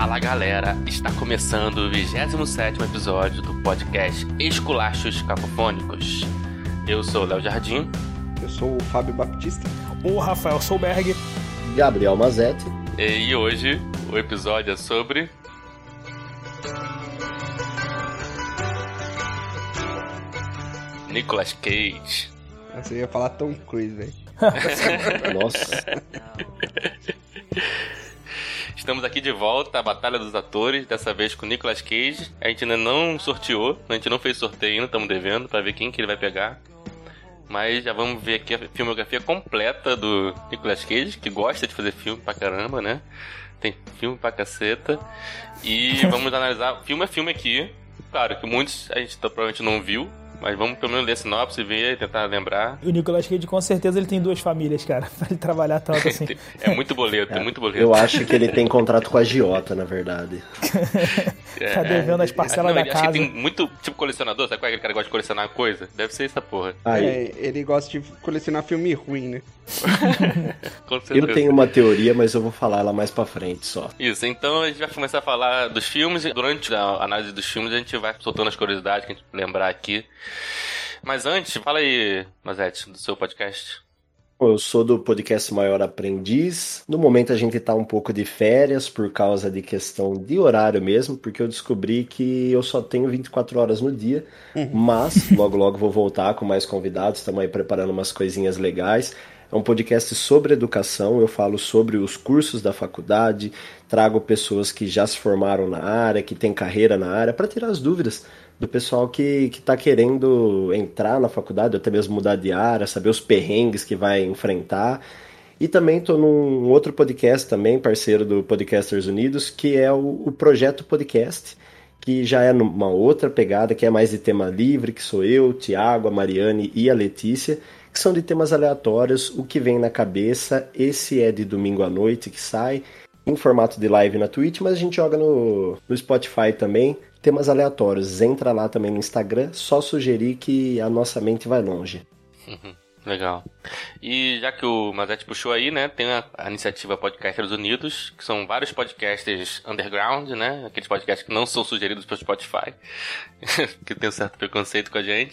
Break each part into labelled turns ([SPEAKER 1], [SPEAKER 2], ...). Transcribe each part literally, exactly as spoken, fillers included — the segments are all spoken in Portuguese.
[SPEAKER 1] Fala galera, está começando o vigésimo sétimo episódio do podcast Esculachos Cacofônicos. Eu sou o Léo Jardim.
[SPEAKER 2] Eu sou o Fábio Baptista.
[SPEAKER 3] O Rafael Solberg.
[SPEAKER 4] Gabriel Mazetti.
[SPEAKER 1] E hoje o episódio é sobre... Nicolas Cage.
[SPEAKER 2] Você ia falar Tom Cruise, velho.
[SPEAKER 4] Nossa.
[SPEAKER 1] Estamos aqui de volta à Batalha dos Atores, dessa vez com o Nicolas Cage. A gente ainda não sorteou, a gente não fez sorteio ainda, estamos devendo pra ver quem que ele vai pegar. Mas já vamos ver aqui a filmografia completa do Nicolas Cage, que gosta de fazer filme pra caramba, né? Tem filme pra caceta. E vamos analisar filme a filme aqui. Claro que muitos a gente provavelmente não viu, mas vamos pelo menos ler a sinopse, ver e tentar lembrar.
[SPEAKER 3] O Nicolas Cage, com certeza, ele tem duas famílias, cara, pra ele trabalhar tanto assim.
[SPEAKER 1] É muito boleto, é, é muito boleto.
[SPEAKER 4] Eu acho que ele tem contrato com a agiota, na verdade.
[SPEAKER 1] É,
[SPEAKER 3] tá devendo as parcelas
[SPEAKER 1] não,
[SPEAKER 3] da
[SPEAKER 1] acho
[SPEAKER 3] casa.
[SPEAKER 1] Que tem muito, tipo, colecionador, sabe qual é aquele cara que gosta de colecionar coisa? Deve ser essa porra.
[SPEAKER 4] Aí.
[SPEAKER 2] É, ele gosta de colecionar filme ruim, né?
[SPEAKER 1] Com certeza.
[SPEAKER 4] Eu tenho uma teoria, mas eu vou falar ela mais pra frente só.
[SPEAKER 1] Isso, então a gente vai começar a falar dos filmes e durante a análise dos filmes a gente vai soltando as curiosidades que a gente lembrar aqui. Mas antes, fala aí, Mazetti, do seu podcast.
[SPEAKER 4] Eu sou do podcast Maior Aprendiz. No momento a gente tá um pouco de férias por causa de questão de horário mesmo, porque eu descobri que eu só tenho vinte e quatro horas no dia, uhum. Mas logo logo vou voltar com mais convidados, estamos aí preparando umas coisinhas legais. É um podcast sobre educação, eu falo sobre os cursos da faculdade, trago pessoas que já se formaram na área, que têm carreira na área, para tirar as dúvidas do pessoal que que está querendo entrar na faculdade, ou até mesmo mudar de área, saber os perrengues que vai enfrentar. E também estou num outro podcast também, parceiro do Podcasters Unidos, que é o, o Projeto Podcast, que já é numa outra pegada, que é mais de tema livre, que sou eu, Thiago, a Mariane e a Letícia, que são de temas aleatórios, o que vem na cabeça. Esse é de domingo à noite que sai, em formato de live na Twitch, mas a gente joga no, no Spotify também, temas aleatórios. Entra lá também no Instagram, só sugerir que a nossa mente vai longe.
[SPEAKER 1] Uhum, legal. E já que o Mazetti puxou aí, né, tem a, a iniciativa Podcasters Unidos, que são vários podcasters underground, né, aqueles podcasts que não são sugeridos pelo Spotify, que tem um certo preconceito com a gente.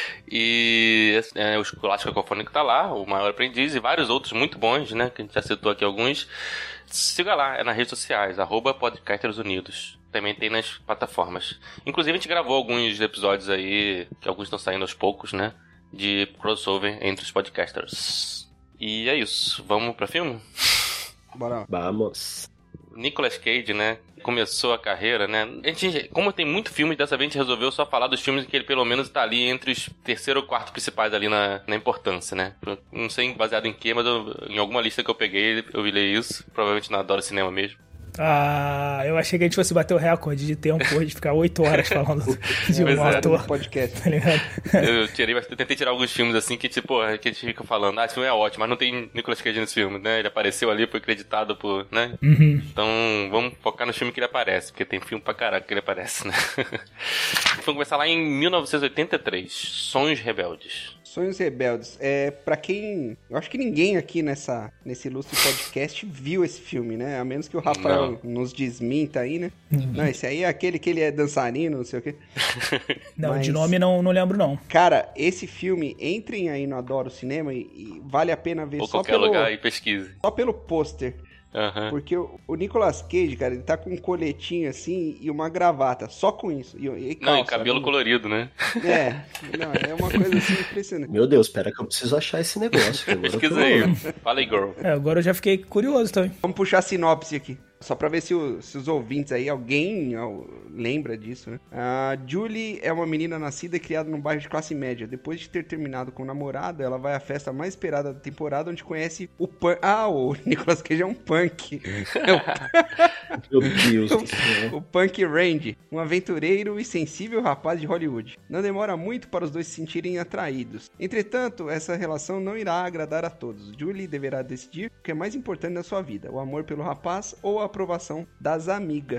[SPEAKER 1] E é, o Esculacho Cacofônico tá lá, o Maior Aprendiz, e vários outros muito bons, né, que a gente já citou aqui alguns. Siga lá, é nas redes sociais, arroba Podcasters Unidos. Também tem nas plataformas. Inclusive a gente gravou alguns episódios aí, que alguns estão saindo aos poucos, né, de crossover entre os podcasters. E é isso, vamos pra filme?
[SPEAKER 2] Bora.
[SPEAKER 4] Vamos.
[SPEAKER 1] Nicolas Cage, né, começou a carreira, né, a gente, como tem muito filme, dessa vez a gente resolveu só falar dos filmes que ele pelo menos tá ali entre os terceiro ou quarto principais ali na, na importância, né. Não sei baseado em quê, mas eu, em alguma lista que eu peguei, eu vi ler isso, provavelmente não adoro cinema mesmo.
[SPEAKER 3] Ah, eu achei que a gente fosse bater o recorde de tempo de ficar oito horas falando de um
[SPEAKER 1] é,
[SPEAKER 3] ator.
[SPEAKER 2] Podcast.
[SPEAKER 3] Tá ligado?
[SPEAKER 1] Eu tirei, eu tentei tirar alguns filmes assim que, tipo, que a gente fica falando, ah, esse filme é ótimo, mas não tem Nicolas Cage nesse filme, né? Ele apareceu ali, foi creditado por, né?
[SPEAKER 3] Uhum.
[SPEAKER 1] Então, vamos focar no filme que ele aparece, porque tem filme pra caraca que ele aparece, né? Vamos começar lá em mil novecentos e oitenta e três, Sonhos Rebeldes.
[SPEAKER 2] Sonhos Rebeldes. É, pra quem... Eu acho que ninguém aqui nessa, nesse ilustre podcast viu esse filme, né? A menos que o Rafael não. nos desminta aí, né? Uhum. Não, esse aí é aquele que ele é dançarino, não sei o quê.
[SPEAKER 3] Não,
[SPEAKER 2] Mas,
[SPEAKER 3] de nome não, não lembro, não.
[SPEAKER 2] Cara, esse filme, entrem aí no Adoro Cinema e, e vale a pena ver
[SPEAKER 1] Ou
[SPEAKER 2] só
[SPEAKER 1] qualquer
[SPEAKER 2] pelo...
[SPEAKER 1] lugar e pesquise.
[SPEAKER 2] Só pelo pôster.
[SPEAKER 1] Uhum.
[SPEAKER 2] Porque o, o Nicolas Cage, cara, ele tá com um coletinho assim e uma gravata, só com isso. E, e calça,
[SPEAKER 1] não, e cabelo né? colorido, né?
[SPEAKER 2] É, não, é uma coisa assim impressionante.
[SPEAKER 4] Meu Deus, espera que eu preciso achar esse negócio.
[SPEAKER 1] Pesquisa aí. Fala aí, girl.
[SPEAKER 3] É, agora eu já fiquei curioso também.
[SPEAKER 2] Vamos puxar a sinopse aqui. Só pra ver se, o, se os ouvintes aí, alguém ó, lembra disso, né? A Julie é uma menina nascida e criada num bairro de classe média. Depois de ter terminado com o namorado, ela vai à festa mais esperada da temporada, onde conhece o punk... Ah, o Nicolas Cage é um punk.
[SPEAKER 4] Meu Deus do céu.
[SPEAKER 2] O Punk Randy, um aventureiro e sensível rapaz de Hollywood. Não demora muito para os dois se sentirem atraídos. Entretanto, essa relação não irá agradar a todos. Julie deverá decidir o que é mais importante na sua vida, o amor pelo rapaz ou a aprovação das amigas.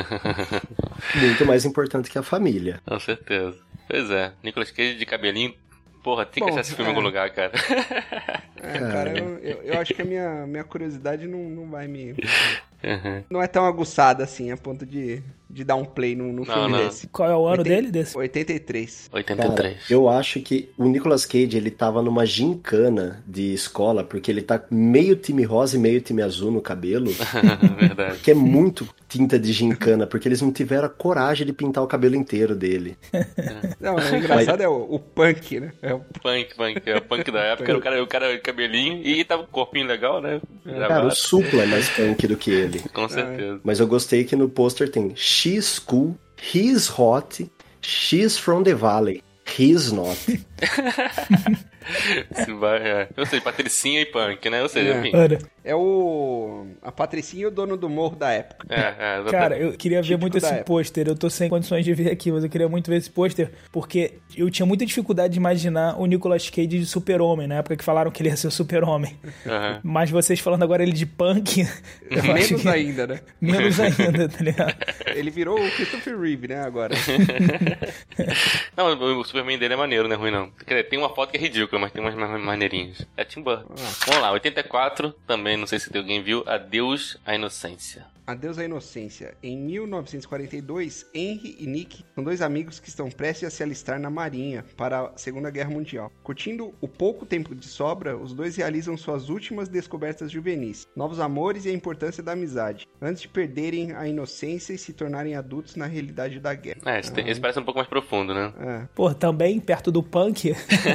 [SPEAKER 4] Muito mais importante que a família.
[SPEAKER 1] Com certeza. Pois é, Nicolas Cage de cabelinho. Porra, tem
[SPEAKER 2] Bom,
[SPEAKER 1] que achar esse filme
[SPEAKER 2] é.
[SPEAKER 1] em algum lugar, cara.
[SPEAKER 2] É, cara, eu, eu, eu acho que a minha, minha curiosidade não, não vai me...
[SPEAKER 1] Uhum.
[SPEAKER 2] Não é tão aguçada assim, a ponto de, de dar um play num, num
[SPEAKER 1] Não,
[SPEAKER 2] filme
[SPEAKER 1] não.
[SPEAKER 2] desse.
[SPEAKER 3] Qual é o ano
[SPEAKER 2] Oitenta
[SPEAKER 3] dele desse?
[SPEAKER 2] oitenta e três.
[SPEAKER 1] oitenta e três.
[SPEAKER 4] Cara, eu acho que o Nicolas Cage, ele tava numa gincana de escola, porque ele tá meio time rosa e meio time azul no cabelo,
[SPEAKER 1] Verdade.
[SPEAKER 4] que é muito tinta de gincana, porque eles não tiveram a coragem de pintar o cabelo inteiro dele.
[SPEAKER 2] Não, o engraçado é o, o punk, né? É o
[SPEAKER 1] Punk, punk. É o punk da época. Era o cara, o cara cabelinho e tava com um corpinho legal, né?
[SPEAKER 4] Cara,
[SPEAKER 1] Gravata.
[SPEAKER 4] o Supla é mais punk do que ele.
[SPEAKER 1] Com certeza.
[SPEAKER 4] Mas eu gostei que no pôster tem She's cool, he's hot, she's from the valley, he's not.
[SPEAKER 1] Se vai, é. Ou seja, patricinha e punk, né? Ou seja,
[SPEAKER 2] É.
[SPEAKER 1] enfim.
[SPEAKER 3] Olha,
[SPEAKER 2] É o. A Patricinha e o dono do morro da época.
[SPEAKER 1] É, é, exatamente.
[SPEAKER 3] cara, eu queria ver
[SPEAKER 2] Típico
[SPEAKER 3] muito
[SPEAKER 2] da
[SPEAKER 3] esse
[SPEAKER 2] época.
[SPEAKER 3] pôster. Eu tô sem condições de ver aqui, mas eu queria muito ver esse pôster, porque eu tinha muita dificuldade de imaginar o Nicolas Cage de super-homem, na época que falaram que ele ia ser o super-homem.
[SPEAKER 1] Uhum.
[SPEAKER 3] Mas vocês falando agora ele de punk, eu acho
[SPEAKER 2] Menos
[SPEAKER 3] que...
[SPEAKER 2] ainda, né?
[SPEAKER 3] Menos ainda, tá ligado?
[SPEAKER 2] Ele virou o Christopher Reeve, né, agora.
[SPEAKER 1] Não, o Superman dele é maneiro, não é ruim não. Quer dizer, tem uma foto que é ridícula, mas tem umas ma- maneirinhas. É Tim Burton. Vamos lá, oitenta e quatro, também, não sei se alguém viu, Adeus à Inocência.
[SPEAKER 2] Adeus à Inocência. Em mil novecentos e quarenta e dois, Henry e Nick são dois amigos que estão prestes a se alistar na Marinha para a Segunda Guerra Mundial. Curtindo o pouco tempo de sobra, os dois realizam suas últimas descobertas juvenis, novos amores e a importância da amizade, antes de perderem a inocência e se tornarem adultos na realidade da guerra.
[SPEAKER 1] É, esse, tem- esse parece um pouco mais profundo, né?
[SPEAKER 2] É.
[SPEAKER 3] Pô, também, perto do punk.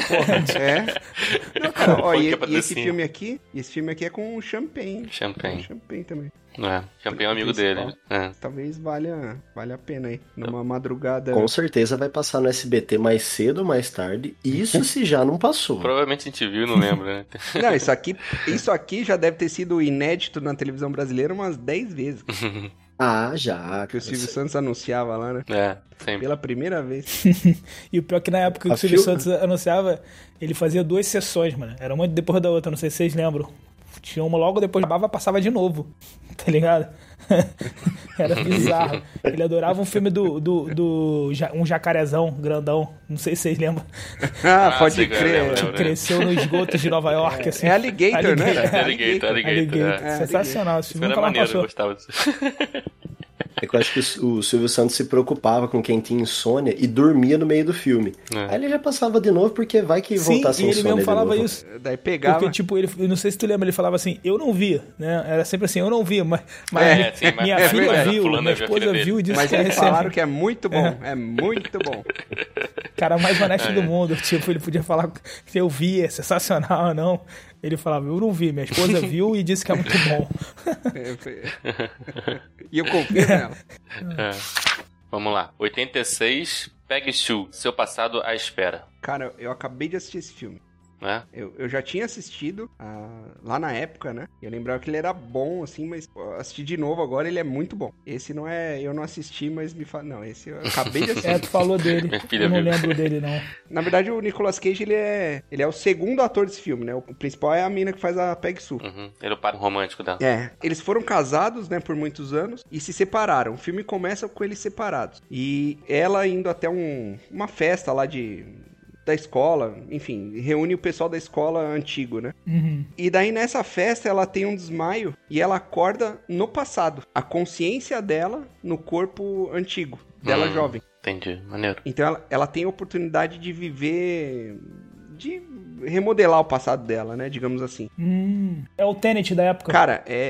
[SPEAKER 2] É. Não, cara, ó,
[SPEAKER 1] Punk
[SPEAKER 2] e,
[SPEAKER 1] é
[SPEAKER 2] e esse
[SPEAKER 1] patrocínio.
[SPEAKER 2] filme aqui, esse filme aqui é com o Champagne.
[SPEAKER 1] Champagne.
[SPEAKER 2] Champagne também.
[SPEAKER 1] É, Champagne é um amigo dele. É.
[SPEAKER 2] Talvez valha, valha a pena aí. Numa madrugada.
[SPEAKER 4] Com certeza vai passar no S B T mais cedo ou mais tarde. Isso se já não passou.
[SPEAKER 1] Provavelmente a gente viu, não lembro, né?
[SPEAKER 2] Não, isso aqui, isso aqui já deve ter sido inédito na televisão brasileira umas dez vezes.
[SPEAKER 4] Ah, já.
[SPEAKER 2] Que o Silvio Santos anunciava lá, né?
[SPEAKER 1] É, sempre.
[SPEAKER 2] Pela primeira vez.
[SPEAKER 3] E o pior é que na época que
[SPEAKER 4] A
[SPEAKER 3] o Silvio
[SPEAKER 4] fil-
[SPEAKER 3] Santos anunciava, ele fazia duas sessões, mano. Era uma depois da outra, não sei se vocês lembram. Tinha uma logo depois acabava, passava de novo. Tá ligado? Era bizarro. Ele adorava um filme do, do, do ja- um jacarezão grandão. Não sei se vocês lembram.
[SPEAKER 2] Ah,
[SPEAKER 1] Ah,
[SPEAKER 2] pode
[SPEAKER 1] sei qual é,
[SPEAKER 2] crer.
[SPEAKER 1] lembro, lembro.
[SPEAKER 3] Cresceu nos esgotos de Nova York, assim.
[SPEAKER 2] É Alligator, né?
[SPEAKER 3] Alligator.
[SPEAKER 2] É
[SPEAKER 1] Alligator, Alligator.
[SPEAKER 3] Alligator.
[SPEAKER 1] É.
[SPEAKER 3] Sensacional. Esse
[SPEAKER 1] Isso
[SPEAKER 3] filme
[SPEAKER 1] era
[SPEAKER 3] nunca mais
[SPEAKER 1] maneiro, eu
[SPEAKER 3] passou.
[SPEAKER 1] gostava disso.
[SPEAKER 4] É que eu acho que o Silvio Santos se preocupava com quem tinha insônia e dormia no meio do filme.
[SPEAKER 1] É.
[SPEAKER 4] Aí ele já passava de novo porque vai que
[SPEAKER 3] Sim,
[SPEAKER 4] voltasse
[SPEAKER 3] e ele
[SPEAKER 4] insônia
[SPEAKER 3] mesmo
[SPEAKER 4] de
[SPEAKER 3] falava
[SPEAKER 4] novo.
[SPEAKER 3] isso.
[SPEAKER 2] Daí pegava.
[SPEAKER 3] Porque, tipo, ele, eu não sei se tu lembra, ele falava assim, eu não via, né? Era sempre assim, eu não via, mas, mas
[SPEAKER 1] É,
[SPEAKER 3] minha,
[SPEAKER 1] sim, mas-
[SPEAKER 3] minha
[SPEAKER 1] é
[SPEAKER 3] filha
[SPEAKER 1] verdade,
[SPEAKER 3] viu,
[SPEAKER 1] fulano
[SPEAKER 3] minha
[SPEAKER 1] viu a
[SPEAKER 3] esposa
[SPEAKER 1] filha dele.
[SPEAKER 3] viu e disse
[SPEAKER 2] Mas
[SPEAKER 3] que
[SPEAKER 2] eles
[SPEAKER 3] era
[SPEAKER 2] falaram
[SPEAKER 3] sempre
[SPEAKER 2] que é muito bom. É muito bom.
[SPEAKER 3] o cara mais honesto do mundo. Tipo, ele podia falar que eu vi, é sensacional, não. Ele falava, eu não vi, minha esposa viu e disse que é muito bom.
[SPEAKER 2] É, foi- E eu confio nela.
[SPEAKER 1] É. Vamos lá. oitenta e seis, Peggy Sue, Seu Passado à Espera.
[SPEAKER 2] Cara, eu acabei de assistir esse filme.
[SPEAKER 1] Né?
[SPEAKER 2] Eu, eu já tinha assistido ah, lá na época, né? Eu lembrava que ele era bom, assim, mas pô, assisti de novo agora, ele é muito bom. Esse não é... Eu não assisti, mas me fala... Não, esse eu acabei de assistir.
[SPEAKER 3] É, tu falou dele.
[SPEAKER 1] Minha filha
[SPEAKER 3] Eu não
[SPEAKER 1] viu.
[SPEAKER 3] lembro dele, não.
[SPEAKER 2] Na verdade, o Nicolas Cage, ele é... Ele é o segundo ator desse filme, né? O principal é a mina que faz a Peggy Sue.
[SPEAKER 1] Uhum. Ele é o par romântico dela.
[SPEAKER 2] É, eles foram casados, né, por muitos anos e se separaram. O filme começa com eles separados. E ela indo até um, uma festa lá de... da escola, enfim, reúne o pessoal da escola antigo, né?
[SPEAKER 3] Uhum.
[SPEAKER 2] E daí nessa festa ela tem um desmaio e ela acorda no passado. A consciência dela no corpo antigo, dela
[SPEAKER 1] Hum.
[SPEAKER 2] jovem.
[SPEAKER 1] Entendi, maneiro.
[SPEAKER 2] Então ela, ela tem a oportunidade de viver... de remodelar o passado dela, né? Digamos assim.
[SPEAKER 3] Hum, é o Tenet da época.
[SPEAKER 2] Cara, é...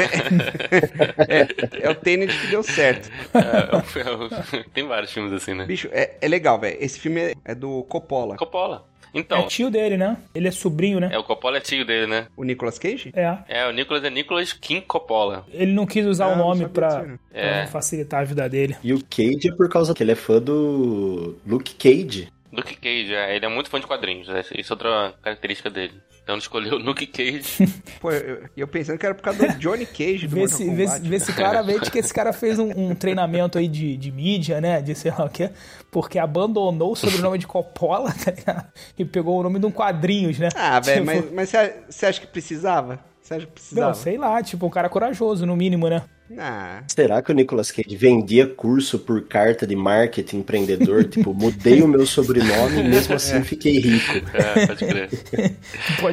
[SPEAKER 2] é, é o Tenet que deu certo.
[SPEAKER 1] É, é, é, tem vários filmes assim, né?
[SPEAKER 2] Bicho, é, é legal, velho. Esse filme é, é do Coppola.
[SPEAKER 1] Coppola.
[SPEAKER 3] É
[SPEAKER 1] Então,
[SPEAKER 3] tio dele, né? Ele é sobrinho, né?
[SPEAKER 1] é o Coppola é tio dele, né?
[SPEAKER 2] O Nicolas Cage?
[SPEAKER 3] É.
[SPEAKER 1] É, o Nicolas é Nicolas Kim Coppola.
[SPEAKER 3] Ele não quis usar
[SPEAKER 2] Ah,
[SPEAKER 3] o
[SPEAKER 2] não
[SPEAKER 3] nome
[SPEAKER 2] sabia
[SPEAKER 3] pra,
[SPEAKER 2] disso, não.
[SPEAKER 3] pra
[SPEAKER 1] É.
[SPEAKER 3] facilitar a vida dele.
[SPEAKER 4] E o Cage é por causa que ele é fã do Luke Cage.
[SPEAKER 1] Luke Cage, é, ele é muito fã de quadrinhos. Essa isso é outra característica dele. Então ele escolheu o Luke Cage.
[SPEAKER 2] Pô, eu, eu pensando que era por causa do Johnny Cage do
[SPEAKER 3] Vê
[SPEAKER 2] Mortal
[SPEAKER 3] se,
[SPEAKER 2] Kombat.
[SPEAKER 3] vê, se, vê se claramente que esse cara fez um, um treinamento aí de, de mídia, né? De sei lá o quê. Porque abandonou o sobrenome de Coppola, tá ligado? E pegou o nome de um quadrinhos, né?
[SPEAKER 2] Ah, velho,
[SPEAKER 3] Tipo,
[SPEAKER 2] mas, mas você você acha que precisava? Você acha que precisava?
[SPEAKER 3] Não, sei lá, tipo, um cara corajoso, no mínimo, né?
[SPEAKER 2] Ah,
[SPEAKER 4] Será que o Nicolas Cage vendia curso por carta de marketing empreendedor? Tipo, mudei o meu sobrenome e mesmo assim fiquei rico.
[SPEAKER 1] É, pode crer.
[SPEAKER 3] Pode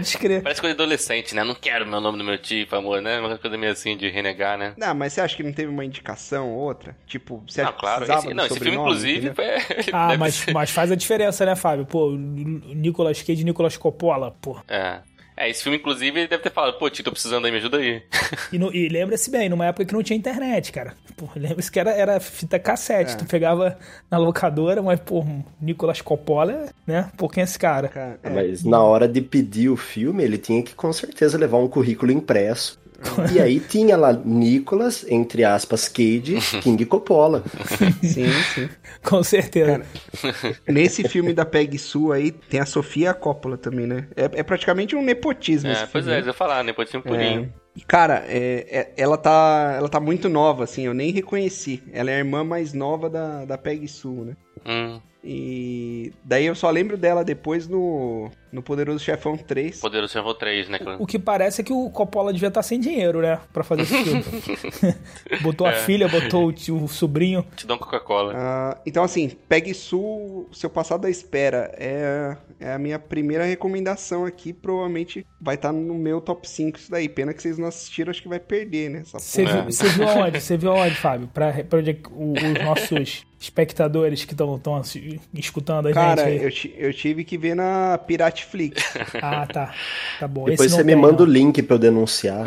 [SPEAKER 3] Pode crer.
[SPEAKER 1] Parece coisa de adolescente, né? Não quero meu nome do meu tio, amor, né? Uma coisa meio assim de renegar, né?
[SPEAKER 2] Não, mas você acha que não teve uma indicação ou outra? Tipo, você acha
[SPEAKER 1] Ah, claro.
[SPEAKER 2] que precisava
[SPEAKER 1] Esse,
[SPEAKER 2] do
[SPEAKER 1] não, esse filme,
[SPEAKER 2] sobrenome,
[SPEAKER 1] inclusive,
[SPEAKER 2] entendeu?
[SPEAKER 1] foi...
[SPEAKER 3] Ah,
[SPEAKER 1] deve
[SPEAKER 3] mas,
[SPEAKER 1] ser-
[SPEAKER 3] mas faz a diferença, né, Fábio? Pô, o Nicolas Cage e Nicolas Coppola, pô.
[SPEAKER 1] É. É, esse filme, inclusive, ele deve ter falado, pô, tio, tô precisando aí, me ajuda aí.
[SPEAKER 3] E, no- e lembra-se bem, numa época que não tinha internet, cara. Pô, lembra-se que era, era fita cassete.
[SPEAKER 2] É.
[SPEAKER 3] Tu pegava na locadora, mas, pô, Nicolas Coppola, né? Pô, quem é esse cara?
[SPEAKER 2] Cara, é.
[SPEAKER 4] Mas na hora de pedir o filme, ele tinha que com certeza levar um currículo impresso. E aí tinha lá Nicolas, entre aspas, Cage, King Coppola.
[SPEAKER 2] Sim, sim.
[SPEAKER 3] Com certeza.
[SPEAKER 2] Nesse filme da Peggy Sue aí, tem a Sofia Coppola também, né? É, é praticamente um nepotismo esse
[SPEAKER 1] É, pois
[SPEAKER 2] filme.
[SPEAKER 1] é, eu ia falar, né? Pode ser um pulinho.
[SPEAKER 2] E, cara, é, é- ela, tá, ela tá muito nova, assim, eu nem reconheci. Ela é a irmã mais nova da, da Peggy Sue, né?
[SPEAKER 1] Hum,
[SPEAKER 2] E daí eu só lembro dela depois no, no Poderoso Chefão três.
[SPEAKER 1] Poderoso Chefão três, né?
[SPEAKER 3] O que parece é que o Coppola devia estar sem dinheiro, né? Pra fazer esse filme. Botou a
[SPEAKER 1] É.
[SPEAKER 3] filha, botou o, tio, o sobrinho.
[SPEAKER 1] Te dá um Coca-Cola.
[SPEAKER 2] Ah, então, assim, Peggy Sue, Seu Passado à Espera, é, é a minha primeira recomendação aqui. Provavelmente vai estar no meu top cinco isso daí. Pena que vocês não assistiram, acho que vai perder, né? Essa
[SPEAKER 3] Você
[SPEAKER 2] porra.
[SPEAKER 3] viu, você viu aonde? Você viu aonde, Fábio? Pra, pra onde é que o- os nossos espectadores que estão escutando a
[SPEAKER 2] Cara,
[SPEAKER 3] gente aí.
[SPEAKER 2] eu, ti- eu tive que ver na Pirateflix.
[SPEAKER 3] Ah, tá. Tá bom.
[SPEAKER 4] Depois
[SPEAKER 3] Esse
[SPEAKER 4] você
[SPEAKER 3] não
[SPEAKER 4] me
[SPEAKER 3] tem,
[SPEAKER 4] manda o
[SPEAKER 3] não.
[SPEAKER 4] link pra eu denunciar.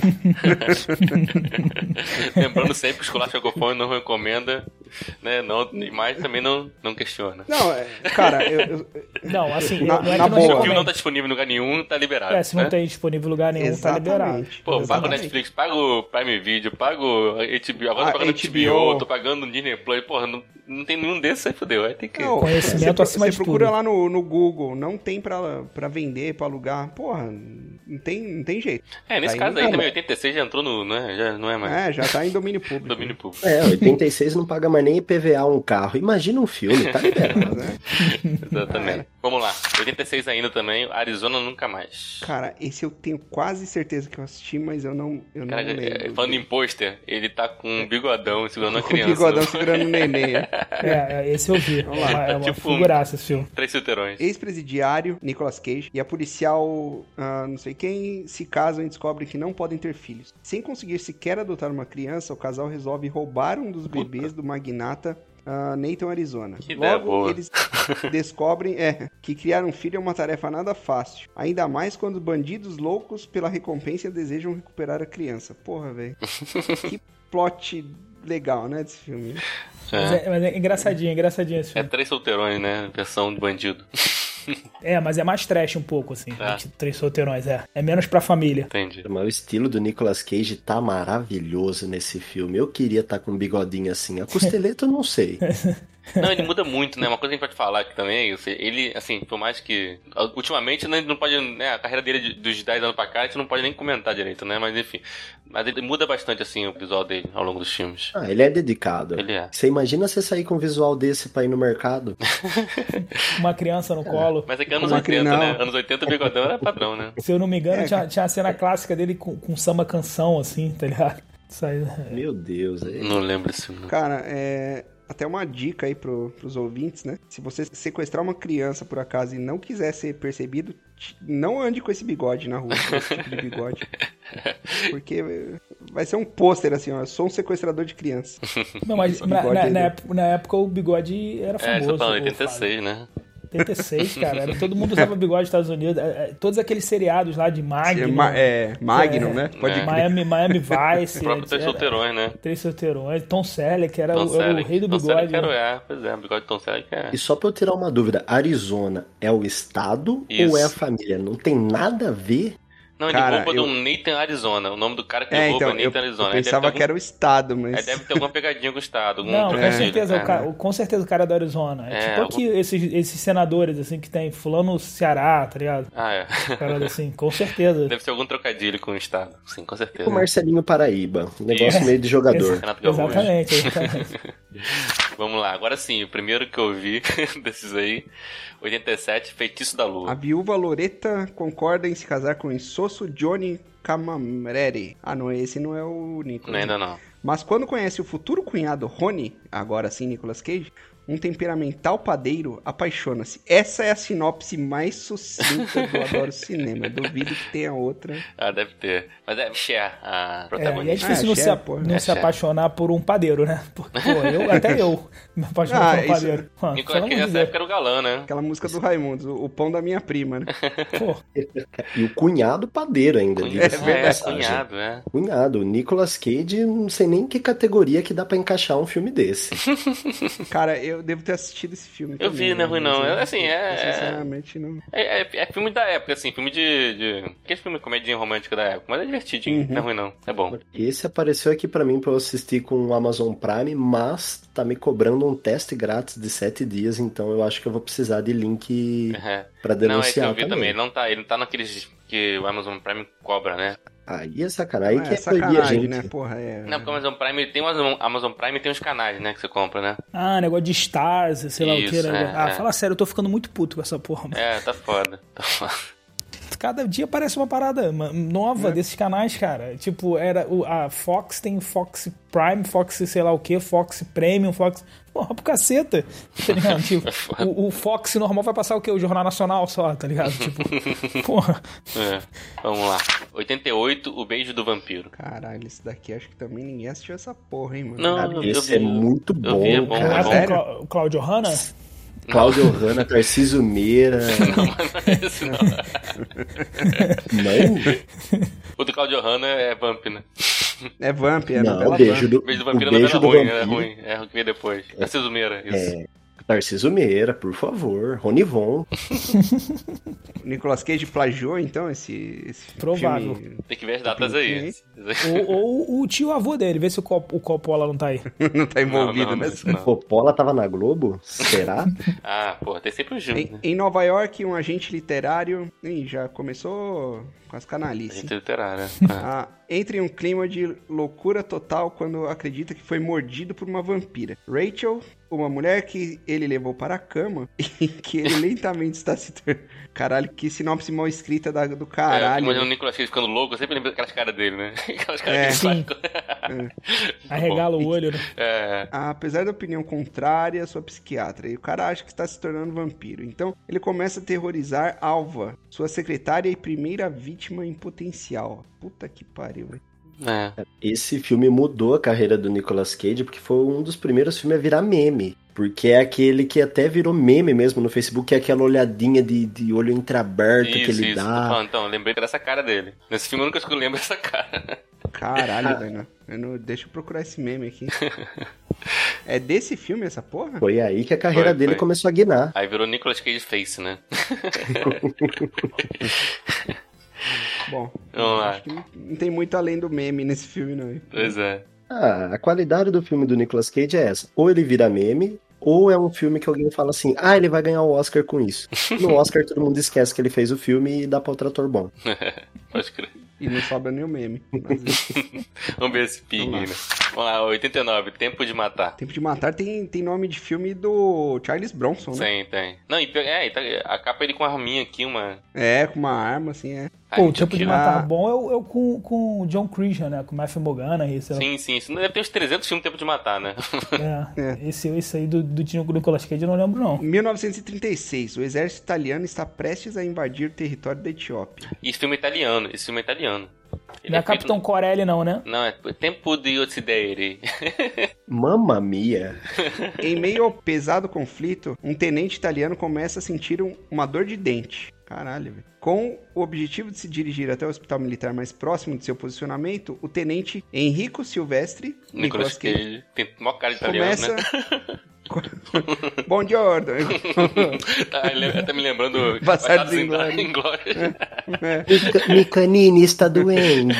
[SPEAKER 1] Lembrando sempre que o Escolar Chocofone não recomenda, né? Não, mas também não, não questiona.
[SPEAKER 2] Não, é, cara, eu, eu-
[SPEAKER 3] Não, assim,
[SPEAKER 2] Na-
[SPEAKER 3] não é
[SPEAKER 2] na
[SPEAKER 3] que não
[SPEAKER 2] boa.
[SPEAKER 1] Se o filme não
[SPEAKER 3] recomendo.
[SPEAKER 1] tá disponível em lugar nenhum, tá liberado.
[SPEAKER 3] É, se não
[SPEAKER 1] né?
[SPEAKER 3] tem disponível em lugar nenhum, tá liberado.
[SPEAKER 2] Exatamente.
[SPEAKER 1] Pô, pago o
[SPEAKER 2] Exatamente.
[SPEAKER 1] Netflix, pago o Prime Video, pago a H B O, agora
[SPEAKER 2] Ah,
[SPEAKER 1] tô pagando
[SPEAKER 2] H
[SPEAKER 1] H
[SPEAKER 2] B
[SPEAKER 1] B
[SPEAKER 2] O.
[SPEAKER 1] O, tô pagando Disney Plus, porra, não, não tem nenhum desses aí, fodeu. Aí tem que...
[SPEAKER 2] Não,
[SPEAKER 3] Conhecimento
[SPEAKER 2] você,
[SPEAKER 3] acima
[SPEAKER 2] você
[SPEAKER 3] de
[SPEAKER 2] procura
[SPEAKER 3] tudo.
[SPEAKER 2] lá no, no Google, não tem pra, pra vender, pra alugar. Porra, não tem, não tem jeito.
[SPEAKER 1] É, nesse
[SPEAKER 2] Aí
[SPEAKER 1] caso
[SPEAKER 2] não
[SPEAKER 1] aí
[SPEAKER 2] dá,
[SPEAKER 1] também,
[SPEAKER 2] mas-
[SPEAKER 1] oitenta e seis já entrou no, né? Já não é mais
[SPEAKER 2] É, já tá em domínio público.
[SPEAKER 1] domínio público.
[SPEAKER 4] É, oitenta e seis não paga mais nem I P V A um carro. Imagina um filme, tá liberado.
[SPEAKER 2] Né?
[SPEAKER 1] Exatamente. Vamos lá, oitenta e seis ainda também, Arizona Nunca Mais.
[SPEAKER 2] Cara, esse eu tenho quase certeza que eu assisti, mas eu não, eu não
[SPEAKER 1] Cara, é,
[SPEAKER 2] lembro.
[SPEAKER 1] falando em pôster, ele tá com um bigodão segurando uma
[SPEAKER 2] Com o
[SPEAKER 1] criança.
[SPEAKER 2] bigodão
[SPEAKER 1] no-
[SPEAKER 2] segurando o neném. é.
[SPEAKER 3] É, é, esse eu vi. É
[SPEAKER 2] Vamos lá.
[SPEAKER 3] uma, é uma
[SPEAKER 1] Tipo um-
[SPEAKER 3] figuraça esse filme.
[SPEAKER 1] Três solteirões.
[SPEAKER 2] Ex-presidiário, Nicolas Cage, e a policial, ah, não sei quem, se casam e descobrem que não podem ter filhos. Sem conseguir sequer adotar uma criança, o casal resolve roubar um dos bebês do magnata ah, Nathan, Arizona.
[SPEAKER 1] Que ideia
[SPEAKER 2] Logo,
[SPEAKER 1] boa.
[SPEAKER 2] eles descobrem é, que criar um filho é uma tarefa nada fácil. Ainda mais quando bandidos loucos pela recompensa desejam recuperar a criança. Porra, velho. Que plot legal, né, desse filme.
[SPEAKER 3] Mas
[SPEAKER 1] É,
[SPEAKER 3] é, mas é engraçadinho, é engraçadinho esse
[SPEAKER 1] é
[SPEAKER 3] filme.
[SPEAKER 1] três solteirões, né? Versão de bandido.
[SPEAKER 3] É, mas é mais trash um pouco, assim.
[SPEAKER 1] Tá.
[SPEAKER 3] de Três solteirões, é. É menos pra família.
[SPEAKER 1] Entendi.
[SPEAKER 4] Mas o estilo do Nicolas Cage tá maravilhoso nesse filme. Eu queria estar com um bigodinho assim. A costeleta eu não sei.
[SPEAKER 1] Não, ele muda muito, né? Uma coisa que a gente pode falar aqui também, assim, ele, assim, por mais que... Ultimamente, né, não pode, né, a carreira dele de- dos dez anos pra cá, a gente não pode nem comentar direito, né? Mas enfim, mas ele muda bastante, assim, o visual dele ao longo dos filmes.
[SPEAKER 4] Ah, ele é dedicado.
[SPEAKER 1] Ele é.
[SPEAKER 4] Você imagina você sair com um visual desse pra ir no mercado?
[SPEAKER 3] Uma criança no colo.
[SPEAKER 1] Mas é que anos
[SPEAKER 2] Uma
[SPEAKER 1] oitenta,
[SPEAKER 2] crinal.
[SPEAKER 1] né? Anos oitenta o bigodão era padrão, né?
[SPEAKER 3] Se eu não me engano,
[SPEAKER 2] É,
[SPEAKER 3] tinha, tinha a cena clássica dele com, com samba canção, assim, tá ligado? Isso aí,
[SPEAKER 4] Meu Deus. É...
[SPEAKER 1] Não lembro esse filme.
[SPEAKER 2] Cara, é. Até uma dica aí pro, pros ouvintes, né? Se você sequestrar uma criança por acaso e não quiser ser percebido, t- não ande com esse bigode na rua, com esse tipo de bigode. Porque vai ser um pôster assim, ó. Eu sou um sequestrador de criança.
[SPEAKER 3] Não, mas
[SPEAKER 2] Esse
[SPEAKER 3] na,
[SPEAKER 2] bigode
[SPEAKER 3] na-
[SPEAKER 2] aí
[SPEAKER 3] na
[SPEAKER 2] do-
[SPEAKER 3] época, na época o bigode era
[SPEAKER 1] É, você
[SPEAKER 3] famoso.
[SPEAKER 1] tá falando
[SPEAKER 3] ô,
[SPEAKER 1] oitenta e
[SPEAKER 3] Fábio.
[SPEAKER 1] seis, né?
[SPEAKER 3] oitenta e seis, cara. Era, todo mundo usava bigode nos Estados Unidos. É, é, todos aqueles seriados lá de
[SPEAKER 2] É,
[SPEAKER 3] Magnum,
[SPEAKER 2] Ma- é, Magnum,
[SPEAKER 3] É.
[SPEAKER 2] né? Pode
[SPEAKER 1] É.
[SPEAKER 2] crer.
[SPEAKER 3] Miami, Miami
[SPEAKER 1] O
[SPEAKER 3] Vice.
[SPEAKER 1] próprio Três
[SPEAKER 3] era-
[SPEAKER 1] Solteirões, né?
[SPEAKER 3] Três solteirões. Tom Selleck, que era,
[SPEAKER 1] Tom
[SPEAKER 3] o, era o
[SPEAKER 1] Selleck.
[SPEAKER 3] rei do
[SPEAKER 1] Tom
[SPEAKER 3] bigode.
[SPEAKER 1] Selleck era o-
[SPEAKER 3] né?
[SPEAKER 1] é, pois é, o bigode de Tom Selleck é...
[SPEAKER 4] E só pra eu tirar uma dúvida, Arizona é o estado
[SPEAKER 1] Isso.
[SPEAKER 4] ou é a família? Não tem nada a ver?
[SPEAKER 1] Não, ele
[SPEAKER 2] Cara,
[SPEAKER 1] rouba
[SPEAKER 2] eu-
[SPEAKER 1] do Nathan, Arizona. O nome do cara que
[SPEAKER 2] É,
[SPEAKER 1] ele rouba
[SPEAKER 2] então,
[SPEAKER 1] é
[SPEAKER 2] eu,
[SPEAKER 1] Nathan,
[SPEAKER 2] eu
[SPEAKER 1] Arizona. Aí deve ter
[SPEAKER 2] pensava
[SPEAKER 1] algum-
[SPEAKER 2] que era o estado,
[SPEAKER 1] Aí
[SPEAKER 2] mas...
[SPEAKER 1] deve ter alguma pegadinha com o Estado, algum
[SPEAKER 3] Não, com
[SPEAKER 1] trocadilho.
[SPEAKER 3] certeza, o
[SPEAKER 2] É.
[SPEAKER 3] cara, com certeza o cara é do Arizona. É,
[SPEAKER 1] É,
[SPEAKER 3] tipo
[SPEAKER 1] algum-
[SPEAKER 3] aqui, esses, esses senadores, assim, que tem fulano Ceará, tá ligado?
[SPEAKER 1] Ah, é.
[SPEAKER 3] Parada assim, com certeza.
[SPEAKER 1] Deve ser algum trocadilho com o Estado. Sim, com certeza.
[SPEAKER 4] O Marcelinho Paraíba. Um negócio meio de jogador.
[SPEAKER 1] Renato Gaúcho.
[SPEAKER 3] Exatamente, exatamente.
[SPEAKER 1] Vamos lá, agora sim, o primeiro que eu vi desses aí, oitenta e sete, Feitiço da
[SPEAKER 2] A
[SPEAKER 1] Lua.
[SPEAKER 2] viúva Loretta concorda em se casar com o insosso Johnny Camamreri. Ah, não, esse não é o Nicolas.
[SPEAKER 1] Não, ainda não.
[SPEAKER 2] Mas quando conhece o futuro cunhado Rony, agora sim Nicolas Cage, Um temperamental padeiro apaixona-se. Essa é a sinopse mais sucinta do Adoro Cinema. Eu duvido que tenha outra.
[SPEAKER 1] Ah, deve ter. Mas é Cher, a
[SPEAKER 3] É,
[SPEAKER 1] protagonista.
[SPEAKER 3] e é difícil
[SPEAKER 2] Ah,
[SPEAKER 3] não,
[SPEAKER 2] Cher,
[SPEAKER 3] se, a-
[SPEAKER 2] pô.
[SPEAKER 3] não
[SPEAKER 1] É
[SPEAKER 3] se
[SPEAKER 1] Cher.
[SPEAKER 3] apaixonar por um padeiro, né? Porque, pô, eu, até eu me apaixono
[SPEAKER 2] Ah,
[SPEAKER 3] por um
[SPEAKER 2] isso-
[SPEAKER 3] padeiro. Ah,
[SPEAKER 1] Nicolas
[SPEAKER 3] pelo amor
[SPEAKER 1] Cage
[SPEAKER 3] de
[SPEAKER 1] nessa
[SPEAKER 3] Deus.
[SPEAKER 1] época era o galã, né?
[SPEAKER 2] Aquela música do Raimundos, o, o pão da minha prima, né?
[SPEAKER 3] Pô,
[SPEAKER 4] E o cunhado padeiro ainda.
[SPEAKER 1] Cunha-
[SPEAKER 4] diga-se de
[SPEAKER 1] É, é,
[SPEAKER 4] passagem.
[SPEAKER 1] cunhado, é.
[SPEAKER 4] Cunhado. O Nicolas Cage, não sei nem que categoria que dá pra encaixar um filme desse.
[SPEAKER 2] Cara, eu devo ter assistido esse filme
[SPEAKER 1] Eu
[SPEAKER 2] também,
[SPEAKER 1] vi, não é
[SPEAKER 2] né?
[SPEAKER 1] ruim não.
[SPEAKER 2] Mas eu-
[SPEAKER 1] É, assim, é-
[SPEAKER 2] eu Sinceramente, não...
[SPEAKER 1] É, é, é filme da época, assim, filme de. de... Aquele filme de comédia romântica da época, mas é divertidinho,
[SPEAKER 2] Uhum.
[SPEAKER 1] não é ruim não. É bom.
[SPEAKER 4] Esse apareceu aqui pra mim pra eu assistir com o Amazon Prime, mas tá me cobrando um teste grátis de sete dias, então eu acho que eu vou precisar de link
[SPEAKER 1] É.
[SPEAKER 4] pra
[SPEAKER 1] Não, é que
[SPEAKER 4] denunciar
[SPEAKER 1] eu vi também.
[SPEAKER 4] também.
[SPEAKER 1] Ele não tá, ele não tá naqueles que o Amazon Prime cobra, né?
[SPEAKER 4] Aí é sacanagem. Aí
[SPEAKER 2] Não,
[SPEAKER 4] que
[SPEAKER 2] é
[SPEAKER 4] é proibir a
[SPEAKER 2] sacanagem,
[SPEAKER 4] gente.
[SPEAKER 2] né? Porra, é...
[SPEAKER 1] Não, porque o Amazon Prime ele tem o Amazon, Amazon Prime tem os canais, né, que você compra, né?
[SPEAKER 3] ah, negócio de Stars, sei lá o que.
[SPEAKER 1] Isso,
[SPEAKER 3] Né?
[SPEAKER 1] é,
[SPEAKER 3] ah,
[SPEAKER 1] é.
[SPEAKER 3] fala sério, eu tô ficando muito puto com essa porra, mano.
[SPEAKER 1] É, tá foda. Tá foda.
[SPEAKER 3] Cada dia aparece uma parada ma- nova desses canais, cara. Tipo, era o, a Fox tem Fox Prime, Fox sei lá o que, Fox Premium, Fox... Porra, pro caceta, tá ligado? Tipo, o, o Fox normal vai passar o quê? O Jornal Nacional só, tá ligado? Tipo, porra.
[SPEAKER 1] É, vamos lá. oitenta e oito, O Beijo do Vampiro.
[SPEAKER 2] Caralho, esse daqui acho que também ninguém assistiu essa porra, hein, mano?
[SPEAKER 1] Não,
[SPEAKER 4] Cara,
[SPEAKER 1] eu
[SPEAKER 4] esse
[SPEAKER 1] vi.
[SPEAKER 4] é muito
[SPEAKER 1] Eu
[SPEAKER 4] bom,
[SPEAKER 1] vi, é bom,
[SPEAKER 4] cara.
[SPEAKER 1] é
[SPEAKER 3] Ah,
[SPEAKER 1] bom.
[SPEAKER 3] com o
[SPEAKER 2] sério?
[SPEAKER 3] Clá- o Cláudio Hanna?
[SPEAKER 4] Cláudio Hanna, Tarcísio Meira.
[SPEAKER 1] Não, mas não é esse não.
[SPEAKER 4] Não?
[SPEAKER 1] O do Claudio Hanna é Vamp, né?
[SPEAKER 2] É Vamp, é
[SPEAKER 4] Não,
[SPEAKER 2] novela
[SPEAKER 4] o beijo
[SPEAKER 2] Vamp.
[SPEAKER 4] do,
[SPEAKER 1] O Beijo do
[SPEAKER 4] o
[SPEAKER 1] Vampiro
[SPEAKER 4] beijo
[SPEAKER 1] é
[SPEAKER 4] do
[SPEAKER 1] novela ruim, é
[SPEAKER 4] vampiro.
[SPEAKER 1] ruim. É o que veio depois. Tarcísio Meira, isso.
[SPEAKER 4] É, Tarcísio Meira, por favor. Ronivon.
[SPEAKER 2] O Nicolas Cage plagiou, então, esse, esse
[SPEAKER 3] Provável.
[SPEAKER 2] filme?
[SPEAKER 1] Tem que ver as datas aí.
[SPEAKER 3] ou, ou o tio avô dele, vê se o, Cop, o Coppola não tá aí.
[SPEAKER 2] Não tá envolvido
[SPEAKER 1] não, não,
[SPEAKER 2] nessa...
[SPEAKER 1] não.
[SPEAKER 4] Coppola tava na Globo? Será?
[SPEAKER 1] Ah, pô, tem sempre o Gil,
[SPEAKER 2] Em,
[SPEAKER 1] né?
[SPEAKER 2] em Nova York, um agente literário... Ih, já começou com as
[SPEAKER 1] A
[SPEAKER 2] canalices.
[SPEAKER 1] gente literária. Ah.
[SPEAKER 2] Ah, entra em um clima de loucura total quando acredita que foi mordido por uma vampira. Rachel, uma mulher que ele levou para a cama e que ele lentamente está se... Ter... Caralho, que sinopse mal escrita da, do
[SPEAKER 1] É,
[SPEAKER 2] caralho.
[SPEAKER 1] imagina o Nicolas Cage ficando louco, eu sempre lembro daquelas caras dele, né? Aquelas caras
[SPEAKER 2] É.
[SPEAKER 1] que
[SPEAKER 3] Sim.
[SPEAKER 1] ele faz.
[SPEAKER 3] Arregala o olho, né?
[SPEAKER 1] É,
[SPEAKER 2] Ah, apesar da opinião contrária, sua psiquiatra. E o cara acha que está se tornando vampiro. Então, ele começa a terrorizar Alva, sua secretária e primeira vítima em potencial. Puta que pariu, velho.
[SPEAKER 1] é.
[SPEAKER 4] Esse filme mudou a carreira do Nicolas Cage porque foi um dos primeiros filmes a virar meme. Porque é aquele que até virou meme mesmo no Facebook, que é aquela olhadinha de, de olho entreaberto que
[SPEAKER 1] Isso,
[SPEAKER 4] ele
[SPEAKER 1] isso. Tô
[SPEAKER 4] dá.
[SPEAKER 1] falando, então, lembrei dessa cara dele. Nesse filme eu nunca lembro dessa cara.
[SPEAKER 2] Caralho, velho. Eu não... Deixa eu procurar esse meme aqui. É desse filme essa porra?
[SPEAKER 4] Foi aí que a carreira
[SPEAKER 1] Foi,
[SPEAKER 4] dele
[SPEAKER 1] foi.
[SPEAKER 4] começou a guinar.
[SPEAKER 1] Aí virou Nicolas Cage Face, né?
[SPEAKER 2] Bom,
[SPEAKER 1] Vamos lá.
[SPEAKER 2] acho que não, não tem muito além do meme nesse filme, não.
[SPEAKER 1] Pois é.
[SPEAKER 4] Ah, a qualidade do filme do Nicolas Cage é essa. Ou ele vira meme, ou é um filme que alguém fala assim, ah, ele vai ganhar o Oscar com isso. No Oscar todo mundo esquece que ele fez o filme e dá pra outro ator bom.
[SPEAKER 1] Pode crer.
[SPEAKER 2] E não sobra nem o meme. Mas,
[SPEAKER 1] Vamos ver esse ping,
[SPEAKER 2] Vamos lá.
[SPEAKER 1] né? Vamos lá, oitenta e nove, Tempo de Matar.
[SPEAKER 2] Tempo de Matar tem, tem nome de filme do Charles Bronson, né?
[SPEAKER 1] Tem, tem. Não, e, é, e tá- a capa ele com a arminha aqui, uma...
[SPEAKER 2] É, com uma arma, assim, é.
[SPEAKER 1] Ai,
[SPEAKER 3] Pô, o
[SPEAKER 1] muito
[SPEAKER 3] Tempo de
[SPEAKER 1] aquilo.
[SPEAKER 3] Matar
[SPEAKER 2] Ah.
[SPEAKER 3] bom é o, é o com, com o John Christian, né? Com o Matthew Morgana e sei lá.
[SPEAKER 1] Sim, sim. Isso deve ter uns trezentos filmes Tempo de Matar, né?
[SPEAKER 3] É,
[SPEAKER 2] É.
[SPEAKER 3] Esse, esse aí do, do Tino Nicolas Cage eu não lembro, não.
[SPEAKER 2] Em mil novecentos e trinta e seis, o exército italiano está prestes a invadir o território da Etiópia.
[SPEAKER 1] E esse filme é italiano. Esse filme é italiano. Ele
[SPEAKER 3] Não é
[SPEAKER 1] é feito-
[SPEAKER 3] Capitão Corelli, não, né?
[SPEAKER 1] Não, é Tempo de Occidere.
[SPEAKER 4] Mamma mia.
[SPEAKER 2] Em meio ao pesado conflito, um tenente italiano começa a sentir um- uma dor de dente. Caralho, velho. Com o objetivo de se dirigir até o hospital militar mais próximo de seu posicionamento, o tenente Enrico Silvestre,
[SPEAKER 1] Nicolas Cage. Tem maior cara de italiano,
[SPEAKER 2] começa...
[SPEAKER 1] né?
[SPEAKER 2] Bom dia, ordem.
[SPEAKER 1] Tá, ele tá me lembrando...
[SPEAKER 2] Bastardos
[SPEAKER 1] Bastardos
[SPEAKER 2] Inglórios.
[SPEAKER 1] Inglórios.
[SPEAKER 4] Mica- Micanini está doendo.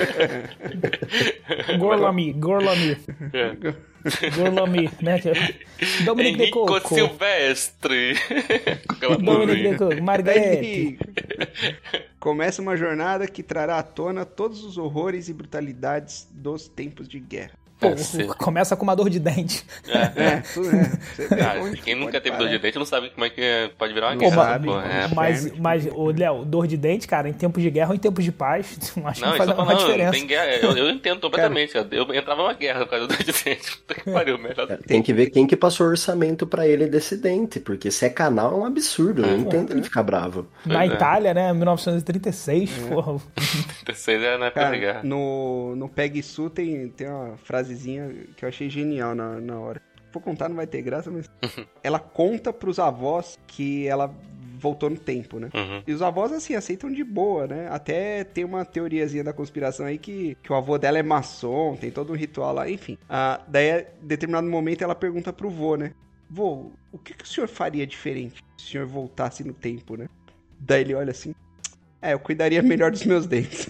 [SPEAKER 3] Gorlami, Gorlami,
[SPEAKER 1] É.
[SPEAKER 3] Gorlami, né? que é- Dominic de
[SPEAKER 1] Enrico
[SPEAKER 3] Coco.
[SPEAKER 1] Silvestre. Com aquela
[SPEAKER 3] Dominic de
[SPEAKER 1] bolinha.
[SPEAKER 3] Coco, Margarete.
[SPEAKER 2] Henrico. Começa uma jornada que trará à tona todos os horrores e brutalidades dos tempos de guerra.
[SPEAKER 3] Pô,
[SPEAKER 1] Cacete.
[SPEAKER 3] começa com uma dor de dente.
[SPEAKER 1] É.
[SPEAKER 2] É, tudo é. Você vê
[SPEAKER 1] Ah,
[SPEAKER 2] onde
[SPEAKER 1] quem nunca
[SPEAKER 2] pode
[SPEAKER 1] teve
[SPEAKER 2] parar.
[SPEAKER 1] dor de dente não sabe como é que é- pode virar uma
[SPEAKER 2] Não
[SPEAKER 1] guerra.
[SPEAKER 2] sabe,
[SPEAKER 1] pô.
[SPEAKER 2] não.
[SPEAKER 1] É.
[SPEAKER 3] Mas, mas ô, Léo, dor de dente, cara, em tempos de guerra ou em tempos de paz, acho que
[SPEAKER 1] Não,
[SPEAKER 3] não
[SPEAKER 1] isso
[SPEAKER 3] faz
[SPEAKER 1] eu tô
[SPEAKER 3] uma
[SPEAKER 1] falando,
[SPEAKER 3] diferença.
[SPEAKER 1] tem guerra. Eu, eu entendo completamente, cara. Eu entrava numa guerra por causa do dor de dente. Puta que pariu, melhor.
[SPEAKER 4] Tem que ver quem que passou orçamento pra ele desse dente, porque se é canal é um absurdo, eu entendo ele ficar bravo.
[SPEAKER 3] Na
[SPEAKER 1] Pois é.
[SPEAKER 3] Itália, né, mil novecentos e trinta e seis, porra.
[SPEAKER 1] trinta e seis é na época da
[SPEAKER 2] Cara,
[SPEAKER 1] guerra.
[SPEAKER 2] no, no Peg Su tem, tem uma frasezinha que eu achei genial na, na hora. Vou contar, não vai ter graça, mas... ela conta pros avós que ela voltou no tempo, né?
[SPEAKER 1] Uhum.
[SPEAKER 2] E os avós, assim, aceitam de boa, né? Até tem uma teoriazinha da conspiração aí que, que o avô dela é maçom, tem todo um ritual lá, enfim. Ah, daí, em determinado momento, ela pergunta pro vô, né? Vô, o que, que o senhor faria diferente se o senhor voltasse no tempo, né? Daí ele olha assim... É, eu cuidaria melhor dos meus dentes.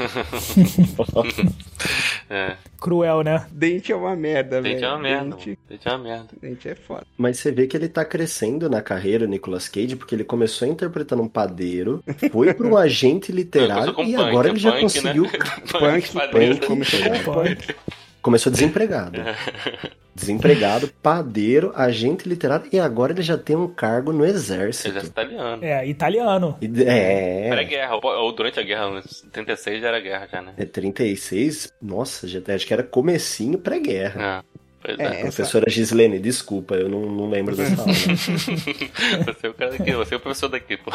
[SPEAKER 1] É.
[SPEAKER 3] Cruel, né?
[SPEAKER 2] Dente é uma merda, velho.
[SPEAKER 1] Dente é uma merda.
[SPEAKER 2] Dente,
[SPEAKER 1] mano. Dente é uma merda.
[SPEAKER 2] dente é foda.
[SPEAKER 4] Mas você vê que ele tá crescendo na carreira, o Nicolas Cage, porque ele começou interpretando um padeiro, foi para um agente literário
[SPEAKER 1] Começou com
[SPEAKER 4] e
[SPEAKER 1] punk,
[SPEAKER 4] agora ele já
[SPEAKER 1] punk,
[SPEAKER 4] conseguiu.
[SPEAKER 1] Né?
[SPEAKER 2] Punk,
[SPEAKER 1] padeiro.
[SPEAKER 2] punk, começou com punk.
[SPEAKER 4] Começou desempregado. Desempregado, padeiro, agente literário e agora ele já tem um cargo no exército.
[SPEAKER 1] Exército italiano.
[SPEAKER 3] É, italiano.
[SPEAKER 4] E- É.
[SPEAKER 1] Pré-guerra, ou, ou durante a guerra, em trinta e seis já era guerra já, né?
[SPEAKER 4] É trinta e seis? Nossa, já, acho que era comecinho pré-guerra.
[SPEAKER 1] É. Pois
[SPEAKER 2] É,
[SPEAKER 1] é.
[SPEAKER 2] essa-
[SPEAKER 4] Professora Gislene, desculpa, eu não, não lembro dessa aula.
[SPEAKER 1] Você é o cara daqui, você é o professor daqui, pô.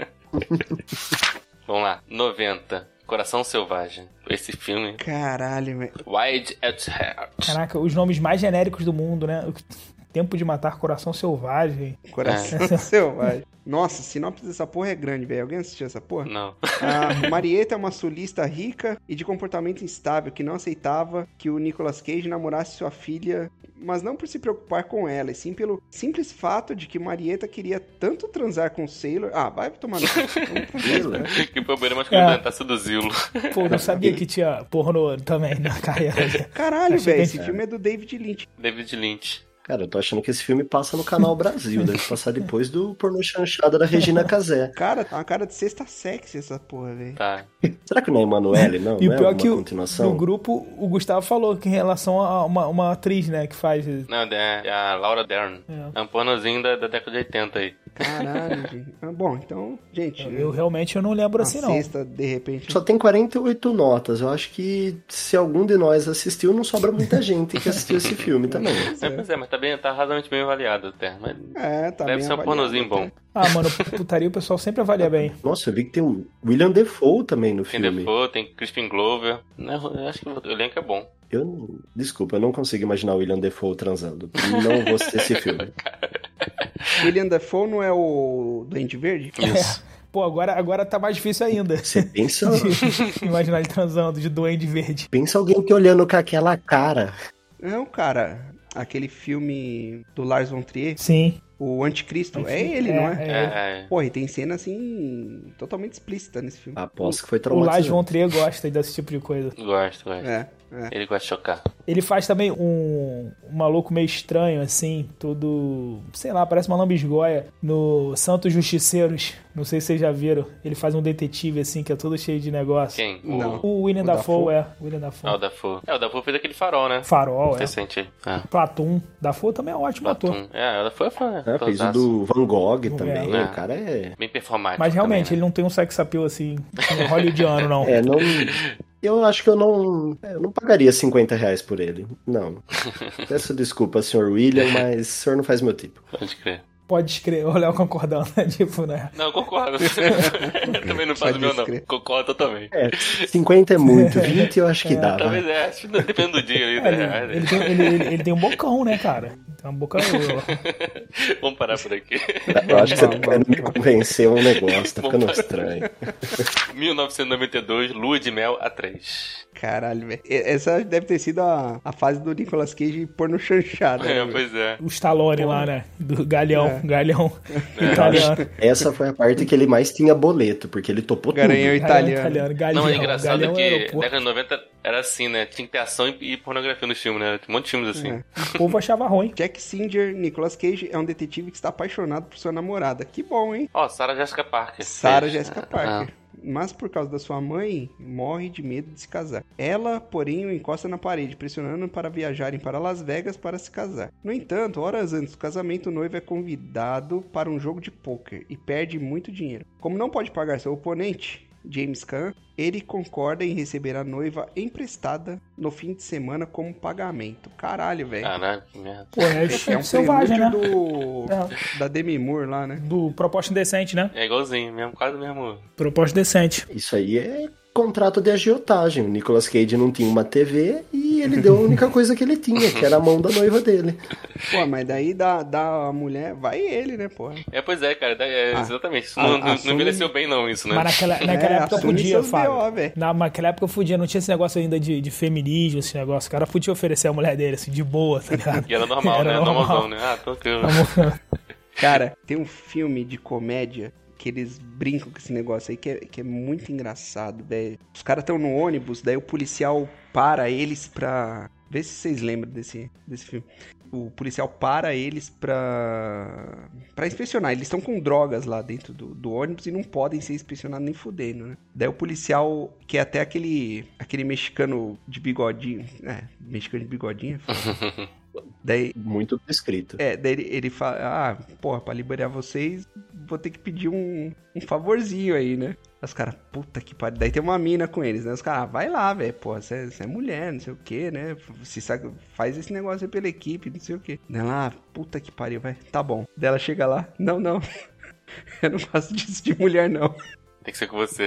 [SPEAKER 1] Vamos lá, noventa. Coração Selvagem. Esse filme.
[SPEAKER 2] Caralho, velho.
[SPEAKER 1] Wild at Heart.
[SPEAKER 3] Caraca, os nomes mais genéricos do mundo, né? Tempo de Matar, Coração Selvagem.
[SPEAKER 2] Coração
[SPEAKER 1] É.
[SPEAKER 2] selvagem. Nossa, a sinopse dessa porra é grande, velho. Alguém assistiu essa porra?
[SPEAKER 1] Não.
[SPEAKER 2] A Marieta é uma sulista rica e de comportamento instável que não aceitava que o Nicolas Cage namorasse sua filha, mas não por se preocupar com ela, e sim pelo simples fato de que Marieta queria tanto transar com o Sailor... Ah, vai tomar no cu. Vamos pro próximo, né?
[SPEAKER 1] Que problema, acho que
[SPEAKER 3] É.
[SPEAKER 1] ele tentar seduzi-lo.
[SPEAKER 3] Pô, não sabia que tinha pornô também na carreira.
[SPEAKER 2] Caralho,
[SPEAKER 3] Achei
[SPEAKER 2] velho,
[SPEAKER 3] que-
[SPEAKER 2] esse filme é do David Lynch.
[SPEAKER 1] David Lynch.
[SPEAKER 4] Cara, eu tô achando que esse filme passa no Canal Brasil, deve passar depois do pornô chanchada da Regina Casé.
[SPEAKER 2] Cara, tá uma cara de sexta sexy essa porra, velho.
[SPEAKER 1] Tá.
[SPEAKER 4] Será que não é Emanuele, não?
[SPEAKER 3] E
[SPEAKER 4] não
[SPEAKER 3] o
[SPEAKER 4] é
[SPEAKER 3] pior é
[SPEAKER 4] alguma
[SPEAKER 3] que o,
[SPEAKER 4] continuação?
[SPEAKER 3] no grupo o Gustavo falou que em relação a uma, uma atriz, né, que faz.
[SPEAKER 1] Não, é é a Laura Dern.
[SPEAKER 3] É.
[SPEAKER 1] É um pornozinho da, da década de oitenta aí.
[SPEAKER 2] Caralho, gente. Ah, bom, então, gente...
[SPEAKER 3] Eu realmente eu não lembro
[SPEAKER 2] a
[SPEAKER 3] assim, não.
[SPEAKER 2] sexta, de repente...
[SPEAKER 4] Só tem quarenta e oito notas. Eu acho que se algum de nós assistiu, não sobra muita gente que assistiu esse filme também.
[SPEAKER 1] É, pois é, mas tá, bem, tá razoavelmente bem avaliado até. Mas
[SPEAKER 2] É, tá
[SPEAKER 1] deve
[SPEAKER 2] bem
[SPEAKER 1] ser um
[SPEAKER 2] avaliado,
[SPEAKER 1] pornozinho
[SPEAKER 2] até.
[SPEAKER 1] bom.
[SPEAKER 3] Ah, mano, putaria o pessoal sempre avalia bem.
[SPEAKER 4] Nossa, eu vi que tem o William Defoe também no
[SPEAKER 1] Tem
[SPEAKER 4] filme.
[SPEAKER 1] Defoe, tem Crispin Glover. Não, eu acho que o elenco é bom.
[SPEAKER 4] Eu não... Desculpa, eu não consigo imaginar o William Defoe transando. Não vou assistir esse filme.
[SPEAKER 2] William Dafoe não é o Duende Verde?
[SPEAKER 1] Isso.
[SPEAKER 3] Pô, agora, agora tá mais difícil ainda.
[SPEAKER 4] Você pensa,
[SPEAKER 3] De imaginar ele transando de Duende Verde.
[SPEAKER 4] pensa alguém que olhando com aquela cara.
[SPEAKER 2] Não, cara. Aquele filme do Lars von Trier,
[SPEAKER 3] Sim.
[SPEAKER 2] o Anticristo, é ele, não é?
[SPEAKER 3] É,
[SPEAKER 1] É, é.
[SPEAKER 2] Porra, e tem cena assim, totalmente explícita nesse filme.
[SPEAKER 4] Aposto que foi
[SPEAKER 3] O Lars
[SPEAKER 4] traumatizante.
[SPEAKER 3] von Trier gosta desse tipo de coisa.
[SPEAKER 1] Gosto, gosto.
[SPEAKER 2] É, é.
[SPEAKER 1] Ele gosta de chocar.
[SPEAKER 3] Ele faz também um, um maluco meio estranho, assim, todo, sei lá, parece uma lambisgoia no Santos Justiceiros. Não sei se vocês já viram. Ele faz um detetive, assim, que é todo cheio de negócio.
[SPEAKER 1] Quem? O...
[SPEAKER 2] Não.
[SPEAKER 3] O William
[SPEAKER 2] O
[SPEAKER 3] Dafoe,
[SPEAKER 2] Dafoe?
[SPEAKER 3] é. O William Dafoe.
[SPEAKER 1] Ah, o Dafoe. É, o Dafoe fez aquele farol, né?
[SPEAKER 3] Farol, é.
[SPEAKER 1] Recente aí. Ah.
[SPEAKER 3] Platum. Dafoe também é um ótimo ator.
[SPEAKER 1] Platum. É, o Dafoe é fã.
[SPEAKER 4] É, fez o do Van Gogh também.
[SPEAKER 1] É.
[SPEAKER 4] O cara é.
[SPEAKER 1] Bem performático.
[SPEAKER 3] Mas realmente,
[SPEAKER 1] também,
[SPEAKER 3] ele
[SPEAKER 1] né?
[SPEAKER 3] não tem um sex appeal, assim, hollywoodiano, não.
[SPEAKER 4] É, não. Eu acho que eu não. Eu não pagaria cinquenta reais por ele. Não. Peço desculpa, senhor William, mas o senhor não faz meu tipo.
[SPEAKER 1] Pode crer.
[SPEAKER 3] Pode escrever, o Léo concordando, né? Tipo, né?
[SPEAKER 1] Não, concordo. Também não faz o meu, não.
[SPEAKER 2] descrever.
[SPEAKER 1] Concordo também.
[SPEAKER 4] É, cinquenta é muito, vinte eu acho que dá.
[SPEAKER 1] Talvez
[SPEAKER 4] vai.
[SPEAKER 1] é, acho que depende do dia aí,
[SPEAKER 3] É,
[SPEAKER 1] né?
[SPEAKER 3] ele, ele, tem, ele, ele- ele tem um bocão, né, cara? Tem uma boca.
[SPEAKER 1] Vamos parar por aqui.
[SPEAKER 4] Eu acho que você tá
[SPEAKER 2] Vamos,
[SPEAKER 4] querendo me
[SPEAKER 2] vamos.
[SPEAKER 4] convencer um negócio, tá ficando
[SPEAKER 1] Vamos.
[SPEAKER 4] estranho.
[SPEAKER 1] mil novecentos e noventa e dois, Lua de Mel A três.
[SPEAKER 2] Caralho, velho. E- Essa deve ter sido a, a fase do Nicolas Cage pôr no chanchada.
[SPEAKER 1] É,
[SPEAKER 2] né,
[SPEAKER 1] pois é.
[SPEAKER 3] O Stallone lá, né? Do galhão,
[SPEAKER 2] É.
[SPEAKER 3] galhão
[SPEAKER 1] É.
[SPEAKER 3] italiano.
[SPEAKER 4] Essa foi a parte que ele mais tinha boleto, porque ele topou
[SPEAKER 2] Garanhão
[SPEAKER 4] tudo.
[SPEAKER 3] Galhão
[SPEAKER 2] italiano.
[SPEAKER 3] galhão,
[SPEAKER 1] Não, é engraçado
[SPEAKER 3] galhão
[SPEAKER 1] que
[SPEAKER 3] aeroporto.
[SPEAKER 1] década de noventa era assim, né? Tinha que ter ação e, e pornografia no filme, né? Tinha um monte de filmes assim.
[SPEAKER 2] É.
[SPEAKER 3] O povo achava ruim.
[SPEAKER 2] Jack Singer, Nicolas Cage, é um detetive que está apaixonado por sua namorada. Que bom, hein?
[SPEAKER 1] Ó, Sarah Jessica Parker.
[SPEAKER 2] Sarah
[SPEAKER 1] fez.
[SPEAKER 2] Jessica Parker. mas por causa da sua mãe, morre de medo de se casar. Ela, porém, o encosta na parede, pressionando para viajarem para Las Vegas para se casar. No entanto, horas antes do casamento, o noivo é convidado para um jogo de pôquer e perde muito dinheiro. Como não pode pagar seu oponente, James Caan, ele concorda em receber a noiva emprestada no fim de semana como pagamento. Caralho, velho.
[SPEAKER 1] Caralho, que merda.
[SPEAKER 3] Pô, é,
[SPEAKER 2] É um
[SPEAKER 3] selvagem, né?
[SPEAKER 2] do...
[SPEAKER 3] É.
[SPEAKER 2] da Demi Moore lá, né?
[SPEAKER 3] Do Proposta Indecente, né?
[SPEAKER 1] É igualzinho, mesmo, quase o mesmo.
[SPEAKER 3] Proposta Indecente.
[SPEAKER 4] Isso aí é contrato de agiotagem. O Nicolas Cage não tinha uma T V e ele deu a única coisa que ele tinha, que era a mão da noiva dele.
[SPEAKER 2] Pô, mas daí da, da mulher, vai ele, né, porra?
[SPEAKER 1] É, pois é, cara, é,
[SPEAKER 2] Ah,
[SPEAKER 1] exatamente. Isso
[SPEAKER 2] ah,
[SPEAKER 1] não, não,
[SPEAKER 2] assume-
[SPEAKER 1] não envelheceu bem não, isso, né?
[SPEAKER 3] Mas naquela, naquela
[SPEAKER 2] É,
[SPEAKER 3] época
[SPEAKER 2] assume
[SPEAKER 3] podia,
[SPEAKER 2] seus
[SPEAKER 3] Fábio.
[SPEAKER 2] B O, velho.
[SPEAKER 3] Na, naquela época podia, não tinha esse negócio ainda de, de feminismo, esse negócio. O cara podia oferecer a mulher dele, assim, de boa, tá ligado?
[SPEAKER 1] E era normal,
[SPEAKER 3] Era
[SPEAKER 1] né?
[SPEAKER 3] normal.
[SPEAKER 1] Normalzão, né? Ah, tô aqui.
[SPEAKER 2] Cara, tem um filme de comédia que eles brincam com esse negócio aí que é, que é muito engraçado, velho. Os caras estão no ônibus, daí o policial para eles pra... Vê se vocês lembram desse, desse filme. O policial para eles pra... pra inspecionar. Eles estão com drogas lá dentro do, do ônibus e não podem ser inspecionados nem fudendo, né? Daí o policial, que é até aquele, aquele mexicano de bigodinho... É, mexicano de bigodinho, é foda. Daí,
[SPEAKER 4] Muito descrito.
[SPEAKER 2] é, daí ele, ele fala, ah, porra, pra liberar vocês, vou ter que pedir um, um favorzinho aí, né? Os caras, puta que pariu. Daí tem uma mina com eles, né? Os caras, ah, vai lá, velho, porra, você é, é mulher, não sei o que, né? Você sabe, faz esse negócio aí pela equipe, não sei o que. Daí ela, ah, puta que pariu, vai, tá bom. Daí ela chega lá, não, não, eu não faço disso de mulher, não.
[SPEAKER 1] Tem que ser com você.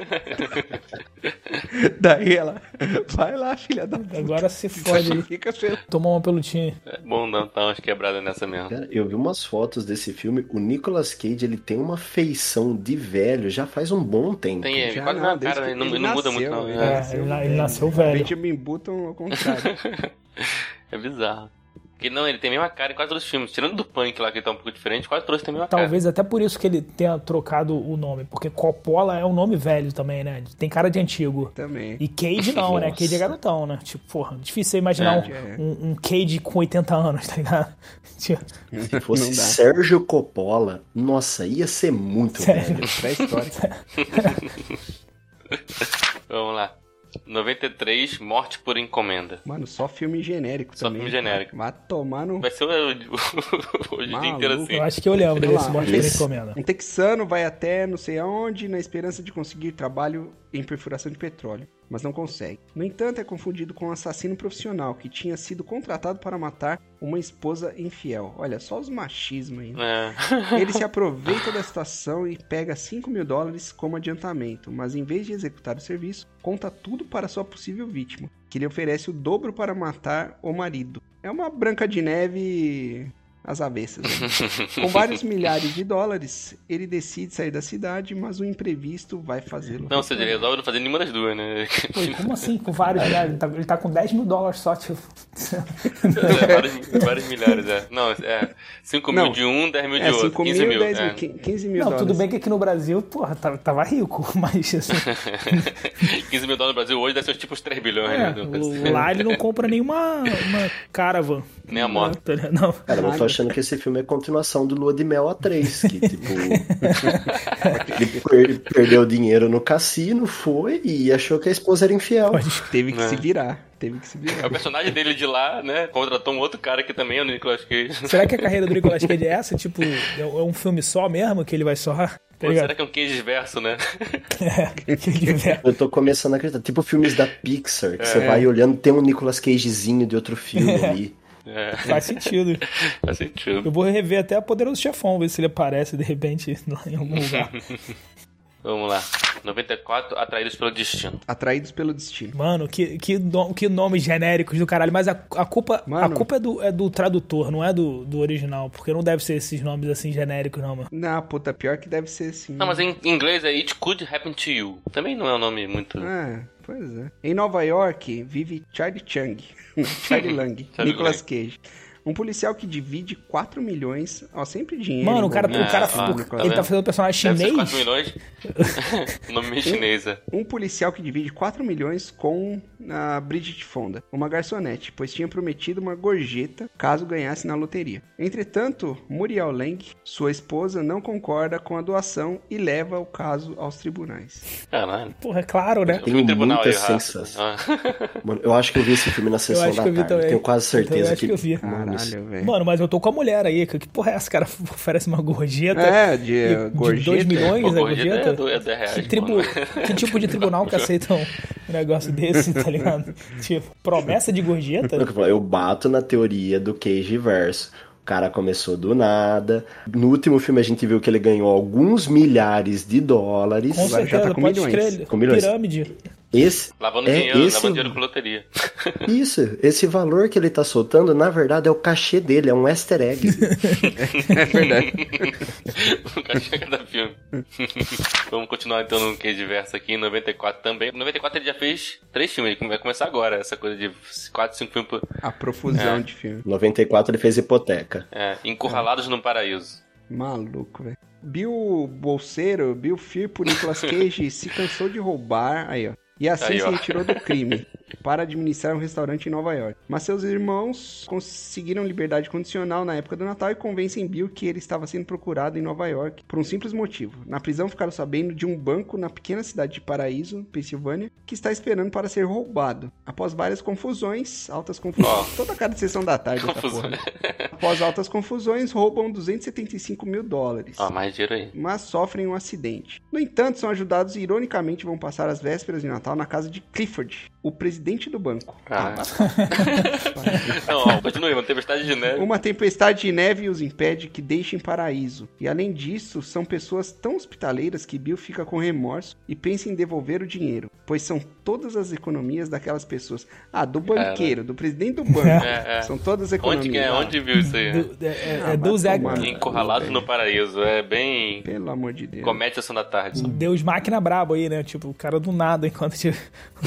[SPEAKER 2] Daí ela, vai lá, filha da puta.
[SPEAKER 3] Agora se fode aí.
[SPEAKER 2] Fica feio.
[SPEAKER 3] Tomar uma pelutinha.
[SPEAKER 1] É bom dar dar umas quebradas nessa mesmo.
[SPEAKER 4] Cara, eu vi umas fotos desse filme. O Nicolas Cage, ele tem uma feição de velho já faz um bom tempo.
[SPEAKER 1] Tem, é,
[SPEAKER 2] Já
[SPEAKER 1] quase
[SPEAKER 2] não,
[SPEAKER 1] não,
[SPEAKER 2] desde
[SPEAKER 1] cara,
[SPEAKER 2] que
[SPEAKER 1] não,
[SPEAKER 2] ele
[SPEAKER 1] não muda muito
[SPEAKER 2] nasceu,
[SPEAKER 1] não.
[SPEAKER 2] ele
[SPEAKER 1] É,
[SPEAKER 3] É, ele, ele nasceu velho.
[SPEAKER 2] Benjamin Button ao contrário.
[SPEAKER 1] é bizarro. Porque não, ele tem a mesma cara em quase todos os filmes. Tirando do Punk lá, que tá um pouco diferente, quase todos têm a mesma cara.
[SPEAKER 3] Talvez até por isso que ele tenha trocado o nome, porque Coppola é um nome velho também, né? Tem cara de antigo.
[SPEAKER 2] Também.
[SPEAKER 3] E Cage não, né?
[SPEAKER 4] Nossa.
[SPEAKER 3] Cage é garotão, né? Tipo, porra, difícil você imaginar
[SPEAKER 2] É.
[SPEAKER 3] um, um, um Cage com oitenta anos, tá ligado? Tipo,
[SPEAKER 4] Se fosse
[SPEAKER 2] Não dá.
[SPEAKER 4] Sérgio Coppola, nossa, ia ser muito
[SPEAKER 3] Sério.
[SPEAKER 4] velho.
[SPEAKER 2] Pré-histórica.
[SPEAKER 1] Vamos lá. noventa e três, Morte por Encomenda.
[SPEAKER 2] Mano, só filme genérico
[SPEAKER 1] Só
[SPEAKER 2] também.
[SPEAKER 1] filme genérico.
[SPEAKER 2] Vai tomar no...
[SPEAKER 1] Vai ser o, o, o dia inteiro assim.
[SPEAKER 3] eu acho que eu lembro
[SPEAKER 2] Sei
[SPEAKER 3] desse
[SPEAKER 2] lá,
[SPEAKER 3] Morte por
[SPEAKER 2] esse-
[SPEAKER 3] Encomenda.
[SPEAKER 2] Um texano vai até não sei aonde na esperança de conseguir trabalho em perfuração de petróleo, mas não consegue. No entanto, é confundido com um assassino profissional que tinha sido contratado para matar uma esposa infiel. Olha, só os machismos aí. né?
[SPEAKER 1] É.
[SPEAKER 2] Ele se aproveita da situação e pega cinco mil dólares como adiantamento, mas em vez de executar o serviço, conta tudo para sua possível vítima, que lhe oferece o dobro para matar o marido. É uma Branca de Neve às avessas. Né? Com vários milhares de dólares, ele decide sair da cidade, mas o imprevisto vai fazê-lo.
[SPEAKER 1] Não, ou seja, ele resolve não fazer nenhuma das duas, né?
[SPEAKER 3] Pô, e como assim? Com vários milhares? Ele tá, ele tá com dez mil dólares só, tipo.
[SPEAKER 1] É, vários, vários milhares, é. Não, é cinco mil
[SPEAKER 2] Não.
[SPEAKER 1] de um, dez mil de
[SPEAKER 2] É,
[SPEAKER 1] outro.
[SPEAKER 2] cinco
[SPEAKER 1] quinze
[SPEAKER 2] mil,
[SPEAKER 1] mil.
[SPEAKER 2] dez
[SPEAKER 1] é.
[SPEAKER 2] mil, quinze mil
[SPEAKER 3] Não,
[SPEAKER 2] dólares.
[SPEAKER 3] tudo bem que aqui no Brasil, porra, tava, tava rico, mas assim.
[SPEAKER 1] quinze mil dólares no Brasil hoje deve ser tipo uns três bilhões,
[SPEAKER 3] É,
[SPEAKER 1] né?
[SPEAKER 3] lá ele não compra nenhuma uma caravan.
[SPEAKER 1] Nem a moto.
[SPEAKER 3] Não.
[SPEAKER 4] Cara, eu tô achando que esse filme é continuação do Lua de Mel A três, que tipo... ele per- perdeu dinheiro no cassino, foi e achou que a esposa era infiel.
[SPEAKER 3] Pode-
[SPEAKER 2] Teve que
[SPEAKER 1] É.
[SPEAKER 2] se virar. Teve que se
[SPEAKER 1] É
[SPEAKER 2] virar.
[SPEAKER 1] o personagem dele de lá, né? Contratou um outro cara que também é o Nicolas Cage.
[SPEAKER 3] Será que a carreira do Nicolas Cage é essa? Tipo, é um filme só mesmo que ele vai só. Tá
[SPEAKER 1] Pô,
[SPEAKER 3] ligado?
[SPEAKER 1] será que é um Cage verso, né?
[SPEAKER 3] É, que ele vê.
[SPEAKER 4] Eu tô começando a acreditar. Tipo filmes da Pixar, que
[SPEAKER 1] É.
[SPEAKER 4] você vai olhando, tem um Nicolas Cagezinho de outro filme ali.
[SPEAKER 1] É,
[SPEAKER 3] Faz sentido.
[SPEAKER 1] faz sentido.
[SPEAKER 3] Eu vou rever até a Poderoso Chefão, ver se ele aparece de repente lá em algum lugar.
[SPEAKER 1] Vamos lá. noventa e quatro, Atraídos pelo Destino.
[SPEAKER 2] Atraídos pelo destino.
[SPEAKER 3] Mano, que, que, no- que nomes genéricos do caralho. Mas a, a culpa, a
[SPEAKER 2] Mano.
[SPEAKER 3] culpa é, do, é do tradutor, não é do, do original. Porque não deve ser esses nomes assim genéricos, não, mano.
[SPEAKER 2] Não, puta, pior que deve ser assim.
[SPEAKER 1] Não, mas em inglês é It Could Happen to You. Também não é um nome muito...
[SPEAKER 2] É, pois é. Em Nova York vive Charlie Chung. Charlie Lang.
[SPEAKER 1] Charlie
[SPEAKER 2] Nicolas
[SPEAKER 1] Lang.
[SPEAKER 2] Cage. Um policial que divide quatro milhões, ó, sempre dinheiro.
[SPEAKER 3] Mano, o cara,
[SPEAKER 2] envolvido.
[SPEAKER 3] o cara
[SPEAKER 1] Ah,
[SPEAKER 3] o-
[SPEAKER 1] tá
[SPEAKER 3] ele tá
[SPEAKER 1] vendo?
[SPEAKER 3] fazendo personagem
[SPEAKER 1] Deve ser
[SPEAKER 3] chinês.
[SPEAKER 1] quatro milhões. Nome chinês, é.
[SPEAKER 2] Um policial que divide quatro milhões com a Bridget Fonda, uma garçonete, pois tinha prometido uma gorjeta caso ganhasse na loteria. Entretanto, Muriel Lang, sua esposa, não concorda com a doação e leva o caso aos tribunais.
[SPEAKER 1] Caralho.
[SPEAKER 3] Porra, é claro, né?
[SPEAKER 1] Eu vi um tribunal
[SPEAKER 4] muita
[SPEAKER 1] aí, Rafa.
[SPEAKER 4] sensação.
[SPEAKER 1] Ah.
[SPEAKER 4] Mano, eu acho que eu vi esse filme na
[SPEAKER 3] Eu
[SPEAKER 4] sessão
[SPEAKER 3] acho
[SPEAKER 4] da
[SPEAKER 3] que eu vi
[SPEAKER 4] tarde.
[SPEAKER 3] também.
[SPEAKER 4] Tenho quase
[SPEAKER 3] Eu também
[SPEAKER 4] certeza
[SPEAKER 3] acho que eu vi.
[SPEAKER 4] Mano,
[SPEAKER 2] Caralho, velho.
[SPEAKER 3] Mano, mas eu tô com a mulher aí. Que que porra é essa? Cara oferece uma gorjeta.
[SPEAKER 2] É, de,
[SPEAKER 3] e-
[SPEAKER 2] uh,
[SPEAKER 3] de
[SPEAKER 2] gorjeta.
[SPEAKER 3] dois milhões
[SPEAKER 1] Pô,
[SPEAKER 3] a
[SPEAKER 1] gorjeta
[SPEAKER 3] gorjeta?
[SPEAKER 1] é do- é dez reais,
[SPEAKER 3] que, tribu...
[SPEAKER 1] mano.
[SPEAKER 3] que tipo de tribunal que aceita um negócio desse, tá ligado? Tipo, promessa de gorjeta?
[SPEAKER 4] eu bato na teoria do Cage Verso. O cara começou do nada. No último filme a gente viu que ele ganhou alguns milhares de dólares.
[SPEAKER 3] Com
[SPEAKER 2] Agora já
[SPEAKER 3] certeza,
[SPEAKER 2] tá com
[SPEAKER 3] pode
[SPEAKER 2] milhões.
[SPEAKER 3] escrever.
[SPEAKER 4] Com milhões.
[SPEAKER 3] Pirâmide.
[SPEAKER 4] Esse
[SPEAKER 1] Lavando
[SPEAKER 4] é
[SPEAKER 1] dinheiro,
[SPEAKER 4] esse...
[SPEAKER 1] lavando dinheiro com loteria.
[SPEAKER 4] Isso, esse valor que ele tá soltando, na verdade, é o cachê dele, é um easter egg.
[SPEAKER 2] É verdade.
[SPEAKER 1] O cachê cada filme. Vamos continuar então no Cage Verso aqui, em noventa e quatro também. Em noventa e quatro ele já fez três filmes, ele vai começar agora, essa coisa de quatro, cinco filmes por...
[SPEAKER 2] A profusão
[SPEAKER 1] É.
[SPEAKER 2] de filme.
[SPEAKER 4] Em noventa e quatro ele fez Hipoteca.
[SPEAKER 1] É, Encurralados no Paraíso.
[SPEAKER 2] Maluco, velho. Bill Bolseiro, Bill Firpo, Nicolas Cage se cansou de roubar, aí ó, e assim
[SPEAKER 1] Aí,
[SPEAKER 2] se
[SPEAKER 1] ó.
[SPEAKER 2] retirou do crime para administrar um restaurante em Nova York. Mas seus irmãos conseguiram liberdade condicional na época do Natal e convencem Bill que ele estava sendo procurado em Nova York por um simples motivo. Na prisão ficaram sabendo de um banco na pequena cidade de Paraíso, Pensilvânia, que está esperando para ser roubado. Após várias confusões, altas confusões,
[SPEAKER 1] Ó.
[SPEAKER 2] toda a cara de sessão da tarde essa
[SPEAKER 1] Confusão.
[SPEAKER 2] porra. Após altas confusões, roubam duzentos e setenta e cinco mil dólares.
[SPEAKER 1] Ó, mais dinheiro aí.
[SPEAKER 2] Mas sofrem um acidente. No entanto, são ajudados e ironicamente vão passar as vésperas de Natal na casa de Clifford, o presidente do banco.
[SPEAKER 1] Caralho. Não, ó, continue, uma tempestade de neve.
[SPEAKER 2] Uma tempestade de neve os impede que deixem Paraíso. E além disso, são pessoas tão hospitaleiras que Bill fica com remorso e pensa em devolver o dinheiro, pois são todas as economias daquelas pessoas. Ah, do banqueiro, do presidente do banco.
[SPEAKER 1] É, é.
[SPEAKER 2] São todas as economias.
[SPEAKER 1] Onde, que é?
[SPEAKER 2] Ah,
[SPEAKER 1] Onde viu isso aí?
[SPEAKER 3] Do, é é,
[SPEAKER 2] Ah,
[SPEAKER 3] é
[SPEAKER 2] vai
[SPEAKER 3] Deus é
[SPEAKER 2] tomar.
[SPEAKER 1] Encurralados no Paraíso. É bem...
[SPEAKER 2] Pelo amor de Deus.
[SPEAKER 1] Comédia Sessão da Tarde.
[SPEAKER 3] Deus máquina brabo aí, né? Tipo, o cara do nada enquanto tipo...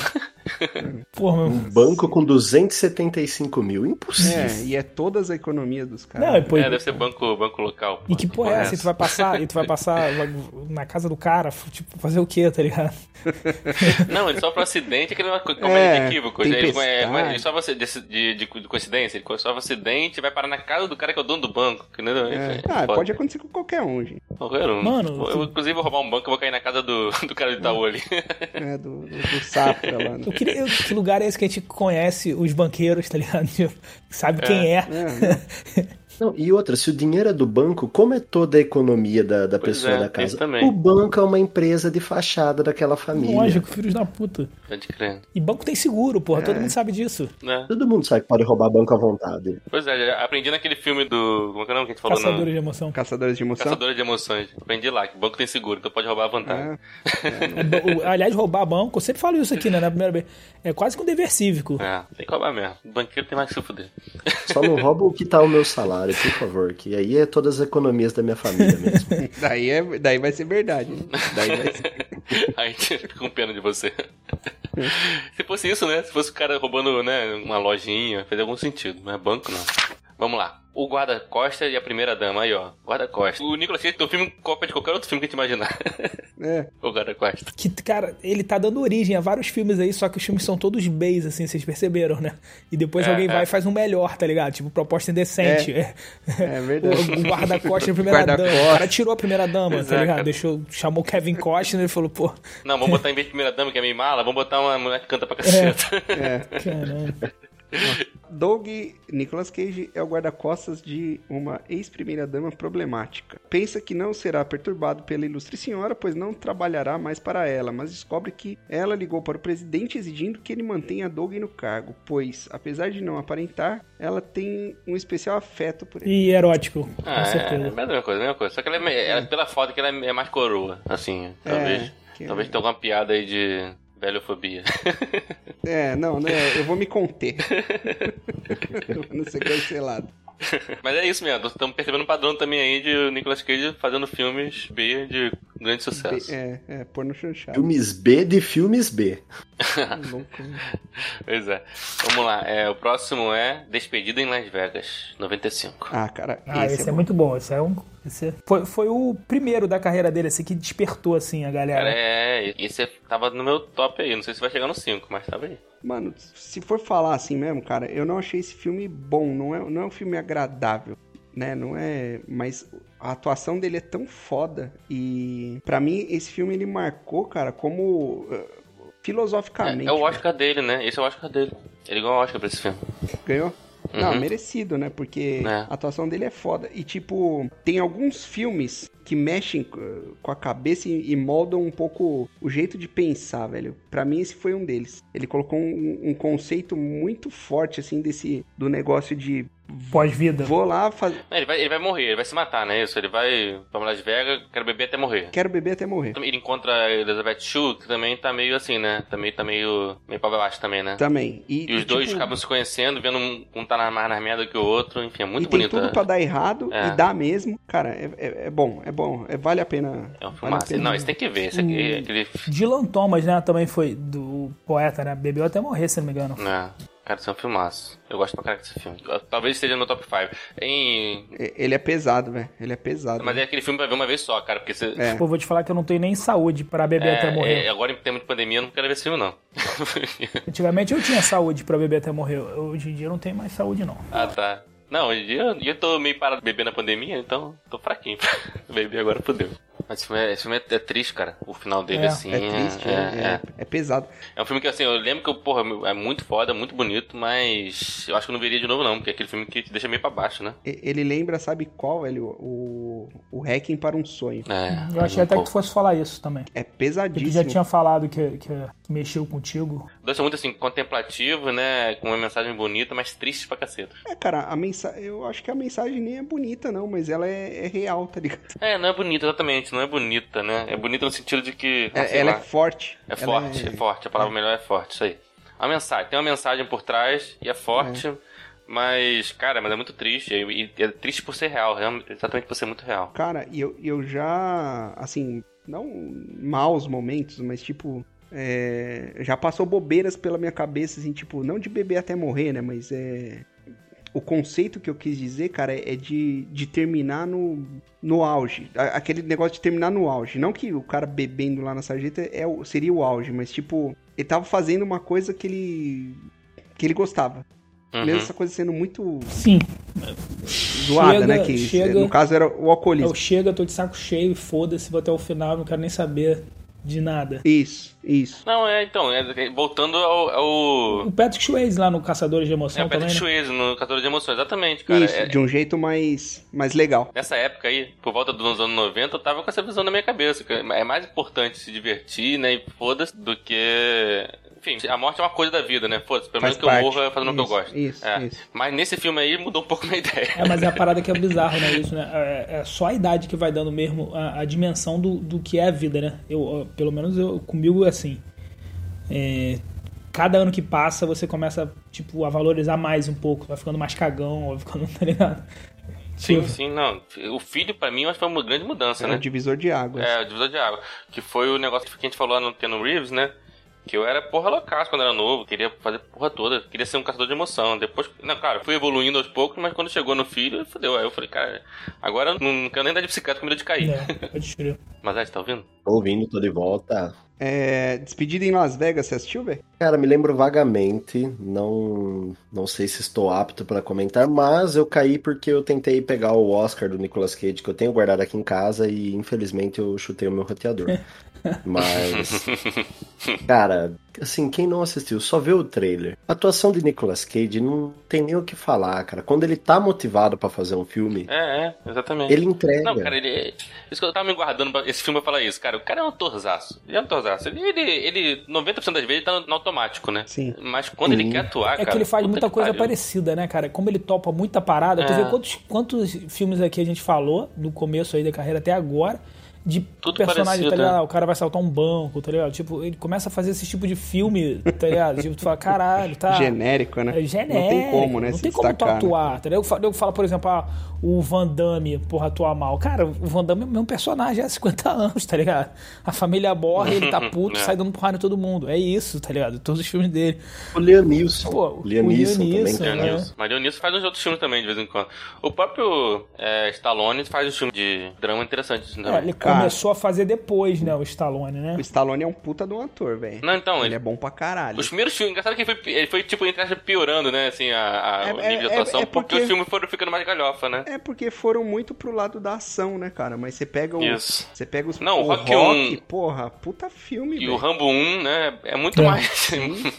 [SPEAKER 3] Porra,
[SPEAKER 4] Um
[SPEAKER 3] meu.
[SPEAKER 4] banco com duzentos e setenta e cinco mil, impossível.
[SPEAKER 2] É, e é todas as economias dos caras.
[SPEAKER 3] Não, e, pô,
[SPEAKER 1] É, deve ser banco, banco local.
[SPEAKER 3] e que porra é essa? E tu vai passar, e tu vai passar na casa do cara, tipo, fazer o quê, tá ligado?
[SPEAKER 1] Não, ele sofre um acidente, aquele é comédia
[SPEAKER 2] É,
[SPEAKER 1] de equívocos. Ele,
[SPEAKER 2] tempestade.
[SPEAKER 1] é, ele sofre de, de, de, de coincidência, ele sofre um acidente e vai parar na casa do cara que é o dono do banco. Que não é,
[SPEAKER 2] É.
[SPEAKER 1] é,
[SPEAKER 2] Ah,
[SPEAKER 1] foda.
[SPEAKER 2] pode acontecer com qualquer um, gente.
[SPEAKER 1] Qualquer um.
[SPEAKER 3] Mano,
[SPEAKER 1] eu,
[SPEAKER 3] tu-
[SPEAKER 1] inclusive, vou roubar um banco e vou cair na casa do, do cara do Itaú ali.
[SPEAKER 2] É, do, do, do Safra lá. Né?
[SPEAKER 3] Eu queria, eu- que lugar é esse que a gente conhece os banqueiros, tá ligado? Tipo, sabe quem é.
[SPEAKER 2] É,
[SPEAKER 4] Não, e outra, se o dinheiro é do banco, como é toda a economia da, da
[SPEAKER 1] Pois
[SPEAKER 4] pessoa
[SPEAKER 1] é,
[SPEAKER 4] da
[SPEAKER 1] tem
[SPEAKER 4] casa?
[SPEAKER 1] também.
[SPEAKER 4] O banco é uma empresa de fachada daquela família.
[SPEAKER 3] Lógico, filhos da puta.
[SPEAKER 1] Pode crer.
[SPEAKER 3] E banco tem seguro, porra, todo mundo sabe disso.
[SPEAKER 1] Né?
[SPEAKER 4] Todo mundo sabe que pode roubar banco à vontade.
[SPEAKER 1] Pois é, já aprendi naquele filme do... Como é que é o nome que a gente falou?
[SPEAKER 3] Caçadores
[SPEAKER 1] no...
[SPEAKER 3] de emoção.
[SPEAKER 2] Caçadores de emoção.
[SPEAKER 1] Caçadora de Emoções. Aprendi lá, que o banco tem seguro, então pode roubar à vontade.
[SPEAKER 2] É,
[SPEAKER 3] É, ba- o- aliás, roubar banco, eu sempre falo isso aqui, né, na primeira vez. É quase que um dever cívico.
[SPEAKER 1] É, tem que roubar mesmo. O banqueiro tem mais que se fuder.
[SPEAKER 4] Só não rouba o que tá o meu salário, por favor, que aí é todas as economias da minha família mesmo.
[SPEAKER 2] daí, é, daí vai ser verdade. Né? Daí vai ser.
[SPEAKER 1] Aí a gente fica com pena de você. Se fosse isso, né? Se fosse o cara roubando, né, uma lojinha, faz algum sentido. Não é banco, não. Vamos lá. O Guarda-Costa e a Primeira Dama. Aí, ó. Guarda-Costa. O Nicolas Cage tem um filme cópia de qualquer outro filme que a gente imaginar.
[SPEAKER 2] É.
[SPEAKER 1] O Guarda-Costa.
[SPEAKER 3] Que, cara, ele tá dando origem a vários filmes aí, só que os filmes são todos Bs, assim, vocês perceberam, né? E depois
[SPEAKER 1] É,
[SPEAKER 3] alguém
[SPEAKER 1] é.
[SPEAKER 3] vai e faz um melhor, tá ligado? Tipo, Proposta Indecente. É,
[SPEAKER 2] É verdade.
[SPEAKER 3] O, o guarda-costa e a primeira dama.
[SPEAKER 2] Guarda-costas.
[SPEAKER 3] O cara tirou a primeira dama,
[SPEAKER 1] Pois
[SPEAKER 3] tá
[SPEAKER 1] é,
[SPEAKER 3] ligado?
[SPEAKER 1] cara.
[SPEAKER 3] Deixou, chamou Kevin Costner e falou, pô,
[SPEAKER 1] Não, vamos botar em vez de Primeira Dama, que é meio mala, vamos botar uma mulher que canta pra caceta.
[SPEAKER 2] É.
[SPEAKER 3] caramba.
[SPEAKER 2] Doug Nicolas Cage é o guarda-costas de uma ex-primeira-dama problemática. Pensa que não será perturbado pela ilustre senhora, pois não trabalhará mais para ela, mas descobre que ela ligou para o presidente exigindo que ele mantenha Doug no cargo, pois, apesar de não aparentar, ela tem um especial afeto por ele.
[SPEAKER 3] E erótico, com
[SPEAKER 1] Ah, é, é a
[SPEAKER 3] certeza.
[SPEAKER 1] mesma coisa, a mesma coisa. Só que ela é, me- ela, pela foto que ela é mais coroa, assim. Talvez,
[SPEAKER 2] que-
[SPEAKER 1] talvez tenha alguma piada aí de velhofobia.
[SPEAKER 2] É, não, não, eu vou me conter. Eu vou não ser cancelado.
[SPEAKER 1] Mas é isso mesmo, estamos percebendo um padrão também aí de o Nicolas Cage fazendo filmes B de grande sucesso.
[SPEAKER 2] B, é, é, porno chanchado.
[SPEAKER 4] Filmes B de filmes B.
[SPEAKER 2] Louco, né?
[SPEAKER 1] Pois é. Vamos lá. É, o próximo é Despedida em Las Vegas, noventa e cinco.
[SPEAKER 2] Ah, cara,
[SPEAKER 3] Ah, esse,
[SPEAKER 2] esse,
[SPEAKER 3] é,
[SPEAKER 2] é,
[SPEAKER 3] muito bom. Esse é um. Esse foi, foi o primeiro da carreira dele, assim, que despertou, assim, a galera.
[SPEAKER 1] Cara, é, esse tava no meu top aí. Não sei se vai chegar no cinco, mas tava aí.
[SPEAKER 2] Mano, se for falar assim mesmo, cara, eu não achei esse filme bom. Não é, não é um filme agradável, né? Não é... Mas a atuação dele é tão foda. E pra mim, esse filme, ele marcou, cara, como... Uh, filosoficamente.
[SPEAKER 1] É, é o Oscar dele, né? Esse é o Oscar dele. Ele ganhou o Oscar pra esse filme.
[SPEAKER 2] Ganhou?
[SPEAKER 1] Uhum.
[SPEAKER 2] Não, merecido, né? Porque
[SPEAKER 1] É.
[SPEAKER 2] a atuação dele é foda. E, tipo, tem alguns filmes que mexem com a cabeça e moldam um pouco o jeito de pensar, velho. Pra mim, esse foi um deles. Ele colocou um, um conceito muito forte, assim, desse... Do negócio de...
[SPEAKER 3] Pós-vida.
[SPEAKER 2] Vou lá fazer...
[SPEAKER 1] Ele vai, ele vai morrer, ele vai se matar, né? Isso, ele vai pra Las Vegas, quero beber até morrer.
[SPEAKER 2] Quero beber até morrer.
[SPEAKER 1] Ele encontra a Elizabeth Shue, que também tá meio assim, né? Também tá meio, meio pra baixo também, né?
[SPEAKER 2] Também. E,
[SPEAKER 1] E os
[SPEAKER 2] e,
[SPEAKER 1] dois
[SPEAKER 2] tipo,
[SPEAKER 1] acabam se conhecendo, vendo um, um tá na- mais na merda que o outro. Enfim, é muito
[SPEAKER 2] e tem
[SPEAKER 1] bonito.
[SPEAKER 2] tudo
[SPEAKER 1] né?
[SPEAKER 2] pra dar errado
[SPEAKER 1] É.
[SPEAKER 2] e dá mesmo. Cara, é, é, é bom, é bom. É, vale a pena.
[SPEAKER 1] É um
[SPEAKER 2] vale a
[SPEAKER 1] filmaço.
[SPEAKER 2] pena.
[SPEAKER 1] Não, esse tem que ver. Esse aqui, aquele...
[SPEAKER 3] Dylan Thomas, né, também foi do poeta, né? Bebeu até morrer, se não me engano.
[SPEAKER 1] É, cara, isso é um filmaço. Eu gosto pra caralho desse filme. Talvez esteja no meu top cinco. Em...
[SPEAKER 2] Ele é pesado, velho. Ele é pesado.
[SPEAKER 1] Mas é aquele filme pra ver uma vez só, cara. Porque você...
[SPEAKER 2] É.
[SPEAKER 3] Pô, vou te falar que eu não tenho nem saúde pra beber até morrer.
[SPEAKER 1] é, agora em termos de pandemia eu não quero ver esse filme, não.
[SPEAKER 3] Antigamente eu tinha saúde pra beber até morrer. Hoje em dia eu não tenho mais saúde, não.
[SPEAKER 1] Ah, tá. Não, hoje em dia eu tô meio parado de beber na pandemia, então tô fraquinho. Beber agora fodeu. Mas esse filme, é, esse filme é, é triste, cara. O final dele,
[SPEAKER 3] É,
[SPEAKER 1] assim.
[SPEAKER 2] É triste,
[SPEAKER 1] é,
[SPEAKER 2] é,
[SPEAKER 1] é,
[SPEAKER 2] é, é pesado.
[SPEAKER 1] é um filme que, assim, eu lembro que, porra, é muito foda, muito bonito, mas eu acho que eu não veria de novo, não, porque é aquele filme que te deixa meio pra baixo, né?
[SPEAKER 2] E- Ele lembra, sabe qual, velho? O, o Hacking para um Sonho.
[SPEAKER 1] É,
[SPEAKER 3] Eu achei
[SPEAKER 1] um
[SPEAKER 3] até que
[SPEAKER 1] pouco.
[SPEAKER 3] tu fosse falar isso também.
[SPEAKER 2] É
[SPEAKER 3] Tu
[SPEAKER 2] pesadíssimo.
[SPEAKER 3] já tinha falado que, que mexeu contigo.
[SPEAKER 1] Dois são muito, assim, contemplativos, né? Com uma mensagem bonita, mas tristes pra caceta.
[SPEAKER 2] É, cara, a mensagem. Eu acho que a mensagem nem é bonita, não, mas ela é, é real, tá ligado?
[SPEAKER 1] É, não é bonita, exatamente, não é bonita, né? É bonita no sentido de que... ah,
[SPEAKER 2] É-
[SPEAKER 1] sei
[SPEAKER 2] ela
[SPEAKER 1] lá.
[SPEAKER 2] é forte.
[SPEAKER 1] É
[SPEAKER 2] Ela
[SPEAKER 1] forte, é... forte. A palavra melhor é forte, isso aí. A mensagem, tem uma mensagem por trás e é forte, mas, cara, mas é muito triste. E, e é triste por ser real, realmente, exatamente por ser muito real.
[SPEAKER 2] Cara, e eu, eu já, assim, não maus momentos, mas tipo, é, já passou bobeiras pela minha cabeça, assim, tipo, não de beber até morrer, né, mas é... O conceito que eu quis dizer, cara, é de, de terminar no, no auge. A- Aquele negócio de terminar no auge. Não que o cara bebendo lá na sarjeta é, o- seria o auge, mas tipo, ele tava fazendo uma coisa que ele, que ele gostava.
[SPEAKER 1] Uhum.
[SPEAKER 2] Mesmo essa coisa sendo muito
[SPEAKER 3] Sim.
[SPEAKER 2] zoada,
[SPEAKER 3] Chega-
[SPEAKER 2] né? Que
[SPEAKER 3] chega-
[SPEAKER 2] no caso era o alcoolismo.
[SPEAKER 3] Eu chego, eu tô de saco cheio, foda-se, vou até o final, não quero nem saber de nada.
[SPEAKER 2] Isso, isso.
[SPEAKER 1] Não, é, então, é, voltando ao... ao...
[SPEAKER 3] O Patrick Swayze lá no Caçadores de
[SPEAKER 1] É
[SPEAKER 3] Emoção
[SPEAKER 1] o Patrick
[SPEAKER 3] também, né?
[SPEAKER 1] Swayze no Caçador de Emoções, exatamente, cara.
[SPEAKER 2] Isso,
[SPEAKER 1] É-
[SPEAKER 2] de um jeito mais, mais legal.
[SPEAKER 1] Nessa época aí, por volta dos anos noventa, eu tava com essa visão na minha cabeça. Que é mais importante se divertir, né? E foda-se, do que... Enfim, a morte é uma coisa da vida, né? Foda-se, pelo
[SPEAKER 2] Faz
[SPEAKER 1] menos que eu
[SPEAKER 2] parte.
[SPEAKER 1] morra fazendo o que eu
[SPEAKER 2] Isso,
[SPEAKER 1] gosto.
[SPEAKER 2] isso,
[SPEAKER 1] É.
[SPEAKER 2] isso.
[SPEAKER 1] Mas nesse filme aí mudou um pouco minha ideia.
[SPEAKER 3] É, mas é a parada que é bizarro, né? Isso, né? É, é só a idade que vai dando mesmo a, a dimensão do, do que é a vida, né? Eu, ó, pelo menos eu, comigo é assim. É, cada ano que passa você começa, tipo, a valorizar mais um pouco. Vai ficando mais cagão, vai ficando, tá ligado?
[SPEAKER 1] Sim,
[SPEAKER 3] Tipo,
[SPEAKER 1] sim, não. O filho, pra mim, eu acho que foi uma grande mudança,
[SPEAKER 2] É
[SPEAKER 1] né?
[SPEAKER 2] um divisor de águas.
[SPEAKER 1] É, o divisor de água. Que foi o negócio que a gente falou lá no Keanu Reeves, né? Que eu era porra loucaço quando era novo, queria fazer porra toda, queria ser um caçador de emoção. Depois, não, claro, fui evoluindo aos poucos, mas quando chegou no filho, fodeu. Aí eu falei, cara, agora eu não quero nem dar de bicicleta com medo de cair.
[SPEAKER 3] é, pode crer.
[SPEAKER 1] Mas aí, você tá ouvindo?
[SPEAKER 4] Tô ouvindo, tô de volta.
[SPEAKER 2] É, Despedida em Las Vegas, você assistiu, velho?
[SPEAKER 4] Cara, me lembro vagamente, não, não sei se estou apto para comentar, mas eu caí porque eu tentei pegar o Oscar do Nicolas Cage que eu tenho guardado aqui em casa e infelizmente eu chutei o meu roteador. Mas, cara, assim, quem não assistiu, só vê o trailer. A atuação de Nicolas Cage não tem nem o que falar, cara. Quando ele tá motivado pra fazer um filme,
[SPEAKER 1] É, é, exatamente.
[SPEAKER 4] ele entrega.
[SPEAKER 1] Não, cara, ele. Isso que eu tava me guardando pra esse filme pra falar isso, cara. O cara é um atorzaço. Ele é um atorzaço. Ele, ele, ele noventa por cento das vezes, ele tá no, no automático, né?
[SPEAKER 2] Sim.
[SPEAKER 1] Mas quando
[SPEAKER 4] Sim.
[SPEAKER 1] ele quer atuar,
[SPEAKER 3] É
[SPEAKER 1] cara.
[SPEAKER 3] que ele faz
[SPEAKER 1] puta
[SPEAKER 3] muita
[SPEAKER 1] que
[SPEAKER 3] coisa
[SPEAKER 1] pariu.
[SPEAKER 3] parecida, né, cara? Como ele topa muita parada. Tu
[SPEAKER 1] É.
[SPEAKER 3] vê quantos, quantos filmes aqui a gente falou, do começo aí da carreira até agora, de
[SPEAKER 1] Tudo
[SPEAKER 3] personagem,
[SPEAKER 1] parecido,
[SPEAKER 3] tá ligado?
[SPEAKER 1] né?
[SPEAKER 3] O cara vai saltar um banco, tá ligado? Tipo, ele começa a fazer esse tipo de filme, tá ligado? Tipo, tu fala, caralho, tá...
[SPEAKER 2] Genérico, né?
[SPEAKER 3] É genérico.
[SPEAKER 2] Não tem como, né?
[SPEAKER 3] Não
[SPEAKER 2] se
[SPEAKER 3] tem como tu
[SPEAKER 2] destacar,
[SPEAKER 3] atuar,
[SPEAKER 2] né?
[SPEAKER 3] tá ligado? Eu falo, eu falo, por exemplo, ah, o Van Damme, porra, atuar mal. Cara, o Van Damme é o mesmo personagem há cinquenta anos, tá ligado? A família morre, ele tá puto,
[SPEAKER 1] É.
[SPEAKER 3] sai dando porrada em todo mundo. É isso, tá ligado? Todos os filmes dele.
[SPEAKER 4] O Liam Neeson.
[SPEAKER 3] Pô,
[SPEAKER 4] o Liam
[SPEAKER 3] o
[SPEAKER 4] Neeson
[SPEAKER 3] Liam
[SPEAKER 4] também.
[SPEAKER 3] Neeson,
[SPEAKER 1] Leon
[SPEAKER 3] né?
[SPEAKER 1] Neeson. Mas Leon Neeson faz uns outros filmes também, de vez em quando. O próprio é, Stallone faz um filme de drama interessante também.
[SPEAKER 3] É, ele
[SPEAKER 2] Cara.
[SPEAKER 3] começou a fazer depois, né, o Stallone, né?
[SPEAKER 2] O Stallone é um puta de um ator, velho.
[SPEAKER 1] Não, então,
[SPEAKER 2] Ele
[SPEAKER 1] ele...
[SPEAKER 2] é bom pra caralho.
[SPEAKER 1] Os primeiros filmes, engraçado que ele foi, ele foi tipo, entre aspas, piorando, né, assim, a, a,
[SPEAKER 2] É-
[SPEAKER 1] o nível de
[SPEAKER 2] é-
[SPEAKER 1] atuação,
[SPEAKER 2] é
[SPEAKER 1] porque...
[SPEAKER 2] porque-
[SPEAKER 1] os filmes foram ficando mais galhofa, né?
[SPEAKER 2] É porque foram muito pro lado da ação, né, cara? Mas você pega o.
[SPEAKER 1] Isso.
[SPEAKER 2] Você pega os.
[SPEAKER 1] Não,
[SPEAKER 2] o
[SPEAKER 1] Rock
[SPEAKER 2] Rock,
[SPEAKER 1] um.
[SPEAKER 2] porra, puta filme,
[SPEAKER 1] E
[SPEAKER 2] velho.
[SPEAKER 1] o Rambo um, né, é muito
[SPEAKER 3] É.
[SPEAKER 1] mais...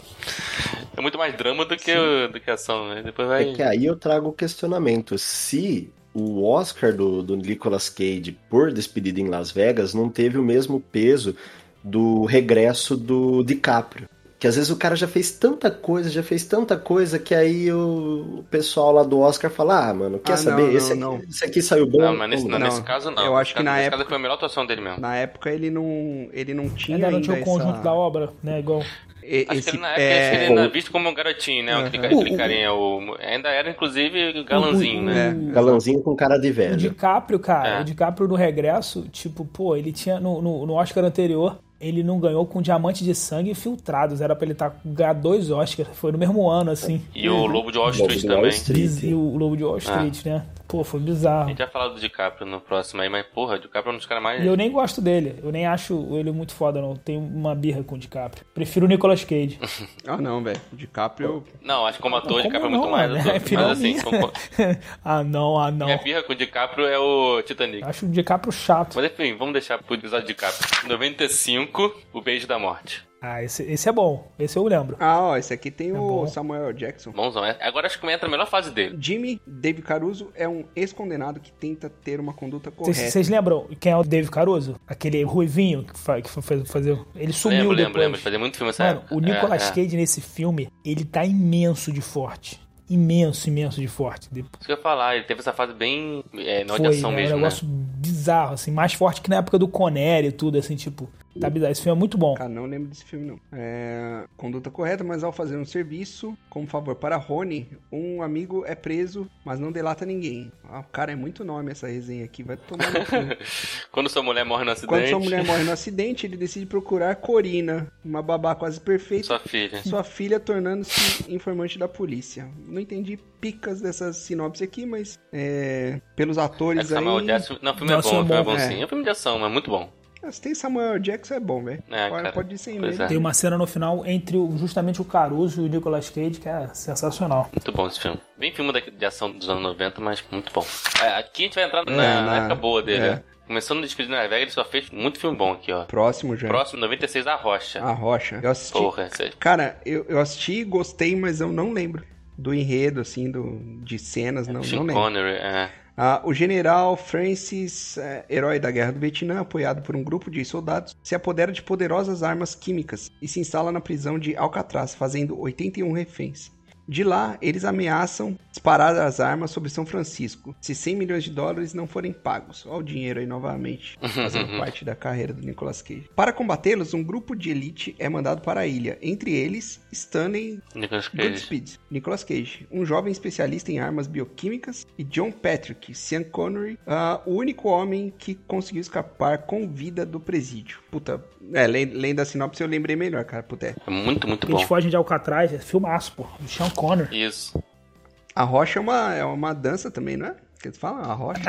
[SPEAKER 1] é muito mais drama do que, do que ação, né? Depois vai...
[SPEAKER 4] É que aí eu trago o questionamento. Se o Oscar do, do Nicolas Cage por Despedida em Las Vegas não teve o mesmo peso do regresso do DiCaprio. Que às vezes o cara já fez tanta coisa, já fez tanta coisa, que aí o, o pessoal lá do Oscar fala, ah, mano, quer
[SPEAKER 2] Ah,
[SPEAKER 4] saber?
[SPEAKER 2] não, não,
[SPEAKER 4] esse, aqui,
[SPEAKER 2] não.
[SPEAKER 4] esse aqui saiu bom.
[SPEAKER 1] Não, mas nesse, não,
[SPEAKER 2] Não,
[SPEAKER 1] nesse caso não.
[SPEAKER 2] eu acho
[SPEAKER 1] Nesse
[SPEAKER 2] que
[SPEAKER 1] caso-
[SPEAKER 2] na
[SPEAKER 1] nesse
[SPEAKER 2] época-
[SPEAKER 1] caso foi a melhor atuação dele mesmo.
[SPEAKER 2] Na época ele não. Ele não tinha.
[SPEAKER 3] Ainda não
[SPEAKER 2] ainda
[SPEAKER 3] tinha o conjunto
[SPEAKER 2] essa...
[SPEAKER 3] da obra, né? Igual.
[SPEAKER 2] E-
[SPEAKER 1] Acho
[SPEAKER 2] esse,
[SPEAKER 1] que na época
[SPEAKER 2] é...
[SPEAKER 1] ele era visto como um garotinho, né? Aquele,
[SPEAKER 2] Uhum.
[SPEAKER 1] aquele carinha, o... ainda era inclusive galanzinho,
[SPEAKER 3] O- o-
[SPEAKER 1] né?
[SPEAKER 2] É.
[SPEAKER 4] Galanzinho com cara de
[SPEAKER 3] O
[SPEAKER 4] velho.
[SPEAKER 3] DiCaprio, cara,
[SPEAKER 1] É.
[SPEAKER 3] o DiCaprio no regresso, tipo, pô, ele tinha no, no, no Oscar anterior, ele não ganhou com Diamante de Sangue Infiltrados. Era pra ele tá, ganhar dois Oscars. Foi no mesmo ano, assim.
[SPEAKER 1] E o Lobo de Wall
[SPEAKER 4] Lobo
[SPEAKER 1] Street
[SPEAKER 4] de Wall
[SPEAKER 1] também.
[SPEAKER 4] Street.
[SPEAKER 3] Biz- E o Lobo de Wall Street, né? Pô, foi
[SPEAKER 1] A
[SPEAKER 3] bizarro.
[SPEAKER 1] gente vai falar do DiCaprio no próximo aí, mas porra, o DiCaprio é um dos caras mais...
[SPEAKER 3] E eu nem gosto dele. Eu nem acho ele muito foda, não. Tenho uma birra com o DiCaprio. Prefiro o Nicolas Cage.
[SPEAKER 2] Ah, não, velho. O DiCaprio.
[SPEAKER 1] Não, acho que como ator o
[SPEAKER 3] Como
[SPEAKER 1] DiCaprio é
[SPEAKER 3] não,
[SPEAKER 1] muito mais.
[SPEAKER 3] mano?
[SPEAKER 1] ator.
[SPEAKER 3] É opinião
[SPEAKER 1] Mas assim,
[SPEAKER 3] minha.
[SPEAKER 1] concordo.
[SPEAKER 3] ah, não, ah, não.
[SPEAKER 1] Minha birra com o DiCaprio é o Titanic.
[SPEAKER 3] Acho o DiCaprio chato.
[SPEAKER 1] Mas enfim, vamos deixar pro episódio de DiCaprio. noventa e cinco, O Beijo da Morte.
[SPEAKER 3] Ah, esse, esse é bom. Esse eu lembro.
[SPEAKER 2] Ah, ó, esse aqui tem
[SPEAKER 3] É
[SPEAKER 2] o
[SPEAKER 3] bom.
[SPEAKER 2] Samuel Jackson.
[SPEAKER 1] Bonzão. É- Agora acho que entra a melhor fase dele.
[SPEAKER 2] Jimmy Dave Caruso é um ex-condenado que tenta ter uma conduta
[SPEAKER 3] Vocês
[SPEAKER 2] correta.
[SPEAKER 3] vocês lembram quem é o Dave Caruso? Aquele ruivinho que, fa, que foi fazer. Ele sumiu
[SPEAKER 1] lembro,
[SPEAKER 3] depois.
[SPEAKER 1] lembro, lembro. Fazia muito filme essa
[SPEAKER 3] Mano,
[SPEAKER 1] época.
[SPEAKER 3] o Nicolas
[SPEAKER 1] É, é.
[SPEAKER 3] Cage nesse filme, ele tá imenso de forte. Imenso, imenso de forte. Depois
[SPEAKER 1] Isso que eu ia falar, ele teve essa fase bem é, no
[SPEAKER 3] foi,
[SPEAKER 1] de ação
[SPEAKER 3] né,
[SPEAKER 1] mesmo,
[SPEAKER 3] um
[SPEAKER 1] né?
[SPEAKER 3] negócio bizarro, assim, mais forte que na época do Conner e tudo, assim, tipo, tá bizarro. Esse filme é muito bom.
[SPEAKER 2] Cara, não lembro desse filme, não. É... Conduta correta, mas ao fazer um serviço, como favor para Rony, um amigo é preso, mas não delata ninguém. Ah, cara, é muito nome essa resenha aqui, vai tomar no cu.
[SPEAKER 1] Quando sua mulher morre no acidente,
[SPEAKER 2] Quando sua mulher morre no acidente, ele decide procurar Corina, uma babá quase perfeita,
[SPEAKER 1] sua filha.
[SPEAKER 2] sua filha tornando-se informante da polícia. Não entendi picas dessa sinopse aqui, mas é, pelos
[SPEAKER 1] É
[SPEAKER 2] atores
[SPEAKER 1] que Samuel
[SPEAKER 2] aí...
[SPEAKER 1] Jackson... Não, o filme
[SPEAKER 3] Não,
[SPEAKER 1] é bom,
[SPEAKER 3] esse
[SPEAKER 1] o filme é bom
[SPEAKER 2] é.
[SPEAKER 1] sim. É um filme de ação, mas muito bom.
[SPEAKER 2] Ah, se tem Samuel Jackson é bom, velho.
[SPEAKER 1] É,
[SPEAKER 2] pode,
[SPEAKER 1] cara,
[SPEAKER 2] pode ir sem
[SPEAKER 1] pois
[SPEAKER 2] medo.
[SPEAKER 1] é.
[SPEAKER 3] Tem uma cena no final entre o- justamente o Caruso e o Nicolas Cage que é sensacional.
[SPEAKER 1] Muito bom esse filme. Bem filme da- de ação dos anos noventa, mas muito bom. É, aqui a gente vai entrar na,
[SPEAKER 2] É,
[SPEAKER 1] na
[SPEAKER 2] na-
[SPEAKER 1] época boa dele,
[SPEAKER 2] é.
[SPEAKER 1] né? Começando no Despedida na Vegas, ele só fez muito filme bom aqui, ó.
[SPEAKER 2] Próximo já.
[SPEAKER 1] Próximo, noventa e seis, A Rocha.
[SPEAKER 2] A Rocha. Eu assisti.
[SPEAKER 1] Porra, esse aí.
[SPEAKER 2] Cara, eu, eu assisti, gostei, mas eu não lembro do enredo, assim, do, de cenas, não, não
[SPEAKER 1] Sean
[SPEAKER 2] lembro.
[SPEAKER 1] Connery, é.
[SPEAKER 2] Ah, o general Francis, é, herói da Guerra do Vietnã, apoiado por um grupo de soldados, se apodera de poderosas armas químicas e se instala na prisão de Alcatraz, fazendo oitenta e um reféns. De lá, eles ameaçam disparar as armas sobre São Francisco, se cem milhões de dólares não forem pagos. Olha o dinheiro aí novamente, fazendo parte da carreira do Nicolas Cage. Para combatê-los, um grupo de elite é mandado para a ilha, entre eles Stanley
[SPEAKER 1] Nicolas Cage.
[SPEAKER 2] Goodspeed, Nicolas Cage, um jovem especialista em armas bioquímicas, e John Patrick, Sean Connery, ah, o único homem que conseguiu escapar com vida do presídio. Puta, é, lendo, lendo a sinopse eu lembrei melhor, cara, puta. é.
[SPEAKER 1] É muito, muito
[SPEAKER 3] Eles
[SPEAKER 1] bom.
[SPEAKER 3] fogem de Alcatraz, é filmaço, pô. O Sean Connery.
[SPEAKER 1] Isso.
[SPEAKER 2] A rocha é uma, é uma dança também, não é? Que eles falam? A rocha?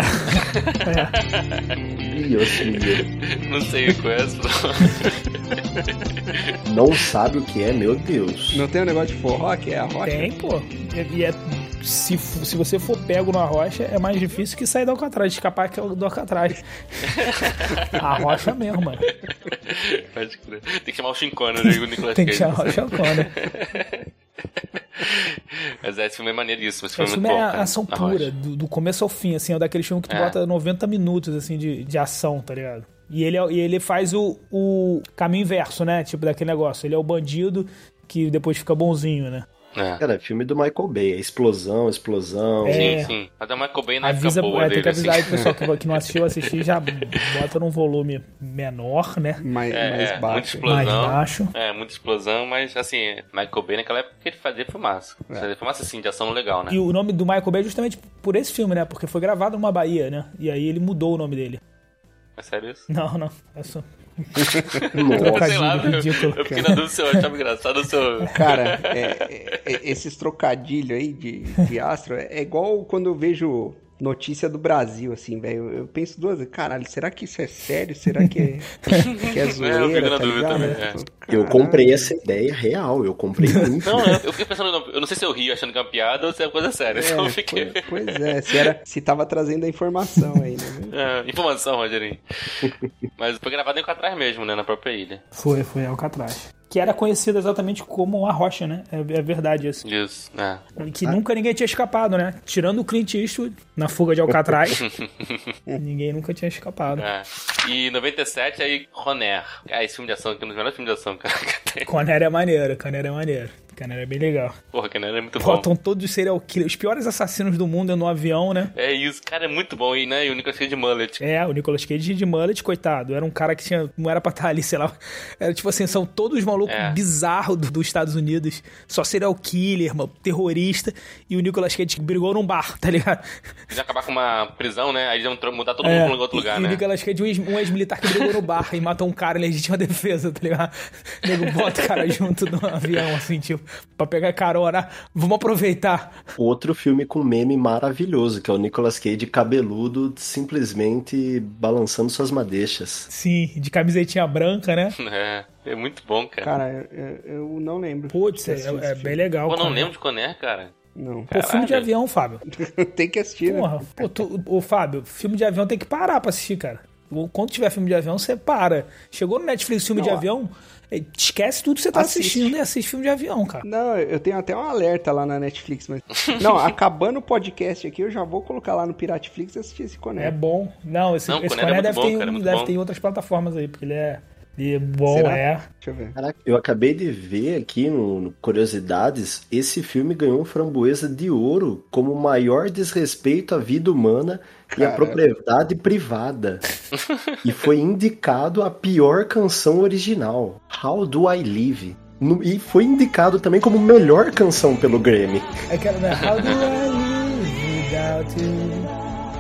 [SPEAKER 4] Deus, menino.
[SPEAKER 1] Não sei qual é essa. não.
[SPEAKER 4] Não sabe o que é, meu Deus.
[SPEAKER 2] Não tem um negócio de forró que é a rocha?
[SPEAKER 3] Tem, pô. E e é, se, f- se você for pego na rocha, é mais difícil que sair do Alcatraz, escapar que é do Alcatraz. A rocha mesmo, mano.
[SPEAKER 1] Pode crer. Tem que chamar o Sean Connery e o Nicolas
[SPEAKER 3] Tem que
[SPEAKER 1] Cage.
[SPEAKER 3] chamar o Sean Connery.
[SPEAKER 1] Mas é, esse filme é maneiríssimo. Esse filme
[SPEAKER 3] Esse
[SPEAKER 1] é muito
[SPEAKER 3] filme
[SPEAKER 1] bom,
[SPEAKER 3] é
[SPEAKER 1] cara.
[SPEAKER 3] ação
[SPEAKER 1] A
[SPEAKER 3] pura,
[SPEAKER 1] Rocha.
[SPEAKER 3] do, do começo ao fim, assim, é daquele filme que tu
[SPEAKER 1] É.
[SPEAKER 3] bota noventa minutos, assim, de, de ação, tá ligado? E ele, é- e ele faz o, o caminho inverso, né? Tipo, daquele negócio. Ele é o bandido que depois fica bonzinho, né?
[SPEAKER 1] É.
[SPEAKER 4] Cara, filme do Michael Bay, é explosão, explosão.
[SPEAKER 3] É.
[SPEAKER 1] Sim, sim. Mas é o Michael Bay na
[SPEAKER 3] Avisa,
[SPEAKER 1] época boa
[SPEAKER 3] é, tem
[SPEAKER 1] dele,
[SPEAKER 3] que avisar aí
[SPEAKER 1] assim.
[SPEAKER 3] pro pessoal que, que não assistiu, assistir, já bota num volume menor, né?
[SPEAKER 2] Mais,
[SPEAKER 1] É,
[SPEAKER 2] mais
[SPEAKER 1] é,
[SPEAKER 2] baixo.
[SPEAKER 1] muita explosão.
[SPEAKER 3] Mais baixo.
[SPEAKER 1] É, muita explosão, mas assim, Michael Bay naquela época ele fazia fumaça.
[SPEAKER 2] É.
[SPEAKER 1] Fazia fumaça assim, de ação legal, né?
[SPEAKER 3] E o nome do Michael Bay é justamente por esse filme, né? Porque foi gravado numa Bahia, né? E aí ele mudou o nome dele.
[SPEAKER 1] É sério isso?
[SPEAKER 3] Não, não. É só...
[SPEAKER 4] Nossa.
[SPEAKER 1] Sei lá,
[SPEAKER 3] Trocadilho
[SPEAKER 1] eu,
[SPEAKER 3] ridículo.
[SPEAKER 1] eu fiquei na dúvida se eu achava engraçado o seu...
[SPEAKER 2] Cara, é, é, esses trocadilhos aí de, de astro é, é igual quando eu vejo notícia do Brasil, assim, velho. Eu penso duas vezes, caralho, será que isso é sério? Será que é, que é zoeira?
[SPEAKER 1] eu fico na
[SPEAKER 2] tá
[SPEAKER 1] dúvida
[SPEAKER 2] ligado?
[SPEAKER 1] também, é.
[SPEAKER 2] Tipo,
[SPEAKER 4] Eu
[SPEAKER 2] caralho.
[SPEAKER 4] comprei essa ideia real, eu comprei muito.
[SPEAKER 1] Não, eu, eu fiquei pensando, eu não sei se eu rio achando que é uma piada ou se é coisa séria.
[SPEAKER 2] É,
[SPEAKER 1] Então eu fiquei...
[SPEAKER 2] pois, pois é, se, era, se tava trazendo a informação aí, né?
[SPEAKER 1] É, informação, Rogerinho. Mas foi gravado em Alcatraz mesmo, né? Na própria ilha.
[SPEAKER 3] Foi, foi Alcatraz. Que era conhecido exatamente como a Rocha, né? É, é verdade isso.
[SPEAKER 1] Isso, é.
[SPEAKER 3] Que nunca ninguém tinha escapado, né? Tirando o Clint Eastwood na fuga de Alcatraz, ninguém nunca tinha escapado.
[SPEAKER 1] É. E em noventa e sete, aí, Roner. Ah, esse filme de ação aqui é um dos melhores filmes de ação, cara, que tem.
[SPEAKER 3] Conner é maneiro, Conner é maneiro. Conner é bem legal.
[SPEAKER 1] Porra, Conner é muito bom.
[SPEAKER 3] Botam todos os serial killers, os piores assassinos do mundo no avião, né?
[SPEAKER 1] É isso, cara, é muito bom. E, né, e o Nicolas Cage de mullet.
[SPEAKER 3] É, o Nicolas Cage de mullet, coitado. Era um cara que tinha, não era pra estar ali, sei lá. Era tipo assim, são todos malucos
[SPEAKER 1] É.
[SPEAKER 3] bizarros do- dos Estados Unidos. Só serial killer, mano, terrorista. E o Nicolas Cage brigou num bar, tá ligado?
[SPEAKER 1] Eles iam acabar com uma prisão, né? Aí eles iam tro- mudar todo mundo
[SPEAKER 3] É,
[SPEAKER 1] pra um outro lugar,
[SPEAKER 3] e, e
[SPEAKER 1] né?
[SPEAKER 3] o Nicolas Cage, um ex- um ex-militar que brigou no bar e matou um cara em legítima defesa, tá ligado? O nego bota o cara junto no avião, assim, tipo, pra pegar carona. Vamos aproveitar.
[SPEAKER 4] Outro filme com meme maravilhoso, que é o Nicolas Cage cabeludo, simplesmente balançando suas madeixas.
[SPEAKER 3] Sim, de camisetinha branca, né?
[SPEAKER 1] É, é muito bom, cara.
[SPEAKER 2] Cara, eu, eu não lembro.
[SPEAKER 3] Putz, é,
[SPEAKER 2] Assisti esse
[SPEAKER 3] é
[SPEAKER 2] filme.
[SPEAKER 3] bem legal.
[SPEAKER 1] Pô, não
[SPEAKER 3] Conner.
[SPEAKER 1] lembro de Conner, cara.
[SPEAKER 2] Não.
[SPEAKER 3] Pô, filme de
[SPEAKER 1] Caralho.
[SPEAKER 3] avião, Fábio.
[SPEAKER 2] Tem que assistir, né?
[SPEAKER 3] Porra, pô, tu, ô Fábio, filme de avião tem que parar pra assistir, cara. Quando tiver filme de avião, você para. Chegou no Netflix filme
[SPEAKER 2] Não,
[SPEAKER 3] de
[SPEAKER 2] ó.
[SPEAKER 3] avião, eh, esquece tudo que você tá
[SPEAKER 2] Assiste.
[SPEAKER 3] assistindo e assiste filme de avião, cara.
[SPEAKER 2] Não, eu tenho até um alerta lá na Netflix, mas... Não, acabando o podcast aqui, eu já vou colocar lá no Pirateflix e assistir esse
[SPEAKER 3] É
[SPEAKER 2] Conner.
[SPEAKER 3] bom. Não, esse,
[SPEAKER 1] Não,
[SPEAKER 3] esse
[SPEAKER 1] Conner é
[SPEAKER 3] Conner
[SPEAKER 1] muito
[SPEAKER 3] deve,
[SPEAKER 1] bom,
[SPEAKER 3] ter,
[SPEAKER 1] cara, é
[SPEAKER 3] em-
[SPEAKER 1] muito
[SPEAKER 3] deve
[SPEAKER 1] bom.
[SPEAKER 3] ter em outras plataformas aí, porque ele é, ele é bom,
[SPEAKER 2] Será?
[SPEAKER 3] é.
[SPEAKER 2] Deixa eu ver.
[SPEAKER 4] Caraca, eu acabei de ver aqui no, no Curiosidades, esse filme ganhou um framboesa de ouro como o maior desrespeito à vida humana e à
[SPEAKER 2] Cara.
[SPEAKER 4] propriedade privada. E foi indicado a pior canção original, How Do I Live? No- e foi indicado também como melhor canção pelo Grammy.
[SPEAKER 3] É aquela, né? How do I live without you?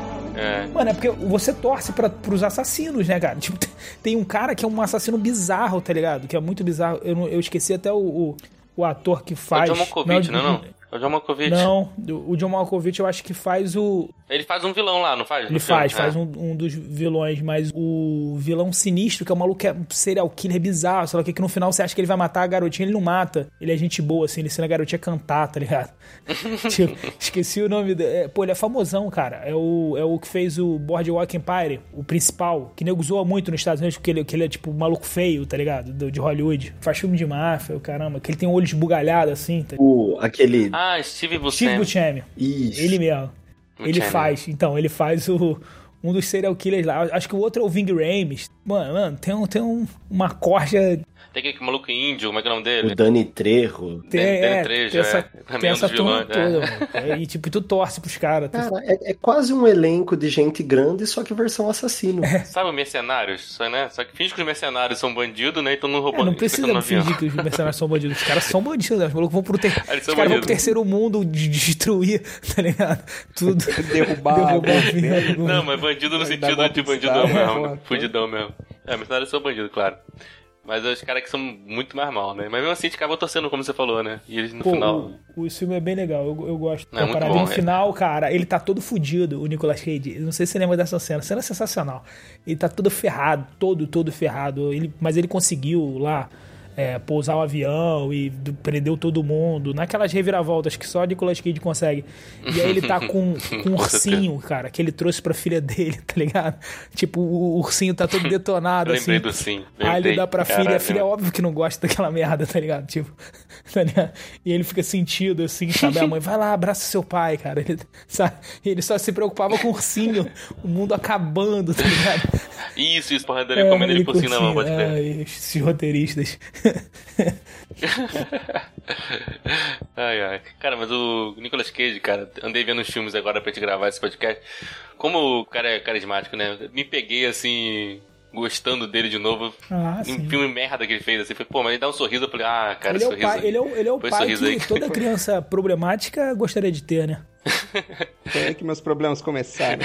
[SPEAKER 1] É.
[SPEAKER 3] Mano, é porque você torce pra, pros assassinos, né, cara? Tipo, tem um cara que é um assassino bizarro, tá ligado? Que é muito bizarro. Eu, não- eu esqueci até o, o, o ator que
[SPEAKER 1] É o
[SPEAKER 3] faz.
[SPEAKER 1] John Malkovich, não, é não? É o John Malkovich.
[SPEAKER 3] Não, o John Malkovich eu acho que faz o.
[SPEAKER 1] Ele faz um vilão lá, não faz?
[SPEAKER 3] Ele
[SPEAKER 1] No filme?
[SPEAKER 3] faz,
[SPEAKER 1] É.
[SPEAKER 3] faz um, um dos vilões, mas o vilão sinistro, que é o maluco que é um serial killer bizarro, sei lá o que, que no final você acha que ele vai matar a garotinha, ele não mata. Ele é gente boa, assim, ele ensina a garotinha a cantar, tá ligado? Tipo, esqueci o nome dele. É, pô, ele é famosão, cara. É o, é o que fez o Boardwalk Empire, o principal, que nego zoa muito nos Estados Unidos, porque ele, que ele é tipo um maluco feio, tá ligado? Do, de Hollywood. Faz filme de máfia, o caramba, que ele tem o olho esbugalhado, assim, tá?
[SPEAKER 4] O, aquele...
[SPEAKER 1] Ah, Steve Buscemi.
[SPEAKER 3] Steve Buscemi.
[SPEAKER 4] Isso.
[SPEAKER 3] Ele mesmo. Ele
[SPEAKER 1] Buscemi.
[SPEAKER 3] faz, então, ele faz o, um dos serial killers lá. Acho que o outro é o Ving Rhames. Mano, mano, tem, um, tem um, uma corja.
[SPEAKER 1] Tem aquele maluco índio, como é que é o nome dele?
[SPEAKER 4] O Dani Trejo.
[SPEAKER 3] Tem,
[SPEAKER 1] Dan- Dan
[SPEAKER 3] é,
[SPEAKER 1] Trejo,
[SPEAKER 3] tem essa,
[SPEAKER 1] é.
[SPEAKER 3] tem
[SPEAKER 1] Também é um
[SPEAKER 3] essa
[SPEAKER 1] dos
[SPEAKER 3] turma
[SPEAKER 1] vilões,
[SPEAKER 3] toda,
[SPEAKER 1] é.
[SPEAKER 3] mano. É, e tipo, tu torce pros caras. tu-
[SPEAKER 4] Cara, é, é quase um elenco de gente grande, só que versão assassino.
[SPEAKER 1] Sabe os mercenários? Só, né? Só que finge que os mercenários são bandidos, né? Então não roubam.
[SPEAKER 3] É, não
[SPEAKER 1] fica
[SPEAKER 3] precisa
[SPEAKER 1] no avião.
[SPEAKER 3] fingir que os mercenários são bandidos. Os caras são bandidos, né? Os malucos vão pro, ter...
[SPEAKER 1] Eles
[SPEAKER 3] os
[SPEAKER 1] são
[SPEAKER 3] caras vão pro
[SPEAKER 1] bandidos.
[SPEAKER 3] terceiro mundo de- destruir, tá ligado? Tudo.
[SPEAKER 2] Derrubar.
[SPEAKER 3] Derrubar o
[SPEAKER 2] né?
[SPEAKER 3] avião.
[SPEAKER 1] Não, mas bandido no
[SPEAKER 2] Vai
[SPEAKER 1] sentido
[SPEAKER 2] dar
[SPEAKER 1] de
[SPEAKER 2] golpe de
[SPEAKER 1] bandidão
[SPEAKER 2] estado,
[SPEAKER 1] mesmo,
[SPEAKER 2] é,
[SPEAKER 1] né?
[SPEAKER 2] pô.
[SPEAKER 1] Fudidão mesmo. É, mercenários são bandidos, claro. Mas os caras que são muito mais mal, né? Mas mesmo assim a gente acaba torcendo, como você falou, né? E eles no
[SPEAKER 3] Pô,
[SPEAKER 1] final.
[SPEAKER 3] o, o filme é bem legal, eu, eu gosto.
[SPEAKER 1] É muito
[SPEAKER 3] Parada.
[SPEAKER 1] bom,
[SPEAKER 3] E no
[SPEAKER 1] é.
[SPEAKER 3] final, cara, ele tá todo fudido, o Nicolas Cage. Eu não sei se você lembra dessa cena. A cena é sensacional. Ele tá todo ferrado, todo, todo ferrado. Ele, mas ele conseguiu lá é, pousar o avião e do- prendeu todo mundo. Naquelas reviravoltas que só o Nicolas Cage consegue. E aí ele tá com, com um ursinho, cara, que ele trouxe pra filha dele, tá ligado? Tipo, o ursinho tá todo detonado,
[SPEAKER 1] Eu lembrei
[SPEAKER 3] assim.
[SPEAKER 1] do sim.
[SPEAKER 3] Aí ele
[SPEAKER 1] lembrei.
[SPEAKER 3] dá pra filha,
[SPEAKER 1] Caralho.
[SPEAKER 3] a filha é óbvio que não gosta daquela merda, tá ligado? Tipo, tá ligado? E ele fica sentido, assim, sabe? A mãe, vai lá, abraça seu pai, cara. Ele, sabe? Ele só se preocupava com o ursinho, o mundo acabando, tá ligado?
[SPEAKER 1] Isso, isso, porra dele comendo ele por cima na mão, pode crer.
[SPEAKER 3] Ai, esses roteiristas.
[SPEAKER 1] Ai, ai. Cara, mas o Nicolas Cage, cara, andei vendo uns filmes agora pra te gravar esse podcast. Como o cara é carismático, né? Me peguei, assim, gostando dele de novo.
[SPEAKER 3] Ah,
[SPEAKER 1] em
[SPEAKER 3] sim.
[SPEAKER 1] filme merda que ele fez, assim. Falei, pô, mas ele dá um sorriso, eu falei, ah, cara,
[SPEAKER 3] Ele é, o
[SPEAKER 1] sorriso
[SPEAKER 3] pai,
[SPEAKER 1] aí.
[SPEAKER 3] ele, é o, ele é o
[SPEAKER 1] Põe
[SPEAKER 3] pai
[SPEAKER 1] sorriso
[SPEAKER 3] que
[SPEAKER 1] aí.
[SPEAKER 3] toda criança problemática gostaria de ter, né?
[SPEAKER 2] Foi aí que meus problemas começaram.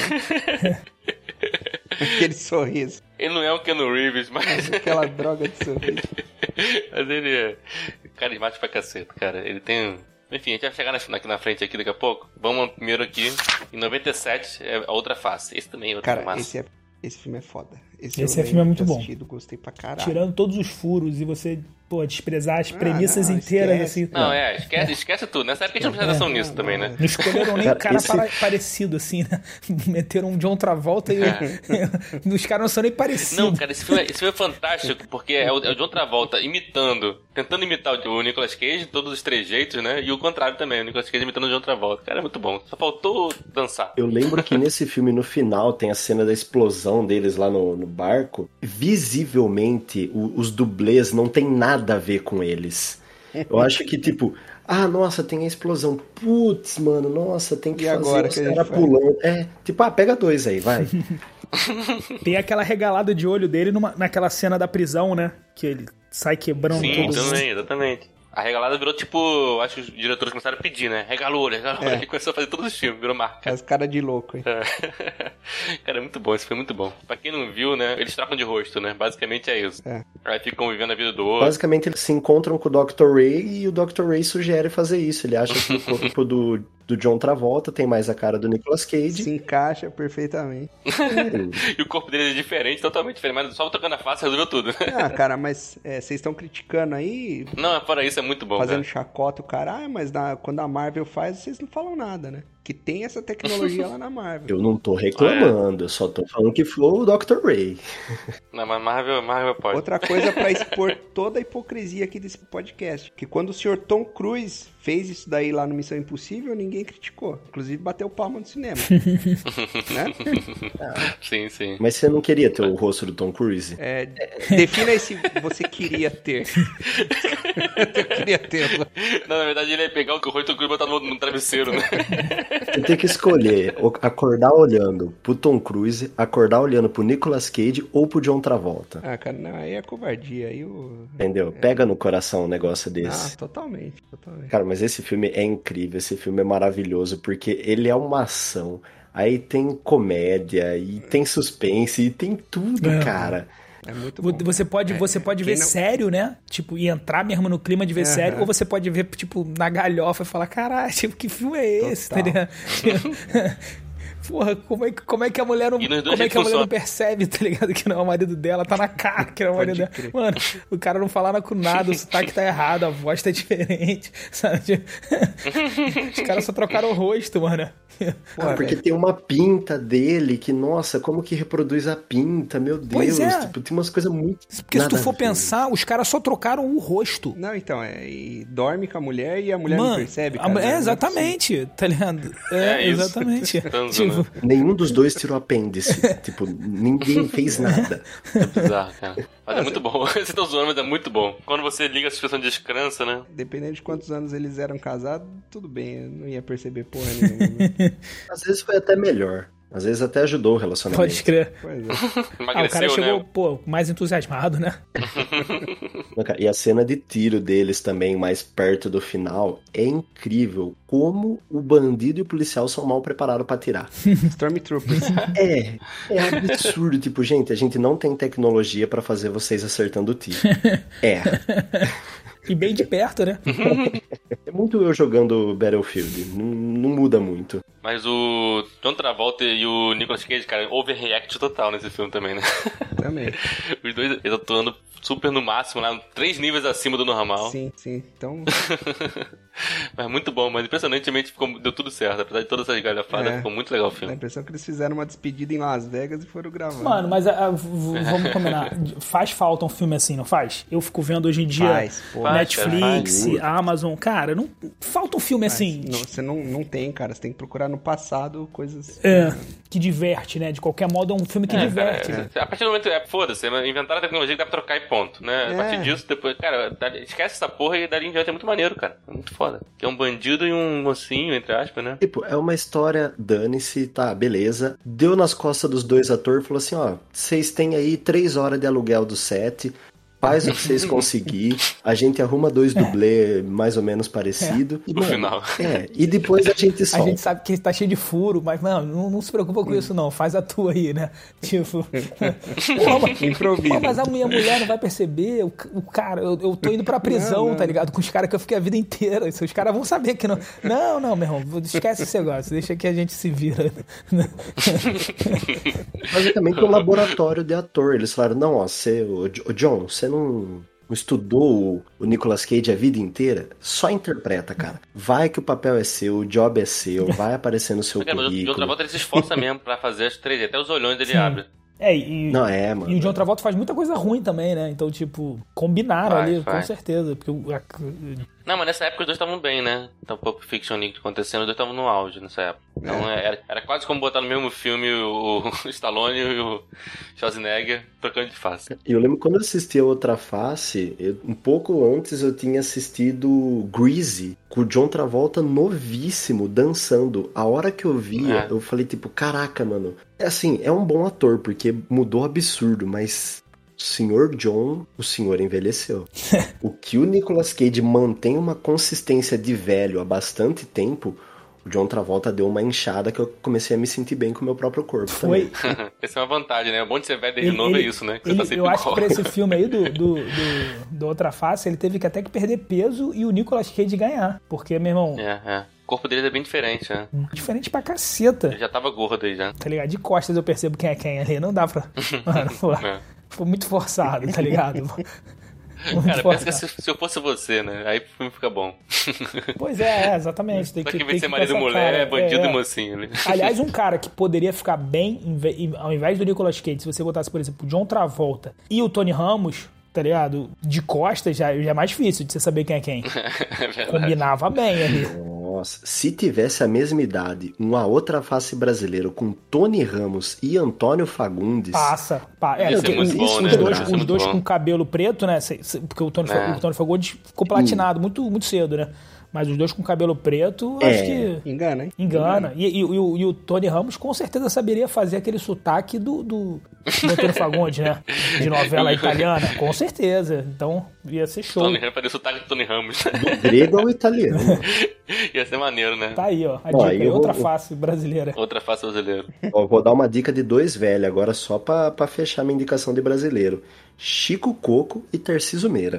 [SPEAKER 2] Aquele sorriso.
[SPEAKER 1] Ele não é o Keanu Reeves, mas...
[SPEAKER 2] Aquela droga de sorriso.
[SPEAKER 1] Mas ele é carismático pra caceta, cara. Ele tem... Enfim, a gente vai chegar na- aqui na frente aqui daqui a pouco. Vamos primeiro aqui. Em noventa e sete, é a outra face. Esse também é outra
[SPEAKER 2] Cara,
[SPEAKER 1] massa.
[SPEAKER 2] esse, é, esse filme é foda.
[SPEAKER 3] Esse
[SPEAKER 2] eu
[SPEAKER 3] é filme é
[SPEAKER 2] lembro
[SPEAKER 3] muito
[SPEAKER 2] de ter
[SPEAKER 3] bom.
[SPEAKER 2] assistido, gostei pra caralho.
[SPEAKER 3] Tirando todos os furos e você, pô, desprezar as
[SPEAKER 2] Ah,
[SPEAKER 3] premissas
[SPEAKER 2] não,
[SPEAKER 3] inteiras,
[SPEAKER 2] esquece.
[SPEAKER 3] assim.
[SPEAKER 1] Não, é, esquece, esquece tudo. Nessa época a gente não presta atenção nisso
[SPEAKER 2] não,
[SPEAKER 1] também,
[SPEAKER 2] não,
[SPEAKER 1] né?
[SPEAKER 3] Não escolheram nem
[SPEAKER 4] Cara,
[SPEAKER 3] um cara
[SPEAKER 4] esse-
[SPEAKER 3] para- parecido, assim, né? Meteram um John Travolta e o- os caras não são nem parecidos.
[SPEAKER 1] Não, cara, esse filme, é- esse filme é fantástico, porque é o, é o John Travolta imitando, tentando imitar o, o Nicolas Cage, todos os trejeitos, né? E o contrário também, o Nicolas Cage imitando o John Travolta. Cara, é muito bom. Só faltou dançar.
[SPEAKER 4] Eu lembro que nesse filme, no final, tem a cena da explosão deles lá no, no barco. Visivelmente, o- os dublês não tem nada a ver com eles. Eu acho que, tipo, ah, nossa, tem a explosão. Putz, mano, nossa, tem que
[SPEAKER 2] E
[SPEAKER 4] fazer
[SPEAKER 2] agora
[SPEAKER 4] os
[SPEAKER 2] que a gente
[SPEAKER 4] caras
[SPEAKER 2] faz?
[SPEAKER 4] pulando. É, tipo, ah, pega dois aí, vai.
[SPEAKER 3] Tem aquela regalada de olho dele numa- naquela cena da prisão, né? Que ele sai quebrando
[SPEAKER 1] Sim,
[SPEAKER 3] tudo.
[SPEAKER 1] também, exatamente. A regalada virou tipo, acho que os diretores começaram a pedir, né? Regala o olho, regala o olho.
[SPEAKER 2] É.
[SPEAKER 1] Ele começou a fazer todos os filmes, virou marca.
[SPEAKER 2] As caras de louco, hein?
[SPEAKER 1] É. Cara, é muito bom, esse foi muito bom. Pra quem não viu, né? Eles trocam de rosto, né? Basicamente é isso.
[SPEAKER 2] É.
[SPEAKER 1] Aí ficam vivendo a vida do outro.
[SPEAKER 4] Basicamente, eles se encontram com o doutor Ray e o doutor Ray sugere fazer isso. Ele acha que o corpo do, do John Travolta tem mais a cara do Nicolas Cage.
[SPEAKER 2] Se encaixa perfeitamente.
[SPEAKER 1] E o corpo dele é diferente, totalmente diferente. Mas só tocando a face resolveu tudo.
[SPEAKER 2] Ah, cara, mas é, vocês estão criticando aí,
[SPEAKER 1] Não, fora isso, é muito bom,
[SPEAKER 2] fazendo
[SPEAKER 1] cara.
[SPEAKER 2] chacota o cara. Ah, mas na- quando a Marvel faz, vocês não falam nada, né? Que tem essa tecnologia lá na Marvel.
[SPEAKER 4] Eu não tô reclamando, eu só tô falando que foi o doutor Ray.
[SPEAKER 1] Não, mas Marvel, Marvel pode.
[SPEAKER 2] Outra coisa pra expor toda a hipocrisia aqui desse podcast. Que quando o senhor Tom Cruise fez isso daí lá no Missão Impossível, ninguém criticou. Inclusive bateu palma no cinema. Né?
[SPEAKER 1] Sim, sim.
[SPEAKER 4] Mas você não queria ter o rosto do Tom Cruise?
[SPEAKER 2] É, defina aí se você queria ter. Eu queria ter.
[SPEAKER 1] Não, na verdade ele ia pegar o rosto do Cruz e botar no, no travesseiro, né?
[SPEAKER 4] Você tem que escolher o- acordar olhando pro Tom Cruise, acordar olhando pro Nicolas Cage ou pro John Travolta.
[SPEAKER 2] Ah, cara, não, aí é covardia. Aí o...
[SPEAKER 4] Entendeu? Pega no coração um negócio
[SPEAKER 2] Ah,
[SPEAKER 4] desse.
[SPEAKER 2] totalmente, totalmente.
[SPEAKER 4] Cara, mas esse filme é incrível, esse filme é maravilhoso, porque ele é uma ação, aí tem comédia, e tem suspense, e tem tudo,
[SPEAKER 3] É.
[SPEAKER 4] cara.
[SPEAKER 2] É muito bom.
[SPEAKER 3] Você pode, você pode
[SPEAKER 2] quem
[SPEAKER 3] ver
[SPEAKER 2] não-
[SPEAKER 3] sério, né? Tipo, e entrar mesmo no clima de ver
[SPEAKER 2] Aham.
[SPEAKER 3] sério, ou você pode ver, tipo, na galhofa e falar, caralho, tipo, que filme é esse? Tá
[SPEAKER 2] Total.
[SPEAKER 3] ligado? Porra, como é, que- como é que a mulher não,
[SPEAKER 1] E nos dois
[SPEAKER 3] como é que a mulher
[SPEAKER 1] funciona.
[SPEAKER 3] não percebe, tá ligado? Que não é o marido dela, tá na cara que não é o marido
[SPEAKER 2] Pode
[SPEAKER 3] dela.
[SPEAKER 2] crer.
[SPEAKER 3] Mano, o cara não falaram com nada, o sotaque tá errado, a voz tá diferente, sabe? Tipo, os caras só trocaram o rosto, mano.
[SPEAKER 2] Porra,
[SPEAKER 4] Porque
[SPEAKER 2] velho.
[SPEAKER 4] tem uma pinta dele que, nossa, como que reproduz a pinta, meu Deus.
[SPEAKER 3] Pois é.
[SPEAKER 4] Tipo, tem umas coisas muito.
[SPEAKER 3] Porque se
[SPEAKER 4] nada
[SPEAKER 3] tu
[SPEAKER 4] a
[SPEAKER 3] for
[SPEAKER 4] ver.
[SPEAKER 3] pensar, os caras só trocaram o rosto.
[SPEAKER 2] Não, então, é. E dorme com a mulher e a mulher
[SPEAKER 3] Mano,
[SPEAKER 2] não percebe,
[SPEAKER 3] a-
[SPEAKER 2] cara. Não
[SPEAKER 3] é,
[SPEAKER 2] é
[SPEAKER 3] exatamente, tá ligado? É,
[SPEAKER 1] É isso.
[SPEAKER 3] exatamente.
[SPEAKER 1] Tanto,
[SPEAKER 3] Tipo,
[SPEAKER 1] né?
[SPEAKER 4] Nenhum dos dois tirou apêndice. Tipo, ninguém fez nada.
[SPEAKER 1] É bizarro, cara. Mas é muito bom. Vocês estão zoando, mas é muito bom. Quando você liga a situação de descrença, né?
[SPEAKER 2] Dependendo de quantos anos eles eram casados, tudo bem, eu não ia perceber porra nenhuma. né?
[SPEAKER 4] Às vezes foi até melhor. Às vezes até ajudou o relacionamento.
[SPEAKER 3] pode crer.
[SPEAKER 2] Pois é.
[SPEAKER 3] Ah, o
[SPEAKER 1] Emagreceu,
[SPEAKER 3] cara chegou,
[SPEAKER 1] né?
[SPEAKER 3] pô, mais entusiasmado, né?
[SPEAKER 4] E a cena de tiro deles também, mais perto do final, é incrível. Como o bandido e o policial são mal preparados pra atirar.
[SPEAKER 2] Stormtroopers.
[SPEAKER 4] É, é absurdo. Tipo, gente, a gente não tem tecnologia pra fazer vocês acertando o tiro. É.
[SPEAKER 3] E bem de perto, né?
[SPEAKER 4] É muito eu jogando Battlefield. Não, não muda muito.
[SPEAKER 1] Mas o John Travolta e o Nicolas Cage, cara, overreact total nesse filme também, né?
[SPEAKER 2] Também.
[SPEAKER 1] Os dois eles atuando super no máximo, lá, três níveis acima do normal.
[SPEAKER 2] Sim, sim. Então,
[SPEAKER 1] Mas muito bom, mas impressionantemente ficou, deu tudo certo. Apesar de todas essas galhafadas,
[SPEAKER 2] É.
[SPEAKER 1] ficou muito legal o
[SPEAKER 2] dá a
[SPEAKER 1] filme.
[SPEAKER 2] impressão que eles fizeram uma despedida em Las Vegas e foram gravar.
[SPEAKER 3] Mano, mas a- a- v- vamos combinar. Faz falta um filme assim, não faz? Eu fico vendo hoje em dia
[SPEAKER 2] Faz, pô.
[SPEAKER 3] Netflix,
[SPEAKER 4] Faz, cara,
[SPEAKER 3] Amazon. Cara, não, falta um filme assim.
[SPEAKER 2] Não, você não, não tem, cara. Você tem que procurar no passado coisas.
[SPEAKER 3] É, que diverte, né? De qualquer modo, é um filme que
[SPEAKER 1] É,
[SPEAKER 3] diverte.
[SPEAKER 1] cara, é, a partir do momento, é, foda-se, inventaram a tecnologia que dá pra trocar e ponto, né? A
[SPEAKER 2] É.
[SPEAKER 1] partir disso, depois, cara, dali- esquece essa porra e dali em diante é muito maneiro, cara. É muito foda. foda. Que é um bandido e um mocinho, entre aspas, né?
[SPEAKER 4] Tipo, é uma história, dane-se, tá, beleza. Deu nas costas dos dois atores e falou assim, ó, vocês têm aí três horas de aluguel do set, faz o que vocês conseguirem, a gente arruma dois dublês mais ou menos parecido.
[SPEAKER 1] No final.
[SPEAKER 4] É, e depois a gente solta.
[SPEAKER 3] A gente sabe que tá cheio de furo, mas, mano, não, não se preocupa com isso não, faz a tua aí, né? Tipo... Pô, mas,
[SPEAKER 2] Improvisa.
[SPEAKER 3] pô, mas a minha mulher não vai perceber, o, o cara, eu, eu tô indo pra prisão, não, não. Tá ligado? Com os caras que eu fiquei a vida inteira, os caras vão saber que não... Não, não, meu irmão, esquece esse negócio, deixa que a gente se vira.
[SPEAKER 4] Basicamente um laboratório de ator, eles falaram, não, ó, você, o John, você não Não, não estudou o Nicolas Cage a vida inteira, só interpreta, cara. Vai que o papel é seu, o job é seu, vai aparecer no seu
[SPEAKER 1] Porque,
[SPEAKER 4] currículo.
[SPEAKER 1] De outra volta ele se esforça mesmo pra fazer as três, até os olhões ele
[SPEAKER 3] Sim.
[SPEAKER 1] abre.
[SPEAKER 3] É, e,
[SPEAKER 4] não, é, mano.
[SPEAKER 3] e o John Travolta faz muita coisa ruim também, né? Então, tipo, combinaram
[SPEAKER 1] faz,
[SPEAKER 3] ali,
[SPEAKER 1] faz.
[SPEAKER 3] com certeza. Porque o, a,
[SPEAKER 1] Não, mas nessa época os dois estavam bem, né? Então, Pulp Fiction e acontecendo, os dois estavam no auge nessa época. Então, é. era, era quase como botar no mesmo filme o, o Stallone e o Schwarzenegger trocando de face.
[SPEAKER 4] E eu lembro quando eu assisti a Outra Face, eu, um pouco antes eu tinha assistido Greasy, com o John Travolta novíssimo, dançando. A hora que eu via, é. eu falei tipo, caraca, mano. É assim, é um bom ator, porque mudou absurdo, mas... O senhor John, o senhor envelheceu. O que o Nicolas Cage mantém uma consistência de velho há bastante tempo, o John Travolta deu uma inchada que eu comecei a me sentir bem com o meu próprio corpo.
[SPEAKER 3] Foi.
[SPEAKER 1] Essa é uma vantagem, né? O bom de ser velho desde
[SPEAKER 3] ele,
[SPEAKER 1] novo
[SPEAKER 3] ele,
[SPEAKER 1] é isso, né? Que
[SPEAKER 3] ele,
[SPEAKER 1] você tá sempre
[SPEAKER 3] eu acho
[SPEAKER 1] igual.
[SPEAKER 3] que pra esse filme aí do, do, do, do Outra Face, ele teve que até que perder peso e o Nicolas Cage ganhar. Porque, meu irmão...
[SPEAKER 1] É, é. O corpo dele é bem diferente, né?
[SPEAKER 3] Diferente pra caceta.
[SPEAKER 1] Ele já tava gordo aí, já.
[SPEAKER 3] Tá ligado? De costas eu percebo quem é quem ali. Não dá pra... Mano, pô,
[SPEAKER 1] é.
[SPEAKER 3] Foi muito forçado, tá ligado? Muito
[SPEAKER 1] Cara,
[SPEAKER 3] forçado.
[SPEAKER 1] pensa que se, se eu fosse você, né? Aí o filme fica bom.
[SPEAKER 3] Pois é, é exatamente. Tem
[SPEAKER 1] Só
[SPEAKER 3] que,
[SPEAKER 1] que em
[SPEAKER 3] tem
[SPEAKER 1] vez de ser
[SPEAKER 3] que
[SPEAKER 1] marido e mulher,
[SPEAKER 3] cara.
[SPEAKER 1] é bandido
[SPEAKER 3] é,
[SPEAKER 1] e mocinho. Né?
[SPEAKER 3] Aliás, um cara que poderia ficar bem, ao invés do Nicolas Cage, se você botasse, por exemplo, o John Travolta e o Tony Ramos, tá ligado? De costas já, já é mais difícil de você saber quem é quem. É Combinava bem ali.
[SPEAKER 4] Nossa, se tivesse a mesma idade, uma Outra Face brasileira com Tony Ramos e Antônio Fagundes...
[SPEAKER 3] Passa. Pa... É,
[SPEAKER 1] Isso
[SPEAKER 3] porque
[SPEAKER 1] é muito
[SPEAKER 3] os,
[SPEAKER 1] bom,
[SPEAKER 3] os
[SPEAKER 1] né?
[SPEAKER 3] dois,
[SPEAKER 1] Isso é
[SPEAKER 3] os dois
[SPEAKER 1] muito
[SPEAKER 3] com
[SPEAKER 1] bom.
[SPEAKER 3] cabelo preto, né? Porque o Tony,
[SPEAKER 1] É.
[SPEAKER 3] o Tony Fagundes ficou platinado muito, muito cedo, né? Mas os dois com cabelo preto,
[SPEAKER 4] É.
[SPEAKER 3] acho que...
[SPEAKER 2] Engana, hein?
[SPEAKER 3] Engana. E, e, e, o, e o Tony Ramos com certeza saberia fazer aquele sotaque do, do, do Antônio Fagundes, né? De novela italiana. Com certeza. Então, ia ser show.
[SPEAKER 1] Tony Ramos, fazer o sotaque do Tony Ramos.
[SPEAKER 4] Grego ao italiano.
[SPEAKER 1] Ia ser maneiro, né?
[SPEAKER 3] Tá aí, ó. A
[SPEAKER 4] Ó,
[SPEAKER 3] dica aí,
[SPEAKER 4] eu
[SPEAKER 3] outra
[SPEAKER 4] vou-
[SPEAKER 3] face brasileira.
[SPEAKER 1] Outra face brasileiro.
[SPEAKER 4] Ó, vou dar uma dica de dois velhos agora só pra, pra fechar minha indicação de brasileiro. Chico Coco e Tarcísio Meira.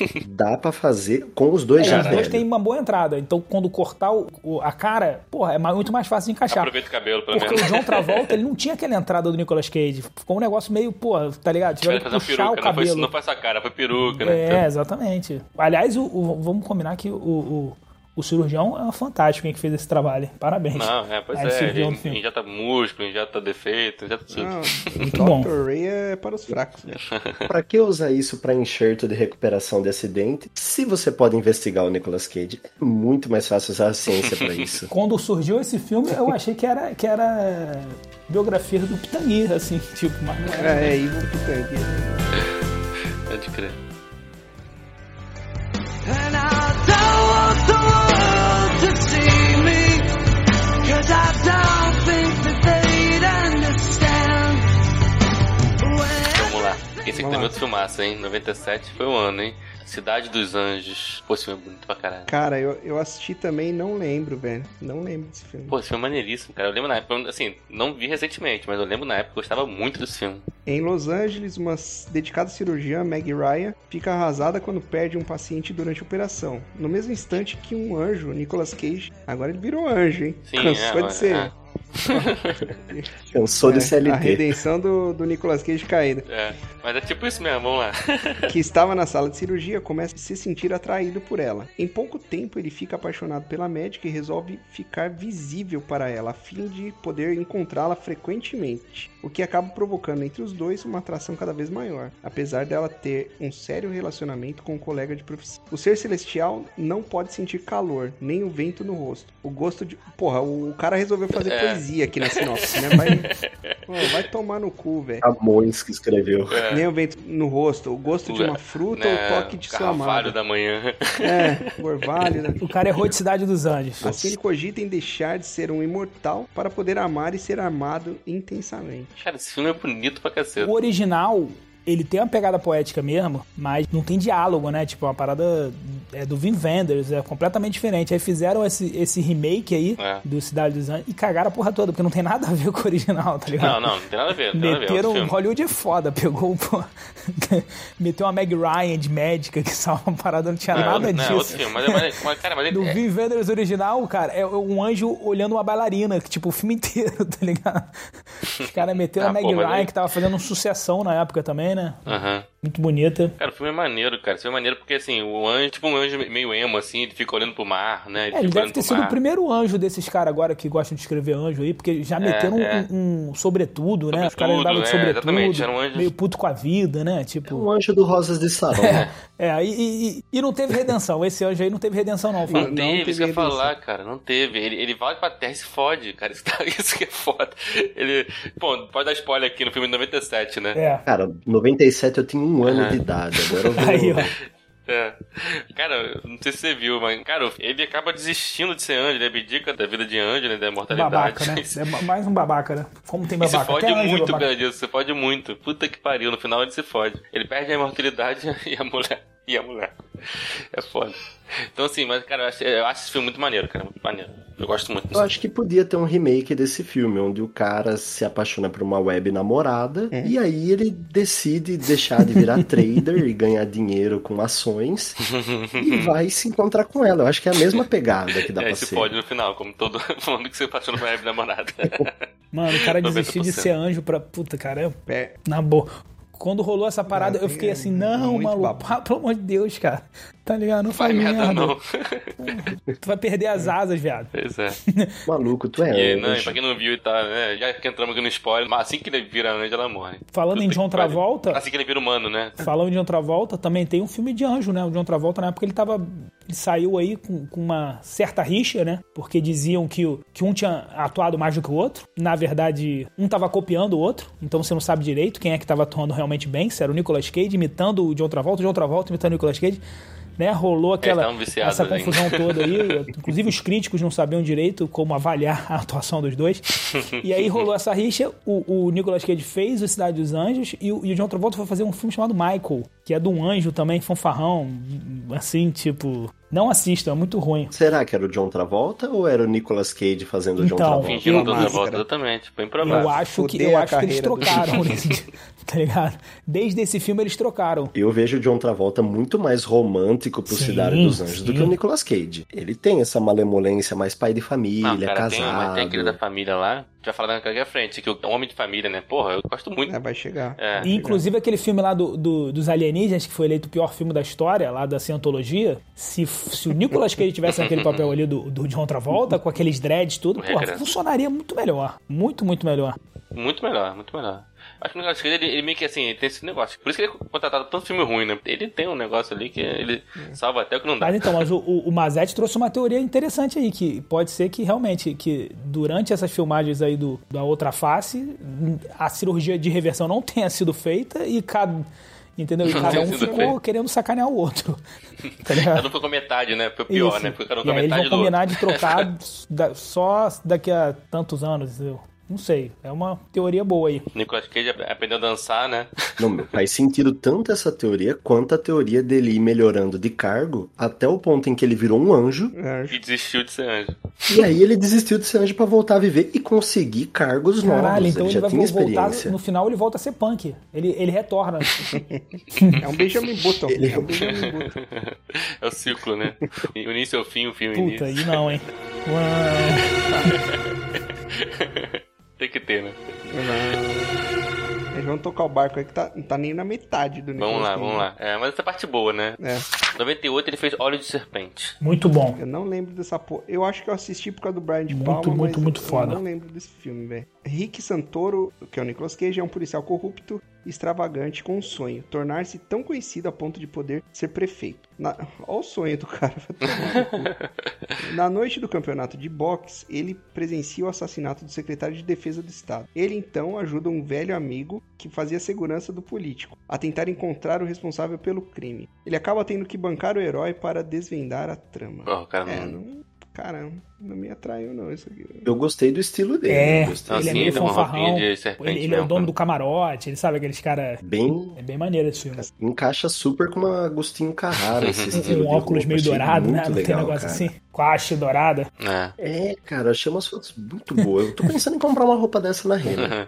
[SPEAKER 4] Dá pra fazer com os dois
[SPEAKER 3] É,
[SPEAKER 4] já
[SPEAKER 3] os dois
[SPEAKER 4] velho.
[SPEAKER 3] têm uma boa entrada. Então, quando cortar o, o- a cara, porra, é mais- muito mais fácil de encaixar.
[SPEAKER 1] Aproveita o cabelo, pelo
[SPEAKER 3] Porque
[SPEAKER 1] menos.
[SPEAKER 3] o John Travolta, ele não tinha aquela entrada do Nicolas Cage. Ficou um negócio meio, pô, tá ligado? Tiveram
[SPEAKER 1] Vai
[SPEAKER 3] que
[SPEAKER 1] fazer
[SPEAKER 3] puxar
[SPEAKER 1] uma
[SPEAKER 3] o
[SPEAKER 1] peruca, não foi,
[SPEAKER 3] cabelo.
[SPEAKER 1] não foi essa cara, foi peruca, né?
[SPEAKER 3] É, exatamente. Aliás, o, o- vamos combinar que o, o, o cirurgião é fantástico quem que fez esse trabalho. Parabéns.
[SPEAKER 1] Não, é, pois
[SPEAKER 3] Aí,
[SPEAKER 1] é,
[SPEAKER 3] cirurgião do
[SPEAKER 1] ele
[SPEAKER 3] filme.
[SPEAKER 1] injeta músculo, injeta defeito, injeta tudo.
[SPEAKER 2] Não,
[SPEAKER 3] Muito bom.
[SPEAKER 2] doutor Ray é para os fracos. Né?
[SPEAKER 4] Pra que usar isso pra enxerto de recuperação de acidente? Se você pode investigar o Nicolas Cage, é muito mais fácil usar a ciência pra isso.
[SPEAKER 3] Quando surgiu esse filme, eu achei que era, que era biografia do Pitangui, assim, tipo, mas não era.
[SPEAKER 2] É, é Ivo Pitangui.
[SPEAKER 1] Pode crer.
[SPEAKER 5] And I don't want the world to see me, 'cause I don't think that they'd understand.
[SPEAKER 1] Vamos lá. Esse aqui
[SPEAKER 2] Vamos
[SPEAKER 1] também é
[SPEAKER 2] lá.
[SPEAKER 1] outro filmaço, hein? noventa e sete foi o ano, hein? Cidade dos Anjos. Pô, esse filme é bonito pra caralho.
[SPEAKER 2] Cara, eu, eu assisti também e não lembro, velho. Não lembro desse filme.
[SPEAKER 1] Pô, esse filme é maneiríssimo, cara. Eu lembro na época, assim, não vi recentemente, mas eu lembro na época, eu gostava muito desse filme.
[SPEAKER 2] Em Los Angeles, uma dedicada cirurgiã, Meg Ryan, fica arrasada quando perde um paciente durante a operação. No mesmo instante que um anjo, Nicolas Cage, agora ele virou anjo, hein?
[SPEAKER 1] Sim,
[SPEAKER 2] Cansou
[SPEAKER 1] é,
[SPEAKER 2] de ser.
[SPEAKER 1] é.
[SPEAKER 4] Cansou de
[SPEAKER 2] É,
[SPEAKER 4] C L T.
[SPEAKER 2] a redenção do, do Nicolas Cage caída.
[SPEAKER 1] É, mas é tipo isso mesmo, vamos lá.
[SPEAKER 2] Que estava na sala de cirurgia, começa a se sentir atraído por ela. Em pouco tempo, ele fica apaixonado pela médica e resolve ficar visível para ela, a fim de poder encontrá-la frequentemente. O que acaba provocando entre os dois uma atração cada vez maior, apesar dela ter um sério relacionamento com um colega de profissão. O ser celestial não pode sentir calor, nem o vento no rosto. O gosto de... Porra, o cara resolveu fazer
[SPEAKER 1] É.
[SPEAKER 2] poesia aqui na sinopse, né? Vai... Pô, vai tomar no cu, velho.
[SPEAKER 4] Camões que escreveu.
[SPEAKER 1] É.
[SPEAKER 2] Nem o vento no rosto, o gosto de uma fruta ou o toque de sua amada.
[SPEAKER 1] Carvalho da manhã.
[SPEAKER 2] É, orvalho, né?
[SPEAKER 3] O cara errou de Cidade dos Anjos.
[SPEAKER 2] Assim ele cogita em deixar de ser um imortal para poder amar e ser amado intensamente.
[SPEAKER 1] Cara, esse filme é bonito pra caceta.
[SPEAKER 3] O original, ele tem uma pegada poética mesmo, mas não tem diálogo, né? Tipo, uma parada é do Wim Wenders, é completamente diferente. Aí fizeram esse, esse remake aí
[SPEAKER 1] É.
[SPEAKER 3] do Cidade dos Anjos e cagaram a porra toda, porque não tem nada a ver com o original, tá ligado?
[SPEAKER 1] Não, não, não tem nada a ver. Não tem nada a ver. é
[SPEAKER 3] Meteram,
[SPEAKER 1] outro filme.
[SPEAKER 3] Hollywood é foda, pegou, pô, meteu uma Meg Ryan de médica que salva uma parada, não tinha
[SPEAKER 1] Não,
[SPEAKER 3] nada
[SPEAKER 1] não, é
[SPEAKER 3] disso.
[SPEAKER 1] outro filme. Mas, mas, mas cara, mas
[SPEAKER 3] Do
[SPEAKER 1] é,
[SPEAKER 3] Wim Wenders original, cara, é um anjo olhando uma bailarina, que, tipo, o filme inteiro, tá ligado? Os caras meteram
[SPEAKER 1] Ah,
[SPEAKER 3] a Meg
[SPEAKER 1] pô, mas
[SPEAKER 3] Ryan,
[SPEAKER 1] aí-
[SPEAKER 3] que tava fazendo um sucessão na época também, né?
[SPEAKER 1] Aham.
[SPEAKER 3] Muito bonita.
[SPEAKER 1] Cara, o filme é maneiro, cara. Esse filme é maneiro porque, assim, o anjo, tipo um anjo meio emo, assim, ele fica olhando pro mar, né?
[SPEAKER 3] É, ele
[SPEAKER 1] fica
[SPEAKER 3] deve
[SPEAKER 1] olhando
[SPEAKER 3] ter
[SPEAKER 1] pro
[SPEAKER 3] sido
[SPEAKER 1] mar.
[SPEAKER 3] o primeiro anjo desses caras agora que gostam de escrever anjo aí, porque já meteram um-
[SPEAKER 1] é.
[SPEAKER 3] um, sobretudo, né? Os caras
[SPEAKER 1] Sobretudo,
[SPEAKER 3] andavam de
[SPEAKER 1] é,
[SPEAKER 3] sobretudo,
[SPEAKER 1] exatamente, era um anjo-
[SPEAKER 3] meio puto com a vida, né? Tipo...
[SPEAKER 4] Um anjo do Rosas de Saron.
[SPEAKER 3] É, e, e, e não teve redenção. Esse anjo aí não teve redenção, não.
[SPEAKER 1] Não,
[SPEAKER 3] Fala.
[SPEAKER 2] Não
[SPEAKER 1] teve,
[SPEAKER 2] teve
[SPEAKER 1] isso que eu ia
[SPEAKER 2] redenção.
[SPEAKER 1] falar, cara. Não teve. Ele, ele vai pra terra e se fode, cara. Isso, tá- isso que é foda. Ele. Pô, pode dar spoiler aqui no filme de noventa e sete, né?
[SPEAKER 3] É.
[SPEAKER 4] Cara, noventa e sete eu tinha um ano
[SPEAKER 1] Aham.
[SPEAKER 4] de idade. Agora eu vou...
[SPEAKER 3] Aí, ó.
[SPEAKER 1] É. Cara, não sei se você viu, mas, cara, ele acaba desistindo de ser anjo, ele abdica da vida de anjo, né? Da imortalidade.
[SPEAKER 3] Babaca, né? É ma- mais um babaca, né? Como tem
[SPEAKER 1] E se
[SPEAKER 3] babaca?
[SPEAKER 1] fode
[SPEAKER 3] Até anjo é
[SPEAKER 1] muito por
[SPEAKER 3] babaca.
[SPEAKER 1] causa disso, se fode muito. Puta que pariu, no final ele se fode. Ele perde a imortalidade e a mulher. E a mulher. É foda. Então, assim, mas, cara, eu acho, eu acho esse filme muito maneiro, cara. Muito maneiro. Eu gosto muito.
[SPEAKER 4] Eu acho que podia ter um remake desse filme, onde o cara se apaixona por uma web namorada e aí ele decide deixar de virar trader e ganhar dinheiro com ações e vai se encontrar com ela. Eu acho que é a mesma pegada que dá
[SPEAKER 1] É,
[SPEAKER 4] pra
[SPEAKER 1] se
[SPEAKER 4] ser.
[SPEAKER 1] fode no final, como todo mundo que se apaixona por uma web namorada.
[SPEAKER 3] Mano, o cara
[SPEAKER 1] noventa
[SPEAKER 3] desistiu
[SPEAKER 1] por
[SPEAKER 3] de
[SPEAKER 1] cento.
[SPEAKER 3] ser anjo pra... Puta, cara,
[SPEAKER 2] É,
[SPEAKER 3] na boa. Quando rolou essa parada, eu fiquei assim, não,
[SPEAKER 2] muito
[SPEAKER 3] maluco,
[SPEAKER 2] babaca.
[SPEAKER 3] pá, pelo amor de Deus, cara. Tá ligado? Não
[SPEAKER 1] Vai
[SPEAKER 3] faz
[SPEAKER 1] merda,
[SPEAKER 3] merda.
[SPEAKER 1] não.
[SPEAKER 3] Tu vai perder as asas, viado.
[SPEAKER 1] Pois é.
[SPEAKER 4] Maluco, tu é
[SPEAKER 1] E, não, e
[SPEAKER 4] anjo.
[SPEAKER 1] pra quem não viu e tá, né? Já que entramos aqui no spoiler, mas assim que ele vira anjo, ela morre.
[SPEAKER 3] Falando em
[SPEAKER 1] Puta
[SPEAKER 3] John
[SPEAKER 1] que pariu.
[SPEAKER 3] Travolta,
[SPEAKER 1] Assim que ele vira humano, né?
[SPEAKER 3] falando em John Travolta, também tem um filme de anjo, né? O John Travolta, na época, ele tava... Ele saiu aí com, com uma certa rixa, né? Porque diziam que, o- que um tinha atuado mais do que o outro. Na verdade, um tava copiando o outro. Então você não sabe direito quem é que tava atuando realmente bem. Se era o Nicolas Cage imitando o John Travolta, o John Travolta imitando o Nicolas Cage. Né? Rolou aquela
[SPEAKER 1] estavam viciados
[SPEAKER 3] essa
[SPEAKER 1] ainda.
[SPEAKER 3] confusão toda aí. Inclusive os críticos não sabiam direito como avaliar a atuação dos dois. E aí rolou essa rixa. O, o Nicolas Cage fez o Cidade dos Anjos e o, e o John Travolta foi fazer um filme chamado Michael, que é de um anjo também, fanfarrão. Assim, tipo... Não assistam, é muito ruim.
[SPEAKER 4] Será que era o John Travolta ou era o Nicolas Cage fazendo o John
[SPEAKER 3] Então,
[SPEAKER 4] Travolta?
[SPEAKER 1] Fingindo
[SPEAKER 2] Uma
[SPEAKER 1] toda a
[SPEAKER 2] máscara.
[SPEAKER 1] volta, exatamente. Bem
[SPEAKER 3] Eu
[SPEAKER 1] provável.
[SPEAKER 3] acho que,
[SPEAKER 2] fuder
[SPEAKER 3] eu
[SPEAKER 2] a
[SPEAKER 3] acho que eles
[SPEAKER 2] carreira do-
[SPEAKER 3] trocaram nesse, tá ligado? Desde esse filme eles trocaram.
[SPEAKER 4] Eu vejo o John Travolta muito mais romântico pro
[SPEAKER 3] Sim,
[SPEAKER 4] Cidade dos Anjos do
[SPEAKER 3] sim.
[SPEAKER 4] que o Nicolas Cage. Ele tem essa malemolência mais pai de família,
[SPEAKER 1] Não, cara, tem, mas
[SPEAKER 4] casado.
[SPEAKER 1] tem aquele da família lá. Já falando aqui à frente, que o homem de família, né? Porra, eu gosto muito.
[SPEAKER 2] é, vai chegar.
[SPEAKER 1] É.
[SPEAKER 3] E, inclusive aquele filme lá do, do- dos alienígenas, que foi eleito o pior filme da história, lá da Cientologia, se, se o Nicolas Cage tivesse naquele papel ali do, do John Travolta, com aqueles dreads tudo,
[SPEAKER 1] O
[SPEAKER 3] porra,
[SPEAKER 1] regresso.
[SPEAKER 3] funcionaria muito melhor. Muito, muito melhor.
[SPEAKER 1] Muito melhor, muito melhor. Acho que o negócio dele, ele, ele meio que assim, ele tem esse negócio. Por isso que ele é contratado tanto filme ruim, né? Ele tem um negócio ali que ele salva até o que não dá.
[SPEAKER 3] Mas então, mas o, o, o Mazetti trouxe uma teoria interessante aí, que pode ser que realmente, que durante essas filmagens aí do, da outra face, a cirurgia de reversão não tenha sido feita e cada... Entendeu? E
[SPEAKER 1] Não
[SPEAKER 3] cada
[SPEAKER 1] tenha
[SPEAKER 3] um
[SPEAKER 1] sido
[SPEAKER 3] ficou
[SPEAKER 1] feito.
[SPEAKER 3] querendo sacanear o outro. Tá ligado?
[SPEAKER 1] Cada um foi com metade, né? Foi pior,
[SPEAKER 3] Isso.
[SPEAKER 1] né? Porque cada um
[SPEAKER 3] E
[SPEAKER 1] com
[SPEAKER 3] aí eles
[SPEAKER 1] metade
[SPEAKER 3] vão
[SPEAKER 1] do
[SPEAKER 3] combinar
[SPEAKER 1] outro.
[SPEAKER 3] de trocar da- só daqui a tantos anos, entendeu? Não sei. É uma teoria boa aí.
[SPEAKER 1] Nicolas Cage aprendeu a dançar, né?
[SPEAKER 4] Não, meu, faz sentido tanto essa teoria quanto a teoria dele ir melhorando de cargo até o ponto em que ele virou um anjo
[SPEAKER 2] É,
[SPEAKER 1] E desistiu de ser anjo.
[SPEAKER 4] e aí ele desistiu de ser anjo pra voltar a viver e conseguir cargos
[SPEAKER 3] Caralho,
[SPEAKER 4] novos.
[SPEAKER 3] então
[SPEAKER 4] ele
[SPEAKER 3] ele
[SPEAKER 4] já
[SPEAKER 3] vai
[SPEAKER 4] tinha
[SPEAKER 3] voltar.
[SPEAKER 4] experiência.
[SPEAKER 3] No final ele volta a ser punk. Ele, ele retorna.
[SPEAKER 2] é um Benjamin Button. É um Benjamin Button.
[SPEAKER 1] É o ciclo, né? O início é o fim, o fim é o
[SPEAKER 3] Puta,
[SPEAKER 1] início.
[SPEAKER 3] aí não, hein? Ué.
[SPEAKER 1] Tem que ter, né?
[SPEAKER 2] Eles vão tocar o barco aí que tá, não tá nem na metade do
[SPEAKER 1] Vamos
[SPEAKER 2] Nicolas
[SPEAKER 1] lá,
[SPEAKER 2] Cage.
[SPEAKER 1] vamos lá. É, mas essa parte boa, né?
[SPEAKER 2] É,
[SPEAKER 1] Em noventa e oito ele fez Olho de Serpente.
[SPEAKER 3] Muito bom.
[SPEAKER 2] eu não lembro dessa porra. Eu acho que eu assisti por causa do Brian de
[SPEAKER 3] Muito,
[SPEAKER 2] Palma,
[SPEAKER 3] muito,
[SPEAKER 2] mas
[SPEAKER 3] muito
[SPEAKER 2] eu
[SPEAKER 3] foda.
[SPEAKER 2] não lembro desse filme, velho. Rick Santoro, que é o Nicolas Cage, é um policial corrupto extravagante com um sonho, tornar-se tão conhecido a ponto de poder ser prefeito. Na... Olha o sonho do cara. Na noite do campeonato de boxe, ele presencia o assassinato do secretário de defesa do estado. Ele então ajuda um velho amigo que fazia segurança do político a tentar encontrar o responsável pelo crime. Ele acaba tendo que bancar o herói para desvendar a trama.
[SPEAKER 1] Oh, cara,
[SPEAKER 2] É,
[SPEAKER 1] não...
[SPEAKER 2] não... Cara, não me atraiu não isso aqui.
[SPEAKER 4] Eu gostei do estilo dele.
[SPEAKER 3] É,
[SPEAKER 4] Gostei.
[SPEAKER 3] ele é
[SPEAKER 1] Assim,
[SPEAKER 3] meio
[SPEAKER 1] tem uma
[SPEAKER 3] fanfarrão.
[SPEAKER 1] roupinha de serpente
[SPEAKER 3] Ele, ele é o
[SPEAKER 1] mesmo,
[SPEAKER 3] dono
[SPEAKER 1] cara.
[SPEAKER 3] do camarote, ele sabe aqueles caras.
[SPEAKER 4] Bem...
[SPEAKER 3] É bem maneiro esse filme.
[SPEAKER 4] Encaixa super com uma Agostinho Carrara esse estilo
[SPEAKER 3] Um
[SPEAKER 4] de
[SPEAKER 3] óculos
[SPEAKER 4] roupa.
[SPEAKER 3] meio
[SPEAKER 4] Achei
[SPEAKER 3] dourado, né?
[SPEAKER 4] muito
[SPEAKER 3] Não tem
[SPEAKER 4] legal,
[SPEAKER 3] negócio
[SPEAKER 4] cara.
[SPEAKER 3] assim. Com a haste dourada.
[SPEAKER 1] É.
[SPEAKER 4] É, cara, achei umas fotos muito boas. Eu tô pensando em comprar uma roupa dessa na Renner.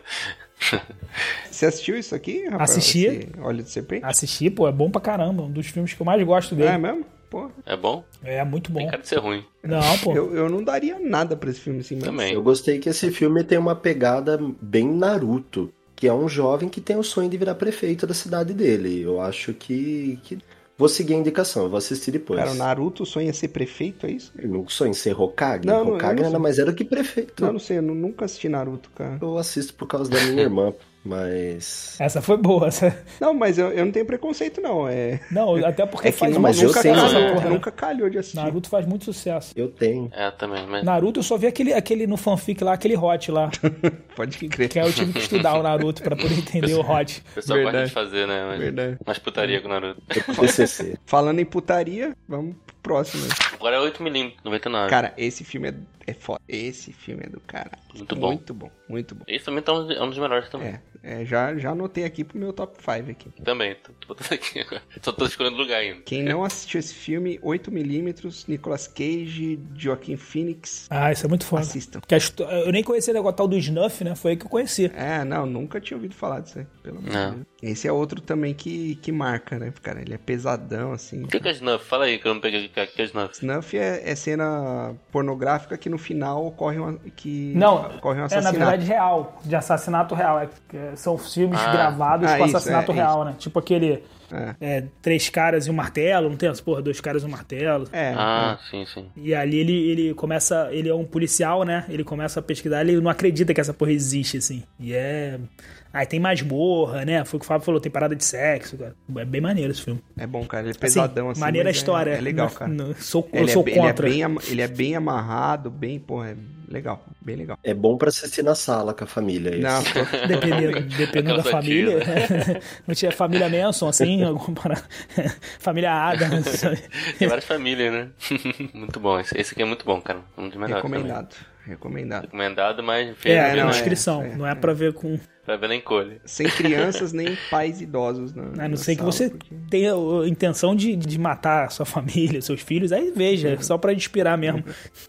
[SPEAKER 2] Você assistiu isso aqui, Rafael?
[SPEAKER 3] Assisti.
[SPEAKER 2] Esse Olho de Serpente?
[SPEAKER 3] Assisti, pô, é bom pra caramba. Um dos filmes que eu mais gosto dele.
[SPEAKER 2] É mesmo? Pô,
[SPEAKER 1] É bom?
[SPEAKER 3] É, muito bom.
[SPEAKER 1] Tem cara de ser ruim.
[SPEAKER 3] Não, pô.
[SPEAKER 2] eu, eu não daria nada pra esse filme assim, mas...
[SPEAKER 1] Também.
[SPEAKER 4] Eu gostei que esse filme tem uma pegada bem Naruto, que é um jovem que tem o sonho de virar prefeito da cidade dele. Eu acho que... que... Vou seguir a indicação, eu vou assistir depois.
[SPEAKER 2] Cara, o Naruto sonha ser prefeito, é isso?
[SPEAKER 4] Eu não sonho em ser Hokage?
[SPEAKER 2] Não, não, eu
[SPEAKER 4] Hokage
[SPEAKER 2] não
[SPEAKER 4] nada
[SPEAKER 2] sei.
[SPEAKER 4] mais era que prefeito.
[SPEAKER 2] Não, não sei, eu nu- nunca assisti Naruto, cara.
[SPEAKER 4] Eu assisto por causa da minha irmã, mas...
[SPEAKER 3] Essa foi boa. Essa...
[SPEAKER 2] Não, mas eu, eu não tenho preconceito, não. É,
[SPEAKER 3] Não, até porque
[SPEAKER 2] é que
[SPEAKER 3] faz
[SPEAKER 2] nu-
[SPEAKER 4] mas eu
[SPEAKER 2] nunca,
[SPEAKER 4] tenho,
[SPEAKER 2] calhou,
[SPEAKER 1] né?
[SPEAKER 3] porra, né?
[SPEAKER 2] nunca calhou de assistir.
[SPEAKER 3] Naruto faz muito sucesso.
[SPEAKER 4] Eu tenho.
[SPEAKER 1] É, também. Mas...
[SPEAKER 3] Naruto eu só vi aquele, aquele no fanfic lá, aquele hot lá.
[SPEAKER 2] Pode crer.
[SPEAKER 3] Que aí eu tive que estudar o Naruto pra poder entender o hot.
[SPEAKER 1] O pessoal gosta
[SPEAKER 2] Verdade.
[SPEAKER 1] de fazer, né? Mas...
[SPEAKER 2] Verdade.
[SPEAKER 1] Mas putaria com o Naruto.
[SPEAKER 4] T C C.
[SPEAKER 2] Falando em putaria, vamos pro próximo.
[SPEAKER 1] Agora é oito milímetros, noventa e nove.
[SPEAKER 2] Cara, esse filme é, é foda. Esse filme é do cara.
[SPEAKER 1] Muito bom.
[SPEAKER 2] Muito bom, muito bom.
[SPEAKER 1] Esse também tá um é um dos melhores também.
[SPEAKER 2] É, é, já, já anotei aqui pro meu top cinco aqui.
[SPEAKER 1] Também, tô, tô botando aqui agora. Só tô escolhendo lugar ainda.
[SPEAKER 2] Quem não assistiu esse filme, oito milímetros, Nicolas Cage, Joaquin Phoenix,
[SPEAKER 3] Ah, isso é muito foda.
[SPEAKER 2] assistam.
[SPEAKER 3] Porque a histó- eu nem conhecia o negócio tal do Snuff, né? Foi aí que eu conheci.
[SPEAKER 2] É, não, nunca tinha ouvido falar disso aí, pelo amor de
[SPEAKER 1] Não.
[SPEAKER 2] Deus. Esse é outro também que, que marca, né, cara? Ele é pesadão, assim.
[SPEAKER 1] O que que é Snuff? Fala aí que eu não peguei o que é que é Snuff.
[SPEAKER 2] Snuff é, é cena pornográfica que no final ocorre um, que
[SPEAKER 3] Não,
[SPEAKER 2] ocorre um
[SPEAKER 3] é
[SPEAKER 2] assassinato.
[SPEAKER 3] na verdade real, de assassinato real. É, é- são filmes
[SPEAKER 1] Ah.
[SPEAKER 3] gravados
[SPEAKER 2] Ah,
[SPEAKER 3] com
[SPEAKER 2] isso,
[SPEAKER 3] assassinato
[SPEAKER 2] é,
[SPEAKER 3] real, né? Tipo aquele
[SPEAKER 2] É.
[SPEAKER 3] é, Três Caras e um Martelo, não tem essa porra, Dois Caras e um Martelo.
[SPEAKER 2] É,
[SPEAKER 1] Ah, sim, sim.
[SPEAKER 3] E ali ele, ele começa, ele é um policial, né? Ele começa a pesquisar, ele não acredita que essa porra existe, assim. E é... Aí tem masmorra, né? Foi o que o Fábio falou, tem parada de sexo, cara. É bem maneiro esse filme.
[SPEAKER 2] é bom, cara. Ele é pesadão, assim.
[SPEAKER 3] maneira a
[SPEAKER 2] mas
[SPEAKER 3] história.
[SPEAKER 2] É, é legal,
[SPEAKER 3] Não-
[SPEAKER 2] cara.
[SPEAKER 3] não- sou, eu
[SPEAKER 2] Ele é,
[SPEAKER 3] sou
[SPEAKER 2] bem- ele é
[SPEAKER 3] contra.
[SPEAKER 2] bem, ama- ele é bem amarrado, bem, porra, é legal, bem legal.
[SPEAKER 4] É bom pra assistir na sala com a família. Esse.
[SPEAKER 2] Não, tô-
[SPEAKER 3] Dependendo, dependendo da
[SPEAKER 1] Aquela
[SPEAKER 3] família.
[SPEAKER 1] tia,
[SPEAKER 3] Não tinha família Manson, assim, alguma parada. Família Adams. sabe?
[SPEAKER 1] Tem várias famílias, né? Muito bom. Esse, esse aqui é muito bom, cara. Um dos melhores também.
[SPEAKER 2] recomendado, recomendado.
[SPEAKER 1] Recomendado, mas feio
[SPEAKER 3] É,
[SPEAKER 1] pra
[SPEAKER 3] é
[SPEAKER 1] ver
[SPEAKER 3] na
[SPEAKER 2] não,
[SPEAKER 1] na-
[SPEAKER 3] descrição.
[SPEAKER 2] é,
[SPEAKER 3] não é pra ver com.
[SPEAKER 1] pra ver na encolha.
[SPEAKER 2] Sem crianças nem pais idosos. Na,
[SPEAKER 3] A
[SPEAKER 2] na
[SPEAKER 3] não ser que
[SPEAKER 2] sala,
[SPEAKER 3] você
[SPEAKER 2] porque-
[SPEAKER 3] tenha a intenção de, de matar sua família, seus filhos, aí veja, só pra inspirar mesmo.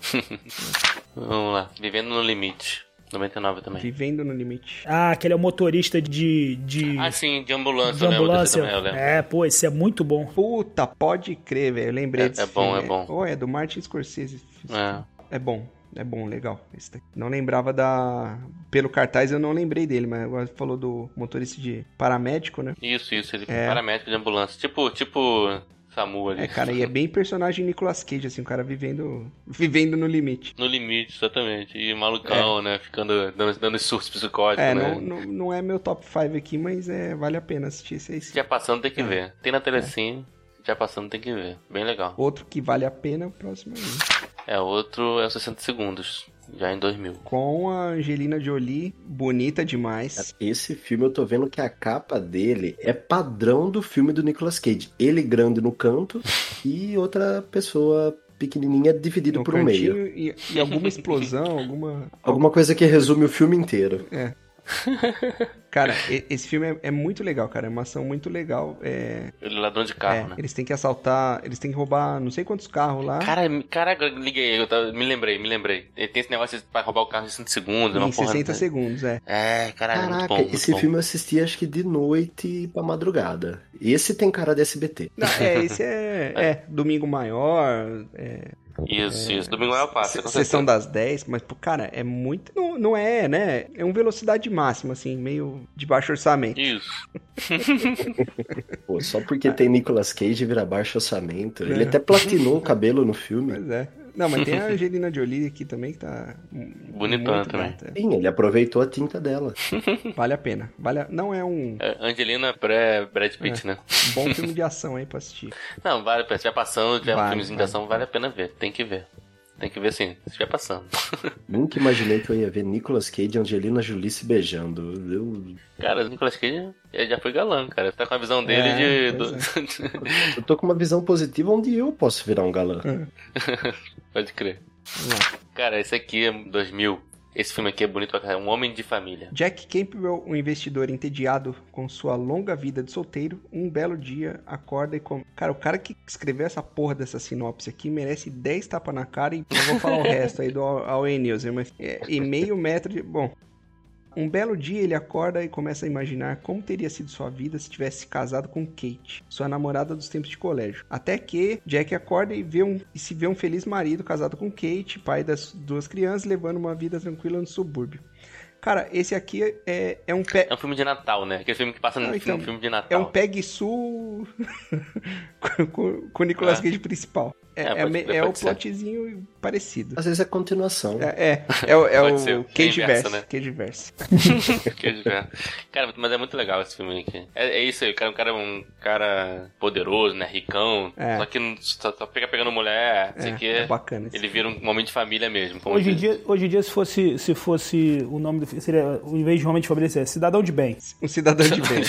[SPEAKER 1] Vamos lá. Vivendo no Limite. noventa e nove também.
[SPEAKER 2] Vivendo no limite.
[SPEAKER 3] Ah, aquele é o motorista de. de,
[SPEAKER 1] Ah, sim, de ambulância,
[SPEAKER 3] de
[SPEAKER 1] eu lembro desse
[SPEAKER 3] ambulância.
[SPEAKER 1] também, eu lembro.
[SPEAKER 3] É, pô, esse é muito bom.
[SPEAKER 2] Puta, pode crer, velho. Eu lembrei
[SPEAKER 1] É-
[SPEAKER 2] desse
[SPEAKER 1] é bom,
[SPEAKER 2] filme.
[SPEAKER 1] é bom.
[SPEAKER 2] Oh, é do Martin Scorsese.
[SPEAKER 1] É.
[SPEAKER 2] É bom, é bom, legal. Esse daqui. Não lembrava da... Pelo cartaz eu não lembrei dele, mas agora você falou do motorista de paramédico, né?
[SPEAKER 1] Isso, isso, ele
[SPEAKER 2] É.
[SPEAKER 1] paramédico de ambulância. Tipo, tipo Samu ali.
[SPEAKER 2] É, cara, e é bem personagem Nicolas Cage, assim, o cara vivendo, vivendo no limite.
[SPEAKER 1] No limite, exatamente. E malucão, né? Ficando, dando, dando surtos psicóticos,
[SPEAKER 2] É,
[SPEAKER 1] né?
[SPEAKER 2] não, não, não é meu top cinco aqui, mas é, vale a pena assistir esse aí. sim.
[SPEAKER 1] Já passando tem que ver. Tem na Telecine, já passando tem que ver. Bem legal.
[SPEAKER 2] Outro que vale a pena é o próximo aí.
[SPEAKER 1] É, outro é os sessenta segundos, já em dois mil.
[SPEAKER 2] Com a Angelina Jolie, bonita demais.
[SPEAKER 4] Esse filme eu tô vendo que a capa dele é padrão do filme do Nicolas Cage. Ele grande no canto e outra pessoa pequenininha dividida
[SPEAKER 2] No
[SPEAKER 4] por um meio.
[SPEAKER 2] cantinho e, e alguma explosão, alguma...
[SPEAKER 4] Alguma coisa que resume o filme inteiro.
[SPEAKER 2] É. Cara, e- esse filme é, é muito legal, cara. É uma ação muito legal. É,
[SPEAKER 1] Ele é ladrão de
[SPEAKER 2] é,
[SPEAKER 1] carro, né?
[SPEAKER 2] eles têm que assaltar, eles têm que roubar não sei quantos carros lá.
[SPEAKER 1] Cara, caraca, liguei, eu tava- me lembrei, me lembrei. Ele tem esse negócio de pra roubar o carro em sessenta segundos, uma
[SPEAKER 2] em
[SPEAKER 1] porra.
[SPEAKER 2] sessenta segundos, é.
[SPEAKER 1] É, caralho, muito
[SPEAKER 4] Caraca,
[SPEAKER 1] bom, muito
[SPEAKER 4] esse
[SPEAKER 1] bom.
[SPEAKER 4] filme eu assisti acho que de noite pra madrugada. Esse tem cara de S B T.
[SPEAKER 2] Não, é, esse é, é Domingo Maior, é,
[SPEAKER 1] Isso, isso. Domingo é o passo, com
[SPEAKER 2] Sessão
[SPEAKER 1] certeza.
[SPEAKER 2] das dez, mas, pô, cara, é muito... Não, não é, né? É um velocidade máxima, assim, meio de baixo orçamento.
[SPEAKER 1] Isso.
[SPEAKER 4] Pô, só porque tem Nicolas Cage vira baixo orçamento. Ele até platinou o cabelo no filme.
[SPEAKER 2] Pois é. Não, mas tem a Angelina Jolie aqui também que tá...
[SPEAKER 1] Bonitona
[SPEAKER 2] muito
[SPEAKER 1] também.
[SPEAKER 2] gata.
[SPEAKER 4] Sim, ele aproveitou a tinta dela.
[SPEAKER 2] Vale a pena. Vale a... Não é um
[SPEAKER 1] É, Angelina pré-Brad Pitt, né?
[SPEAKER 2] bom filme de ação aí pra assistir.
[SPEAKER 1] Não, vale, se estiver passando, tiver um
[SPEAKER 2] Vale,
[SPEAKER 1] filmezinho
[SPEAKER 2] vale.
[SPEAKER 1] de ação, vale a pena ver. Tem que ver. Tem que ver sim, se estiver passando.
[SPEAKER 4] Nunca imaginei que eu ia ver Nicolas Cage e Angelina Jolie se beijando. Eu,
[SPEAKER 1] Cara, o Nicolas Cage ele já foi galã, cara. Tá com a visão dele
[SPEAKER 2] É,
[SPEAKER 1] de...
[SPEAKER 2] pois
[SPEAKER 1] do-
[SPEAKER 4] eu tô com uma visão positiva onde eu posso virar um galã.
[SPEAKER 1] Pode crer.
[SPEAKER 2] Vamos lá.
[SPEAKER 1] Cara, esse aqui é dois mil. Esse filme aqui é bonito pra caralho. Um Homem de Família.
[SPEAKER 2] Jack Campbell, um investidor entediado com sua longa vida de solteiro, um belo dia acorda e come. Cara, o cara que escreveu essa porra dessa sinopse aqui merece dez tapas na cara e eu vou falar o resto aí do A E News, mas é, e meio metro de... Bom, um belo dia ele acorda e começa a imaginar como teria sido sua vida se tivesse se casado com Kate, sua namorada dos tempos de colégio. Até que Jack acorda e, vê um, e se vê um feliz marido casado com Kate, pai das duas crianças, levando uma vida tranquila no subúrbio. Cara, esse aqui é, é um pé...
[SPEAKER 1] É um filme de Natal, né? Aquele filme que passa no
[SPEAKER 2] Ah, então,
[SPEAKER 1] filme, filme de
[SPEAKER 2] É
[SPEAKER 1] Natal.
[SPEAKER 2] um Peg Sul com, com o Nicolas
[SPEAKER 1] É.
[SPEAKER 2] Cage principal. É,
[SPEAKER 1] É,
[SPEAKER 2] é,
[SPEAKER 1] pode-
[SPEAKER 2] me-
[SPEAKER 1] pode
[SPEAKER 2] é o
[SPEAKER 1] ser.
[SPEAKER 2] plotzinho parecido.
[SPEAKER 4] Às vezes é continuação.
[SPEAKER 2] É, é, é, o- é
[SPEAKER 1] Pode
[SPEAKER 2] o
[SPEAKER 1] ser.
[SPEAKER 2] Cage
[SPEAKER 1] É
[SPEAKER 2] Verse.
[SPEAKER 1] inverso, né?
[SPEAKER 2] Cage Verse.
[SPEAKER 1] Que é- Cara, mas é muito legal esse filme aqui. É, é isso aí, o cara, um cara é um cara poderoso, né? Ricão.
[SPEAKER 2] É.
[SPEAKER 1] Só que não- só, só fica pegando mulher, não sei o
[SPEAKER 2] É,
[SPEAKER 1] que.
[SPEAKER 2] é bacana esse
[SPEAKER 1] Ele vira um homem de família mesmo. como
[SPEAKER 3] Hoje em,
[SPEAKER 1] diz.
[SPEAKER 3] dia, hoje em dia, se fosse, se fosse o nome do filme, seria, em vez de Homem de Família, seria Cidadão de Bem.
[SPEAKER 2] Um cidadão de bem.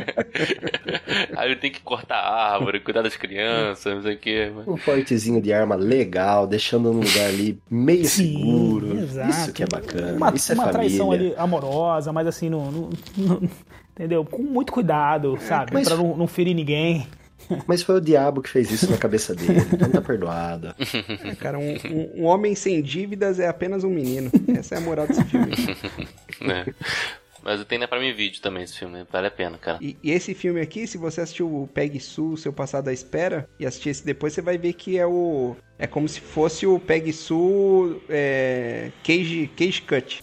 [SPEAKER 1] Aí ele tem que cortar a árvore, cuidar das crianças, não sei o que.
[SPEAKER 4] Um portezinho de arma legal, deixando num lugar ali meio
[SPEAKER 3] Sim,
[SPEAKER 4] seguro.
[SPEAKER 3] exato.
[SPEAKER 4] Isso que é bacana.
[SPEAKER 3] Uma,
[SPEAKER 4] Isso é
[SPEAKER 3] uma
[SPEAKER 4] família.
[SPEAKER 3] traição ali amorosa, mas assim, não, não- não- entendeu? Com muito cuidado, sabe?
[SPEAKER 4] mas-
[SPEAKER 3] Pra não, não ferir ninguém.
[SPEAKER 4] Mas foi o diabo que fez isso na cabeça dele. Então tá perdoado.
[SPEAKER 2] É, cara, um, um- um homem sem dívidas é apenas um menino. Essa é a moral desse filme.
[SPEAKER 1] Né? Mas tem na Prime Video também esse filme, vale a pena, cara.
[SPEAKER 2] E, e esse filme aqui, se você assistiu o Peg Sue, Seu Passado à Espera, e assistir esse depois, você vai ver que é o... É como se fosse o Peg Sue é, Cage, Cage Cut.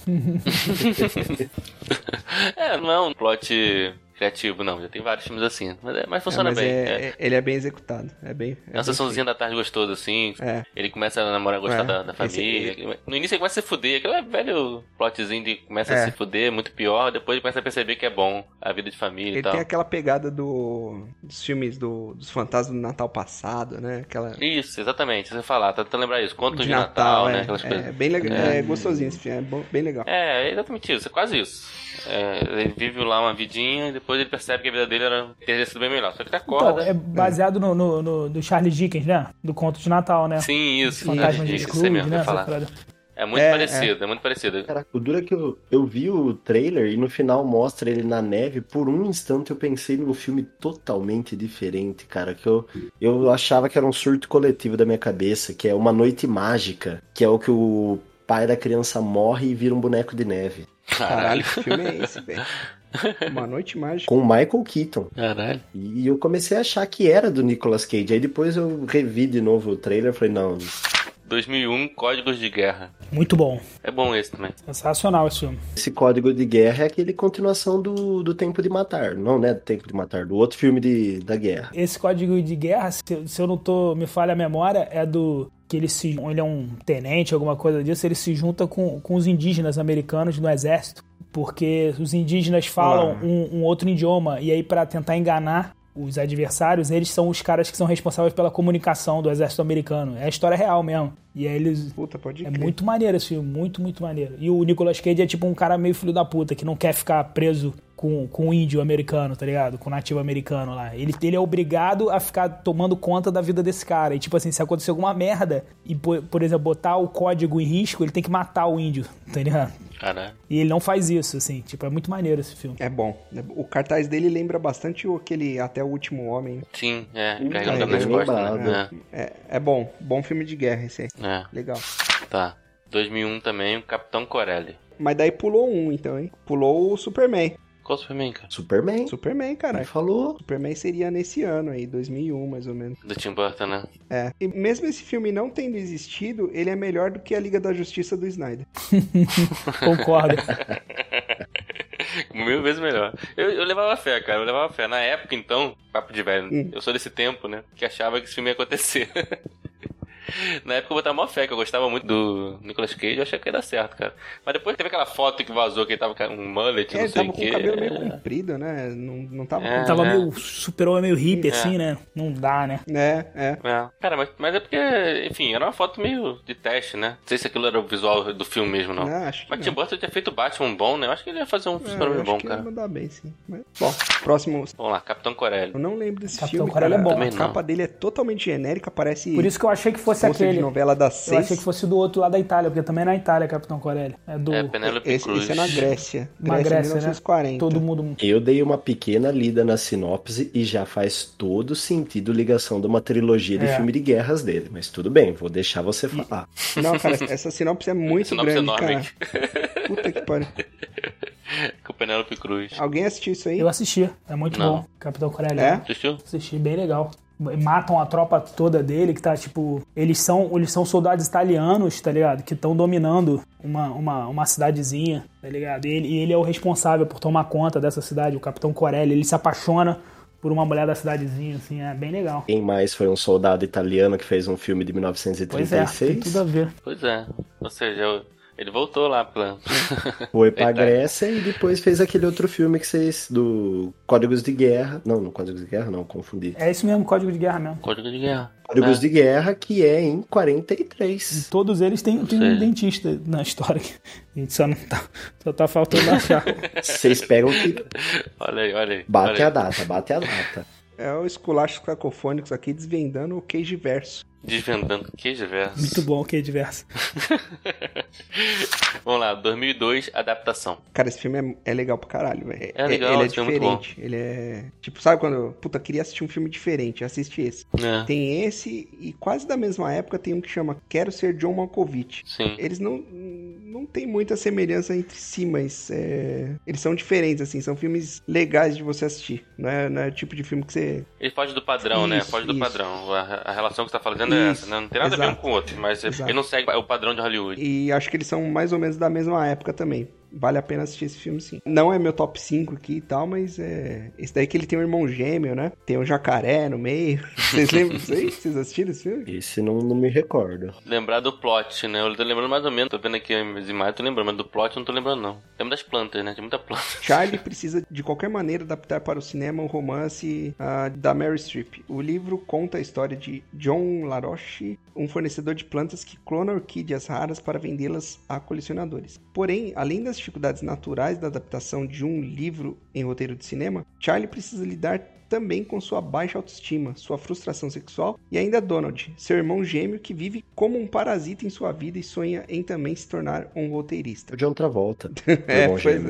[SPEAKER 1] É, não é um plot criativo, não. Já tem vários filmes assim. Mas, é, mas
[SPEAKER 2] É,
[SPEAKER 1] funciona
[SPEAKER 2] mas
[SPEAKER 1] bem.
[SPEAKER 2] é-
[SPEAKER 1] É,
[SPEAKER 2] é- ele é bem executado. É bem...
[SPEAKER 1] É
[SPEAKER 2] É
[SPEAKER 1] uma
[SPEAKER 2] bem
[SPEAKER 1] sessãozinha da tarde gostosa, assim.
[SPEAKER 2] É.
[SPEAKER 1] Ele começa a namorar, gostar
[SPEAKER 2] É.
[SPEAKER 1] da, da família. No início ele começa a se fuder. Aquele é velho plotzinho de começa
[SPEAKER 2] É.
[SPEAKER 1] a se fuder, muito pior. Depois ele começa a perceber que é bom a vida de família
[SPEAKER 2] Ele
[SPEAKER 1] e tal.
[SPEAKER 2] tem aquela pegada do, dos filmes do, dos fantasmas do Natal passado, né? Aquela
[SPEAKER 1] Isso, exatamente. Você falar, tá tentando lembrar isso. Contos de,
[SPEAKER 2] de
[SPEAKER 1] Natal,
[SPEAKER 2] Natal,
[SPEAKER 1] né?
[SPEAKER 2] é,
[SPEAKER 1] Aquelas
[SPEAKER 2] é,
[SPEAKER 1] coisas.
[SPEAKER 2] bem legal,
[SPEAKER 1] É.
[SPEAKER 2] é gostosinho esse filme, é bom- bem legal.
[SPEAKER 1] É, é exatamente isso, é quase isso. É, ele vive lá uma vidinha e depois ele percebe que a vida dele era, teria sido bem melhor. Só que ele
[SPEAKER 3] Então,
[SPEAKER 1] acorda.
[SPEAKER 3] é baseado no, no, no- do Charles Dickens, né? Do Conto de Natal, né?
[SPEAKER 1] Sim, isso.
[SPEAKER 3] Fantasma de
[SPEAKER 1] isso, isso
[SPEAKER 3] Scrooge,
[SPEAKER 1] mesmo,
[SPEAKER 3] né?
[SPEAKER 1] eu ia
[SPEAKER 3] Essa
[SPEAKER 1] falar.
[SPEAKER 3] parada.
[SPEAKER 1] É muito
[SPEAKER 2] É,
[SPEAKER 1] parecido, é. muito parecido.
[SPEAKER 4] Caraca, o duro é que eu, eu vi o trailer e no final mostra ele na neve. Por um instante eu pensei num filme totalmente diferente, cara. Que eu, eu achava que era um surto coletivo da minha cabeça, que é Uma Noite Mágica, que é o que o pai da criança morre e vira um boneco de neve.
[SPEAKER 2] Caralho, que filme é esse, velho? Uma Noite Mágica.
[SPEAKER 4] Com o Michael Keaton.
[SPEAKER 1] Caralho.
[SPEAKER 4] E eu comecei a achar que era do Nicolas Cage. Aí depois eu revi de novo o trailer e falei, não,
[SPEAKER 1] dois mil e um, Códigos de Guerra.
[SPEAKER 3] Muito bom.
[SPEAKER 1] É bom esse também.
[SPEAKER 3] Sensacional esse filme.
[SPEAKER 4] esse Código de Guerra é aquele continuação do, do Tempo de Matar. Não, né? Do Tempo de Matar, do outro filme de, da guerra.
[SPEAKER 3] Esse código de guerra, se, se eu não tô, me falha a memória, é do que ele se, ele é um tenente, alguma coisa disso, ele se junta com, com os indígenas americanos no exército, porque os indígenas falam
[SPEAKER 2] Ah.
[SPEAKER 3] um, um outro idioma, e aí pra tentar enganar os adversários, eles são os caras que são responsáveis pela comunicação do exército americano. É a história real mesmo. E aí eles...
[SPEAKER 2] Puta, pode
[SPEAKER 3] É
[SPEAKER 2] crer.
[SPEAKER 3] muito maneiro esse filme, muito, muito maneiro. E o Nicolas Cage é tipo um cara meio filho da puta, que não quer ficar preso com, com o índio americano, tá ligado? Com o nativo americano lá. Ele, ele é obrigado a ficar tomando conta da vida desse cara. E tipo assim, se acontecer alguma merda e, por, por exemplo, botar o código em risco, ele tem que matar o índio, tá ligado?
[SPEAKER 1] Caralho.
[SPEAKER 3] E ele não faz isso, assim. Tipo, é muito maneiro esse filme.
[SPEAKER 2] É bom. O cartaz dele lembra bastante o aquele Até o Último Homem.
[SPEAKER 1] Sim, é.
[SPEAKER 2] Hum,
[SPEAKER 1] Carregando
[SPEAKER 2] é,
[SPEAKER 1] nas
[SPEAKER 2] é
[SPEAKER 1] costas,
[SPEAKER 4] lembrado.
[SPEAKER 1] né?
[SPEAKER 2] É, é bom. Bom filme de guerra esse aí.
[SPEAKER 1] É, é.
[SPEAKER 2] Legal.
[SPEAKER 1] Tá. dois mil e um também, o Capitão Corelli.
[SPEAKER 2] Mas daí pulou um, então, hein? Pulou o Superman.
[SPEAKER 1] Qual Superman, cara?
[SPEAKER 4] Superman.
[SPEAKER 2] Superman,
[SPEAKER 4] Ele
[SPEAKER 2] caralho.
[SPEAKER 4] falou.
[SPEAKER 2] Superman seria nesse ano aí, dois mil e um, mais ou menos.
[SPEAKER 1] Do Tim Burton, né?
[SPEAKER 2] É. E mesmo esse filme não tendo existido, ele é melhor do que a Liga da Justiça do Snyder.
[SPEAKER 3] Concordo.
[SPEAKER 1] Mil vezes melhor. Eu, eu levava fé, cara. Eu levava fé. Na época, então, papo de velho,
[SPEAKER 2] Hum.
[SPEAKER 1] eu sou desse tempo, né? Que achava que esse filme ia acontecer. Na época eu botava mó fé, que eu gostava muito do Nicolas Cage, eu achei que ia dar certo, cara. Mas depois teve aquela foto que vazou, que ele tava com um mullet,
[SPEAKER 2] É,
[SPEAKER 1] não
[SPEAKER 2] ele
[SPEAKER 1] sei
[SPEAKER 2] tava
[SPEAKER 1] o
[SPEAKER 2] com
[SPEAKER 1] quê.
[SPEAKER 2] o cabelo meio
[SPEAKER 1] É.
[SPEAKER 2] comprido, né? Não, não tava
[SPEAKER 1] É.
[SPEAKER 2] com...
[SPEAKER 3] Tava
[SPEAKER 1] É.
[SPEAKER 3] meio super-homem, meio hippie,
[SPEAKER 1] É.
[SPEAKER 3] assim, né? Não dá, né?
[SPEAKER 2] É, é.
[SPEAKER 1] É. Cara, mas, mas é porque, enfim, era uma foto meio de teste, né? Não sei se aquilo era o visual do filme mesmo, não.
[SPEAKER 2] Não, acho que
[SPEAKER 1] Mas
[SPEAKER 2] não.
[SPEAKER 1] Tim Burton tinha feito Batman bom, né? Eu acho que ele ia fazer um
[SPEAKER 2] É,
[SPEAKER 1] Superman
[SPEAKER 2] eu acho
[SPEAKER 1] bom,
[SPEAKER 2] que
[SPEAKER 1] cara.
[SPEAKER 2] ia mandar bem, sim. Mas... Bom, próximo...
[SPEAKER 1] Vamos lá, Capitão Corelli.
[SPEAKER 2] Eu não lembro desse
[SPEAKER 3] Capitão
[SPEAKER 2] filme,
[SPEAKER 3] Corelli
[SPEAKER 2] cara.
[SPEAKER 3] é bom.
[SPEAKER 2] A
[SPEAKER 1] Também não.
[SPEAKER 2] capa dele é totalmente genérica, parece...
[SPEAKER 3] Por isso que eu achei que fosse
[SPEAKER 2] pôster
[SPEAKER 3] aquele.
[SPEAKER 2] de novela da
[SPEAKER 3] Eu
[SPEAKER 2] seis.
[SPEAKER 3] achei que fosse do outro lado da Itália, porque também é na Itália, Capitão Corelli. É do.
[SPEAKER 1] É, Penélope
[SPEAKER 2] Esse,
[SPEAKER 1] Cruz.
[SPEAKER 2] esse é na Grécia.
[SPEAKER 3] Uma
[SPEAKER 2] Grécia,
[SPEAKER 3] Grécia,
[SPEAKER 2] mil novecentos e quarenta.
[SPEAKER 3] né? Todo mundo.
[SPEAKER 4] Eu dei uma pequena lida na sinopse e já faz todo sentido ligação de uma trilogia de
[SPEAKER 3] É.
[SPEAKER 4] filme de guerras dele. Mas tudo bem, vou deixar você falar.
[SPEAKER 2] Não, cara, essa sinopse é muito
[SPEAKER 1] Sinopse
[SPEAKER 2] grande,
[SPEAKER 1] enorme.
[SPEAKER 2] cara. Puta que pariu.
[SPEAKER 1] Com Penélope Cruz.
[SPEAKER 2] Alguém assistiu isso aí?
[SPEAKER 3] Eu assisti, é muito
[SPEAKER 1] Não.
[SPEAKER 3] bom. Capitão Corelli.
[SPEAKER 2] É?
[SPEAKER 1] Assistiu?
[SPEAKER 3] Assisti, bem legal. Matam a tropa toda dele, que tá tipo. Eles são, eles são soldados italianos, tá ligado? Que estão dominando uma, uma, uma cidadezinha, tá ligado? E ele, e ele é o responsável por tomar conta dessa cidade, o Capitão Corelli. Ele se apaixona por uma mulher da cidadezinha, assim, é bem legal.
[SPEAKER 4] Quem mais foi um soldado italiano que fez um filme de mil novecentos e
[SPEAKER 3] Pois
[SPEAKER 4] trinta
[SPEAKER 3] é,
[SPEAKER 4] e seis?
[SPEAKER 3] tem tudo a ver.
[SPEAKER 1] Pois é. Ou seja, eu- ele voltou lá pra...
[SPEAKER 4] Foi pra
[SPEAKER 1] Eita.
[SPEAKER 4] Grécia e depois fez aquele outro filme que vocês. Do Códigos de Guerra. Não, no Códigos de Guerra não, confundi.
[SPEAKER 3] É isso mesmo, Código de Guerra mesmo.
[SPEAKER 1] Código de Guerra.
[SPEAKER 4] Códigos
[SPEAKER 1] É.
[SPEAKER 4] de Guerra, que é em quarenta e
[SPEAKER 3] E
[SPEAKER 4] três.
[SPEAKER 3] todos eles têm, têm
[SPEAKER 1] sei.
[SPEAKER 3] um dentista na história. A gente só não tá. Só tá faltando achar.
[SPEAKER 4] Vocês pegam que.
[SPEAKER 1] Olha aí, olha aí.
[SPEAKER 4] Bate
[SPEAKER 1] olha
[SPEAKER 4] a
[SPEAKER 1] aí.
[SPEAKER 4] data, bate a data.
[SPEAKER 2] É o Esculachos Cacofônicos aqui desvendando o Cage Verso.
[SPEAKER 1] Desvendando queijo verso.
[SPEAKER 3] Muito bom, que é diverso.
[SPEAKER 1] Vamos lá, dois mil e dois, adaptação.
[SPEAKER 2] Cara, esse filme é, é legal pra caralho, velho.
[SPEAKER 1] É legal,
[SPEAKER 2] Ele é
[SPEAKER 1] esse filme é muito
[SPEAKER 2] diferente. Ele é. Tipo, sabe quando. Puta, queria assistir um filme diferente, assiste esse.
[SPEAKER 1] É,
[SPEAKER 2] Tem esse e quase da mesma época tem um que chama Quero Ser John Malkovich.
[SPEAKER 1] sim.
[SPEAKER 2] Eles não, não tem muita semelhança entre si, mas é, eles são diferentes, assim. São filmes legais de você assistir. Não é, não é o tipo de filme que você...
[SPEAKER 1] Ele foge do padrão, né?
[SPEAKER 2] Isso,
[SPEAKER 1] Foge do
[SPEAKER 2] isso.
[SPEAKER 1] padrão. A, a relação que você tá fazendo é
[SPEAKER 2] Isso,
[SPEAKER 1] essa, né? Não tem nada a ver um
[SPEAKER 2] exato.
[SPEAKER 1] com o outro, mas
[SPEAKER 2] Exato.
[SPEAKER 1] ele não segue o padrão de Hollywood.
[SPEAKER 2] E acho que eles são mais ou menos da mesma época também. Vale a pena assistir esse filme, sim. Não é meu top cinco aqui e tal, mas é... Esse daí que ele tem um irmão gêmeo, né? Tem um jacaré no meio. Vocês lembram disso aí? Vocês assistiram esse filme?
[SPEAKER 4] Esse não, não me recordo.
[SPEAKER 1] Lembrar do plot, né? Eu tô lembrando mais ou menos. Tô vendo aqui as imagens, tô lembrando, mas do plot eu não tô lembrando, não. Lembro das plantas, né? Tem muita planta.
[SPEAKER 2] Charlie precisa de qualquer maneira adaptar para o cinema o romance ah, da Mary Streep. O livro conta a história de John LaRoche, um fornecedor de plantas que clona orquídeas raras para vendê-las a colecionadores. Porém, além das dificuldades naturais da adaptação de um livro em roteiro de cinema, Charlie precisa lidar também com sua baixa autoestima, sua frustração sexual e ainda Donald, seu irmão gêmeo que vive como um parasita em sua vida e sonha em também se tornar um roteirista.
[SPEAKER 4] O John Travolta.
[SPEAKER 2] É,
[SPEAKER 4] Irmão
[SPEAKER 2] pois
[SPEAKER 4] gêmeo.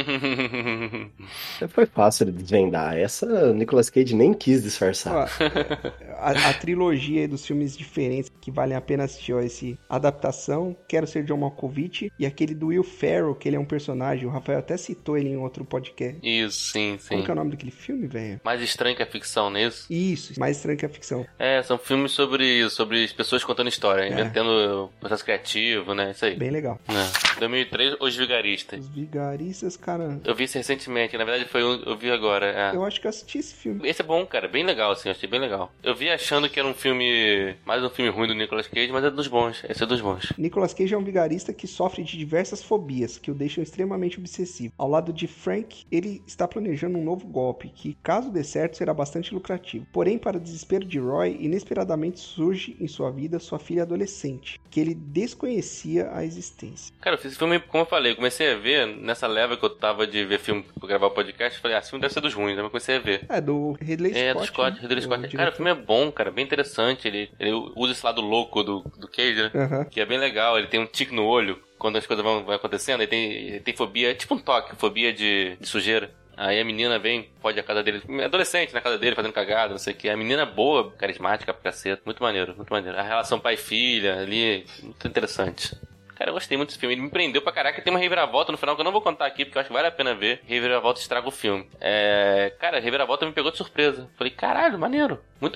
[SPEAKER 2] é.
[SPEAKER 4] Foi fácil de desvendar. Essa o Nicolas Cage nem quis disfarçar.
[SPEAKER 2] Ó, a, a trilogia aí dos filmes diferentes que valem a pena assistir, ó, esse Adaptação, Quero Ser John Malkovich e aquele do Will Ferrell, que ele é um personagem, o Rafael até citou ele em outro podcast.
[SPEAKER 1] Isso, sim,
[SPEAKER 2] Como
[SPEAKER 1] sim.
[SPEAKER 2] que é o nome daquele filme, velho?
[SPEAKER 1] Mais estranho que a ficção, não é isso?
[SPEAKER 2] Isso, mais estranho que a ficção.
[SPEAKER 1] É, são filmes sobre, sobre as pessoas contando história, inventando processo criativo, né? Isso aí.
[SPEAKER 2] Bem legal.
[SPEAKER 1] É. dois mil e três, Os Vigaristas.
[SPEAKER 2] Os Vigaristas, cara,
[SPEAKER 1] Eu vi esse recentemente, na verdade foi um, eu vi agora. É.
[SPEAKER 2] eu acho que eu assisti esse filme.
[SPEAKER 1] Esse é bom, cara, bem legal, assim, eu achei bem legal. Eu vi achando que era um filme, mais um filme ruim do Nicolas Cage, mas é dos bons, esse é dos bons.
[SPEAKER 2] Nicolas Cage é um vigarista que sofre de diversas fobias, que o deixam extremamente obsessivo. Ao lado de Frank, ele está planejando um novo golpe, que, caso dê certo, será bastante lucrativo. Porém, para o desespero de Roy, inesperadamente surge em sua vida sua filha adolescente, que ele desconhecia a existência.
[SPEAKER 1] Cara, eu fiz esse filme, como eu falei, eu comecei a ver nessa leva que eu tava de ver filme pra gravar o podcast, eu falei, ah, esse filme deve ser dos ruins, aí eu comecei a ver.
[SPEAKER 2] É, do Ridley Scott.
[SPEAKER 1] É, do Scott,
[SPEAKER 2] né?
[SPEAKER 1] Ridley
[SPEAKER 2] O
[SPEAKER 1] Scott. Cara,
[SPEAKER 2] diretor.
[SPEAKER 1] o filme é bom, cara, bem interessante. Ele, ele usa esse lado louco do, do Cage, né?
[SPEAKER 2] Aham.
[SPEAKER 1] Que é bem legal. Ele tem um tique no olho quando as coisas vão, vão acontecendo. Ele tem, ele tem fobia, é tipo um toque, fobia de, de sujeira. Aí a menina vem, pode ir à casa dele, adolescente na casa dele, fazendo cagada, não sei o que. A menina boa, carismática pra caceta. Muito maneiro, muito maneiro. A relação pai e filha ali, muito interessante. Cara, eu gostei muito desse filme. Ele me prendeu pra caraca. Tem uma reviravolta no final que eu não vou contar aqui, porque eu acho que vale a pena ver. Reviravolta estraga o filme. É... Cara, a reviravolta me pegou de surpresa. Falei, caralho, maneiro. Muito bom.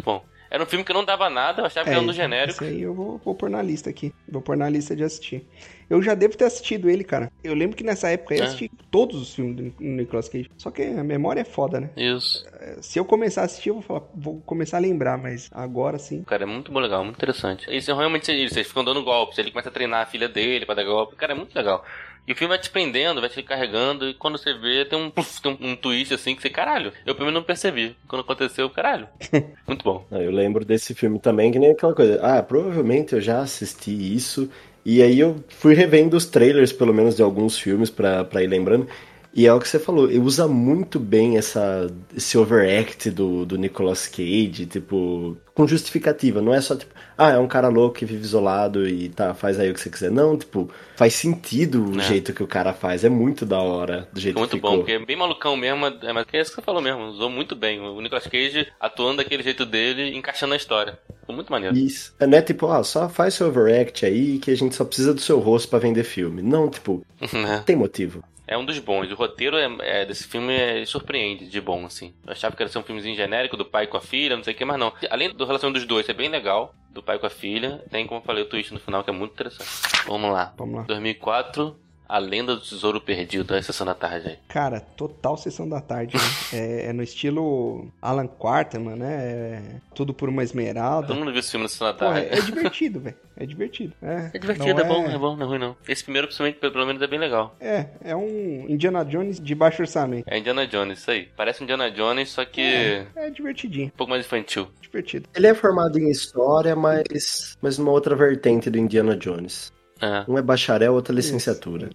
[SPEAKER 1] Era um filme que não dava nada, eu achava que era um do genérico.
[SPEAKER 2] Esse aí eu vou, vou pôr na lista aqui. Vou pôr na lista de assistir. Eu já devo ter assistido ele, cara. Eu lembro que nessa época eu
[SPEAKER 1] É.
[SPEAKER 2] assisti todos os filmes do Nicolas Cage. Só que a memória é foda, né?
[SPEAKER 1] Isso.
[SPEAKER 2] Se eu começar a assistir, eu vou falar, vou começar a lembrar, mas agora sim.
[SPEAKER 1] Cara, é muito bom, legal, muito interessante. Isso é realmente isso, eles ficam dando golpes, ele começa a treinar a filha dele pra dar golpe. Cara, é muito legal. E o filme vai te prendendo, vai te carregando, e quando você vê, tem um, puff, tem um, um twist assim que você, caralho, eu primeiro não percebi. Quando aconteceu, caralho. Muito bom.
[SPEAKER 4] Eu lembro desse filme também, que nem aquela coisa. Ah, provavelmente eu já assisti isso. E aí eu fui revendo os trailers, pelo menos, de alguns filmes pra, pra ir lembrando. E é o que você falou, ele usa muito bem essa, esse overact do, do Nicolas Cage, tipo, com justificativa. Não é só tipo, ah, é um cara louco que vive isolado e tá, faz aí o que você quiser. Não, tipo, faz sentido o
[SPEAKER 1] É.
[SPEAKER 4] jeito que o cara faz. É muito da hora do jeito
[SPEAKER 1] Ficou muito
[SPEAKER 4] que ficou.
[SPEAKER 1] bom, porque é bem malucão mesmo, é, mas é isso que você falou mesmo, usou muito bem. O Nicolas Cage atuando daquele jeito dele, encaixando a história. Ficou muito maneiro.
[SPEAKER 4] Isso. Não é tipo, ah, só faz seu overact aí que a gente só precisa do seu rosto pra vender filme. Não, tipo, tem motivo.
[SPEAKER 1] É um dos bons. O roteiro é, é, desse filme é, surpreende de bom, assim. Eu achava que ia ser um filmezinho genérico do pai com a filha, não sei o que, mas não. Além do relacionamento dos dois ser bem legal, do pai com a filha, tem, como eu falei, o twist no final que é muito interessante. Vamos lá.
[SPEAKER 2] Vamos lá.
[SPEAKER 1] dois mil e quatro, A Lenda do Tesouro Perdido, a sessão da tarde aí.
[SPEAKER 2] Cara, total sessão da tarde, né? é, é no estilo Alan Quarterman, né? É tudo por uma esmeralda.
[SPEAKER 1] Todo mundo viu esse filme na sessão da
[SPEAKER 2] Pô,
[SPEAKER 1] tarde.
[SPEAKER 2] é, é divertido, velho. É divertido. É,
[SPEAKER 1] É divertido,
[SPEAKER 2] não
[SPEAKER 1] é bom, é bom, não é ruim não. Esse primeiro, principalmente, pelo menos, é bem legal.
[SPEAKER 2] É, é um Indiana Jones de baixo orçamento.
[SPEAKER 1] É Indiana Jones, isso aí. Parece um Indiana Jones, só que
[SPEAKER 2] É, é divertidinho,
[SPEAKER 1] um pouco mais infantil.
[SPEAKER 2] divertido.
[SPEAKER 4] Ele é formado em história, mas, mas numa outra vertente do Indiana Jones.
[SPEAKER 1] É,
[SPEAKER 4] Um é bacharel, outra é licenciatura.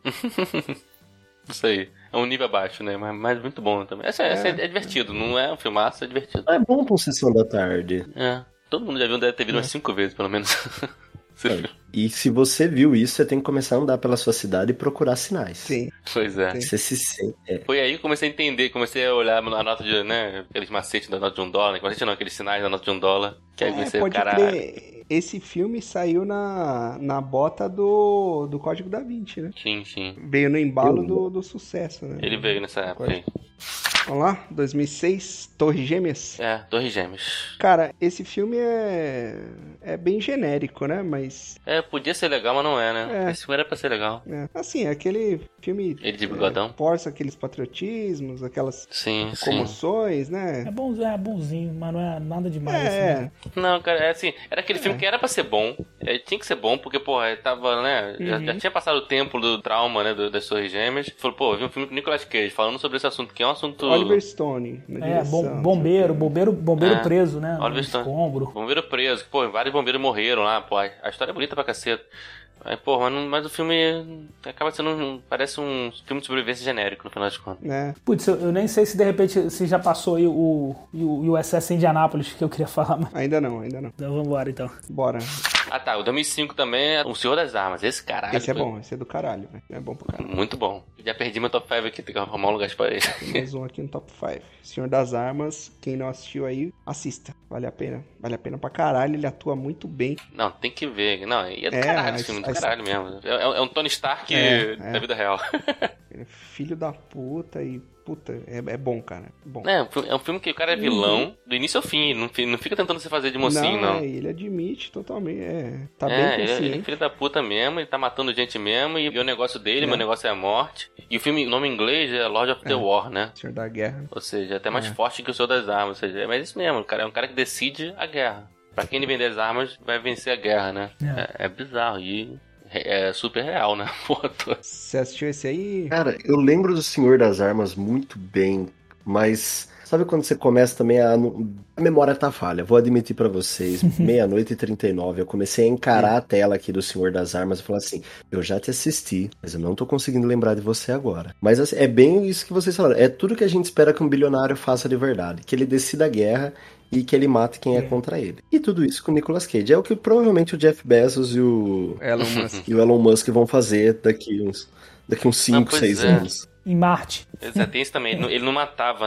[SPEAKER 1] isso aí. É um nível abaixo, né? Mas, mas muito bom também. Essa, essa é, é divertido, não é um filmaço, é divertido.
[SPEAKER 4] É bom pra uma sessão da tarde.
[SPEAKER 1] É. Todo mundo já viu, deve ter visto umas cinco vezes, pelo menos. Esse filme.
[SPEAKER 4] E se você viu isso, você tem que começar a andar pela sua cidade e procurar sinais.
[SPEAKER 2] Sim.
[SPEAKER 1] Pois é.
[SPEAKER 2] Sim.
[SPEAKER 4] Você se sente. É.
[SPEAKER 1] Foi aí que eu comecei a entender, comecei a olhar a nota de, né, aqueles macetes da nota de um dólar, macete não, aqueles sinais da nota de um dólar, que aí
[SPEAKER 2] É,
[SPEAKER 1] comecei,
[SPEAKER 2] pode
[SPEAKER 1] caralho.
[SPEAKER 2] crer. Esse filme saiu na, na bota do, do Código da Vinci, né?
[SPEAKER 1] Sim, sim.
[SPEAKER 2] Veio no embalo
[SPEAKER 4] Eu-
[SPEAKER 2] do, do sucesso, né?
[SPEAKER 1] Ele veio nessa época aí.
[SPEAKER 2] Vamos lá, dois mil e seis, Torres Gêmeas.
[SPEAKER 1] É, Torres Gêmeas.
[SPEAKER 2] Cara, esse filme é, é bem genérico, né? Mas,
[SPEAKER 1] É, podia ser legal, mas não é, né?
[SPEAKER 2] É.
[SPEAKER 1] Esse filme era pra ser legal.
[SPEAKER 2] é, assim, é aquele filme...
[SPEAKER 1] Ele de bigodão?
[SPEAKER 2] É, força aqueles patriotismos, aquelas
[SPEAKER 1] Sim, sim.
[SPEAKER 2] comoções, né?
[SPEAKER 3] É bonzinho, é bonzinho, mas não é nada demais. assim,
[SPEAKER 2] É,
[SPEAKER 3] né?
[SPEAKER 1] Não, cara, é assim, era aquele filme que era pra ser bom, é, tinha que ser bom, porque, porra, ele tava, né, já,
[SPEAKER 2] Uhum.
[SPEAKER 1] já tinha passado o tempo do trauma, né, do- das Torres Gêmeas. Falou, pô, eu vi um filme com o Nicolas Cage falando sobre esse assunto, que é um assunto...
[SPEAKER 2] Oliver Stone. na
[SPEAKER 3] É,
[SPEAKER 2] direção,
[SPEAKER 3] bom, bombeiro, bombeiro, bombeiro
[SPEAKER 1] É.
[SPEAKER 3] preso, né?
[SPEAKER 1] Oliver
[SPEAKER 3] No
[SPEAKER 1] Stone.
[SPEAKER 3] escombro.
[SPEAKER 1] Bombeiro preso, que, pô, vários bombeiros morreram lá, pô, a história é bonita pra caceta. Aí, pô, mas, não- mas o filme acaba sendo um, parece um filme de sobrevivência genérico, no final de contas.
[SPEAKER 2] né?
[SPEAKER 3] Putz, eu, eu nem sei se de repente se já passou aí o, o U S S Indianápolis que eu queria falar, mas
[SPEAKER 2] Ainda não, ainda não.
[SPEAKER 3] então vamos embora então.
[SPEAKER 2] Bora.
[SPEAKER 1] Ah tá, o dois mil e cinco também é O Senhor das Armas, esse caralho.
[SPEAKER 2] Esse é
[SPEAKER 1] foi
[SPEAKER 2] bom, esse é do caralho, velho. É bom pro caralho.
[SPEAKER 1] Muito bom. Já perdi meu top cinco aqui, tem que arrumar um lugar pra ele.
[SPEAKER 2] Tem mais um aqui no top cinco. Senhor das Armas, quem não assistiu aí, assista. Vale a pena. Vale a pena pra caralho, ele atua muito bem.
[SPEAKER 1] Não, tem que ver. Não, e é do
[SPEAKER 2] É,
[SPEAKER 1] caralho
[SPEAKER 2] a-
[SPEAKER 1] esse filme,
[SPEAKER 2] a-
[SPEAKER 1] do caralho mesmo. É, é- é um Tony Stark
[SPEAKER 2] É,
[SPEAKER 1] da
[SPEAKER 2] é.
[SPEAKER 1] vida real.
[SPEAKER 2] Ele é filho da puta e, puta, é, é bom, cara. É bom.
[SPEAKER 1] É, é um filme que o cara é vilão do início ao fim. Não, fi- não fica tentando se fazer de mocinho, não.
[SPEAKER 2] é, ele admite totalmente. É, tá
[SPEAKER 1] É,
[SPEAKER 2] bem
[SPEAKER 1] ele, ele é
[SPEAKER 2] consciente.
[SPEAKER 1] filho da puta mesmo, ele tá matando gente mesmo, e, e o negócio dele,
[SPEAKER 2] É.
[SPEAKER 1] meu negócio é a morte. E o filme, o nome em inglês é Lord of the
[SPEAKER 2] É.
[SPEAKER 1] War, né?
[SPEAKER 2] Senhor da Guerra.
[SPEAKER 1] Ou seja, é até mais
[SPEAKER 2] É.
[SPEAKER 1] forte que o Senhor das Armas. Ou seja, é mais isso mesmo, o cara é um cara que decide a guerra. Pra quem ele vender as armas, vai vencer a guerra, né?
[SPEAKER 3] É.
[SPEAKER 1] É, é bizarro e é super real, né? Porra, tô...
[SPEAKER 2] Você assistiu esse aí?
[SPEAKER 4] Cara, eu lembro do Senhor das Armas muito bem, mas sabe quando você começa também a... A memória tá falha, vou admitir pra vocês. Meia-noite e trinta e nove, eu comecei a encarar a tela aqui do Senhor das Armas e falar assim, eu já te assisti, mas eu não tô conseguindo lembrar de você agora. Mas assim, é bem isso que vocês falaram, é tudo que a gente espera que um bilionário faça de verdade, que ele decida a guerra e que ele mate quem é contra ele. E tudo isso com o Nicolas Cage. É o que provavelmente o Jeff Bezos e o,
[SPEAKER 2] Elon Musk.
[SPEAKER 4] e o Elon Musk vão fazer daqui uns, daqui uns cinco,
[SPEAKER 1] pois
[SPEAKER 4] seis
[SPEAKER 1] é.
[SPEAKER 4] anos.
[SPEAKER 3] Em Marte.
[SPEAKER 1] Exato, tem isso também. Ele não, ele não matava, né?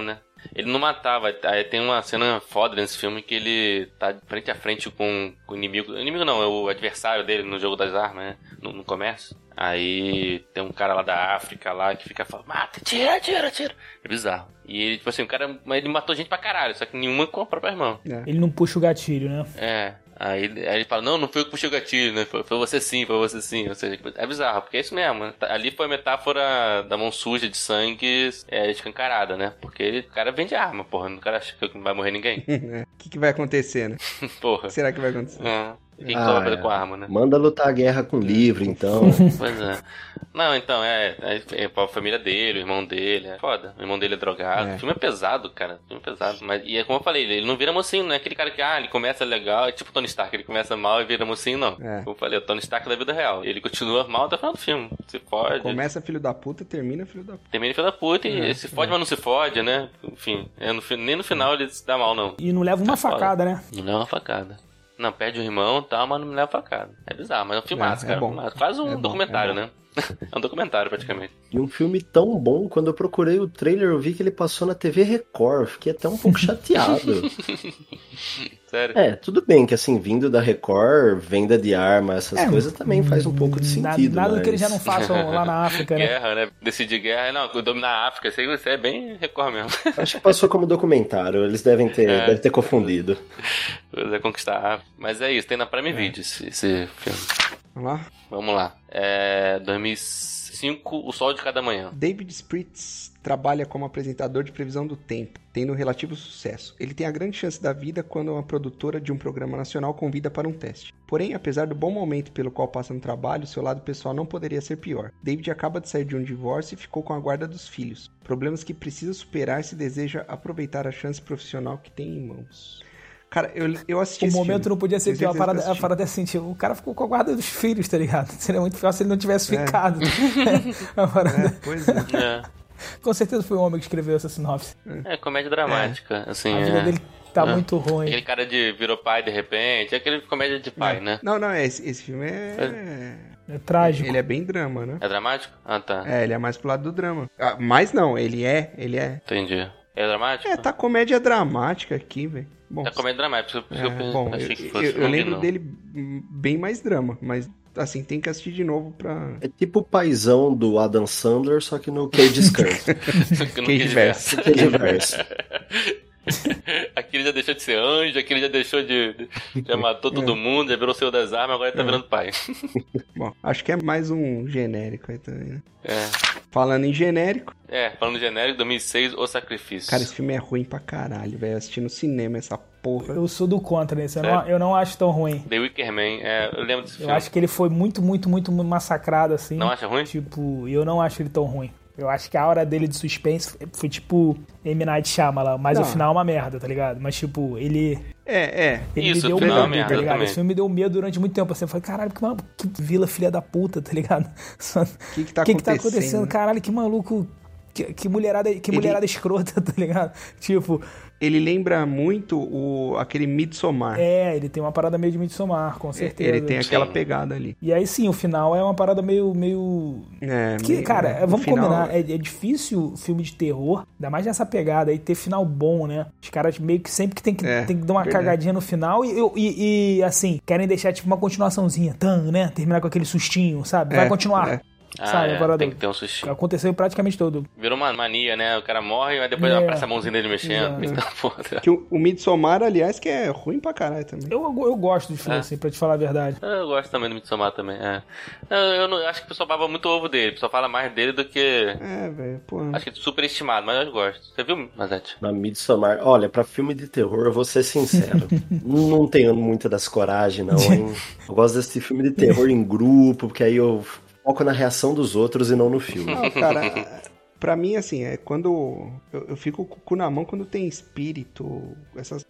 [SPEAKER 1] Ele não matava. Aí tem uma cena foda nesse filme que ele tá frente a frente com, com o inimigo. O inimigo não, é o adversário dele no jogo das armas, né? No, no comércio. Aí tem um cara lá da África lá que fica falando, mata, tira, tira, tira. É bizarro. E ele, tipo assim, o cara, ele matou gente pra caralho, só que nenhuma com a própria irmã.
[SPEAKER 2] É.
[SPEAKER 3] Ele não puxa o gatilho, né?
[SPEAKER 1] É. Aí, aí ele fala, não, não foi eu que puxei o gatilho, né? Foi, foi você sim, foi você sim. Ou seja, é bizarro, porque é isso mesmo. Né? Ali foi a metáfora da mão suja de sangue é, escancarada, né? Porque o cara vende arma, porra. O cara acha que não vai morrer ninguém.
[SPEAKER 2] O que, que vai acontecer, né?
[SPEAKER 1] Porra.
[SPEAKER 2] O que será que vai acontecer?
[SPEAKER 1] É. O que, que
[SPEAKER 4] Ah,
[SPEAKER 1] tu vai fazer
[SPEAKER 4] é.
[SPEAKER 1] com a arma, né?
[SPEAKER 4] Manda lutar a guerra com livro, então.
[SPEAKER 1] Pois é. Não, então, é, é, é a família dele, o irmão dele, é foda. O irmão dele é drogado.
[SPEAKER 2] É.
[SPEAKER 1] O filme é pesado, cara. O filme é pesado. Mas, e é como eu falei, ele não vira mocinho, não é aquele cara que, ah, ele começa legal, é tipo o Tony Stark, ele começa mal e vira mocinho, não.
[SPEAKER 2] É.
[SPEAKER 1] Como eu falei, é o Tony Stark da vida real. Ele continua mal até o final do filme. Se fode.
[SPEAKER 2] Começa filho da puta, termina filho da puta.
[SPEAKER 1] Termina filho da puta e
[SPEAKER 2] É,
[SPEAKER 1] se fode, mas não se fode, né? Enfim, é no, fi- nem no final ele se dá mal, não.
[SPEAKER 3] E não leva uma
[SPEAKER 1] É foda.
[SPEAKER 3] facada, né?
[SPEAKER 1] Não leva uma facada. Não, perde o irmão e tal, mas não me leva facada. É bizarro, mas é um filmaço,
[SPEAKER 2] É, é
[SPEAKER 1] cara.
[SPEAKER 2] bom.
[SPEAKER 1] Filmaço. Quase um
[SPEAKER 2] É bom,
[SPEAKER 1] documentário,
[SPEAKER 2] é bom.
[SPEAKER 1] né? É um documentário, praticamente.
[SPEAKER 4] E um filme tão bom, quando eu procurei o trailer, eu vi que ele passou na T V Record. Fiquei até um pouco chateado.
[SPEAKER 1] Sério.
[SPEAKER 4] É, tudo bem que assim, vindo da Record, venda de arma, essas
[SPEAKER 3] É,
[SPEAKER 4] coisas também faz um pouco de
[SPEAKER 3] Na-
[SPEAKER 4] sentido.
[SPEAKER 3] Nada
[SPEAKER 4] mas...
[SPEAKER 3] que eles já não façam lá na África, né?
[SPEAKER 1] Guerra, né? Decidir guerra. Não, dominar a África, isso aí isso aí é bem Record mesmo.
[SPEAKER 4] Acho que passou como documentário, eles devem ter,
[SPEAKER 1] É.
[SPEAKER 4] devem ter confundido.
[SPEAKER 1] É conquistar a África. Mas é isso, tem na Prime Video esse, esse filme.
[SPEAKER 2] Vamos lá?
[SPEAKER 1] Vamos lá. É. dois mil e cinco, O Sol de Cada Manhã.
[SPEAKER 2] David Spritz trabalha como apresentador de previsão do tempo, tendo um relativo sucesso. Ele tem a grande chance da vida quando uma produtora de um programa nacional convida para um teste. Porém, apesar do bom momento pelo qual passa no trabalho, seu lado pessoal não poderia ser pior. David acaba de sair de um divórcio e ficou com a guarda dos filhos. Problemas que precisa superar se deseja aproveitar a chance profissional que tem em mãos. Cara, eu, eu assisti
[SPEAKER 3] O
[SPEAKER 2] esse
[SPEAKER 3] momento
[SPEAKER 2] filme.
[SPEAKER 3] não podia ser
[SPEAKER 2] Tenho
[SPEAKER 3] pior. A
[SPEAKER 2] certeza que
[SPEAKER 3] parada,
[SPEAKER 2] eu
[SPEAKER 3] a
[SPEAKER 2] assisti.
[SPEAKER 3] parada é assim, tipo, o cara ficou com a guarda dos filhos, tá ligado? Seria muito pior se ele não tivesse
[SPEAKER 2] É.
[SPEAKER 3] ficado. a parada...
[SPEAKER 2] É, pois é.
[SPEAKER 1] É.
[SPEAKER 3] Com certeza foi o homem que escreveu essa sinopse.
[SPEAKER 1] É comédia dramática, assim.
[SPEAKER 3] A vida
[SPEAKER 1] é.
[SPEAKER 3] dele tá
[SPEAKER 1] É.
[SPEAKER 3] muito ruim.
[SPEAKER 1] Aquele cara de virou pai de repente, é aquele comédia de pai, né?
[SPEAKER 2] Não, não, é, esse, esse filme é...
[SPEAKER 3] É trágico.
[SPEAKER 2] Ele é bem drama, né?
[SPEAKER 1] É dramático? Ah, tá.
[SPEAKER 2] É, ele é mais pro lado do drama. Ah, mas não, ele é, ele é.
[SPEAKER 1] Entendi. É dramático?
[SPEAKER 2] É, tá comédia dramática aqui, velho. Bom,
[SPEAKER 1] É comédia dramática, por isso que eu
[SPEAKER 2] é, bom,
[SPEAKER 1] achei
[SPEAKER 2] eu,
[SPEAKER 1] que fosse
[SPEAKER 2] eu- eu
[SPEAKER 1] filme,
[SPEAKER 2] lembro
[SPEAKER 1] não.
[SPEAKER 2] dele hum, bem mais drama, mas assim, tem que assistir de novo pra...
[SPEAKER 4] É tipo o paizão do Adam Sandler, só que no Cage Skirt.
[SPEAKER 1] Que não
[SPEAKER 2] Cage
[SPEAKER 1] quis
[SPEAKER 2] verso.
[SPEAKER 1] ver.
[SPEAKER 4] Cage verso.
[SPEAKER 1] Aqui ele já deixou de ser anjo, aqui ele já deixou de. de- Já matou todo mundo, já virou o Senhor das Armas, agora ele tá
[SPEAKER 2] É.
[SPEAKER 1] virando pai.
[SPEAKER 2] Bom, acho que é mais um genérico aí também, né?
[SPEAKER 1] É.
[SPEAKER 2] Falando em genérico,
[SPEAKER 1] É, falando genérico, dois mil e seis, O Sacrifício.
[SPEAKER 2] cara, esse filme é ruim pra caralho, velho. Assisti no cinema essa porra.
[SPEAKER 3] Eu sou do contra nesse. Eu não,
[SPEAKER 1] Sério?
[SPEAKER 3] eu não acho tão ruim.
[SPEAKER 1] The Wicker Man, é, eu lembro desse
[SPEAKER 3] Eu
[SPEAKER 1] filme.
[SPEAKER 3] acho que ele foi muito, muito, muito massacrado, assim.
[SPEAKER 1] Não acha ruim?
[SPEAKER 3] Tipo, eu não acho ele tão ruim. Eu acho que a hora dele de suspense foi tipo M. Night Shyamalan, mas
[SPEAKER 2] Não.
[SPEAKER 3] o final é uma merda, tá ligado? Mas tipo, ele...
[SPEAKER 2] É, é.
[SPEAKER 3] Ele
[SPEAKER 1] Isso,
[SPEAKER 3] me deu
[SPEAKER 1] o final é
[SPEAKER 3] medo,
[SPEAKER 1] uma merda
[SPEAKER 3] tá ligado?
[SPEAKER 1] também.
[SPEAKER 3] Esse filme me deu medo durante muito tempo, assim. Eu falei, caralho, que, mal- que vila filha da puta, tá ligado? O
[SPEAKER 2] que que tá
[SPEAKER 3] que que tá
[SPEAKER 2] acontecendo,
[SPEAKER 3] acontecendo?
[SPEAKER 2] né?
[SPEAKER 3] Caralho, que maluco... Que, que mulherada, que
[SPEAKER 2] Ele-
[SPEAKER 3] mulherada escrota, tá ligado? Tipo,
[SPEAKER 2] Ele lembra muito o, aquele Midsommar.
[SPEAKER 3] é, ele tem uma parada meio de Midsommar, com certeza.
[SPEAKER 2] Ele tem aquela
[SPEAKER 1] Sim.
[SPEAKER 2] pegada ali.
[SPEAKER 3] E aí sim, o final é uma parada meio... meio...
[SPEAKER 2] É,
[SPEAKER 3] Que,
[SPEAKER 2] meio-
[SPEAKER 3] cara,
[SPEAKER 2] no
[SPEAKER 3] vamos
[SPEAKER 2] final-
[SPEAKER 3] combinar, é, é difícil filme de terror, ainda mais nessa pegada aí, ter final bom, né? Os caras meio que sempre que tem que,
[SPEAKER 2] É,
[SPEAKER 3] tem que dar uma
[SPEAKER 2] verdade.
[SPEAKER 3] cagadinha no final e, e, e, assim, querem deixar tipo uma continuaçãozinha, tan, né? Terminar com aquele sustinho, sabe? Vai
[SPEAKER 2] É,
[SPEAKER 3] continuar.
[SPEAKER 2] é.
[SPEAKER 1] Ah,
[SPEAKER 3] sabe?
[SPEAKER 1] é,
[SPEAKER 3] Agora
[SPEAKER 1] tem
[SPEAKER 3] do-
[SPEAKER 1] que ter um sustinho.
[SPEAKER 3] Aconteceu praticamente todo.
[SPEAKER 1] Virou uma mania, né? O cara morre, mas depois
[SPEAKER 3] É.
[SPEAKER 1] aparece a mãozinha dele mexendo.
[SPEAKER 3] É.
[SPEAKER 1] Então, porra.
[SPEAKER 2] Que o, o Midsommar, aliás, que é ruim pra caralho também.
[SPEAKER 3] Eu, eu gosto de filme
[SPEAKER 1] É.
[SPEAKER 3] assim, pra te falar a verdade.
[SPEAKER 1] Eu gosto também do Midsommar também, é. Eu, eu não, eu acho que o pessoal baba muito ovo dele, o pessoal fala mais dele do que...
[SPEAKER 2] É, velho, porra.
[SPEAKER 1] Acho que é super estimado, mas eu gosto. Você viu, Mazete?
[SPEAKER 4] Na Midsommar, olha, pra filme de terror, eu vou ser sincero. Não tenho muita das coragem, não, hein? Eu gosto desse filme de terror em grupo, porque aí eu foco na reação dos outros e não no filme.
[SPEAKER 2] Não, cara, pra mim, assim, é quando. Eu, eu fico com o cu na mão quando tem espírito, essas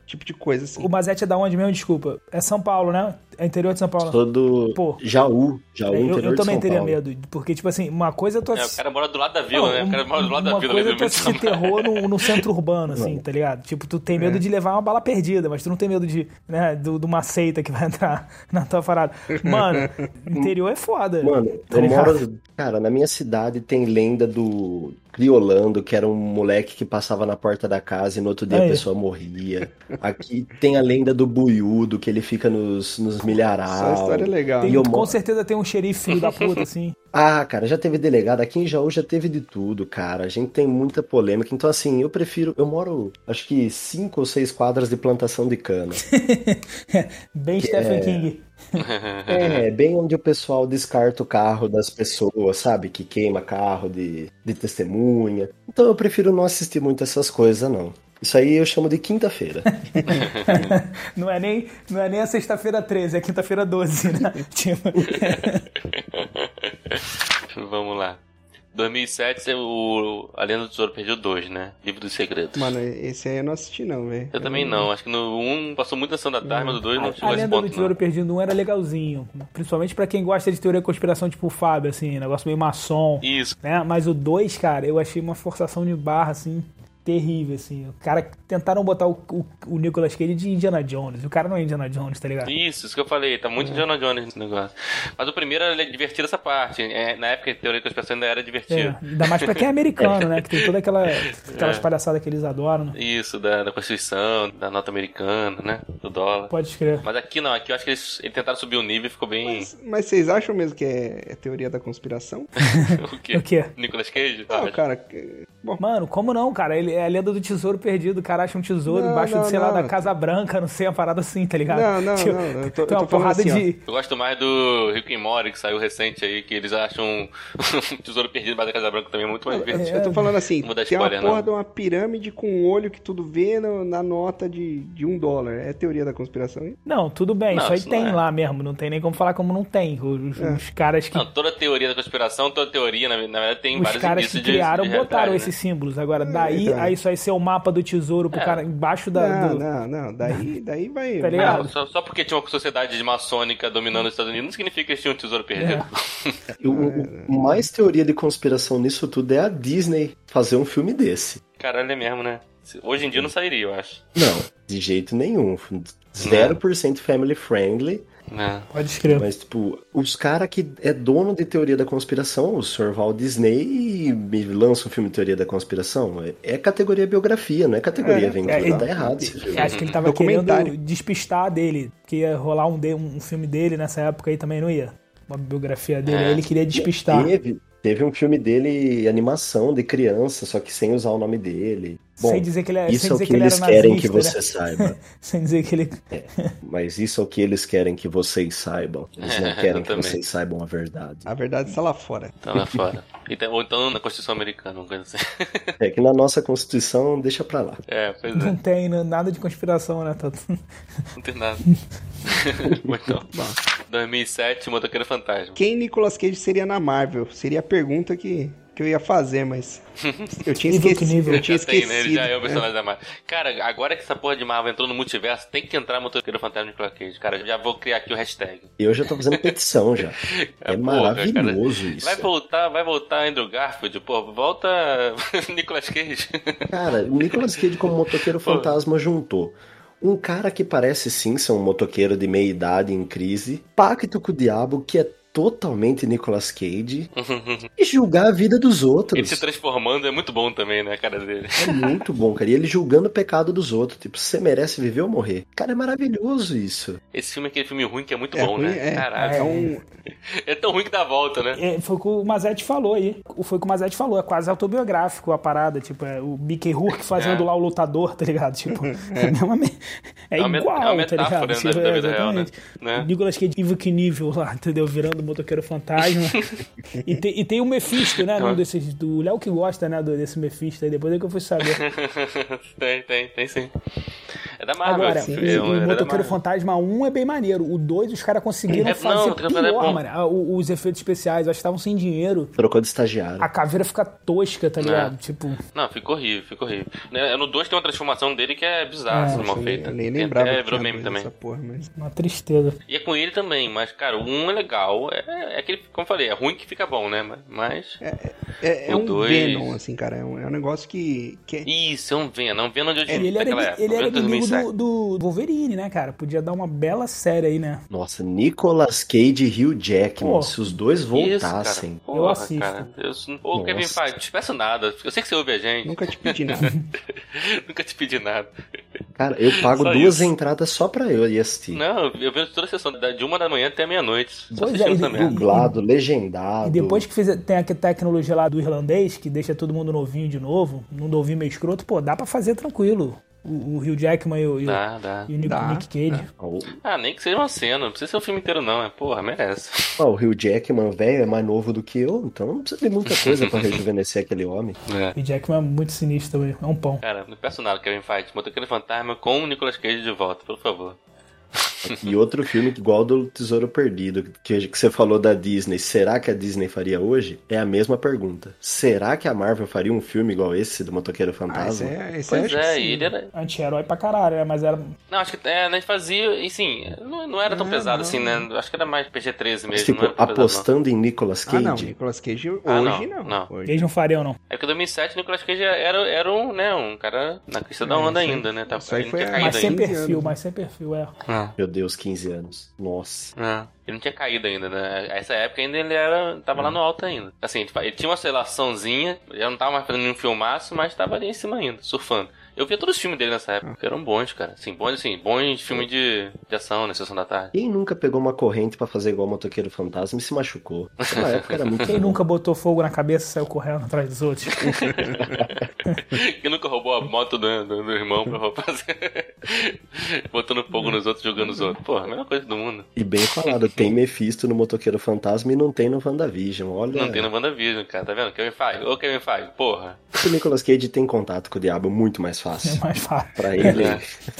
[SPEAKER 2] tipo de coisa assim.
[SPEAKER 3] O Mazete é da onde mesmo? Desculpa. É São Paulo, né? É interior de São Paulo.
[SPEAKER 4] Sou do
[SPEAKER 3] Pô.
[SPEAKER 4] Jaú. Jaú,
[SPEAKER 3] É, eu,
[SPEAKER 4] interior
[SPEAKER 3] eu
[SPEAKER 4] de
[SPEAKER 3] também
[SPEAKER 4] São
[SPEAKER 3] teria
[SPEAKER 4] Paulo.
[SPEAKER 3] medo, porque, tipo assim, uma coisa eu tô...
[SPEAKER 1] É, o cara mora do lado da vila,
[SPEAKER 3] Não,
[SPEAKER 1] né? O cara mora do lado da
[SPEAKER 3] uma
[SPEAKER 1] vila.
[SPEAKER 3] coisa é
[SPEAKER 1] né?
[SPEAKER 3] tu assistir terror no, no centro urbano, assim, tá ligado? Tipo, tu tem medo
[SPEAKER 2] É.
[SPEAKER 3] de levar uma bala perdida, mas tu não tem medo de, né, do- de uma seita que vai entrar na tua parada. Mano, interior é foda.
[SPEAKER 4] Mano,
[SPEAKER 3] tá
[SPEAKER 4] eu
[SPEAKER 3] ligado?
[SPEAKER 4] moro... Cara, na minha cidade tem lenda do Criolando, que era um moleque que passava na porta da casa e no outro dia
[SPEAKER 3] Aí.
[SPEAKER 4] a pessoa morria. Aqui tem a lenda do Buiudo, que ele fica nos, nos milharal.
[SPEAKER 2] Essa história é legal.
[SPEAKER 3] Tem-
[SPEAKER 4] E eu
[SPEAKER 3] com
[SPEAKER 4] moro-
[SPEAKER 3] certeza tem um xerife filho da puta, assim.
[SPEAKER 4] Ah, cara, já teve delegado. Aqui em Jaú já teve de tudo, cara. A gente tem muita polêmica. Então, assim, eu prefiro... Eu moro, acho que cinco ou seis quadras de plantação de cana.
[SPEAKER 3] Bem Stephen King.
[SPEAKER 4] É, bem onde o pessoal descarta o carro das pessoas, sabe? Que queima carro de, de testemunha. Então eu prefiro não assistir muito essas coisas, não. Isso aí eu chamo de quinta-feira.
[SPEAKER 3] Não é nem, não é nem a sexta-feira treze, é quinta-feira doze, né? Tipo...
[SPEAKER 1] Vamos lá. dois mil e sete, o A Lenda do Tesouro Perdido dois, né? Livro dos Segredos.
[SPEAKER 2] Mano, esse aí eu não assisti não, velho.
[SPEAKER 1] Eu também não. Acho que no um passou muita ação da tarde, mas no dois não
[SPEAKER 3] A
[SPEAKER 1] chegou a esse
[SPEAKER 3] Lenda do
[SPEAKER 1] ponto,
[SPEAKER 3] Tesouro
[SPEAKER 1] não.
[SPEAKER 3] Perdido um era legalzinho. Principalmente pra quem gosta de teoria da conspiração, tipo o Fábio, assim, negócio meio maçom.
[SPEAKER 1] Isso.
[SPEAKER 3] Né? Mas o dois, cara, eu achei uma forçação de barra, assim, terrível, assim. O cara tentaram botar o, o, o Nicolas Cage de Indiana Jones. O cara não é Indiana Jones, tá ligado?
[SPEAKER 1] Isso, isso que eu falei, tá muito Indiana Jones nesse negócio. Mas o primeiro era divertido essa parte. É, na época a teoria da conspiração ainda era divertido.
[SPEAKER 3] É, ainda mais pra quem é americano, né? Que tem toda aquela aquelas
[SPEAKER 1] É.
[SPEAKER 3] palhaçadas que eles adoram, né?
[SPEAKER 1] Isso, da, da Constituição, da nota americana, né? Do dólar.
[SPEAKER 3] Pode escrever.
[SPEAKER 1] Mas aqui não, aqui eu acho que eles, eles tentaram subir o nível e ficou bem.
[SPEAKER 2] Mas, mas vocês acham mesmo que é, é teoria da conspiração?
[SPEAKER 1] o quê?
[SPEAKER 3] O quê?
[SPEAKER 1] Nicolas Cage?
[SPEAKER 2] Não,
[SPEAKER 1] Ah,
[SPEAKER 2] cara. que- Bom,
[SPEAKER 3] Mano, como não, cara? Ele é a lenda do tesouro perdido. O cara acha um tesouro
[SPEAKER 2] Não,
[SPEAKER 3] embaixo,
[SPEAKER 2] não,
[SPEAKER 3] de, sei lá,
[SPEAKER 2] não.
[SPEAKER 3] da Casa Branca, não sei, uma parada assim, tá ligado?
[SPEAKER 2] Não, não,
[SPEAKER 3] Tipo,
[SPEAKER 2] não, eu tô- eu
[SPEAKER 3] tem
[SPEAKER 2] tô
[SPEAKER 3] uma
[SPEAKER 2] falando
[SPEAKER 3] porrada
[SPEAKER 2] assim, ó.
[SPEAKER 3] de...
[SPEAKER 1] Eu gosto mais do Rick and Morty, que saiu recente aí, que eles acham um, um tesouro perdido embaixo da Casa Branca também, muito mais divertido.
[SPEAKER 2] eu tô falando assim,
[SPEAKER 1] Não vou dar
[SPEAKER 2] tem uma
[SPEAKER 1] spoiler,
[SPEAKER 2] porra
[SPEAKER 1] não.
[SPEAKER 2] de uma pirâmide com um olho que tudo vê no- na nota de, de um dólar. É teoria da conspiração, hein?
[SPEAKER 3] Não, tudo bem,
[SPEAKER 1] Não,
[SPEAKER 3] isso aí
[SPEAKER 1] isso
[SPEAKER 3] tem
[SPEAKER 1] não é.
[SPEAKER 3] lá mesmo. Não tem nem como falar como não tem. Os,
[SPEAKER 2] É.
[SPEAKER 3] os caras que...
[SPEAKER 1] Não, toda teoria da conspiração, toda teoria, na, na verdade, tem
[SPEAKER 3] Os
[SPEAKER 1] vários
[SPEAKER 3] caras que
[SPEAKER 1] indícios de-
[SPEAKER 3] criaram
[SPEAKER 1] de
[SPEAKER 3] botaram
[SPEAKER 1] realidade,
[SPEAKER 3] esses
[SPEAKER 1] né?
[SPEAKER 3] símbolos. Agora, daí,
[SPEAKER 2] então.
[SPEAKER 3] aí isso aí ser o mapa do tesouro pro
[SPEAKER 1] É.
[SPEAKER 3] cara embaixo da...
[SPEAKER 2] Não,
[SPEAKER 3] do-
[SPEAKER 2] não, não. Daí, daí vai.
[SPEAKER 3] Tá ligado?
[SPEAKER 1] Não, só, só porque tinha uma sociedade maçônica dominando os Estados Unidos, não significa que eles tinham um tesouro perdido.
[SPEAKER 3] É.
[SPEAKER 4] O, o mais teoria de conspiração nisso tudo é a Disney fazer um filme desse.
[SPEAKER 1] Caralho, é mesmo, né? Hoje em dia não sairia, eu acho.
[SPEAKER 4] Não, de jeito nenhum. zero por cento family friendly.
[SPEAKER 1] É.
[SPEAKER 3] Pode escrever.
[SPEAKER 4] Mas, tipo, os caras que é dono de teoria da conspiração, o senhor Walt Disney, me lança um filme de teoria da conspiração. É, é categoria biografia, não é categoria
[SPEAKER 2] É,
[SPEAKER 4] aventura.
[SPEAKER 3] é, ele-
[SPEAKER 4] tá errado esse filme.
[SPEAKER 3] Acho que ele tava
[SPEAKER 2] Documentário.
[SPEAKER 3] querendo despistar dele, que ia rolar um, de- um filme dele nessa época aí também, não ia? Uma biografia dele,
[SPEAKER 1] É.
[SPEAKER 3] aí ele queria despistar.
[SPEAKER 4] Teve, teve um filme dele, animação de criança, só que sem usar o nome dele. Bom,
[SPEAKER 3] sem dizer que ele, é-
[SPEAKER 4] isso
[SPEAKER 3] sem
[SPEAKER 4] é o
[SPEAKER 3] dizer
[SPEAKER 4] que
[SPEAKER 3] que ele
[SPEAKER 4] eles
[SPEAKER 3] era
[SPEAKER 4] querem que
[SPEAKER 3] nazista,
[SPEAKER 4] você
[SPEAKER 3] né?
[SPEAKER 4] saiba.
[SPEAKER 3] Sem dizer que ele...
[SPEAKER 4] Mas isso é o que eles querem que vocês saibam. Eles não
[SPEAKER 1] É,
[SPEAKER 4] querem que
[SPEAKER 1] exatamente.
[SPEAKER 4] vocês saibam a verdade.
[SPEAKER 2] A verdade está lá fora.
[SPEAKER 1] Tá lá fora. Então, ou então na Constituição Americana, uma coisa assim.
[SPEAKER 4] É que na nossa Constituição, deixa pra lá.
[SPEAKER 1] É, pois
[SPEAKER 3] Não
[SPEAKER 1] é.
[SPEAKER 3] tem né, nada de conspiração, né? Tá-
[SPEAKER 1] Não tem nada. Então, dois mil e sete, Motoqueiro Fantasma.
[SPEAKER 2] Quem Nicolas Cage seria na Marvel? Seria a pergunta que, que eu ia fazer, mas. Eu tinha
[SPEAKER 3] Nível que
[SPEAKER 2] esquecido.
[SPEAKER 3] nível.
[SPEAKER 2] Eu tinha
[SPEAKER 1] Já tem, né?
[SPEAKER 2] esquecido.
[SPEAKER 1] Ele já é o personagem da Marvel. Cara, agora que essa porra de Marvel entrou no multiverso, tem que entrar Motoqueiro Fantasma de Nicolas Cage. Cara, já vou criar aqui o hashtag.
[SPEAKER 4] Eu já tô fazendo petição já. É,
[SPEAKER 1] É, porra,
[SPEAKER 4] maravilhoso
[SPEAKER 1] cara.
[SPEAKER 4] isso.
[SPEAKER 1] Vai voltar, vai voltar Andrew Garfield, pô, volta Nicolas Cage.
[SPEAKER 4] Cara, o Nicolas Cage como motoqueiro fantasma juntou um cara que parece sim ser um motoqueiro de meia idade em crise, pacto com o diabo, que é totalmente Nicolas Cage, e julgar a vida dos
[SPEAKER 1] Ele
[SPEAKER 4] outros.
[SPEAKER 1] se transformando é muito bom também, né, a cara dele.
[SPEAKER 4] É muito bom, cara. E ele julgando o pecado dos outros. Tipo, você merece viver ou morrer. Cara, é maravilhoso isso.
[SPEAKER 1] Esse filme é aquele filme ruim que é muito
[SPEAKER 2] É
[SPEAKER 1] bom,
[SPEAKER 2] ruim,
[SPEAKER 1] né?
[SPEAKER 2] é.
[SPEAKER 1] Caralho.
[SPEAKER 2] É um.
[SPEAKER 1] É tão ruim que dá a volta, né?
[SPEAKER 3] É, foi o que o Mazete falou aí. Foi o que o Mazete falou. É quase autobiográfico a parada. Tipo, é o Mickey Rourke fazendo
[SPEAKER 1] É.
[SPEAKER 3] lá o lutador, tá ligado? Tipo, é, a mesma me- é
[SPEAKER 1] É uma met-
[SPEAKER 3] igual,
[SPEAKER 1] é uma
[SPEAKER 3] tá ligado?
[SPEAKER 1] metáfora, né,
[SPEAKER 3] Tipo,
[SPEAKER 1] da
[SPEAKER 3] é,
[SPEAKER 1] vida real, né?
[SPEAKER 3] exatamente.
[SPEAKER 1] Né?
[SPEAKER 3] O Nicolas Cage nível que nível lá, entendeu? Virando o motoqueiro fantasma. e, tem, e tem o Mephisto, né? Um desses, do Léo que gosta, né? do- Desse Mephisto aí. Depois é que eu fui saber.
[SPEAKER 1] tem, tem, tem sim. É da Marvel.
[SPEAKER 3] Agora,
[SPEAKER 1] sim,
[SPEAKER 3] o,
[SPEAKER 1] é,
[SPEAKER 3] o
[SPEAKER 1] um, é
[SPEAKER 3] Motoqueiro
[SPEAKER 1] da
[SPEAKER 3] Fantasma um é bem maneiro. O dois, os caras conseguiram
[SPEAKER 1] É,
[SPEAKER 3] fazer
[SPEAKER 1] não,
[SPEAKER 3] pior,
[SPEAKER 1] é bom.
[SPEAKER 3] mano. Ah, o- Os efeitos especiais, acho que estavam sem dinheiro.
[SPEAKER 4] Trocou de estagiário.
[SPEAKER 3] A caveira fica tosca, tá ligado?
[SPEAKER 1] É.
[SPEAKER 3] Tipo,
[SPEAKER 1] Não, ficou horrível, ficou horrível. Né, No dois tem uma transformação dele que é bizarra,
[SPEAKER 3] É,
[SPEAKER 1] assim, mal
[SPEAKER 2] Eu nem-
[SPEAKER 1] feita.
[SPEAKER 2] Eu nem
[SPEAKER 1] Tem
[SPEAKER 2] lembrava
[SPEAKER 1] até
[SPEAKER 2] que
[SPEAKER 1] virou
[SPEAKER 2] tinha
[SPEAKER 1] meme
[SPEAKER 2] dois
[SPEAKER 1] também.
[SPEAKER 2] dessa porra, mas...
[SPEAKER 3] uma tristeza.
[SPEAKER 1] E é com ele também, mas, cara, o um é legal. É, é aquele, como eu falei, é ruim que fica bom, né? Mas.
[SPEAKER 2] É, é
[SPEAKER 1] O
[SPEAKER 2] um
[SPEAKER 1] dois-
[SPEAKER 2] Venom, assim, cara. É um, é um negócio que... que é-
[SPEAKER 1] Isso, é um Venom. É um Venom de hoje
[SPEAKER 3] E ele era,
[SPEAKER 1] daquela
[SPEAKER 3] ini-
[SPEAKER 1] época.
[SPEAKER 3] ele era
[SPEAKER 1] Venom de
[SPEAKER 3] inimigo
[SPEAKER 1] dois mil e sete.
[SPEAKER 3] do, do Wolverine, né, cara? Podia dar uma bela série aí, né?
[SPEAKER 4] Nossa, Nicolas Cage e Hugh Jackman.
[SPEAKER 3] Pô.
[SPEAKER 4] Se os dois
[SPEAKER 1] Isso,
[SPEAKER 4] voltassem.
[SPEAKER 1] cara.
[SPEAKER 3] Eu assisto.
[SPEAKER 1] Cara. Eu, ô,
[SPEAKER 4] Nossa.
[SPEAKER 1] Kevin Feige, te peço nada. Eu sei que você ouve a gente.
[SPEAKER 2] Nunca te pedi nada.
[SPEAKER 1] Nunca te pedi nada.
[SPEAKER 4] Cara, eu pago
[SPEAKER 1] Só
[SPEAKER 4] duas
[SPEAKER 1] isso.
[SPEAKER 4] entradas só pra eu ir assistir.
[SPEAKER 1] Não, eu vejo toda a sessão, da- de uma da manhã até meia-noite. Só
[SPEAKER 3] Pois
[SPEAKER 1] assistindo
[SPEAKER 3] é,
[SPEAKER 1] essa
[SPEAKER 3] e-
[SPEAKER 1] merda.
[SPEAKER 4] Dublado, legendado.
[SPEAKER 3] E depois que fez, tem a tecnologia lá do irlandês, que deixa todo mundo novinho de novo, um novinho meio escroto, pô, dá pra fazer tranquilo. O, o Hugh Jackman e o, e o,
[SPEAKER 1] Dá, dá.
[SPEAKER 3] e o Nick,
[SPEAKER 2] Dá,
[SPEAKER 3] Nick Cage.
[SPEAKER 4] O,
[SPEAKER 1] Ah, nem que seja uma cena. Não precisa ser o filme inteiro, não. É, porra, merece.
[SPEAKER 4] ó, o Hugh Jackman, velho, é mais novo do que eu, então não precisa de muita coisa pra rejuvenescer aquele homem.
[SPEAKER 1] É.
[SPEAKER 3] E o Jackman é muito sinistro também, é um pão.
[SPEAKER 1] Cara, não peço nada, Kevin Feige. Motoqueiro Fantasma com o Nicolas Cage de volta, por favor.
[SPEAKER 4] E outro filme que igual do Tesouro Perdido, que, que você falou da Disney, será que a Disney faria hoje? É a mesma pergunta. Será que a Marvel faria um filme igual esse do Motoqueiro
[SPEAKER 2] Ah, esse
[SPEAKER 4] Fantasma?
[SPEAKER 2] é, esse
[SPEAKER 1] Pois
[SPEAKER 2] acho que
[SPEAKER 1] é,
[SPEAKER 2] sim.
[SPEAKER 1] e ele era.
[SPEAKER 3] Anti-herói pra caralho, né? Mas era.
[SPEAKER 1] Não, acho que é, a gente fazia. E sim, não, não era tão
[SPEAKER 2] Não,
[SPEAKER 1] pesado
[SPEAKER 2] não.
[SPEAKER 1] assim, né? Acho que era mais P G treze
[SPEAKER 4] Mas,
[SPEAKER 1] mesmo.
[SPEAKER 4] tipo,
[SPEAKER 1] não era tão pesado, não.
[SPEAKER 4] apostando em Nicolas
[SPEAKER 2] Ah,
[SPEAKER 4] Cage?
[SPEAKER 2] não. Nicolas Cage hoje
[SPEAKER 1] Ah, não,
[SPEAKER 2] não.
[SPEAKER 1] não.
[SPEAKER 2] Hoje.
[SPEAKER 3] Eles não fariam, não.
[SPEAKER 1] É que em dois mil e sete o Nicolas Cage era, era um, né, um cara na crista da
[SPEAKER 2] É,
[SPEAKER 1] onda
[SPEAKER 2] isso aí-
[SPEAKER 1] ainda, né? Tava,
[SPEAKER 2] isso aí
[SPEAKER 1] ele não
[SPEAKER 2] foi
[SPEAKER 1] tinha
[SPEAKER 2] a-
[SPEAKER 1] caído
[SPEAKER 3] Mas sem
[SPEAKER 1] ainda.
[SPEAKER 2] quinze
[SPEAKER 3] perfil,
[SPEAKER 2] anos,
[SPEAKER 3] mas sem perfil, é.
[SPEAKER 1] Ah,
[SPEAKER 4] Meu Deus, quinze anos. Nossa.
[SPEAKER 1] ah. Ele não tinha caído ainda, né? Essa época ainda ele era, tava lá no alto ainda. Assim, ele, ele tinha uma relaçãozinha, já não tava mais fazendo nenhum filmaço, mas tava ali em cima ainda, surfando. Eu via todos os filmes dele nessa época, que eram bons, cara. Assim, bons, assim, bons filmes de, de ação, na Sessão da Tarde.
[SPEAKER 4] Quem nunca pegou uma corrente pra fazer igual o Motoqueiro Fantasma e se machucou? Naquela época era muito
[SPEAKER 3] Quem
[SPEAKER 4] bom.
[SPEAKER 3] nunca botou fogo na cabeça e saiu correndo atrás dos outros?
[SPEAKER 1] Quem nunca roubou a moto do, do, do irmão pra roubar? Botando fogo nos outros, jogando os outros. Porra, a melhor coisa do mundo.
[SPEAKER 4] E bem falado, tem Mephisto no Motoqueiro Fantasma e não tem no WandaVision. Olha,
[SPEAKER 1] Não tem no WandaVision, cara, tá vendo? Kevin Feige, ô Kevin Feige, porra.
[SPEAKER 4] o Nicolas Cage tem contato com o diabo muito mais fácil.
[SPEAKER 3] É mais fácil.
[SPEAKER 4] Pra ele,
[SPEAKER 1] É.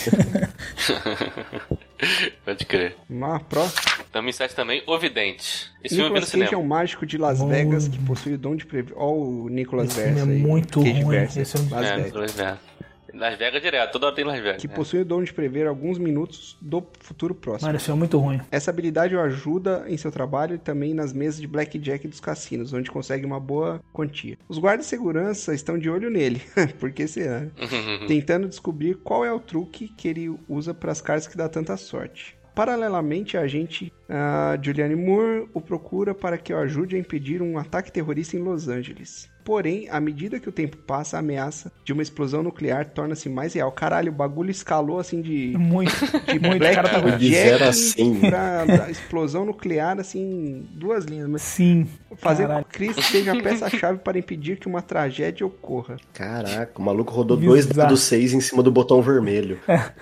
[SPEAKER 1] Pode crer.
[SPEAKER 2] Uma próxima.
[SPEAKER 1] dois mil e sete também, O Vidente. Esse filme eu vi no
[SPEAKER 2] Nicolas Cage é
[SPEAKER 1] cinema.
[SPEAKER 2] um mágico de Las
[SPEAKER 3] Bom.
[SPEAKER 2] Vegas que possui o dom de prever. Ó, o Nicolas
[SPEAKER 3] Esse filme
[SPEAKER 2] Versa
[SPEAKER 3] é
[SPEAKER 2] aí.
[SPEAKER 3] muito
[SPEAKER 2] Cage
[SPEAKER 3] ruim,
[SPEAKER 2] Versa,
[SPEAKER 3] esse filme-
[SPEAKER 2] Las
[SPEAKER 1] É,
[SPEAKER 2] Vegas.
[SPEAKER 1] Las Vegas. Las Vegas direto, toda hora tem Las Vegas.
[SPEAKER 2] Que
[SPEAKER 1] É.
[SPEAKER 2] possui o dom de prever alguns minutos do futuro próximo.
[SPEAKER 3] Mano, esse filme é muito ruim.
[SPEAKER 2] Essa habilidade o ajuda em seu trabalho e também nas mesas de blackjack dos cassinos, onde consegue uma boa quantia. Os guardas de segurança estão de olho nele, porque será? né? Tentando descobrir qual é o truque que ele usa para as cartas que dá tanta sorte. Paralelamente, a agente ah, Julianne Moore o procura para que o ajude a impedir um ataque terrorista em Los Angeles. Porém, à medida que o tempo passa, a ameaça de uma explosão nuclear torna-se mais real. Caralho, o bagulho escalou assim de...
[SPEAKER 3] Muito,
[SPEAKER 2] de
[SPEAKER 3] muito. O cara tá
[SPEAKER 2] blackjack
[SPEAKER 4] De zero a cem.
[SPEAKER 2] pra pra explosão nuclear, assim, duas linhas. Mas
[SPEAKER 3] Sim.
[SPEAKER 2] fazer com
[SPEAKER 3] Caralho.
[SPEAKER 2] que Chris seja a peça-chave para impedir que uma tragédia ocorra.
[SPEAKER 4] Caraca, o maluco rodou dois
[SPEAKER 3] Bizarro.
[SPEAKER 4] dedos seis em cima do botão vermelho.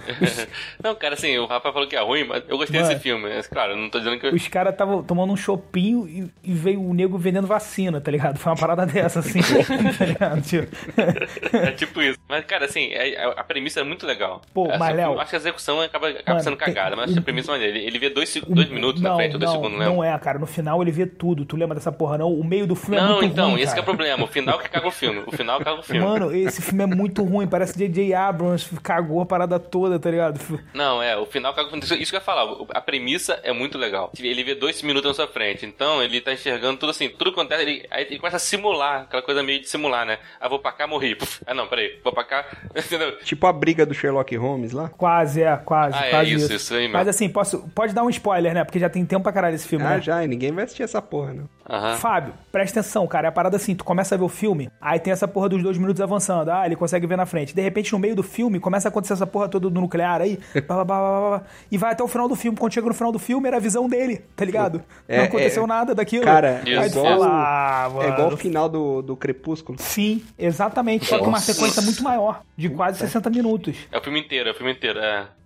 [SPEAKER 1] Não, cara, assim, o Rafa falou que é ruim, mas eu gostei
[SPEAKER 3] Mano.
[SPEAKER 1] desse filme. Mas, claro, eu não tô dizendo que eu...
[SPEAKER 3] Os caras estavam tomando um chopinho e, e veio o nego vendendo vacina, tá ligado? Foi uma parada dessa, assim. tá ligado? Tipo...
[SPEAKER 1] É tipo isso. Mas, cara, assim, é- a premissa é muito legal.
[SPEAKER 3] Pô,
[SPEAKER 1] Essa-
[SPEAKER 3] mas, Léo-
[SPEAKER 1] eu acho que a execução acaba, acaba
[SPEAKER 3] Mano,
[SPEAKER 1] sendo cagada,
[SPEAKER 3] tem-
[SPEAKER 1] mas acho que a premissa é maneira. Ele, ele vê dois, seg- dois minutos
[SPEAKER 3] não,
[SPEAKER 1] na frente, ou dois
[SPEAKER 3] não,
[SPEAKER 1] segundos, não
[SPEAKER 3] não
[SPEAKER 1] lembro.
[SPEAKER 3] é, cara. No final ele vê tudo. Tu lembra dessa porra, não? O meio do filme é
[SPEAKER 1] Não,
[SPEAKER 3] muito
[SPEAKER 1] então,
[SPEAKER 3] ruim,
[SPEAKER 1] esse que é o
[SPEAKER 3] cara.
[SPEAKER 1] problema. O final que caga o filme. O final caga o filme.
[SPEAKER 3] Mano, esse filme é muito ruim. Parece J J Abrams cagou a parada toda, tá ligado?
[SPEAKER 1] Não, é, o final caga o filme. Isso isso que eu ia falar. A premissa é muito legal. Ele vê dois minutos na sua frente. Então, ele tá enxergando tudo assim. Tudo acontece. Ele, aí ele começa a simular. Aquela coisa meio de simular, né? Ah, vou pra cá, morri. Puf. Ah, não, peraí. Vou pra cá. Entendeu?
[SPEAKER 2] Tipo a briga do Sherlock Holmes lá.
[SPEAKER 3] Quase, é, quase.
[SPEAKER 1] Ah, é
[SPEAKER 3] quase
[SPEAKER 1] isso, isso aí mesmo.
[SPEAKER 3] Mas assim, posso, pode dar um spoiler, né? Porque já tem tempo pra caralho esse filme,
[SPEAKER 2] Ah,
[SPEAKER 3] né?
[SPEAKER 2] já, e ninguém vai assistir essa porra, não.
[SPEAKER 1] Aham.
[SPEAKER 3] Fábio, presta atenção, cara. É a parada assim, tu começa a ver o filme, aí tem essa porra dos dois minutos avançando. Ah, ele consegue ver na frente. De repente, no meio do filme, começa a acontecer essa porra toda do nuclear aí, blá, blá, blá, blá, blá, e vai até o final do filme. Quando chega no final do filme, era a visão dele, tá ligado?
[SPEAKER 2] É,
[SPEAKER 3] Não aconteceu
[SPEAKER 2] é.
[SPEAKER 3] nada daquilo.
[SPEAKER 2] Cara,
[SPEAKER 1] Isso,
[SPEAKER 3] aí
[SPEAKER 2] é
[SPEAKER 3] tu
[SPEAKER 2] igual,
[SPEAKER 3] fala, ah,
[SPEAKER 2] é igual o
[SPEAKER 3] mano.
[SPEAKER 2] final do, do Crepúsculo.
[SPEAKER 3] Sim, exatamente. Só que uma
[SPEAKER 4] Nossa.
[SPEAKER 3] sequência muito maior, de quase sessenta minutos.
[SPEAKER 1] É o filme inteiro, é o filme inteiro, é.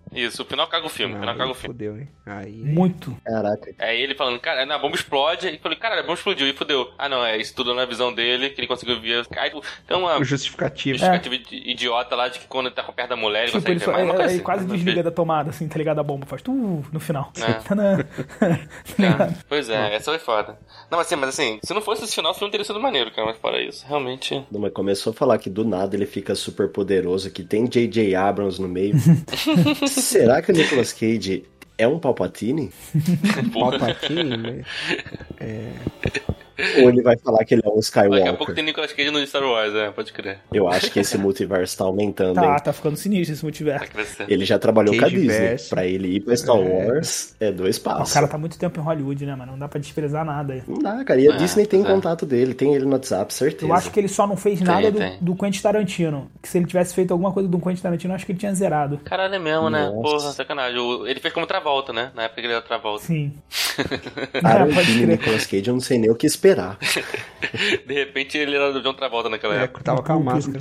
[SPEAKER 1] Isso, o final caga o filme, o final
[SPEAKER 2] Aí
[SPEAKER 1] caga o filme.
[SPEAKER 2] fudeu, hein? Aí...
[SPEAKER 3] Muito.
[SPEAKER 4] Caraca.
[SPEAKER 1] É ele falando, cara, a bomba explode, e eu falei, cara, a bomba explodiu, e fudeu. Ah, não, é isso tudo na visão dele, que ele conseguiu ver. Aí, tem uma
[SPEAKER 2] Justificativo.
[SPEAKER 1] justificativa idiota lá de que quando ele tá com perto da mulher, ele
[SPEAKER 3] Tipo,
[SPEAKER 1] consegue
[SPEAKER 3] ele,
[SPEAKER 1] ver
[SPEAKER 3] só,
[SPEAKER 1] mais.
[SPEAKER 3] ele,
[SPEAKER 1] Uma coisa
[SPEAKER 3] ele
[SPEAKER 1] assim,
[SPEAKER 3] quase
[SPEAKER 1] né?
[SPEAKER 3] desliga da tomada, assim, tá ligado? A bomba faz tu no final.
[SPEAKER 1] É.
[SPEAKER 3] Tadã. Tá ligado?
[SPEAKER 1] Ah, pois é, essa foi foda. Não, mas assim, mas assim, se não fosse esse final, o filme teria sido maneiro, cara, mas fora isso, realmente...
[SPEAKER 4] Não, mas começou a falar que do nada ele fica super poderoso, que tem J J Abrams no meio. Será que o Nicolas Cage é um Palpatine?
[SPEAKER 2] Palpatine, né? É...
[SPEAKER 4] Ou ele vai falar que ele é um
[SPEAKER 1] Daqui a pouco
[SPEAKER 4] Skywalker?
[SPEAKER 1] tem Nicolas Cage no Star Wars, é, pode crer.
[SPEAKER 4] Eu acho que esse multiverso tá aumentando,
[SPEAKER 3] Tá,
[SPEAKER 4] hein?
[SPEAKER 3] tá ficando sinistro esse
[SPEAKER 1] Vai
[SPEAKER 3] multiverso.
[SPEAKER 1] crescer.
[SPEAKER 4] Ele já trabalhou com a
[SPEAKER 2] Cage
[SPEAKER 4] Disney.
[SPEAKER 2] verso.
[SPEAKER 4] Pra ele ir pra Star
[SPEAKER 2] É.
[SPEAKER 4] Wars é dois
[SPEAKER 3] O
[SPEAKER 4] passos.
[SPEAKER 3] cara tá muito tempo em Hollywood, né, mano? Não dá pra desprezar nada aí.
[SPEAKER 4] Não dá, cara. E a
[SPEAKER 1] É,
[SPEAKER 4] Disney tem
[SPEAKER 1] pois é.
[SPEAKER 4] contato dele, tem ele no WhatsApp, certeza.
[SPEAKER 3] Eu acho que ele só não fez nada do,
[SPEAKER 1] tem.
[SPEAKER 3] do Quentin Tarantino. Que se ele tivesse feito alguma coisa do Quentin Tarantino, eu acho que ele tinha zerado.
[SPEAKER 1] Caralho, é mesmo, né?
[SPEAKER 4] Nossa.
[SPEAKER 1] Porra, sacanagem. O- Ele fez como Travolta, né? Na época que ele era Travolta.
[SPEAKER 3] Sim.
[SPEAKER 4] Tarantino
[SPEAKER 3] pode
[SPEAKER 4] e
[SPEAKER 3] crer.
[SPEAKER 4] Nicolas Cage, eu não sei nem o que esperar.
[SPEAKER 1] De repente ele era do John Travolta naquela
[SPEAKER 2] É,
[SPEAKER 1] época.
[SPEAKER 2] tava com a máscara.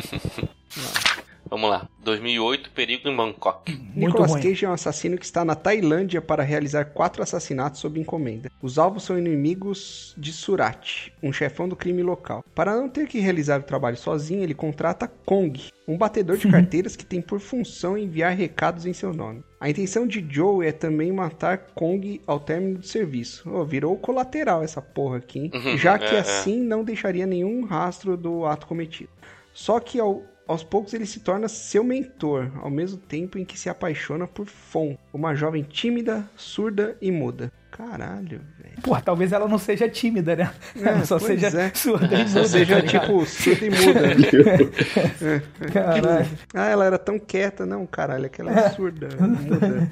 [SPEAKER 1] Vamos lá. dois mil e oito, Perigo em Bangkok.
[SPEAKER 3] Muito
[SPEAKER 2] Nicolas
[SPEAKER 3] ruim.
[SPEAKER 2] Cage é um assassino que está na Tailândia para realizar quatro assassinatos sob encomenda. Os alvos são inimigos de Surat, um chefão do crime local. Para não ter que realizar o trabalho sozinho, ele contrata Kong, um batedor de carteiras que tem por função enviar recados em seu nome. A intenção de Joe é também matar Kong ao término do serviço. Oh, virou colateral essa porra aqui, hein?
[SPEAKER 1] Uhum,
[SPEAKER 2] Já que
[SPEAKER 1] é,
[SPEAKER 2] assim não deixaria nenhum rastro do ato cometido. Só que ao Aos poucos ele se torna seu mentor, ao mesmo tempo em que se apaixona por Fon, uma jovem tímida, surda e muda. Caralho, velho.
[SPEAKER 3] Porra, talvez ela não seja tímida, né?
[SPEAKER 2] É,
[SPEAKER 3] Ela só
[SPEAKER 2] pois
[SPEAKER 3] seja
[SPEAKER 2] é.
[SPEAKER 3] surda e muda.
[SPEAKER 2] Ou seja,
[SPEAKER 3] tá ligado?
[SPEAKER 2] tipo, surda e muda. Né?
[SPEAKER 3] Caralho.
[SPEAKER 2] Ah, ela era tão quieta. Não, caralho, é que ela é surda, muda.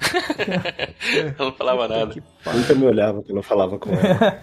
[SPEAKER 1] Eu não falava nada.
[SPEAKER 2] Que pariu.
[SPEAKER 4] Nunca me olhava que eu não falava com ela.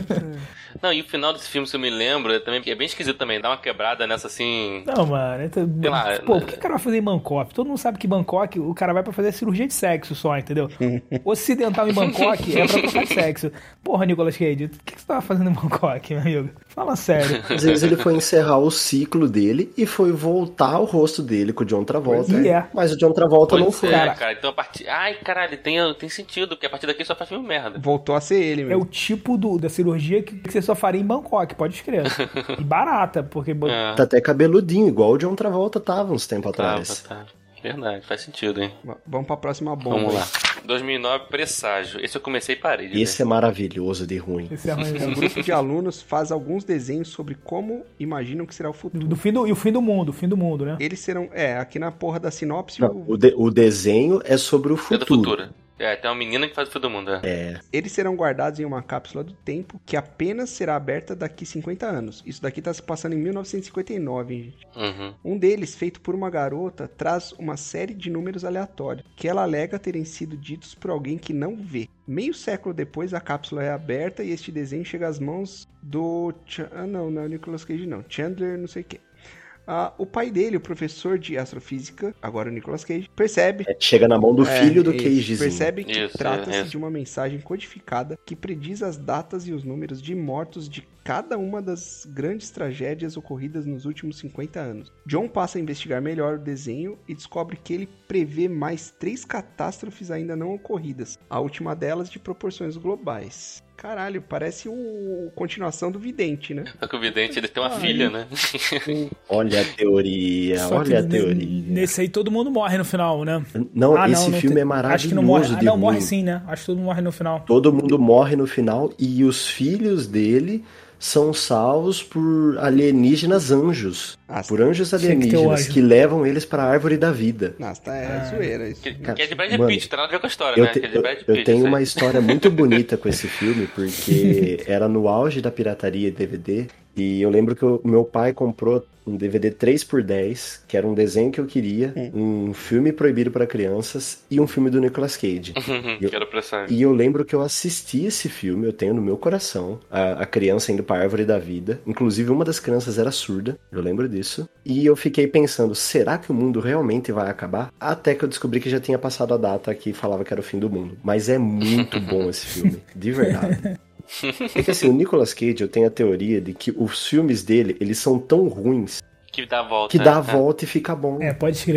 [SPEAKER 1] Não, e o final desse filme, se eu me lembro, é, também, é bem esquisito também. Dá uma quebrada nessa assim.
[SPEAKER 3] Não, mano. Então,
[SPEAKER 1] Sei lá,
[SPEAKER 3] pô,
[SPEAKER 1] né?
[SPEAKER 3] o que o cara vai fazer em Bangkok? Todo mundo sabe que Bangkok, o cara vai pra fazer cirurgia de sexo só, entendeu? Ocidental em Bangkok é pra trocar de sexo. Porra, Nicolas Cage, o que, que você tava fazendo em Bangkok, meu amigo? Fala sério.
[SPEAKER 4] Às vezes ele foi encerrar o ciclo dele e foi voltar ao rosto dele com o John Travolta.
[SPEAKER 3] Pois é.
[SPEAKER 4] Mas o John Travolta não
[SPEAKER 1] Pois
[SPEAKER 4] foi.
[SPEAKER 1] é,
[SPEAKER 3] Cara.
[SPEAKER 1] cara. Então a partir. Ai, caralho, tem, tem sentido, porque a partir daqui só faz filme merda.
[SPEAKER 2] Voltou a ser ele
[SPEAKER 3] É
[SPEAKER 2] mesmo.
[SPEAKER 3] o tipo do, da cirurgia que, que você só faria em Bangkok, pode escrever. E barata, porque...
[SPEAKER 1] É,
[SPEAKER 4] Tá até cabeludinho, igual o John Travolta tava uns tempos
[SPEAKER 1] tá,
[SPEAKER 4] atrás.
[SPEAKER 1] tá. Verdade, faz sentido, hein?
[SPEAKER 2] V- Vamos pra próxima bomba.
[SPEAKER 1] Vamos
[SPEAKER 2] aí.
[SPEAKER 1] lá. dois mil e nove, Presságio. Esse eu comecei e parei. de
[SPEAKER 4] Esse é maravilhoso de ruim.
[SPEAKER 3] Esse é ruim
[SPEAKER 2] Um
[SPEAKER 3] mesmo.
[SPEAKER 2] grupo de alunos faz alguns desenhos sobre como imaginam que será o futuro.
[SPEAKER 3] Do fim do, e o fim do mundo, o fim do mundo, né?
[SPEAKER 2] Eles serão... É, aqui na porra da sinopse...
[SPEAKER 4] Não,
[SPEAKER 2] o-
[SPEAKER 4] o, de- o desenho é sobre o
[SPEAKER 1] ver. É do
[SPEAKER 4] futuro.
[SPEAKER 1] futuro. É, tem uma menina que faz o fim do mundo. É.
[SPEAKER 4] É,
[SPEAKER 2] Eles serão guardados em uma cápsula do tempo que apenas será aberta daqui cinquenta anos. Isso daqui tá se passando em mil novecentos e cinquenta e nove, hein, gente.
[SPEAKER 1] Uhum.
[SPEAKER 2] Um deles, feito por uma garota, traz uma série de números aleatórios, que ela alega terem sido ditos por alguém que não vê. Meio século depois, a cápsula é aberta e este desenho chega às mãos do... Ch- Ah, não, não é o Nicolas Cage, não. Chandler, não sei o quê. Ah, o pai dele, o professor de astrofísica, agora o Nicolas Cage, percebe...
[SPEAKER 4] é, chega na mão do
[SPEAKER 2] É,
[SPEAKER 4] filho do
[SPEAKER 2] isso.
[SPEAKER 4] Cagezinho.
[SPEAKER 2] Percebe que
[SPEAKER 1] Isso,
[SPEAKER 2] trata-se
[SPEAKER 1] é, isso.
[SPEAKER 2] de uma mensagem codificada que prediz as datas e os números de mortos de cada uma das grandes tragédias ocorridas nos últimos cinquenta anos. John passa a investigar melhor o desenho e descobre que ele prevê mais três catástrofes ainda não ocorridas, a última delas de proporções globais. Caralho, parece o continuação do Vidente, né?
[SPEAKER 1] Só que o Vidente, ele tem uma
[SPEAKER 2] Ai.
[SPEAKER 1] filha, né?
[SPEAKER 4] Olha a teoria,
[SPEAKER 3] Só
[SPEAKER 4] olha a
[SPEAKER 3] que
[SPEAKER 4] teoria.
[SPEAKER 3] ne- Nesse aí todo mundo morre no final, né?
[SPEAKER 4] Não,
[SPEAKER 3] Ah,
[SPEAKER 4] esse
[SPEAKER 3] não
[SPEAKER 4] filme
[SPEAKER 3] tem-
[SPEAKER 4] é maravilhoso
[SPEAKER 3] Acho que não morre. Ah,
[SPEAKER 4] de
[SPEAKER 3] não,
[SPEAKER 4] ruim.
[SPEAKER 3] morre sim, né? Acho que todo mundo morre no final.
[SPEAKER 4] Todo mundo morre no final e os filhos dele são salvos por alienígenas anjos.
[SPEAKER 2] Ah,
[SPEAKER 4] Por anjos
[SPEAKER 3] Tinha que ter um
[SPEAKER 4] alienígenas
[SPEAKER 3] anjo.
[SPEAKER 4] que levam eles pra árvore da vida.
[SPEAKER 2] Nossa, tá, é zoeira isso.
[SPEAKER 1] Que,
[SPEAKER 4] Cara,
[SPEAKER 1] que é de Brad
[SPEAKER 4] mano,
[SPEAKER 1] Pitt, tem nada a ver com a história,
[SPEAKER 4] Eu,
[SPEAKER 1] né?
[SPEAKER 4] te-
[SPEAKER 1] Que é de
[SPEAKER 4] eu-
[SPEAKER 1] Brad
[SPEAKER 4] eu
[SPEAKER 1] Pitt,
[SPEAKER 4] tenho
[SPEAKER 1] isso aí.
[SPEAKER 4] uma história muito bonita com esse filme, porque era no auge da pirataria D V D, e eu lembro que o meu pai comprou um D V D três por dez, que era um desenho que eu queria, um filme proibido para crianças e um filme do Nicolas Cage.
[SPEAKER 1] Que era o Presságio.
[SPEAKER 4] E eu lembro que eu assisti esse filme, eu tenho no meu coração, a, a criança indo pra árvore da vida. Inclusive, uma das crianças era surda, eu lembro disso. E eu fiquei pensando, será que o mundo realmente vai acabar? Até que eu descobri que já tinha passado a data que falava que era o fim do mundo. Mas é muito bom esse filme, de verdade. É que assim, o Nicolas Cage, eu tenho a teoria de que os filmes dele, eles são tão ruins
[SPEAKER 1] Que dá a volta.
[SPEAKER 4] que dá a
[SPEAKER 1] é.
[SPEAKER 4] volta e fica bom.
[SPEAKER 3] É, pode escrever.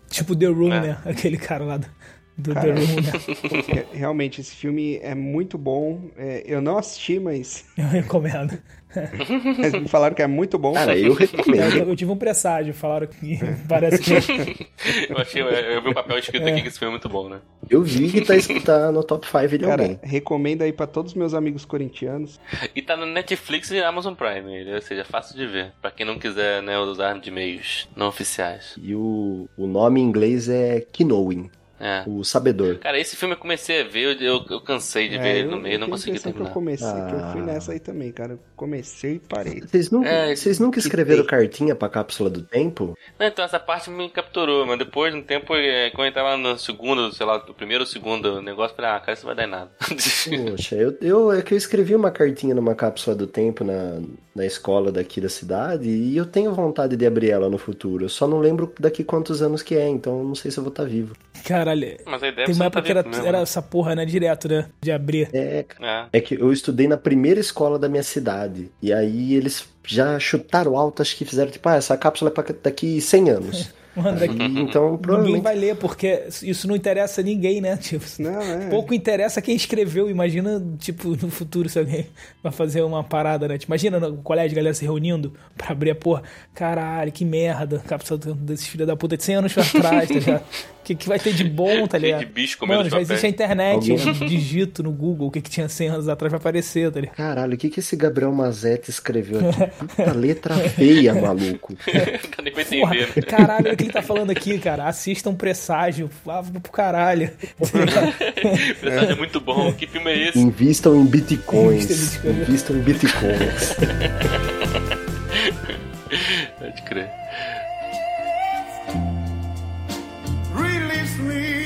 [SPEAKER 3] Tipo The Room,
[SPEAKER 1] É.
[SPEAKER 3] né? Aquele cara lá do, do
[SPEAKER 2] Cara.
[SPEAKER 3] The Room, né?
[SPEAKER 2] Re- Realmente, esse filme é muito bom. É, eu não assisti, mas,
[SPEAKER 3] Eu recomendo.
[SPEAKER 2] mas me falaram que é muito bom.
[SPEAKER 4] Cara, eu
[SPEAKER 3] Eu,
[SPEAKER 4] recomendo.
[SPEAKER 3] eu tive um presságio, falaram que parece que...
[SPEAKER 1] Eu achei, eu vi o papel escrito
[SPEAKER 3] É.
[SPEAKER 1] aqui que esse filme é muito bom, né?
[SPEAKER 4] Eu vi que tá, tá no top cinco de
[SPEAKER 2] Cara,
[SPEAKER 4] alguém.
[SPEAKER 2] recomendo aí pra todos os meus amigos corintianos.
[SPEAKER 1] E tá no Netflix e Amazon Prime, ele, ou seja, fácil de ver. Pra quem não quiser, né, usar de meios não oficiais.
[SPEAKER 4] E o, o nome em inglês é Knowing,
[SPEAKER 1] É.
[SPEAKER 4] o sabedor.
[SPEAKER 1] Cara, esse filme eu comecei a ver, eu, eu, eu cansei de ver
[SPEAKER 2] É,
[SPEAKER 1] ele
[SPEAKER 2] eu-
[SPEAKER 1] no meio,
[SPEAKER 2] eu
[SPEAKER 1] não
[SPEAKER 2] tenho a
[SPEAKER 1] consegui
[SPEAKER 2] impressão que
[SPEAKER 1] terminar.
[SPEAKER 2] eu comecei, que eu fui
[SPEAKER 4] Ah.
[SPEAKER 2] nessa aí também, cara. Eu comecei e parei.
[SPEAKER 4] Vocês nunca,
[SPEAKER 1] É,
[SPEAKER 4] vocês nunca
[SPEAKER 2] que
[SPEAKER 4] escreveram
[SPEAKER 2] tem.
[SPEAKER 4] cartinha pra cápsula do tempo?
[SPEAKER 1] Não, então essa parte me capturou, mas depois, no tempo, é, quando eu tava no segundo, sei lá, o primeiro ou segundo negócio, eu falei, ah, cara, isso não vai dar em nada.
[SPEAKER 4] Poxa, eu, eu, é que eu escrevi uma cartinha numa cápsula do tempo na, na escola daqui da cidade e eu tenho vontade de abrir ela no futuro. Eu só não lembro daqui quantos anos que é, então não sei se eu vou estar vivo.
[SPEAKER 3] Caralho,
[SPEAKER 1] Mas a ideia
[SPEAKER 3] tem
[SPEAKER 1] é
[SPEAKER 3] uma
[SPEAKER 1] você
[SPEAKER 3] época
[SPEAKER 1] tá
[SPEAKER 3] que era,
[SPEAKER 1] vivo mesmo,
[SPEAKER 3] era
[SPEAKER 1] né?
[SPEAKER 3] essa porra, né, direto, né, de abrir.
[SPEAKER 4] É,
[SPEAKER 1] É.
[SPEAKER 4] é que eu estudei na primeira escola da minha cidade e aí eles já chutaram alto, acho que fizeram tipo, ah, essa cápsula é pra daqui cem anos.
[SPEAKER 3] Mano, daqui,
[SPEAKER 4] Aí, então,
[SPEAKER 3] ninguém
[SPEAKER 4] provavelmente...
[SPEAKER 3] vai ler, porque isso não interessa a ninguém, né? Tipo,
[SPEAKER 2] Não, é.
[SPEAKER 3] pouco interessa quem escreveu. Imagina, tipo, no futuro, se alguém vai fazer uma parada, né? Tipo, imagina no colégio, a galera se reunindo pra abrir a porra. Caralho, que merda. Cápsula desses filhos da puta de cem anos pra trás, tá ligado? O que, que vai ter de bom, tá
[SPEAKER 1] Cheio
[SPEAKER 3] ligado?
[SPEAKER 1] de bicho comendo
[SPEAKER 3] Mano,
[SPEAKER 1] os
[SPEAKER 3] já
[SPEAKER 1] papéis.
[SPEAKER 3] existe a internet.
[SPEAKER 4] Alguém-
[SPEAKER 3] Eu digito no Google o que, que tinha cem anos atrás, vai aparecer, tá ligado?
[SPEAKER 4] Caralho, o que que esse Gabriel Mazetti escreveu aqui? Puta letra feia, maluco.
[SPEAKER 1] Não nem pra
[SPEAKER 3] Porra,
[SPEAKER 1] entender. né?
[SPEAKER 3] caralho, olha o que ele tá falando aqui, cara. Assistam Presságio. Ah, pro caralho. Tá ligado?
[SPEAKER 1] O personagem é muito bom, que filme é esse?
[SPEAKER 4] Invistam em bitcoins.
[SPEAKER 3] Invistam em bitcoins.
[SPEAKER 4] Invistam em bitcoins.
[SPEAKER 1] Pode crer.
[SPEAKER 5] Release me.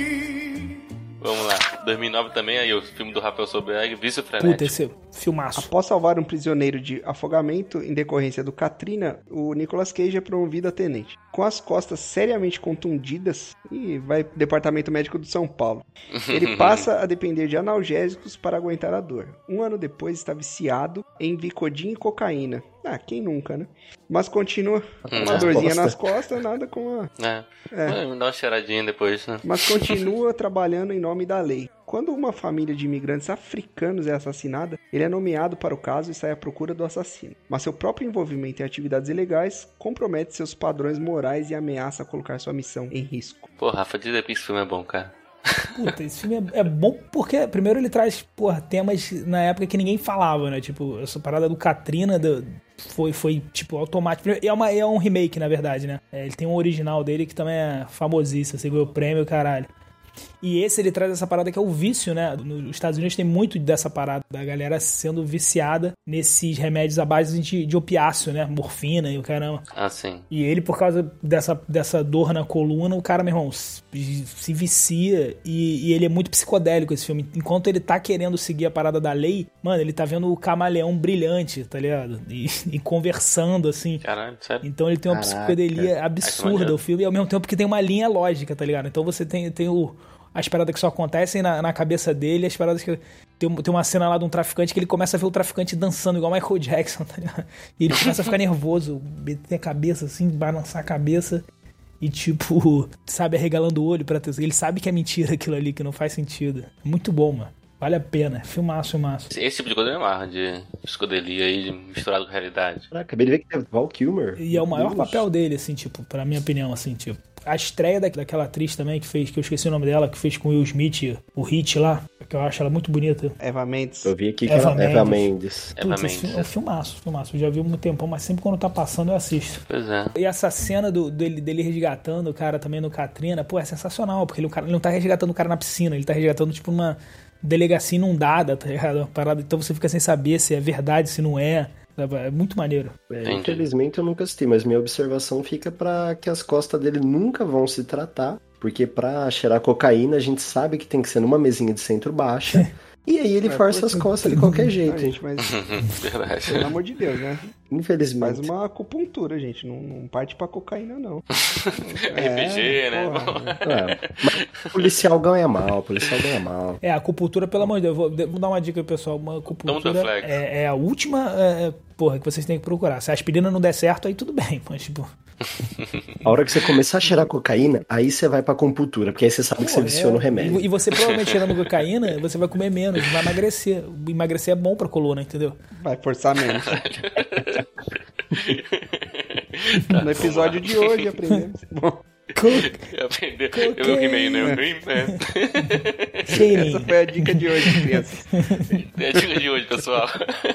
[SPEAKER 1] Vamos lá. dois mil e nove também, aí o filme do Rafael Soberg, Vício
[SPEAKER 3] Puta,
[SPEAKER 1] Frenético.
[SPEAKER 3] esse filmaço.
[SPEAKER 2] Após salvar um prisioneiro de afogamento em decorrência do Katrina, o Nicolas Cage é promovido a tenente. Com as costas seriamente contundidas, e vai pro Departamento Médico do São Paulo. Ele passa a depender de analgésicos para aguentar a dor. Um ano depois está viciado em Vicodin e cocaína. Ah, quem nunca, né? Mas continua com uma
[SPEAKER 1] Nas
[SPEAKER 2] dorzinha
[SPEAKER 4] costas.
[SPEAKER 2] nas costas, nada com a...
[SPEAKER 1] É.
[SPEAKER 2] É.
[SPEAKER 1] Me dá uma cheiradinha depois, né?
[SPEAKER 2] Mas continua trabalhando em nome da lei. Quando uma família de imigrantes africanos é assassinada, ele é nomeado para o caso e sai à procura do assassino. Mas seu próprio envolvimento em atividades ilegais compromete seus padrões morais e ameaça colocar sua missão em risco.
[SPEAKER 1] Pô, Rafa, diz aí que esse filme é bom, cara.
[SPEAKER 3] Puta, esse filme é, é bom porque, primeiro, ele traz, porra, temas na época que ninguém falava, né? Tipo, essa parada do Katrina do, foi, foi, tipo, automático. É, uma, é um remake, na verdade, né? É, ele tem um original dele que também é famosíssimo, assim, ganhou o prêmio, caralho. E esse ele traz essa parada que é o vício, né? Nos Estados Unidos tem muito dessa parada da galera sendo viciada nesses remédios à base de, de opiáceo, né? Morfina e o caramba.
[SPEAKER 1] Ah, sim.
[SPEAKER 3] E ele, por causa dessa, dessa dor na coluna, o cara, meu irmão, se, se vicia e, e ele é muito psicodélico esse filme. Enquanto ele tá querendo seguir a parada da lei, mano, ele tá vendo o camaleão brilhante, tá ligado? E, e conversando, assim.
[SPEAKER 1] Caralho, sério.
[SPEAKER 3] Então ele tem uma
[SPEAKER 4] Caraca.
[SPEAKER 3] psicodelia
[SPEAKER 1] Ai, que
[SPEAKER 3] absurda
[SPEAKER 1] maneiro.
[SPEAKER 3] o filme, e ao mesmo tempo que tem uma linha lógica, tá ligado? Então você tem, tem o, as paradas que só acontecem na, na cabeça dele, as paradas que... Tem, tem uma cena lá de um traficante que ele começa a ver o traficante dançando igual Michael Jackson, tá ligado? E ele começa a ficar nervoso, bater a cabeça assim, balançar a cabeça e tipo, sabe, arregalando o olho pra ter... Ele sabe que é mentira aquilo ali, que não faz sentido. Muito bom, mano. Vale a pena. Filmaço, filmaço.
[SPEAKER 1] Esse tipo de coisa eu me amarro, de psicodelia aí, de misturado com realidade.
[SPEAKER 4] Caraca, acabei de ver que tem Val Kilmer.
[SPEAKER 3] E é o maior
[SPEAKER 4] Deus.
[SPEAKER 3] papel dele, assim, tipo, pra minha opinião, assim, tipo. A estreia da, daquela atriz também que fez, que eu esqueci o nome dela, que fez com o Will Smith, o Hit lá, que eu acho ela muito bonita.
[SPEAKER 2] Eva Mendes.
[SPEAKER 4] Eu vi aqui que
[SPEAKER 3] Eva
[SPEAKER 4] era Eva
[SPEAKER 3] Mendes.
[SPEAKER 4] Mendes.
[SPEAKER 1] Eva
[SPEAKER 3] Putz, esse
[SPEAKER 1] Mendes.
[SPEAKER 3] filme é um filmaço, filmaço. Eu já vi há muito tempão, mas sempre quando tá passando eu assisto.
[SPEAKER 1] Pois é.
[SPEAKER 3] E essa cena do, dele, dele resgatando o cara também no Katrina, pô, é sensacional, porque ele, o cara, ele não tá resgatando o cara na piscina, ele tá resgatando, tipo, uma delegacia inundada, tá ligado? Uma parada, então você fica sem saber se é verdade, se não é. Sabe? É muito maneiro.
[SPEAKER 4] É,
[SPEAKER 1] Entendi.
[SPEAKER 4] infelizmente eu nunca assisti, mas minha observação fica pra que as costas dele nunca vão se tratar, porque pra cheirar cocaína a gente sabe que tem que ser numa mesinha de centro baixa, e aí ele
[SPEAKER 2] É,
[SPEAKER 4] força
[SPEAKER 2] por
[SPEAKER 4] as
[SPEAKER 2] isso-
[SPEAKER 4] costas de qualquer
[SPEAKER 2] Não,
[SPEAKER 4] jeito.
[SPEAKER 2] gente, mas
[SPEAKER 1] Verdade.
[SPEAKER 2] pelo amor de Deus, né?
[SPEAKER 4] Infelizmente.
[SPEAKER 2] Faz uma acupuntura, gente. Não, não parte pra cocaína, não.
[SPEAKER 1] R P G, né?
[SPEAKER 2] porra.
[SPEAKER 4] É, mas policial ganha mal, policial ganha mal.
[SPEAKER 3] É, a acupuntura, pelo amor de Deus, vou, vou dar uma dica aí, pessoal. Uma
[SPEAKER 1] Don't
[SPEAKER 3] acupuntura
[SPEAKER 1] deflect.
[SPEAKER 3] é, é a última, é, porra, que vocês têm que procurar. Se a aspirina não der certo, aí tudo bem. Mas, tipo,
[SPEAKER 4] A hora que você começar a cheirar cocaína, aí você vai pra acupuntura, porque aí você sabe que você
[SPEAKER 3] pô,
[SPEAKER 4] viciou
[SPEAKER 3] é-
[SPEAKER 4] no remédio.
[SPEAKER 3] E, e você provavelmente cheirando cocaína, você vai comer menos, vai emagrecer. Emagrecer é bom pra coluna, entendeu?
[SPEAKER 2] Vai forçar menos. No episódio de hoje aprendemos. Bom,
[SPEAKER 1] Aprender. Eu rimei, né? Eu rimei, né?
[SPEAKER 3] Cheirinho.
[SPEAKER 2] essa foi a dica de hoje, crianças.
[SPEAKER 1] É a dica de hoje, pessoal.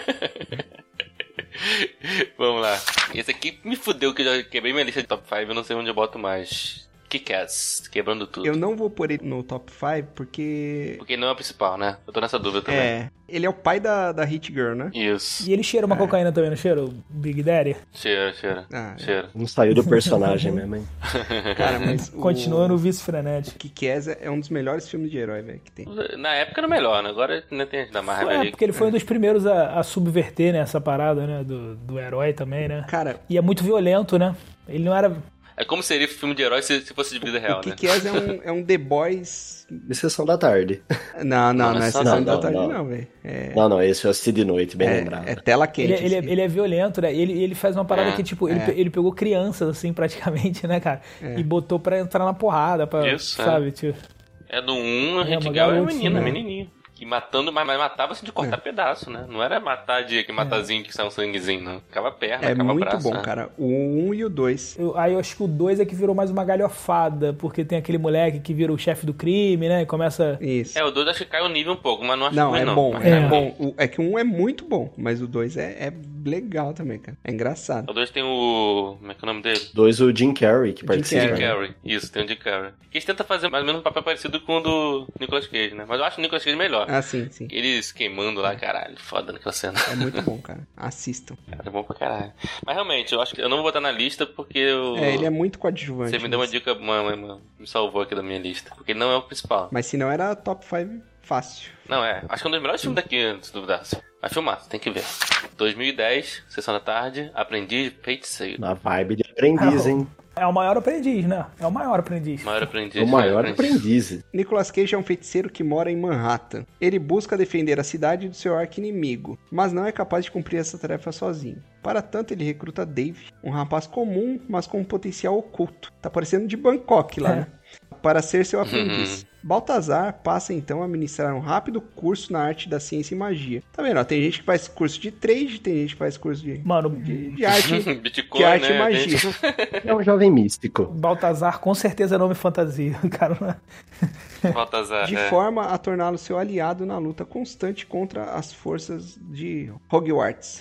[SPEAKER 1] Vamos lá. Esse aqui me fudeu que eu já quebrei minha lista de top cinco, eu não sei onde eu boto mais. Kick-Ass, quebrando tudo.
[SPEAKER 2] Eu não vou pôr ele no top cinco porque...
[SPEAKER 1] Porque não é o principal, né? Eu tô nessa dúvida também.
[SPEAKER 2] É, ele é o pai da, da Hit Girl, né?
[SPEAKER 1] Isso.
[SPEAKER 3] E ele cheira uma cocaína também, não cheira? O Big Daddy?
[SPEAKER 1] Cheira, cheira.
[SPEAKER 2] Ah, é.
[SPEAKER 1] Cheira.
[SPEAKER 4] Não saiu do personagem mesmo, hein?
[SPEAKER 2] Cara, mas o...
[SPEAKER 3] Continua no vício frenético.
[SPEAKER 2] Kick-Ass é um dos melhores filmes de herói, velho, que tem.
[SPEAKER 1] Na época era melhor, né? Agora ainda tem da Marvel
[SPEAKER 3] É,
[SPEAKER 1] ali.
[SPEAKER 3] porque ele foi um dos primeiros a, a subverter, né, essa parada, né, do, do herói também, né?
[SPEAKER 2] Cara,
[SPEAKER 3] E é muito violento, né? Ele não era...
[SPEAKER 1] É como seria filme de herói se, se fosse de vida real,
[SPEAKER 2] o
[SPEAKER 1] né?
[SPEAKER 2] Kick-Ass é um, é um The Boys...
[SPEAKER 4] Sessão da tarde.
[SPEAKER 2] Não, não, não é
[SPEAKER 1] Não,
[SPEAKER 2] Sessão
[SPEAKER 4] não,
[SPEAKER 2] da
[SPEAKER 4] não,
[SPEAKER 2] Tarde
[SPEAKER 4] não.
[SPEAKER 2] não, velho. É,
[SPEAKER 4] Não, não, esse eu assisti de noite, bem
[SPEAKER 2] é,
[SPEAKER 4] lembrado.
[SPEAKER 2] é tela quente.
[SPEAKER 3] Ele, ele, é,
[SPEAKER 2] assim.
[SPEAKER 3] ele é violento, né? Ele, ele faz uma parada
[SPEAKER 1] É,
[SPEAKER 3] que, tipo, ele,
[SPEAKER 2] é.
[SPEAKER 3] pe- ele pegou crianças, assim, praticamente, né, cara?
[SPEAKER 2] É.
[SPEAKER 3] E botou pra entrar na porrada, pra,
[SPEAKER 1] Isso, é.
[SPEAKER 3] sabe? Tipo,
[SPEAKER 1] É do um, a
[SPEAKER 3] É,
[SPEAKER 1] gente
[SPEAKER 3] uma
[SPEAKER 1] Gal é
[SPEAKER 3] garotinha,
[SPEAKER 1] menina,
[SPEAKER 3] né?
[SPEAKER 1] menininho. E matando, mas, mas matava assim de cortar
[SPEAKER 2] É.
[SPEAKER 1] pedaço, né? Não era matar de que matazinho que sai um sanguezinho, não. Ficava a perna,
[SPEAKER 2] É
[SPEAKER 1] ficava
[SPEAKER 2] muito
[SPEAKER 1] braço,
[SPEAKER 2] bom,
[SPEAKER 1] né?
[SPEAKER 2] cara. O um e o dois.
[SPEAKER 3] eu- aí eu acho que o dois é que virou mais uma galhofada, porque tem aquele moleque que vira o chefe do crime, né? E começa...
[SPEAKER 2] Isso.
[SPEAKER 1] É, o dois acho que cai o nível um pouco, mas não acho
[SPEAKER 2] Não,
[SPEAKER 1] ruim,
[SPEAKER 2] é
[SPEAKER 1] não.
[SPEAKER 2] bom,
[SPEAKER 1] Mas
[SPEAKER 2] é,
[SPEAKER 3] É.
[SPEAKER 2] bom. O- é que o um é muito bom, mas o dois é, é legal também, cara. É engraçado.
[SPEAKER 1] O dois tem o... Como é que é o nome dele?
[SPEAKER 4] Dois, o Jim Carrey, que
[SPEAKER 2] Jim
[SPEAKER 4] participa.
[SPEAKER 1] Jim
[SPEAKER 2] Carrey.
[SPEAKER 4] né?
[SPEAKER 1] Carrey. Isso, tem o Jim Carrey. Que eles tentam fazer mais ou menos um papel parecido com o do Nicolas Cage, né? Mas eu acho o Nicolas Cage melhor.
[SPEAKER 2] Ah, sim, sim.
[SPEAKER 1] Eles queimando lá, caralho. Foda naquela cena.
[SPEAKER 2] É muito bom, cara. Assistam.
[SPEAKER 1] Cara, é bom pra caralho. Mas realmente, eu acho que eu não vou botar na lista porque eu...
[SPEAKER 2] É, ele é muito coadjuvante.
[SPEAKER 1] Você me deu uma
[SPEAKER 2] mas-
[SPEAKER 1] dica, uma, uma- uma- me salvou aqui da minha lista. Porque ele não é o principal.
[SPEAKER 2] Mas se não era top cinco, fácil.
[SPEAKER 1] Não, é. Acho que é um dos melhores filmes daqui, se duvidasse. Vai filmar, tem que ver. dois mil e dez, Sessão da Tarde, Aprendiz de Feiticeiro.
[SPEAKER 4] Na vibe de aprendiz, hein?
[SPEAKER 3] É o maior aprendiz, né? É o maior aprendiz.
[SPEAKER 1] Maior aprendiz.
[SPEAKER 4] O maior aprendiz.
[SPEAKER 2] Nicolas Cage é um feiticeiro que mora em Manhattan. Ele busca defender a cidade do seu arqui-inimigo, mas não é capaz de cumprir essa tarefa sozinho. Para tanto, ele recruta Dave, um rapaz comum, mas com um potencial oculto. Tá parecendo de Bangkok lá,
[SPEAKER 3] É.
[SPEAKER 2] né? Para ser seu aprendiz. Baltazar passa então a ministrar um rápido curso na arte da ciência e magia. Tá vendo? Ó, tem gente que faz curso de trade, tem gente que faz curso de,
[SPEAKER 3] Mano,
[SPEAKER 2] de, de arte,
[SPEAKER 1] Bitcoin,
[SPEAKER 2] de arte
[SPEAKER 1] né?
[SPEAKER 2] e magia.
[SPEAKER 4] É um jovem místico.
[SPEAKER 3] Baltazar com certeza é nome fantasia, cara.
[SPEAKER 1] Baltazar,
[SPEAKER 2] De
[SPEAKER 1] é.
[SPEAKER 2] forma a torná-lo seu aliado na luta constante contra as forças de Hogwarts.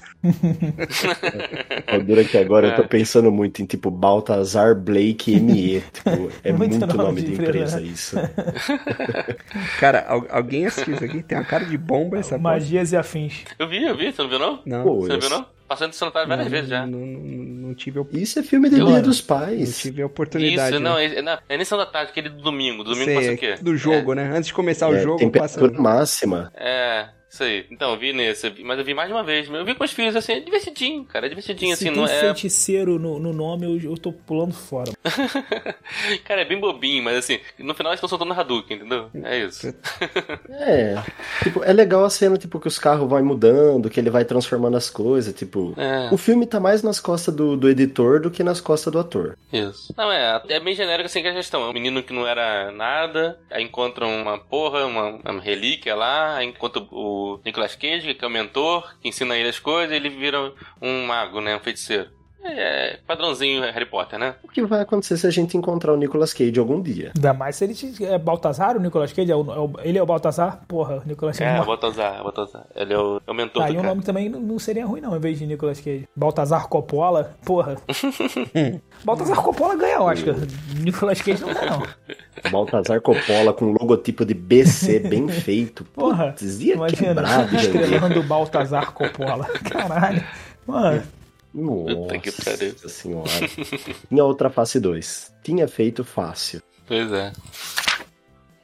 [SPEAKER 4] O dura que agora eu tô pensando muito em tipo Baltazar Blake M E. Tipo, é
[SPEAKER 3] Muito
[SPEAKER 4] muito,
[SPEAKER 3] nome
[SPEAKER 4] nome
[SPEAKER 3] de
[SPEAKER 4] de
[SPEAKER 3] empresa,
[SPEAKER 4] empresa,
[SPEAKER 3] né?
[SPEAKER 4] isso.
[SPEAKER 2] Cara, al- alguém assistiu isso aqui? Tem uma cara de bomba essa porra.
[SPEAKER 3] Magias e afins.
[SPEAKER 1] Eu vi, eu vi. Você não viu, não?
[SPEAKER 2] Não,
[SPEAKER 4] Pô,
[SPEAKER 1] Você não
[SPEAKER 4] eu-
[SPEAKER 1] viu, não? Passando de Santa várias
[SPEAKER 2] não,
[SPEAKER 1] vezes já.
[SPEAKER 2] Não, não, não tive, op-
[SPEAKER 4] Isso é filme de
[SPEAKER 1] Eu-
[SPEAKER 4] Dia dos
[SPEAKER 2] não
[SPEAKER 4] Pais.
[SPEAKER 2] tive a oportunidade.
[SPEAKER 1] Isso, não,
[SPEAKER 2] né?
[SPEAKER 1] é, não, é nem Santa Tarde, aquele do domingo. Do domingo
[SPEAKER 2] Sei,
[SPEAKER 1] passa o quê?
[SPEAKER 2] do jogo, né? Antes de começar o
[SPEAKER 4] É,
[SPEAKER 2] jogo,
[SPEAKER 4] temperatura
[SPEAKER 2] passa.
[SPEAKER 4] máxima.
[SPEAKER 1] É, isso aí. Então, eu vi nesse, eu vi- mas eu vi mais de uma vez. Eu vi com os filhos, assim, é divertidinho, cara, é divertidinho,
[SPEAKER 3] Se
[SPEAKER 1] assim,
[SPEAKER 3] tem
[SPEAKER 1] não é...
[SPEAKER 3] feiticeiro no, no nome, eu, eu tô pulando fora.
[SPEAKER 1] Cara, é bem bobinho, mas assim, no final eles estão soltando Hadouken, entendeu? É isso.
[SPEAKER 4] É. Tipo, é legal a cena, tipo, que os carros vão mudando, que ele vai transformando as coisas, tipo...
[SPEAKER 1] É.
[SPEAKER 4] O filme tá mais nas costas do, do editor do que nas costas do ator.
[SPEAKER 1] Isso. Não, é, é bem genérico assim que a questão. É um menino que não era nada, aí encontra uma porra, uma, uma relíquia lá, aí encontra o Nicolas Cage, que é o mentor, que ensina ele as coisas, e ele vira um mago, né, um feiticeiro. É padrãozinho Harry Potter, né?
[SPEAKER 4] O que vai acontecer se a gente encontrar o Nicolas Cage algum dia?
[SPEAKER 3] Ainda mais se ele te- é Baltazar, o Nicolas Cage? É o, é o- ele é o Baltazar? Porra, o Nicolas Cage.
[SPEAKER 1] É,
[SPEAKER 3] morre.
[SPEAKER 1] Baltazar, Baltazar. Ele é o, é o mentor
[SPEAKER 3] Aí
[SPEAKER 1] do
[SPEAKER 3] o
[SPEAKER 1] cara.
[SPEAKER 3] nome também não- não seria ruim, não, em vez de Nicolas Cage. Baltazar Coppola? Porra. Baltazar Coppola ganha Oscar. Nicolas Cage não ganha, não.
[SPEAKER 4] Baltazar Coppola com logotipo de B C bem feito.
[SPEAKER 3] Porra.
[SPEAKER 4] Putz, ia
[SPEAKER 3] Imagina,
[SPEAKER 4] quebrar de vender.
[SPEAKER 3] estrelando o Baltazar Coppola. Caralho. Mano,
[SPEAKER 1] Puta que pariu.
[SPEAKER 4] Nossa senhora. Tinha outra face dois. Tinha feito fácil.
[SPEAKER 1] Pois é.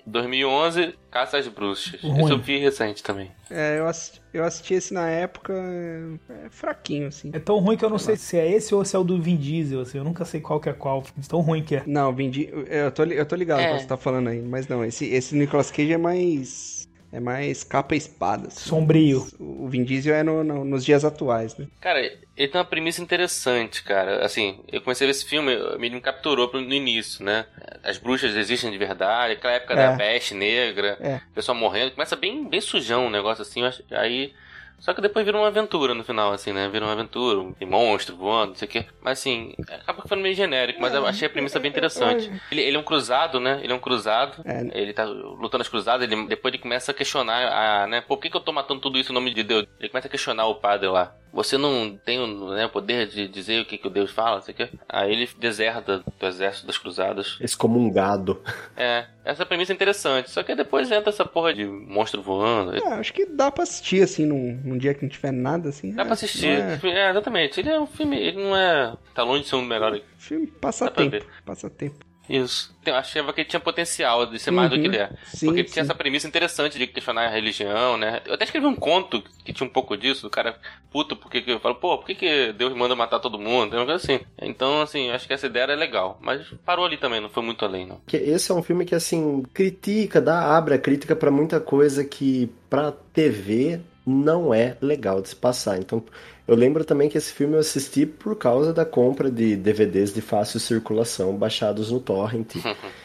[SPEAKER 1] dois mil e onze, Caça às Bruxas.
[SPEAKER 3] Ruim.
[SPEAKER 1] Esse eu vi recente também.
[SPEAKER 2] É, eu assisti, eu assisti esse na época, é, é fraquinho, assim.
[SPEAKER 3] É tão ruim que eu não sei se é esse ou se é o do Vin Diesel, assim. Eu nunca sei qual que é qual. De tão ruim que é.
[SPEAKER 2] Não, Vin Di- eu tô, li- eu tô ligado
[SPEAKER 1] É.
[SPEAKER 2] com o que você tá falando aí, mas não, esse, esse Nicolas Cage é mais... É mais capa e espada. Assim.
[SPEAKER 3] Sombrio.
[SPEAKER 2] O Vin Diesel é no- no- nos dias atuais, né?
[SPEAKER 1] Cara, ele tem uma premissa interessante, cara. Assim, eu comecei a ver esse filme, ele me capturou no início, né? As bruxas existem de verdade, aquela época
[SPEAKER 2] É.
[SPEAKER 1] da peste negra,
[SPEAKER 2] É.
[SPEAKER 1] o pessoal morrendo. Começa bem, bem sujão o negócio assim, eu acho- aí... Só que depois vira uma aventura no final, assim, né? Vira uma aventura, tem monstro voando, não sei o quê. Mas assim, acaba ficando meio genérico, mas eu achei a premissa bem interessante. Ele, ele é um cruzado, né? Ele é um cruzado.
[SPEAKER 2] É.
[SPEAKER 1] Ele tá lutando as cruzadas, ele, depois ele começa a questionar, a, né? Por que, que eu tô matando tudo isso em nome de Deus? Ele começa a questionar o padre lá. Você não tem o, né, o poder de dizer o que, que o Deus fala, não sei o quê. Aí ele deserta do exército das cruzadas.
[SPEAKER 4] Excomungado.
[SPEAKER 1] É, essa premissa é interessante. Só que depois entra essa porra de monstro voando.
[SPEAKER 2] Ah, acho que dá pra assistir, assim, num, num dia que não tiver nada, assim.
[SPEAKER 1] Dá
[SPEAKER 2] é,
[SPEAKER 1] pra assistir.
[SPEAKER 2] não É,
[SPEAKER 1] É, exatamente. Ele é um filme, ele não é... Tá longe de ser um melhor.
[SPEAKER 2] filme
[SPEAKER 1] Dá pra
[SPEAKER 2] passatempo.
[SPEAKER 1] ver.
[SPEAKER 2] Passatempo.
[SPEAKER 1] Isso. Eu achava que ele tinha potencial de ser mais do que ele é.
[SPEAKER 2] Sim,
[SPEAKER 1] Porque ele
[SPEAKER 2] sim.
[SPEAKER 1] tinha essa premissa interessante de questionar a religião, né? Eu até escrevi um conto que tinha um pouco disso, do cara puto, porque que eu falo, pô, por que, que Deus manda matar todo mundo? Tem uma coisa assim. Então, assim, eu acho que essa ideia era legal. Mas parou ali também, não foi muito além, não.
[SPEAKER 4] Que esse é um filme que, assim, critica, dá, abre a crítica pra muita coisa que pra T V não é legal de se passar. Então, eu lembro também que esse filme eu assisti por causa da compra de D V Ds de fácil circulação baixados no torrent.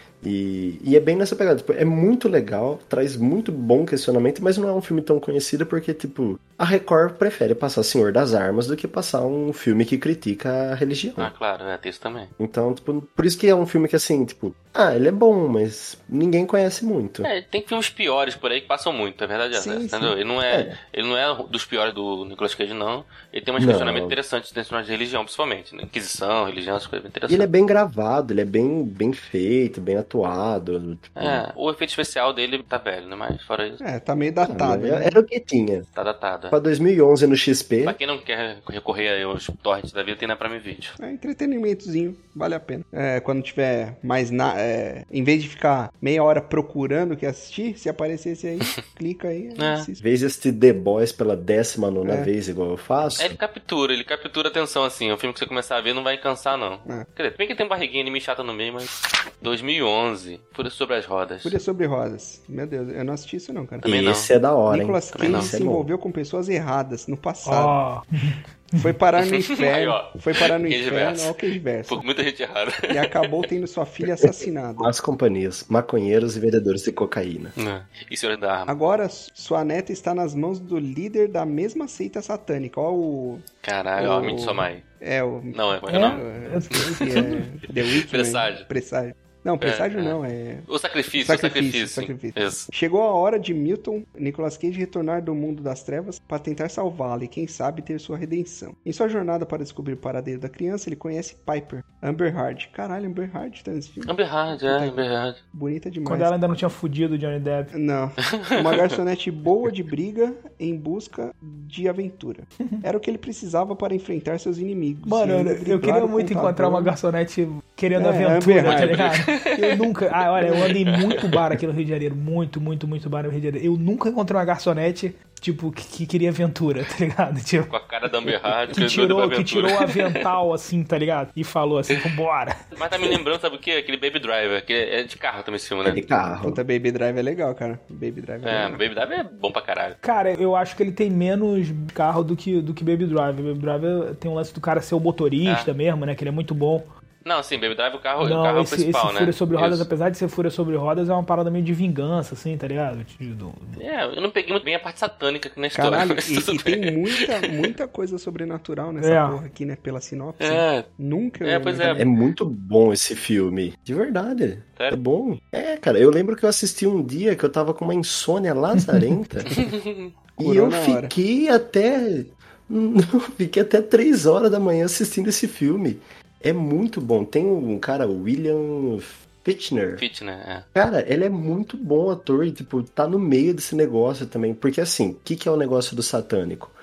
[SPEAKER 4] E, e é bem nessa pegada, tipo, é muito legal, traz muito bom questionamento, mas não é um filme tão conhecido porque, tipo, a Record prefere passar Senhor das Armas do que passar um filme que critica a religião.
[SPEAKER 1] Ah, claro, é, tem isso também.
[SPEAKER 4] Então, tipo, por isso que é um filme que, assim, tipo, ah, ele é bom, mas ninguém conhece muito.
[SPEAKER 1] É, tem filmes piores por aí que passam muito, é verdade,
[SPEAKER 2] Sim,
[SPEAKER 1] né?
[SPEAKER 2] sim.
[SPEAKER 1] Entendeu? Ele não é,
[SPEAKER 4] É.
[SPEAKER 1] ele não é dos piores do Nicolas Cage, não. Ele tem uns
[SPEAKER 4] Não.
[SPEAKER 1] questionamentos interessantes dentro de religião, principalmente, né? Inquisição, religião, essas coisas bem
[SPEAKER 4] E
[SPEAKER 1] interessantes.
[SPEAKER 4] ele é bem gravado, ele é bem, bem feito, bem atuado. Tipo,
[SPEAKER 1] É, o efeito especial dele tá velho, né? Mas fora isso,
[SPEAKER 2] É, tá meio datado.
[SPEAKER 4] era,
[SPEAKER 2] né?
[SPEAKER 4] era o que tinha.
[SPEAKER 1] tá datado.
[SPEAKER 4] Pra dois mil e onze no X P,
[SPEAKER 1] Pra quem não quer recorrer aí aos torrents da vida, tem na Prime Video.
[SPEAKER 2] É entretenimentozinho, vale a pena. É, quando tiver mais na... é, em vez de ficar meia hora procurando o que assistir, se aparecesse aí, clica aí e
[SPEAKER 1] É.
[SPEAKER 2] assiste.
[SPEAKER 4] em vez de assistir The Boys pela décima nona
[SPEAKER 2] É.
[SPEAKER 4] vez, igual eu faço,
[SPEAKER 1] É, ele captura, ele captura a atenção, assim. É um filme que você começar a ver não vai cansar, não.
[SPEAKER 2] É.
[SPEAKER 1] Quer dizer, bem que tem barriguinha anime chata no meio, mas... dois mil e onze, Fúria sobre as Rodas.
[SPEAKER 2] Fúria sobre Rosas. Meu Deus, eu não assisti isso não, cara.
[SPEAKER 1] Também não.
[SPEAKER 4] esse é da hora,
[SPEAKER 2] Nicolas
[SPEAKER 4] hein?
[SPEAKER 1] Também não.
[SPEAKER 2] Cage
[SPEAKER 4] Esse
[SPEAKER 2] se
[SPEAKER 4] é bom.
[SPEAKER 2] envolveu com pessoas erradas no passado.
[SPEAKER 3] Ó,
[SPEAKER 2] Foi parar no
[SPEAKER 1] Aí,
[SPEAKER 2] inferno.
[SPEAKER 1] ó.
[SPEAKER 2] Foi parar no
[SPEAKER 1] Cage
[SPEAKER 2] inferno,
[SPEAKER 1] verso.
[SPEAKER 2] olha o Cage verso.
[SPEAKER 1] Por muita gente errada.
[SPEAKER 2] E acabou tendo sua filha assassinada.
[SPEAKER 4] As companhias, maconheiros e vendedores de cocaína.
[SPEAKER 1] Não. E Senhor da Arma.
[SPEAKER 2] Agora, sua neta está nas mãos do líder da mesma seita satânica. Ó o...
[SPEAKER 1] Caralho, ó,
[SPEAKER 2] O-
[SPEAKER 1] Midsommar.
[SPEAKER 2] É, o...
[SPEAKER 1] Não, é, como é
[SPEAKER 3] É?
[SPEAKER 1] o nome?
[SPEAKER 2] é, eu esqueci, é The Witch,
[SPEAKER 1] Presságio.
[SPEAKER 2] Presságio. Não, presságio
[SPEAKER 1] É, é.
[SPEAKER 2] não, é...
[SPEAKER 1] O sacrifício,
[SPEAKER 2] Sacrifício,
[SPEAKER 1] o sacrifício.
[SPEAKER 2] sacrifício.
[SPEAKER 1] Isso.
[SPEAKER 2] Chegou a hora de Milton, Nicolas Cage, retornar do mundo das trevas para tentar salvá-la e, quem sabe, ter sua redenção. Em sua jornada para descobrir o paradeiro da criança, ele conhece Piper, Amber Heard. Caralho, Amber Heard tá nesse filme.
[SPEAKER 1] Amber Heard, é, Amber Heard.
[SPEAKER 2] Bonita demais.
[SPEAKER 3] quando ela ainda não tinha fudido o Johnny Depp.
[SPEAKER 2] Não. Uma garçonete boa de briga em busca de aventura. Era o que ele precisava para enfrentar seus inimigos.
[SPEAKER 3] Mano,
[SPEAKER 2] E ainda
[SPEAKER 3] eu, eu
[SPEAKER 2] driblar
[SPEAKER 3] queria
[SPEAKER 2] o
[SPEAKER 3] muito
[SPEAKER 2] contador.
[SPEAKER 3] encontrar uma garçonete querendo
[SPEAKER 2] É,
[SPEAKER 3] aventura,
[SPEAKER 2] Amber
[SPEAKER 3] tá
[SPEAKER 2] Heard.
[SPEAKER 3] ligado? Eu nunca. Ah, olha, eu andei muito bar aqui no Rio de Janeiro. Muito, muito, muito bar no Rio de Janeiro. Eu nunca encontrei uma garçonete, tipo, que, que queria aventura, tá ligado? Tipo,
[SPEAKER 1] Com a cara da Amber Heard,
[SPEAKER 3] que
[SPEAKER 1] doido pra
[SPEAKER 3] tirou, que
[SPEAKER 1] aventura.
[SPEAKER 3] tirou o avental, assim, tá ligado? E falou assim, vambora.
[SPEAKER 1] Mas tá me lembrando, sabe o quê? Aquele Baby Driver, que é de carro também esse filme,
[SPEAKER 4] É
[SPEAKER 1] né?
[SPEAKER 4] de carro.
[SPEAKER 2] Puta, Baby Drive é legal, cara. Baby Drive é,
[SPEAKER 1] É,
[SPEAKER 2] legal.
[SPEAKER 1] Baby Driver é bom pra caralho.
[SPEAKER 3] Cara, eu acho que ele tem menos carro do que, do que Baby Driver. Baby Driver tem um lance do cara ser o motorista
[SPEAKER 1] É.
[SPEAKER 3] mesmo, né? Que ele é muito bom.
[SPEAKER 1] Não, sim, Baby Driver, o carro, o
[SPEAKER 3] Não,
[SPEAKER 1] carro é o
[SPEAKER 3] esse,
[SPEAKER 1] principal,
[SPEAKER 3] esse
[SPEAKER 1] né?
[SPEAKER 3] Fúria sobre Rodas,
[SPEAKER 1] Isso.
[SPEAKER 3] apesar de ser Fúria sobre Rodas, é uma parada meio de vingança, assim, tá ligado? De- do-
[SPEAKER 1] É, eu não peguei muito bem a parte satânica aqui na história.
[SPEAKER 2] Caralho,
[SPEAKER 1] mas
[SPEAKER 2] e,
[SPEAKER 1] tudo
[SPEAKER 2] e tem
[SPEAKER 1] bem.
[SPEAKER 2] muita, muita coisa sobrenatural nessa
[SPEAKER 3] É.
[SPEAKER 2] porra aqui, né? Pela sinopse.
[SPEAKER 1] É,
[SPEAKER 2] Nunca.
[SPEAKER 1] É, pois
[SPEAKER 2] né?
[SPEAKER 4] É muito bom esse filme. De verdade.
[SPEAKER 1] Sério?
[SPEAKER 4] É bom. É, cara, eu lembro que eu assisti um dia que eu tava com uma insônia lazarenta. e
[SPEAKER 2] Curou
[SPEAKER 4] eu
[SPEAKER 2] na hora.
[SPEAKER 4] fiquei até. Não, fiquei até três horas da manhã assistindo esse filme. É muito bom. Tem um cara, o William Fichtner.
[SPEAKER 1] fit, né?
[SPEAKER 4] Cara, ele é muito bom ator e, tipo, tá no meio desse negócio também. Porque, assim, o que, que é o negócio do satânico?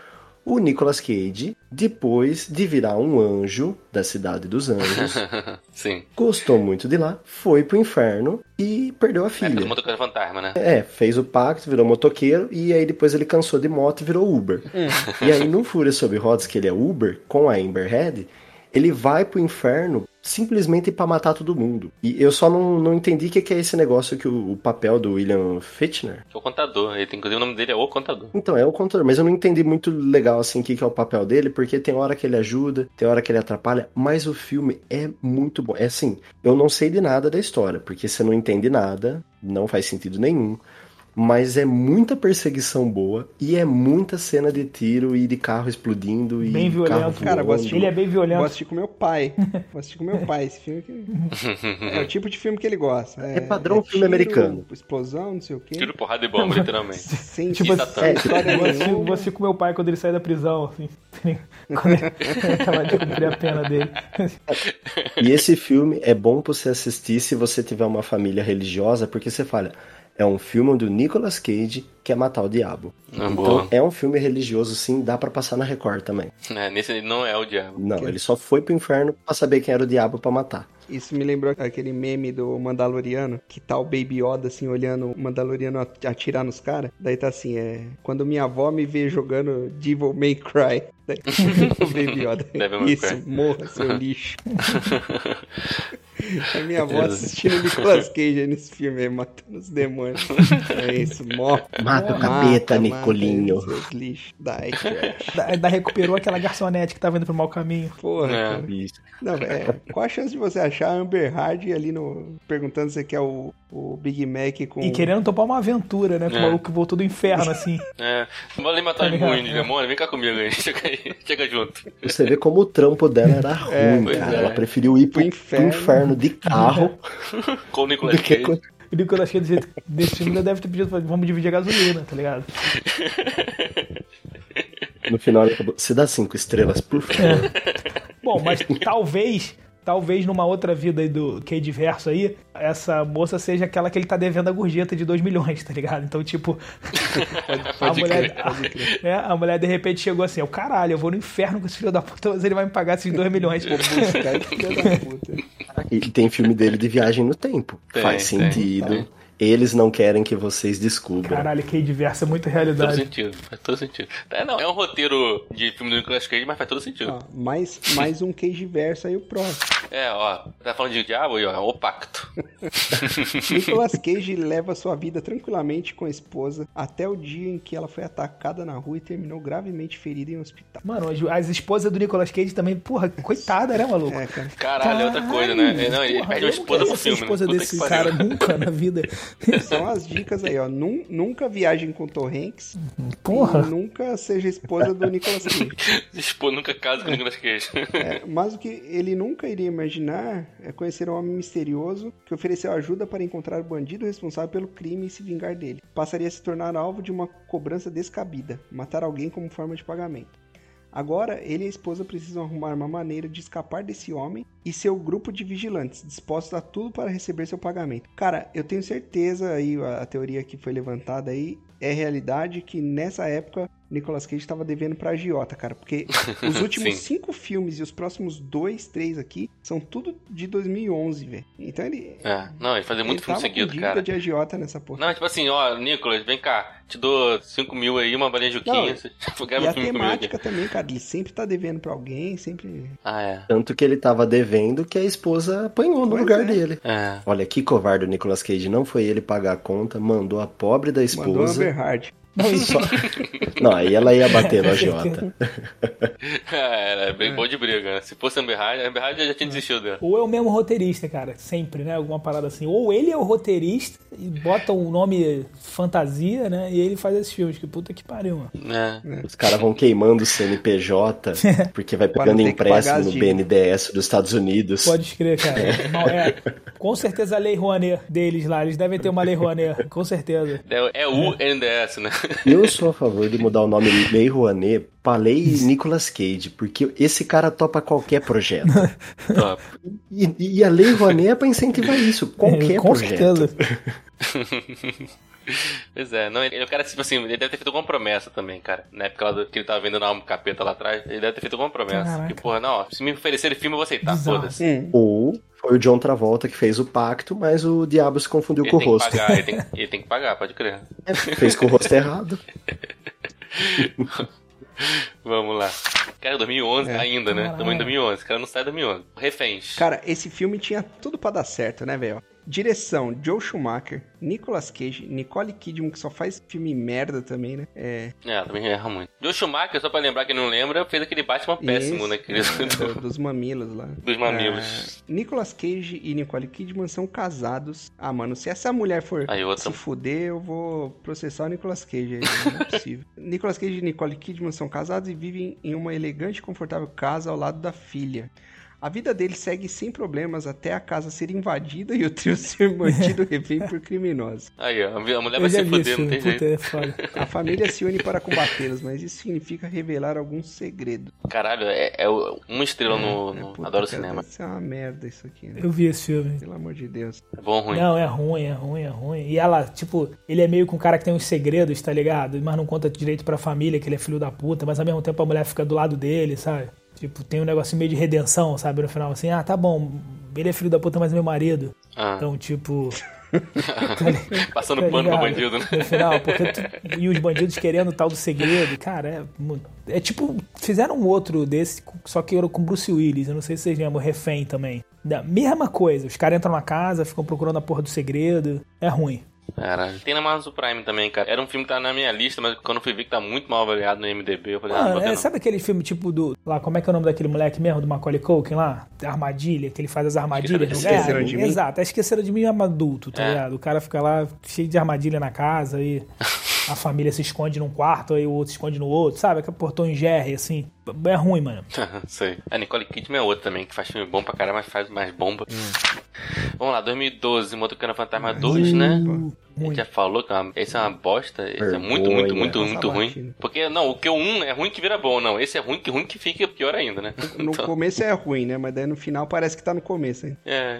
[SPEAKER 4] o Nicolas Cage, depois de virar um anjo da Cidade dos Anjos,
[SPEAKER 1] Sim.
[SPEAKER 4] gostou muito de lá, foi pro inferno e perdeu a
[SPEAKER 1] É, fez
[SPEAKER 4] filha.
[SPEAKER 1] um motoqueiro fantasma, né?
[SPEAKER 4] É, fez o pacto, virou motoqueiro, e aí depois ele cansou de moto e virou Uber. E aí no Fúria Sobre Rodas, que ele é Uber, com a Amber Heard, ele vai pro inferno simplesmente pra matar todo mundo. E eu só não, não entendi o que, que é esse negócio que o, o papel do William Fichtner.
[SPEAKER 1] Que é o contador. Ele tem, inclusive, o nome dele é O Contador.
[SPEAKER 4] Então, é o contador, mas eu não entendi muito legal assim o que, que é o papel dele, porque tem hora que ele ajuda, tem hora que ele atrapalha, mas o filme é muito bom. É assim, eu não sei de nada da história, porque você não entende nada, não faz sentido nenhum. Mas é muita perseguição boa e é muita cena de tiro e de carro explodindo e
[SPEAKER 3] Bem violento.
[SPEAKER 4] carro
[SPEAKER 2] Cara, eu vou assistir-
[SPEAKER 3] Ele é bem
[SPEAKER 2] Vou
[SPEAKER 3] violento.
[SPEAKER 2] assistir com meu pai. Vou assistir com meu pai esse filme. Que... É o tipo de filme que ele gosta. É,
[SPEAKER 4] É padrão filme americano.
[SPEAKER 2] Explosão, não sei o quê.
[SPEAKER 1] Tiro, porrada e bomba, literalmente.
[SPEAKER 2] Sem
[SPEAKER 3] Tipo,
[SPEAKER 1] E Satã.
[SPEAKER 2] sem história
[SPEAKER 3] Eu vou assistir,
[SPEAKER 2] nenhuma.
[SPEAKER 3] vou assistir com meu pai quando ele sair da prisão, assim. Quando ele acabar de cumprir a pena dele.
[SPEAKER 4] E esse filme é bom pra você assistir se você tiver uma família religiosa, porque você fala, é um filme do Nicolas Cage que é matar o diabo.
[SPEAKER 1] Ah,
[SPEAKER 4] Então
[SPEAKER 1] boa.
[SPEAKER 4] é um filme religioso, sim, dá pra passar na Record também.
[SPEAKER 1] É, nesse ele não é o diabo.
[SPEAKER 4] Não, ele só foi pro inferno pra saber quem era o diabo pra matar.
[SPEAKER 2] Isso me lembrou aquele meme do Mandaloriano, que tá o Baby Yoda, assim, olhando o Mandaloriano at- atirar nos caras. Daí tá assim, é... Quando minha avó me vê jogando Devil May Cry. Daí, o Baby Yoda.
[SPEAKER 1] Devil May
[SPEAKER 2] Isso,
[SPEAKER 1] Cry.
[SPEAKER 2] morra, seu lixo. A minha avó assistindo Nicolas Cage aí nesse filme, aí, matando os demônios. É isso, morre.
[SPEAKER 4] Mata o capeta, Nicolinho.
[SPEAKER 2] Mata, seus lixos. Die, trash.
[SPEAKER 3] Da, da recuperou aquela garçonete que tava indo pro mau caminho.
[SPEAKER 2] Porra,
[SPEAKER 1] É.
[SPEAKER 2] cara.
[SPEAKER 4] Isso.
[SPEAKER 2] Não, é, qual a chance de você achar a Amber Heard ali no... Perguntando se você quer o, o Big Mac com...
[SPEAKER 3] E querendo topar uma aventura, né? Com o
[SPEAKER 1] É.
[SPEAKER 3] maluco que voltou do inferno, assim.
[SPEAKER 1] É, não vale matar
[SPEAKER 3] Tá
[SPEAKER 1] os moinhos
[SPEAKER 3] ligado?
[SPEAKER 1] de demônio, vem cá comigo aí, chega aí, chega junto.
[SPEAKER 4] Você vê como o trampo dela era ruim,
[SPEAKER 1] pois
[SPEAKER 4] cara.
[SPEAKER 1] é.
[SPEAKER 4] Ela preferiu ir pro,
[SPEAKER 2] Pro inferno.
[SPEAKER 4] pro inferno de carro
[SPEAKER 1] Com o Nicolas
[SPEAKER 4] do que...
[SPEAKER 1] Cage.
[SPEAKER 3] O Nicolas Cage desse, desse filme ainda deve ter pedido, vamos dividir a gasolina, tá ligado?
[SPEAKER 4] No final ele acabou, se dá cinco estrelas, por favor.
[SPEAKER 3] Bom, mas talvez, talvez numa outra vida aí do Cage Verso aí, essa moça seja aquela que ele tá devendo a gorjeta de dois milhões, tá ligado? Então, tipo, a
[SPEAKER 1] Pode
[SPEAKER 3] mulher,
[SPEAKER 1] crer.
[SPEAKER 3] a, né, a mulher de repente chegou assim, o caralho, eu vou no inferno com esse filho da puta, mas ele vai me pagar esses dois milhões.
[SPEAKER 2] Buscar esse filho da puta.
[SPEAKER 4] E tem filme dele de viagem no tempo.
[SPEAKER 1] Tem,
[SPEAKER 4] Faz
[SPEAKER 1] tem,
[SPEAKER 4] sentido.
[SPEAKER 1] tem.
[SPEAKER 4] Eles não querem que vocês descubram.
[SPEAKER 3] Caralho, Cage Verso é muito
[SPEAKER 1] Todo
[SPEAKER 3] realidade.
[SPEAKER 1] sentido, faz todo sentido. É, não, é um roteiro de filme do Nicolas Cage, mas faz todo sentido.
[SPEAKER 2] Ó, mais, mais um Cage Verso aí, o próximo.
[SPEAKER 1] É, ó, tá falando de diabo aí, ó, é o pacto.
[SPEAKER 2] Nicolas Cage leva sua vida tranquilamente com a esposa até o dia em que ela foi atacada na rua e terminou gravemente ferida em um hospital.
[SPEAKER 3] Mano, as, as esposas do Nicolas Cage também, porra, coitada, né, maluco?
[SPEAKER 2] É, cara.
[SPEAKER 1] Caralho, é outra coisa, né? É, não, ele
[SPEAKER 3] Porra,
[SPEAKER 1] perde
[SPEAKER 3] eu
[SPEAKER 1] uma
[SPEAKER 3] não
[SPEAKER 1] esposa
[SPEAKER 3] quero
[SPEAKER 1] pro
[SPEAKER 3] ser
[SPEAKER 1] filme, né?
[SPEAKER 3] esposa
[SPEAKER 1] Puta
[SPEAKER 3] desse
[SPEAKER 1] que
[SPEAKER 3] cara
[SPEAKER 1] pariu.
[SPEAKER 3] nunca na vida.
[SPEAKER 2] São as dicas aí, ó. Nun- nunca viajem com Tom Hanks.
[SPEAKER 3] Porra.
[SPEAKER 2] E nunca seja esposa do Nicolas Cage.
[SPEAKER 1] Expô, nunca casa com o Nicolas Cage.
[SPEAKER 2] É, mas o que ele nunca iria imaginar é conhecer um homem misterioso que ofereceu ajuda para encontrar o bandido responsável pelo crime e se vingar dele. Passaria a se tornar alvo de uma cobrança descabida, matar alguém como forma de pagamento. Agora, ele e a esposa precisam arrumar uma maneira de escapar desse homem e seu grupo de vigilantes, dispostos a tudo para receber seu pagamento. Cara, eu tenho certeza, aí a, a teoria que foi levantada aí, é realidade que nessa época Nicolas Cage estava devendo pra agiota, cara. Porque os últimos
[SPEAKER 1] Sim.
[SPEAKER 2] cinco filmes e os próximos dois, três aqui são tudo de dois mil e onze, velho. Então ele...
[SPEAKER 1] É, não, ele fazia muito
[SPEAKER 2] ele
[SPEAKER 1] filme
[SPEAKER 2] tava com
[SPEAKER 1] seguido,
[SPEAKER 2] dívida
[SPEAKER 1] cara.
[SPEAKER 2] de agiota nessa porra.
[SPEAKER 1] Não, tipo assim, ó, Nicolas, vem cá, te dou cinco mil aí, uma balinha juquinha,
[SPEAKER 2] Não,
[SPEAKER 1] você
[SPEAKER 2] E
[SPEAKER 1] grava
[SPEAKER 2] a
[SPEAKER 1] um filme comigo aqui.
[SPEAKER 2] temática também, cara. Ele sempre tá devendo pra alguém, sempre...
[SPEAKER 1] Ah, é.
[SPEAKER 4] Tanto que ele tava devendo que a esposa apanhou no
[SPEAKER 2] Pois
[SPEAKER 4] lugar
[SPEAKER 2] é.
[SPEAKER 4] dele.
[SPEAKER 1] É.
[SPEAKER 4] Olha, que covarde o Nicolas Cage. Não foi ele pagar a conta, mandou a pobre da
[SPEAKER 2] Mandou a
[SPEAKER 4] esposa.
[SPEAKER 2] Amber Heard.
[SPEAKER 3] Não, isso.
[SPEAKER 4] Só- Não, aí ela ia bater no agiota.
[SPEAKER 1] É, era bem bom de briga, né? Se fosse Amber Heard, a Amber Heard já tinha desistido dela.
[SPEAKER 3] Ou é o mesmo roteirista, cara, sempre, né? Alguma parada assim. Ou ele é o roteirista e bota um nome fantasia, né? E ele faz esses filmes. Que puta que pariu, mano.
[SPEAKER 1] É.
[SPEAKER 4] Os caras vão queimando o C N P J porque vai
[SPEAKER 2] Para
[SPEAKER 4] pegando
[SPEAKER 2] ter que pagar
[SPEAKER 4] empréstimo
[SPEAKER 2] as
[SPEAKER 4] no
[SPEAKER 2] dívidas.
[SPEAKER 4] B N D E S dos Estados Unidos.
[SPEAKER 3] Pode escrever, cara. Não, é, com certeza a Lei Rouanet deles lá. Eles devem ter uma Lei Rouanet, com certeza.
[SPEAKER 1] É, é o N D S, né?
[SPEAKER 4] Eu sou a favor de mudar o nome Lei Rouanet pra Lei Nicolas Cage, porque esse cara topa qualquer projeto.
[SPEAKER 1] Top.
[SPEAKER 4] E, e a Lei Rouanet é pra incentivar isso, qualquer
[SPEAKER 3] É, com
[SPEAKER 4] projeto.
[SPEAKER 3] certeza.
[SPEAKER 1] Pois é, não, ele, o cara, tipo assim, ele deve ter feito alguma promessa também, cara. Na época lá do, que ele tava vendendo a alma capeta lá atrás, ele deve ter feito alguma promessa.
[SPEAKER 3] Caraca.
[SPEAKER 1] Que, porra, não, ó, se me oferecer filme eu vou aceitar,
[SPEAKER 3] Bizarro.
[SPEAKER 1] foda-se.
[SPEAKER 2] Hum.
[SPEAKER 4] Ou foi o John Travolta que fez o pacto, mas o diabo se confundiu
[SPEAKER 1] Ele
[SPEAKER 4] com o
[SPEAKER 1] tem que
[SPEAKER 4] rosto.
[SPEAKER 1] pagar, ele tem, ele tem que pagar, pode crer.
[SPEAKER 4] É, fez com o rosto errado.
[SPEAKER 1] Vamos lá. Cara, dois mil e onze
[SPEAKER 2] É.
[SPEAKER 1] ainda, né?
[SPEAKER 3] Caralho.
[SPEAKER 1] Estamos em dois mil e onze, cara não sai dois mil e onze. Reféns.
[SPEAKER 2] Cara, esse filme tinha tudo pra dar certo, né, velho? Direção, Joe Schumacher, Nicolas Cage, Nicole Kidman, que só faz filme merda também, né? É...
[SPEAKER 1] É, também erra muito. Joe Schumacher, só pra lembrar quem não lembra, fez aquele Batman péssimo,
[SPEAKER 2] Esse,
[SPEAKER 1] né? Aquele
[SPEAKER 2] é,
[SPEAKER 1] do-
[SPEAKER 2] do- dos mamilos lá.
[SPEAKER 1] dos mamilos.
[SPEAKER 2] É, Nicolas Cage e Nicole Kidman são casados. Ah, mano, se essa mulher for
[SPEAKER 1] Aí outra.
[SPEAKER 2] se fuder, eu vou processar o Nicolas Cage aí, não é possível. Nicolas Cage e Nicole Kidman são casados e vivem em uma elegante e confortável casa ao lado da filha. A vida deles segue sem problemas até a casa ser invadida e o trio ser mantido refém por criminosos.
[SPEAKER 1] Aí, ó, a mulher
[SPEAKER 3] Eu
[SPEAKER 1] vai
[SPEAKER 3] já
[SPEAKER 1] se
[SPEAKER 3] vi esse
[SPEAKER 1] fuder, não
[SPEAKER 3] filme.
[SPEAKER 1] tem
[SPEAKER 3] Puta,
[SPEAKER 1] jeito.
[SPEAKER 3] é foda.
[SPEAKER 2] A família se une para combatê-los, mas isso significa revelar alguns segredos.
[SPEAKER 1] Caralho, é, é o- uma estrela no,
[SPEAKER 2] É,
[SPEAKER 1] no
[SPEAKER 2] puta,
[SPEAKER 1] Adoro
[SPEAKER 2] cara,
[SPEAKER 1] Cinema.
[SPEAKER 2] Isso é uma merda isso aqui, né?
[SPEAKER 3] Eu vi esse filme.
[SPEAKER 2] Pelo amor de Deus.
[SPEAKER 1] É bom ou ruim?
[SPEAKER 3] Não, é ruim, é ruim, é ruim. E ela, tipo, ele é meio com um cara que tem uns segredos, tá ligado? Mas não conta direito pra família, que ele é filho da puta, mas ao mesmo tempo a mulher fica do lado dele, sabe? Tipo, tem um negocinho meio de redenção, sabe? No final, assim, ah, tá bom, ele é filho da puta, mas é meu marido.
[SPEAKER 1] Ah.
[SPEAKER 3] Então, tipo...
[SPEAKER 1] Passando
[SPEAKER 3] tá
[SPEAKER 1] pano pra
[SPEAKER 3] ligado?
[SPEAKER 1] bandido, né?
[SPEAKER 3] No final, porque tu- e os bandidos querendo o tal do segredo, cara, é, mu- é tipo, fizeram um outro desse, só que era com Bruce Willis, eu não sei se vocês lembram, Refém também. Da mesma coisa, os caras entram na casa, ficam procurando a porra do segredo, é ruim.
[SPEAKER 1] Caralho. Tem na Amazon Prime também, cara. Era um filme que tá na minha lista, mas quando eu fui ver que tá muito mal avaliado no I M D B, eu falei, ah, não
[SPEAKER 3] Mano,
[SPEAKER 1] vou ver
[SPEAKER 3] é,
[SPEAKER 1] não.
[SPEAKER 3] sabe aquele filme tipo do. Lá, como é que é o nome daquele moleque mesmo, do Macaulay Culkin lá? Armadilha, que ele faz as armadilhas no
[SPEAKER 2] Esqueceram
[SPEAKER 3] cara?
[SPEAKER 2] de Mim?
[SPEAKER 3] Exato, é Esqueceram de Mim é adulto, tá
[SPEAKER 1] É.
[SPEAKER 3] ligado? O cara fica lá cheio de armadilha na casa e a família se esconde num quarto, aí o outro se esconde no outro, sabe? Aquele portão em Jerry, assim. É ruim, mano.
[SPEAKER 1] Sei. A Nicole Kidman é outra também, que faz filme bom pra caralho, mas faz mais bomba. Vamos lá, dois mil e doze, Motoqueiro Fantasma dois, né? A gente já falou que é uma- esse é uma bosta. Esse é muito,
[SPEAKER 4] Vergonha.
[SPEAKER 1] muito, muito,
[SPEAKER 2] Passa
[SPEAKER 1] muito ruim.
[SPEAKER 2] batido.
[SPEAKER 1] Porque, não, o que o um é ruim que vira bom, não. Esse é ruim que ruim que fica pior ainda, né?
[SPEAKER 2] No
[SPEAKER 1] Então,
[SPEAKER 2] começo é ruim, né? Mas daí no final parece que tá no começo, hein?
[SPEAKER 1] é.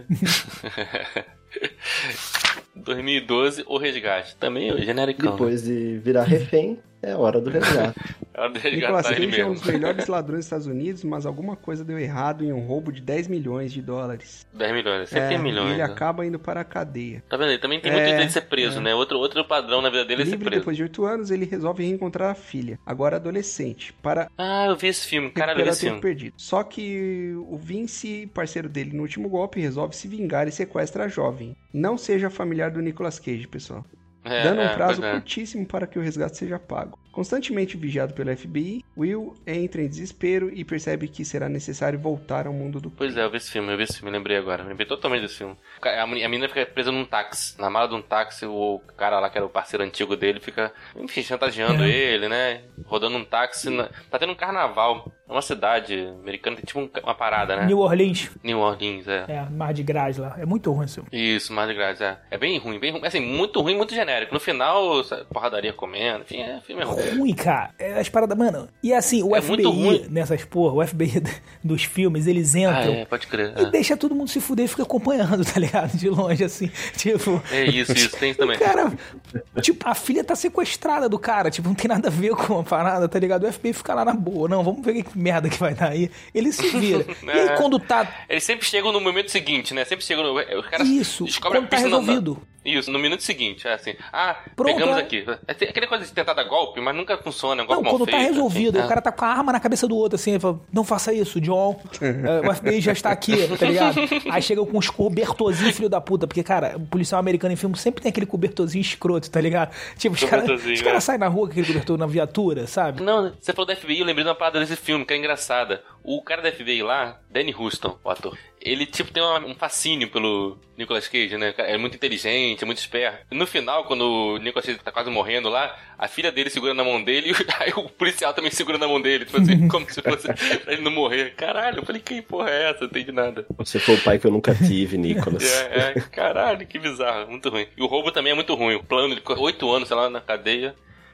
[SPEAKER 1] dois mil e doze, O Resgate. Também é genericão.
[SPEAKER 4] Depois de virar refém, é hora do resgate.
[SPEAKER 1] É hora de
[SPEAKER 2] Nicolas
[SPEAKER 1] resgatar ele
[SPEAKER 2] Cage é um
[SPEAKER 1] mesmo.
[SPEAKER 2] dos melhores ladrões dos Estados Unidos, mas alguma coisa deu errado em um roubo de dez milhões de dólares.
[SPEAKER 1] dez milhões. Sempre
[SPEAKER 2] É,
[SPEAKER 1] tem
[SPEAKER 2] e
[SPEAKER 1] milhões.
[SPEAKER 2] ele
[SPEAKER 1] né?
[SPEAKER 2] acaba indo para a cadeia.
[SPEAKER 1] Tá vendo? Ele também tem
[SPEAKER 2] É,
[SPEAKER 1] muito jeito de ser preso, né? Outro, outro padrão na vida dele é ser
[SPEAKER 2] Livre
[SPEAKER 1] preso.
[SPEAKER 2] depois de oito anos, ele resolve reencontrar a filha, agora adolescente, para
[SPEAKER 1] Ah, eu vi esse filme. Caralho, eu vi
[SPEAKER 2] recuperar
[SPEAKER 1] esse
[SPEAKER 2] tempo
[SPEAKER 1] filme.
[SPEAKER 2] perdido. Só que o Vince, parceiro dele no último golpe, resolve se vingar e sequestra a jovem. Não seja familiar do Nicolas Cage, pessoal.
[SPEAKER 1] É,
[SPEAKER 2] Dando um
[SPEAKER 1] é,
[SPEAKER 2] prazo
[SPEAKER 1] pois é.
[SPEAKER 2] curtíssimo para que o resgate seja pago. Constantemente vigiado pelo F B I, Will entra em desespero e percebe que será necessário voltar ao mundo do
[SPEAKER 1] Pois é, eu vi esse filme, eu vi esse filme, lembrei agora. Lembrei totalmente desse filme. O ca- A meni- a menina fica presa num táxi. Na mala de um táxi, o cara lá, que era o parceiro antigo dele, fica, enfim, chantageando
[SPEAKER 3] É.
[SPEAKER 1] ele, né? Rodando um táxi. na- Tá tendo um carnaval. É uma cidade americana, tem tipo um ca- uma parada, né?
[SPEAKER 3] New Orleans,
[SPEAKER 1] New Orleans, é.
[SPEAKER 3] é, Mar de Gras lá. É muito ruim esse filme.
[SPEAKER 1] Isso, mais de graça, é. É bem ruim, bem ruim. Assim, muito ruim, muito genérico. No final, sabe, porradaria comendo, enfim, é filme é ruim.
[SPEAKER 3] Ruim, cara. É as paradas, mano. E assim, o
[SPEAKER 1] É
[SPEAKER 3] F B
[SPEAKER 1] muito
[SPEAKER 3] I,
[SPEAKER 1] ruim.
[SPEAKER 3] nessas porra, o F B I dos filmes, eles
[SPEAKER 1] Ah,
[SPEAKER 3] entram
[SPEAKER 1] é, pode crer.
[SPEAKER 3] e
[SPEAKER 1] É,
[SPEAKER 3] deixa todo mundo se fuder e fica acompanhando, tá ligado? De longe, assim. Tipo.
[SPEAKER 1] é isso, isso, tem isso também.
[SPEAKER 3] O cara, tipo, a filha tá sequestrada do cara, tipo, não tem nada a ver com a parada, tá ligado? O F B I fica lá na boa, não, vamos ver que merda que vai dar aí. Ele se vira. E aí,
[SPEAKER 1] É.
[SPEAKER 3] quando tá.
[SPEAKER 1] Eles sempre chegam no momento seguinte, né? Sempre chegam no... Os caras
[SPEAKER 3] Isso,
[SPEAKER 1] descobrem
[SPEAKER 3] quando
[SPEAKER 1] a
[SPEAKER 3] tá
[SPEAKER 1] pista no-
[SPEAKER 3] resolvido.
[SPEAKER 1] Isso, no minuto seguinte, é assim. Ah,
[SPEAKER 3] Pronto,
[SPEAKER 1] pegamos
[SPEAKER 3] é.
[SPEAKER 1] aqui. É aquela coisa de tentar dar golpe, mas nunca funciona, é um golpe
[SPEAKER 3] Não,
[SPEAKER 1] mal
[SPEAKER 3] quando tá
[SPEAKER 1] feito,
[SPEAKER 3] resolvido,
[SPEAKER 1] assim.
[SPEAKER 3] o cara tá com a arma na cabeça do outro, assim, ele fala, não faça isso, John. É, o F B I já está aqui, tá ligado? Aí chega com uns cobertorzinhos, filho da puta, porque, cara, o policial americano em filme sempre tem aquele cobertorzinho escroto, tá ligado? Tipo, os caras
[SPEAKER 1] Cobertorzinho,
[SPEAKER 3] os cara
[SPEAKER 1] é.
[SPEAKER 3] saem na rua com aquele cobertor na viatura, sabe?
[SPEAKER 1] Não, você falou da F B I, eu lembrei de uma parada desse filme, que é engraçada. O cara da F B I lá, Danny Huston, o ator, ele, tipo, tem uma- um fascínio pelo Nicolas Cage, né? É muito inteligente, é muito esperto. E no final, quando o Nicolas Cage tá quase morrendo lá, a filha dele segura na mão dele e aí o policial também segura na mão dele, tipo assim, como se fosse pra ele não morrer. Caralho, eu falei, que porra é essa? Não entendi nada.
[SPEAKER 4] Você foi o pai que eu nunca tive, Nicolas.
[SPEAKER 1] É, é, caralho, que bizarro, muito ruim. E o roubo também é muito ruim. O plano de oito anos, sei lá, na cadeia.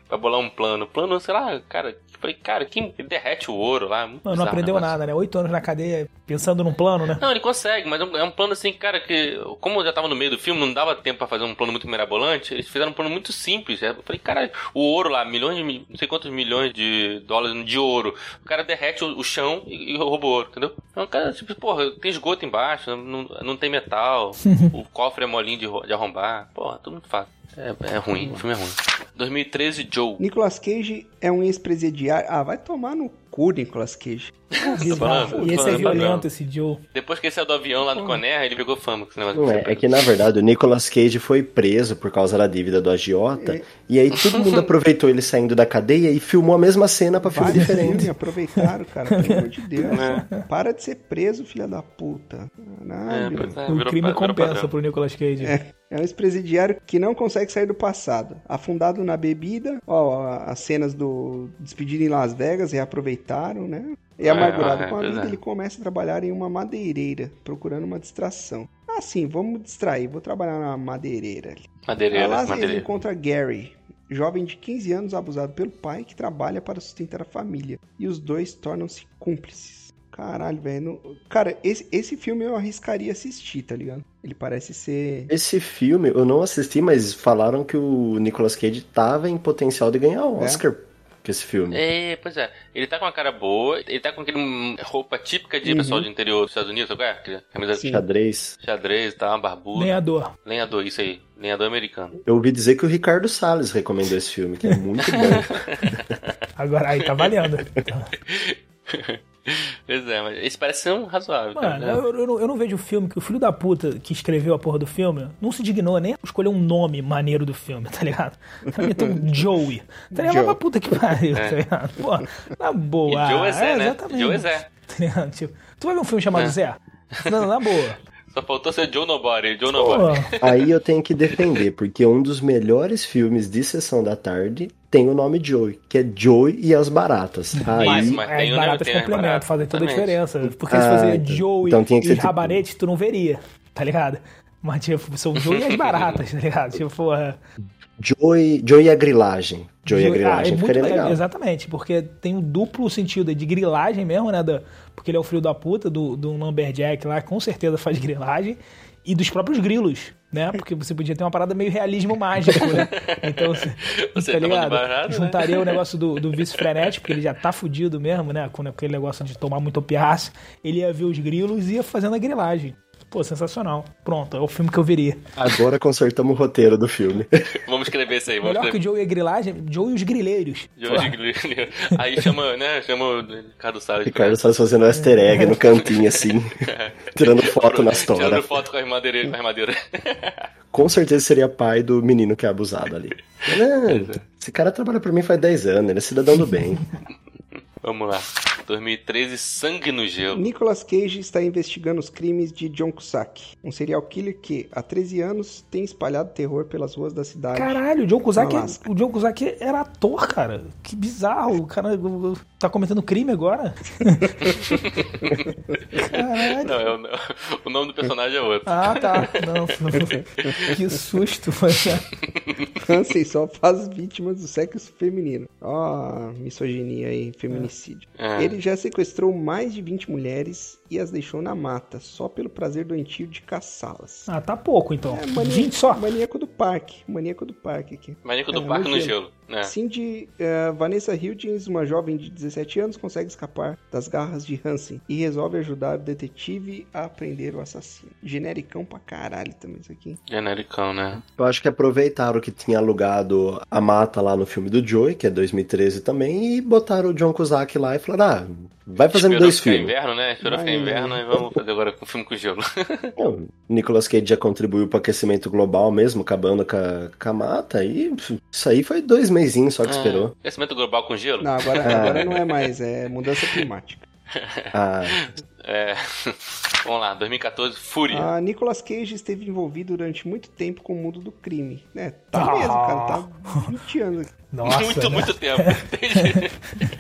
[SPEAKER 1] pra bolar um plano. Plano, sei lá, cara... Falei, cara, quem derrete o ouro lá? Muito
[SPEAKER 3] Não, não
[SPEAKER 1] bizarro,
[SPEAKER 3] aprendeu
[SPEAKER 1] né?
[SPEAKER 3] nada, né? Oito anos na cadeia pensando num plano, né?
[SPEAKER 1] Não, ele consegue, mas é um, é um plano assim, cara, que... Como eu já tava no meio do filme, não dava tempo pra fazer um plano muito mirabolante. Eles fizeram um plano muito simples. Eu falei, cara, o ouro lá, milhões de... Não sei quantos milhões de dólares de ouro. O cara derrete o, o chão e, e rouba o ouro, entendeu? Então, cara, tipo, porra, tem esgoto embaixo, não, não tem metal, o cofre é molinho de, ro- de arrombar. Porra, tudo muito fácil. É, é ruim, o filme é ruim. dois mil e treze, Joe.
[SPEAKER 2] Nicolas Cage é um ex-presidiário. Ah, vai tomar no cu, Nicolas Cage.
[SPEAKER 1] falando,
[SPEAKER 3] E esse é
[SPEAKER 1] falando,
[SPEAKER 3] violento,
[SPEAKER 1] falando.
[SPEAKER 3] esse Joe.
[SPEAKER 1] Depois que ele saiu do avião lá do Conner, ele pegou fama com esse negócio.
[SPEAKER 4] Não é, é que na verdade o Nicolas Cage foi preso por causa da dívida do agiota,
[SPEAKER 2] É.
[SPEAKER 4] e aí todo mundo aproveitou ele saindo da cadeia e filmou a mesma cena pra filme
[SPEAKER 2] Vários
[SPEAKER 4] diferente.
[SPEAKER 2] filmes aproveitaram, cara. Pelo amor de Deus.
[SPEAKER 1] É.
[SPEAKER 2] Para de ser preso, filha da puta.
[SPEAKER 1] É,
[SPEAKER 2] Caralho.
[SPEAKER 1] pois é,
[SPEAKER 3] O
[SPEAKER 1] virou
[SPEAKER 3] crime
[SPEAKER 1] pa- virou
[SPEAKER 3] compensa
[SPEAKER 1] padrão.
[SPEAKER 3] pro Nicolas Cage.
[SPEAKER 2] É, é um ex-presidiário que não consegue sair do passado. Afundado na bebida, ó, as cenas do despedida em Las Vegas reaproveitaram, né? E
[SPEAKER 1] É,
[SPEAKER 2] amargurado
[SPEAKER 1] é,
[SPEAKER 2] com a
[SPEAKER 1] pois
[SPEAKER 2] vida,
[SPEAKER 1] é.
[SPEAKER 2] ele começa a trabalhar em uma madeireira, procurando uma distração. Ah, sim, vamos distrair, vou trabalhar na madeireira.
[SPEAKER 1] Madeireira,
[SPEAKER 2] Lá ele
[SPEAKER 1] madeireira.
[SPEAKER 2] encontra Gary, jovem de quinze anos abusado pelo pai que trabalha para sustentar a família. E os dois tornam-se cúmplices. Caralho, velho. não- Cara, esse, esse filme eu arriscaria assistir, tá ligado? Ele parece ser...
[SPEAKER 4] Esse filme eu não assisti, mas falaram que o Nicolas Cage tava em potencial de ganhar o
[SPEAKER 2] É?
[SPEAKER 4] Oscar com esse filme.
[SPEAKER 1] É, pois é. Ele tá com uma cara boa, ele tá com aquele hum, roupa típica de
[SPEAKER 2] Uhum.
[SPEAKER 1] pessoal do interior dos Estados Unidos, sabe qual é? Aquele Camisa
[SPEAKER 2] Sim.
[SPEAKER 4] Xadrez.
[SPEAKER 1] xadrez e tal, barbudo.
[SPEAKER 3] Lenhador.
[SPEAKER 1] Lenhador, isso aí. Lenhador americano.
[SPEAKER 4] Eu ouvi dizer que o Ricardo Salles recomendou esse filme, que é muito bom.
[SPEAKER 3] Agora aí tá valendo.
[SPEAKER 1] Pois é, mas esse parece ser um razoável.
[SPEAKER 3] Mano,
[SPEAKER 1] cara.
[SPEAKER 3] eu, eu não, eu não vejo o filme que o filho da puta que escreveu a porra do filme não se dignou nem a escolher um nome maneiro do filme, tá ligado? Pra mim tem um Joey. Tá ligado?
[SPEAKER 2] Joe.
[SPEAKER 3] Uma puta que pariu, tá ligado? Pô, na boa.
[SPEAKER 1] E Joe é Zé, né?
[SPEAKER 3] Exatamente.
[SPEAKER 1] Joe é Zé.
[SPEAKER 3] Tá ligado? Tipo, tu vai ver um filme chamado
[SPEAKER 1] É.
[SPEAKER 3] Zé? Não, na boa.
[SPEAKER 1] Só faltou ser Joe Nobody, Joe
[SPEAKER 3] Pô,
[SPEAKER 1] Nobody.
[SPEAKER 4] Aí eu tenho que defender, porque um dos melhores filmes de Sessão da Tarde tem o nome Joey, que é Joey e as Baratas. Aí,
[SPEAKER 1] Mas- mas-
[SPEAKER 3] as
[SPEAKER 1] tem o-
[SPEAKER 3] baratas
[SPEAKER 1] tem as
[SPEAKER 3] complementam,
[SPEAKER 1] baratas,
[SPEAKER 3] fazem toda a
[SPEAKER 1] exatamente.
[SPEAKER 3] diferença. Porque se
[SPEAKER 4] Ah,
[SPEAKER 3] fazia
[SPEAKER 4] então-
[SPEAKER 3] Joey
[SPEAKER 4] então tinha que
[SPEAKER 3] e
[SPEAKER 4] ser
[SPEAKER 3] os
[SPEAKER 4] tipo-
[SPEAKER 3] rabanetes, tu não veria, tá ligado? Mas tipo, são Joey e as baratas, tá ligado? Tipo, porra.
[SPEAKER 4] Joey, Joey e a grilagem. Joey e a
[SPEAKER 3] Joey-
[SPEAKER 4] grilagem
[SPEAKER 3] ah, é muito
[SPEAKER 4] ficaria
[SPEAKER 3] legal.
[SPEAKER 4] legal.
[SPEAKER 3] Exatamente, porque tem um duplo sentido de grilagem mesmo, né? Da, porque ele é o filho da puta do, do Lumberjack lá, com certeza faz grilagem. E dos próprios grilos, né? Porque você podia ter uma parada meio realismo mágico, né? Então, você,
[SPEAKER 1] Você
[SPEAKER 3] tá
[SPEAKER 1] tava
[SPEAKER 3] ligado?
[SPEAKER 1] debarrado, né?
[SPEAKER 3] Juntaria o negócio do, do vício frenético, porque ele já tá fudido mesmo, né? Com aquele negócio de tomar muito opiáceo. Ele ia ver os grilos e ia fazendo a grilagem. Pô, sensacional. Pronto, é o filme que eu veria.
[SPEAKER 4] Agora consertamos o roteiro do filme.
[SPEAKER 1] Vamos escrever isso aí. Vamos
[SPEAKER 3] Melhor que o
[SPEAKER 1] escrever.
[SPEAKER 3] Joe e a grilagem, Joe e os grileiros.
[SPEAKER 1] Joe de Grilho. Aí chama, né? Chama o Ricardo Salles.
[SPEAKER 4] Ricardo Salles fazendo um easter egg no cantinho, assim, tirando foto nas
[SPEAKER 1] Tirando
[SPEAKER 4] toras.
[SPEAKER 1] foto com as madeiras. Com as madeiras.
[SPEAKER 4] Com certeza seria pai do menino que é abusado ali. Não, esse cara trabalha pra mim faz dez anos, ele é cidadão do bem.
[SPEAKER 1] Vamos lá. dois mil e treze, Sangue no Gelo.
[SPEAKER 2] Nicolas Cage está investigando os crimes de John Cusack, um serial killer que, há treze anos, tem espalhado terror pelas ruas da cidade.
[SPEAKER 3] Caralho, o John Cusack,
[SPEAKER 2] Alasca.
[SPEAKER 3] o John Cusack era ator, cara. Que bizarro. O cara tá cometendo crime agora. Caralho.
[SPEAKER 1] Não, é o, o nome do personagem é outro.
[SPEAKER 3] Ah, tá. Não, não. Que susto, mano.
[SPEAKER 2] Hansen só faz vítimas do sexo feminino. Ó, misoginia aí, feminicídio.
[SPEAKER 1] É.
[SPEAKER 2] Ele já sequestrou mais de vinte mulheres e as deixou na mata, só pelo prazer doentio de caçá-las.
[SPEAKER 3] Ah, tá pouco, então.
[SPEAKER 2] É, mania-
[SPEAKER 3] vinte só.
[SPEAKER 2] Maníaco do parque. Maníaco do parque aqui.
[SPEAKER 1] Maníaco do
[SPEAKER 2] É,
[SPEAKER 1] Parque
[SPEAKER 2] no
[SPEAKER 1] no
[SPEAKER 2] gelo.
[SPEAKER 1] Gelo. né?
[SPEAKER 2] Cindy uh, Vanessa Hudgens, uma jovem de dezessete anos, consegue escapar das garras de Hansen e resolve ajudar o detetive a prender o assassino. Genericão pra caralho também isso aqui.
[SPEAKER 1] Genericão, né?
[SPEAKER 4] Eu acho que aproveitaram que tinha alugado a mata lá no filme do Joey, que é dois mil e treze também, e botaram o John Cusack lá e falaram, ah, vai fazendo
[SPEAKER 1] Esperou
[SPEAKER 4] dois
[SPEAKER 1] ficar
[SPEAKER 4] filmes.
[SPEAKER 1] inverno, né? Esperou
[SPEAKER 2] Vai,
[SPEAKER 1] ficar inverno
[SPEAKER 2] né?
[SPEAKER 1] e vamos fazer agora com o filme com gelo.
[SPEAKER 4] O Nicolas Cage já contribuiu para o aquecimento global mesmo, acabando com a, com a mata, e isso aí foi dois meizinhos só que esperou.
[SPEAKER 1] É, aquecimento global com gelo?
[SPEAKER 2] Não, agora, agora não é mais, é mudança climática.
[SPEAKER 4] Ah,
[SPEAKER 1] É. Vamos lá, dois mil e quatorze, Fúria.
[SPEAKER 2] A Nicolas Cage esteve envolvido durante muito tempo com o mundo do crime. É, tá
[SPEAKER 3] Ah.
[SPEAKER 2] mesmo, cara, tá vinte anos aqui.
[SPEAKER 3] Nossa,
[SPEAKER 1] muito,
[SPEAKER 3] né?
[SPEAKER 1] muito tempo. Desde-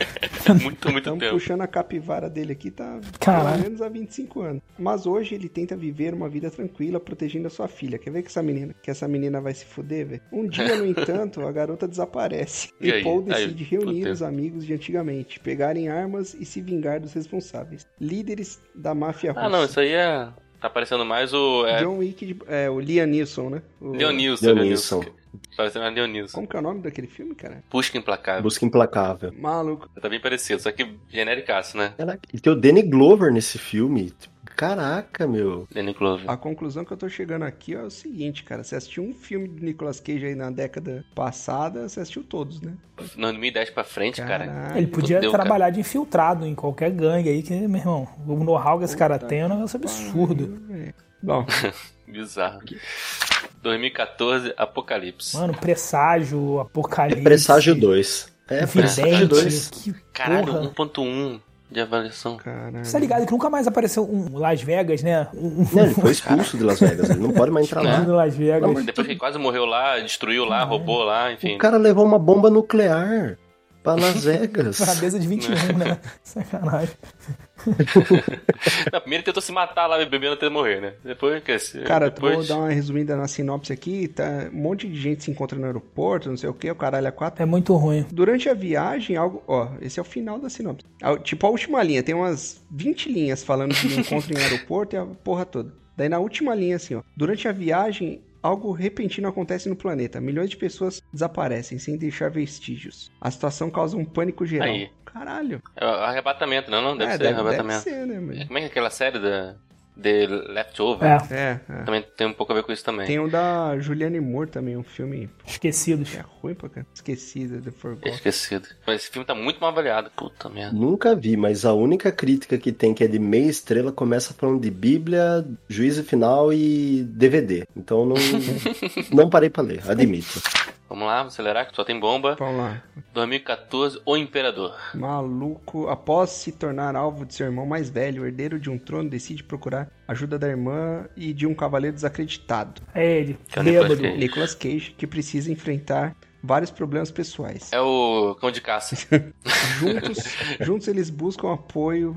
[SPEAKER 1] muito, muito
[SPEAKER 2] Estamos
[SPEAKER 1] tempo.
[SPEAKER 2] puxando a capivara dele aqui, tá
[SPEAKER 3] Caralho.
[SPEAKER 2] pelo menos há vinte e cinco anos. Mas hoje ele tenta viver uma vida tranquila, protegendo a sua filha. Quer ver que essa menina, que essa menina vai se fuder, velho? Um dia, no entanto, a garota desaparece.
[SPEAKER 1] E
[SPEAKER 2] E,
[SPEAKER 1] aí?
[SPEAKER 2] Paul
[SPEAKER 1] Aí,
[SPEAKER 2] decide reunir
[SPEAKER 1] fudeu.
[SPEAKER 2] os amigos de antigamente, pegarem armas e se vingar dos responsáveis. Líderes da máfia russa.
[SPEAKER 1] Ah, não, isso aí é... Tá parecendo mais o... É,
[SPEAKER 2] John Wick, de- é, o Liam Neeson, né? O-
[SPEAKER 1] Leonilson.
[SPEAKER 4] Leonilson.
[SPEAKER 1] Leonilson. Parecendo mais Leonilson.
[SPEAKER 2] Como que é o nome daquele filme, cara?
[SPEAKER 1] Busca Implacável.
[SPEAKER 4] Busca Implacável.
[SPEAKER 2] Maluco.
[SPEAKER 1] Tá bem parecido, só que genericaço, né?
[SPEAKER 4] Caraca, e tem o Danny Glover nesse filme. Caraca, meu.
[SPEAKER 1] Danny Glover.
[SPEAKER 2] A conclusão que eu tô chegando aqui é o seguinte, cara. Você assistiu um filme do Nicolas Cage aí na década passada, você assistiu todos, né?
[SPEAKER 1] No dois mil e dez pra frente, cara.
[SPEAKER 2] Caralho.
[SPEAKER 3] Ele podia
[SPEAKER 1] Fudeu,
[SPEAKER 3] trabalhar de infiltrado em qualquer gangue aí, que, meu irmão, o know-how que esse cara tem é um negócio absurdo.
[SPEAKER 2] É. Bom,
[SPEAKER 1] Bizarro. dois mil e quatorze, Apocalipse.
[SPEAKER 3] Mano, Presságio,
[SPEAKER 4] É
[SPEAKER 3] Apocalipse.
[SPEAKER 4] Presságio dois. É, Presságio dois.
[SPEAKER 3] Vidente, que
[SPEAKER 1] Caralho,
[SPEAKER 3] porra.
[SPEAKER 1] um ponto um de avaliação.
[SPEAKER 2] caralho.
[SPEAKER 3] Você tá ligado que nunca mais apareceu um Las Vegas, né? Um, um
[SPEAKER 4] Não, ele foi expulso de Las Vegas. Ele não pode mais entrar lá.
[SPEAKER 3] de Las Vegas.
[SPEAKER 1] Depois que ele quase morreu lá, destruiu lá, roubou lá, enfim.
[SPEAKER 4] O cara levou uma bomba nuclear pra Las Vegas.
[SPEAKER 3] Na mesa de vinte e um, né? Sacanagem.
[SPEAKER 1] Não, primeiro ele tentou se matar lá, bebendo até morrer, né? Depois que esse-
[SPEAKER 2] Cara,
[SPEAKER 1] depois...
[SPEAKER 2] vou dar uma resumida na sinopse aqui. Tá, um monte de gente se encontra no aeroporto, não sei o que, o caralho é quatro.
[SPEAKER 3] É muito ruim.
[SPEAKER 2] Durante a viagem, algo. Ó, esse é o final da sinopse. A- Tipo a última linha, tem umas vinte linhas falando de um encontro em aeroporto e a porra toda. Daí na última linha, assim, ó. Durante a viagem, algo repentino acontece no planeta. Milhões de pessoas desaparecem sem deixar vestígios. A situação causa um pânico geral.
[SPEAKER 1] Aí.
[SPEAKER 2] Caralho.
[SPEAKER 1] É o arrebatamento, não? Não, deve
[SPEAKER 2] é,
[SPEAKER 1] ser
[SPEAKER 2] deve, deve
[SPEAKER 1] arrebatamento.
[SPEAKER 2] ser, né? Mas...
[SPEAKER 1] Como é que é aquela série da The Leftover?
[SPEAKER 3] É,
[SPEAKER 2] É, é.
[SPEAKER 1] Também tem um pouco a ver com isso também.
[SPEAKER 2] Tem um da Julianne Moore também, um filme
[SPEAKER 3] esquecidos.
[SPEAKER 2] é ruim pra cá. Esquecido, The Forgotten.
[SPEAKER 1] Esquecido. Mas esse filme tá muito mal avaliado. Puta merda.
[SPEAKER 4] Nunca vi, mas a única crítica que tem, que é de meia estrela, começa falando de Bíblia, Juízo Final e D V D. Então não, não parei pra ler, admito.
[SPEAKER 1] Vamos lá, vamos acelerar que só tem bomba.
[SPEAKER 2] Vamos lá.
[SPEAKER 1] dois mil e quatorze, O Imperador.
[SPEAKER 2] Maluco, após se tornar alvo de seu irmão mais velho, o herdeiro de um trono decide procurar ajuda da irmã e de um cavaleiro desacreditado,
[SPEAKER 3] É ele,
[SPEAKER 1] Que é o Nicolas
[SPEAKER 3] bêbado.
[SPEAKER 1] Cage.
[SPEAKER 2] Nicolas Cage, que precisa enfrentar vários problemas pessoais.
[SPEAKER 1] É o Cão de Caça.
[SPEAKER 2] Juntos, juntos eles buscam apoio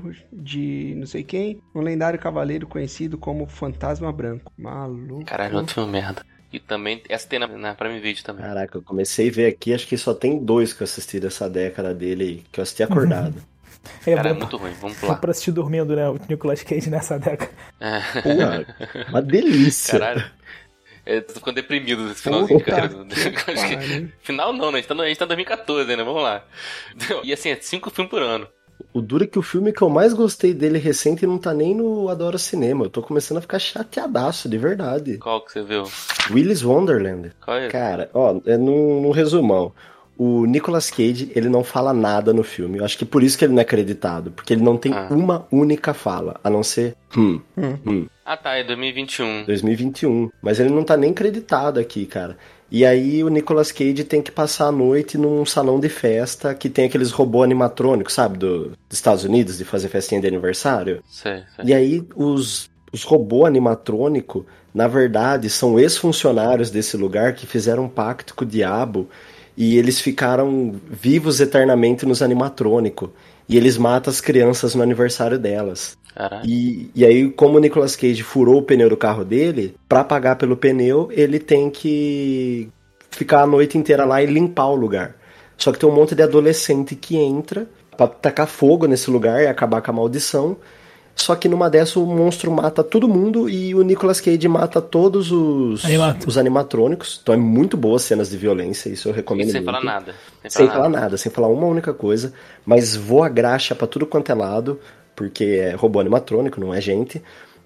[SPEAKER 2] de não sei quem, um lendário cavaleiro conhecido como Fantasma Branco. Maluco.
[SPEAKER 1] Caralho, outro filme merda. E também, essa tem na, na Prime Video também.
[SPEAKER 4] Caraca, eu comecei a ver aqui, acho que só tem dois que eu assisti dessa década dele aí, que eu assisti acordado.
[SPEAKER 3] É
[SPEAKER 1] Cara, é
[SPEAKER 3] bom
[SPEAKER 1] muito ruim, vamos
[SPEAKER 3] pra,
[SPEAKER 1] pular.
[SPEAKER 3] pra assistir dormindo, né? O Nicolas Cage nessa década.
[SPEAKER 1] É.
[SPEAKER 4] Porra, uma delícia.
[SPEAKER 1] Caralho. Eu tô ficando deprimido nesse finalzinho,
[SPEAKER 2] Puta
[SPEAKER 1] cara.
[SPEAKER 2] que pariu.
[SPEAKER 1] Final não, né? A gente, tá no, a gente tá em dois mil e quatorze ainda, vamos lá. E assim, é cinco filmes por ano.
[SPEAKER 4] O duro é que o filme que eu mais gostei dele recente não tá nem no Adora Cinema. Eu tô começando a ficar chateadaço, de verdade.
[SPEAKER 1] Qual que você viu?
[SPEAKER 4] Willy's Wonderland.
[SPEAKER 1] Qual é?
[SPEAKER 4] Cara, ó, é num, num resumão. O Nicolas Cage, ele não fala nada no filme. Eu acho que por isso que ele não é acreditado. Porque ele não tem
[SPEAKER 1] Ah.
[SPEAKER 4] uma única fala, a não ser hum, hum,
[SPEAKER 1] Ah tá, é dois mil e vinte e um.
[SPEAKER 4] dois mil e vinte e um. Mas ele não tá nem creditado aqui, cara. E aí o Nicolas Cage tem que passar a noite num salão de festa que tem aqueles robôs animatrônicos, sabe? Do, dos Estados Unidos, de fazer festinha de aniversário.
[SPEAKER 1] Sei, sei.
[SPEAKER 4] E aí os, os robôs animatrônicos, na verdade, são ex-funcionários desse lugar que fizeram um pacto com o diabo e eles ficaram vivos eternamente nos animatrônicos. E eles matam as crianças no aniversário delas.
[SPEAKER 1] Caralho.
[SPEAKER 4] E, e aí, como o Nicolas Cage furou o pneu do carro dele, pra pagar pelo pneu, ele tem que ficar a noite inteira lá e limpar o lugar. Só que tem um monte de adolescente que entra pra tacar fogo nesse lugar e acabar com a maldição. Só que numa dessas o monstro mata todo mundo e o Nicolas Cage mata todos os,
[SPEAKER 3] Animato.
[SPEAKER 4] os animatrônicos. Então é muito boas cenas de violência, isso eu recomendo
[SPEAKER 1] E sem
[SPEAKER 4] muito.
[SPEAKER 1] falar nada.
[SPEAKER 4] Sem falar nada, sem falar uma única coisa, mas voa graxa pra tudo quanto é lado, porque é robô animatrônico, não é gente.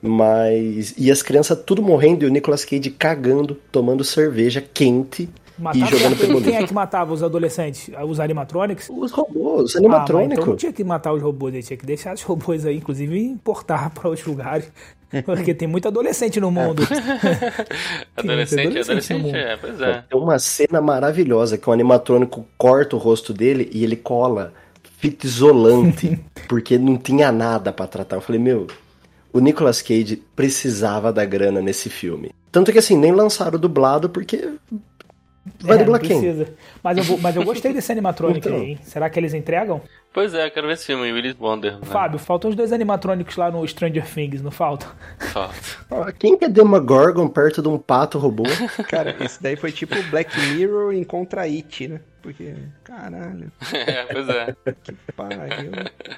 [SPEAKER 4] Mas. E as crianças tudo morrendo e o Nicolas Cage cagando, tomando cerveja quente
[SPEAKER 3] Matava
[SPEAKER 4] e jogando
[SPEAKER 3] quem
[SPEAKER 4] pebolim.
[SPEAKER 3] é que matava os adolescentes? Os animatronics?
[SPEAKER 4] Os robôs, os
[SPEAKER 3] Ah, mas
[SPEAKER 4] animatrônicos.
[SPEAKER 3] então não tinha que matar os robôs, ele tinha que deixar os robôs aí, inclusive importar para outros lugares. Porque tem muito adolescente no mundo.
[SPEAKER 1] Adolescente,
[SPEAKER 3] Tem muito adolescente no
[SPEAKER 1] adolescente,
[SPEAKER 3] mundo.
[SPEAKER 1] é, pois é.
[SPEAKER 4] Tem uma cena maravilhosa que o animatrônico corta o rosto dele e ele cola fita isolante, porque não tinha nada pra tratar. Eu falei, meu, o Nicolas Cage precisava da grana nesse filme. Tanto que assim, nem lançaram dublado porque Vai
[SPEAKER 3] É, não
[SPEAKER 4] dublar quem?
[SPEAKER 3] precisa. Mas eu, vou- mas eu gostei desse animatronic
[SPEAKER 4] Então.
[SPEAKER 3] aí, hein? Será que eles entregam?
[SPEAKER 1] Pois é, eu quero ver esse filme, Willy Wonder. Né?
[SPEAKER 3] Fábio, faltam os dois animatrônicos lá no Stranger Things, não faltam?
[SPEAKER 1] Falta.
[SPEAKER 4] Ah, Quem que é Demogorgon perto de um pato robô?
[SPEAKER 2] Cara, esse daí foi tipo Black Mirror em contra It, né? Porque, caralho,
[SPEAKER 1] É, pois é.
[SPEAKER 2] que pariu.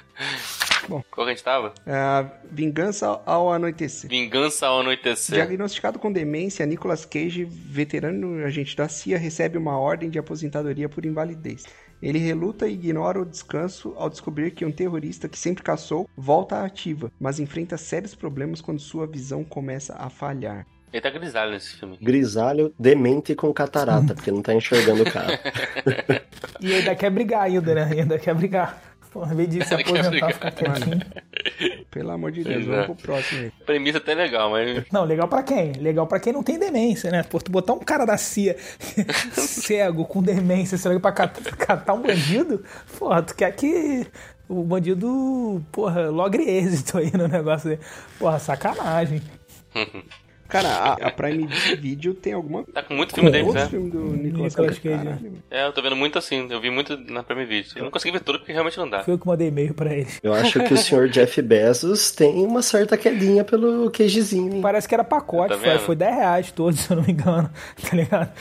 [SPEAKER 1] Qual que a gente tava?
[SPEAKER 2] Ah, Vingança ao Anoitecer.
[SPEAKER 1] Vingança ao Anoitecer.
[SPEAKER 2] Diagnosticado com demência, Nicolas Cage, veterano agente da C I A, recebe uma ordem de aposentadoria por invalidez. Ele reluta e ignora o descanso ao descobrir que um terrorista que sempre caçou volta à ativa, mas enfrenta sérios problemas quando sua visão começa a falhar.
[SPEAKER 1] Ele tá grisalho nesse filme.
[SPEAKER 4] Grisalho, demente com catarata, porque não tá enxergando o cara.
[SPEAKER 3] E ainda quer brigar ainda, né? Ainda quer brigar. Pô, ao invés de se
[SPEAKER 1] Ainda quer
[SPEAKER 3] aposentar,
[SPEAKER 1] brigar.
[SPEAKER 3] ficar quietinho.
[SPEAKER 2] Pelo amor de Deus,
[SPEAKER 1] Pois
[SPEAKER 2] vamos
[SPEAKER 1] é.
[SPEAKER 2] pro próximo aí.
[SPEAKER 1] Premissa até legal, mas.
[SPEAKER 3] Não, legal pra quem? Legal pra quem não tem demência, né? Por tu botar um cara da C I A cego, com demência, sei lá, pra catar, catar um bandido, porra, tu quer que o bandido, porra, logre êxito aí no negócio aí. Porra, sacanagem.
[SPEAKER 2] Cara, a, a Prime Video tem alguma...
[SPEAKER 1] Tá com muito filme dele,
[SPEAKER 2] outros
[SPEAKER 1] né?
[SPEAKER 2] filmes do Nicolas
[SPEAKER 3] Nicolas
[SPEAKER 2] Cage,
[SPEAKER 3] Cage,
[SPEAKER 2] caralho, velho.
[SPEAKER 1] É, eu tô vendo muito assim. Eu vi muito na Prime Video. Eu não consegui ver tudo porque realmente não dá.
[SPEAKER 3] Foi eu que mandei e-mail pra ele.
[SPEAKER 4] Eu acho que o senhor Jeff Bezos tem uma certa quedinha pelo queijezinho, hein?
[SPEAKER 3] Parece que era pacote,
[SPEAKER 1] Tá
[SPEAKER 3] foi,
[SPEAKER 1] vendo?
[SPEAKER 3] foi dez reais todos, se eu não me engano. Tá ligado?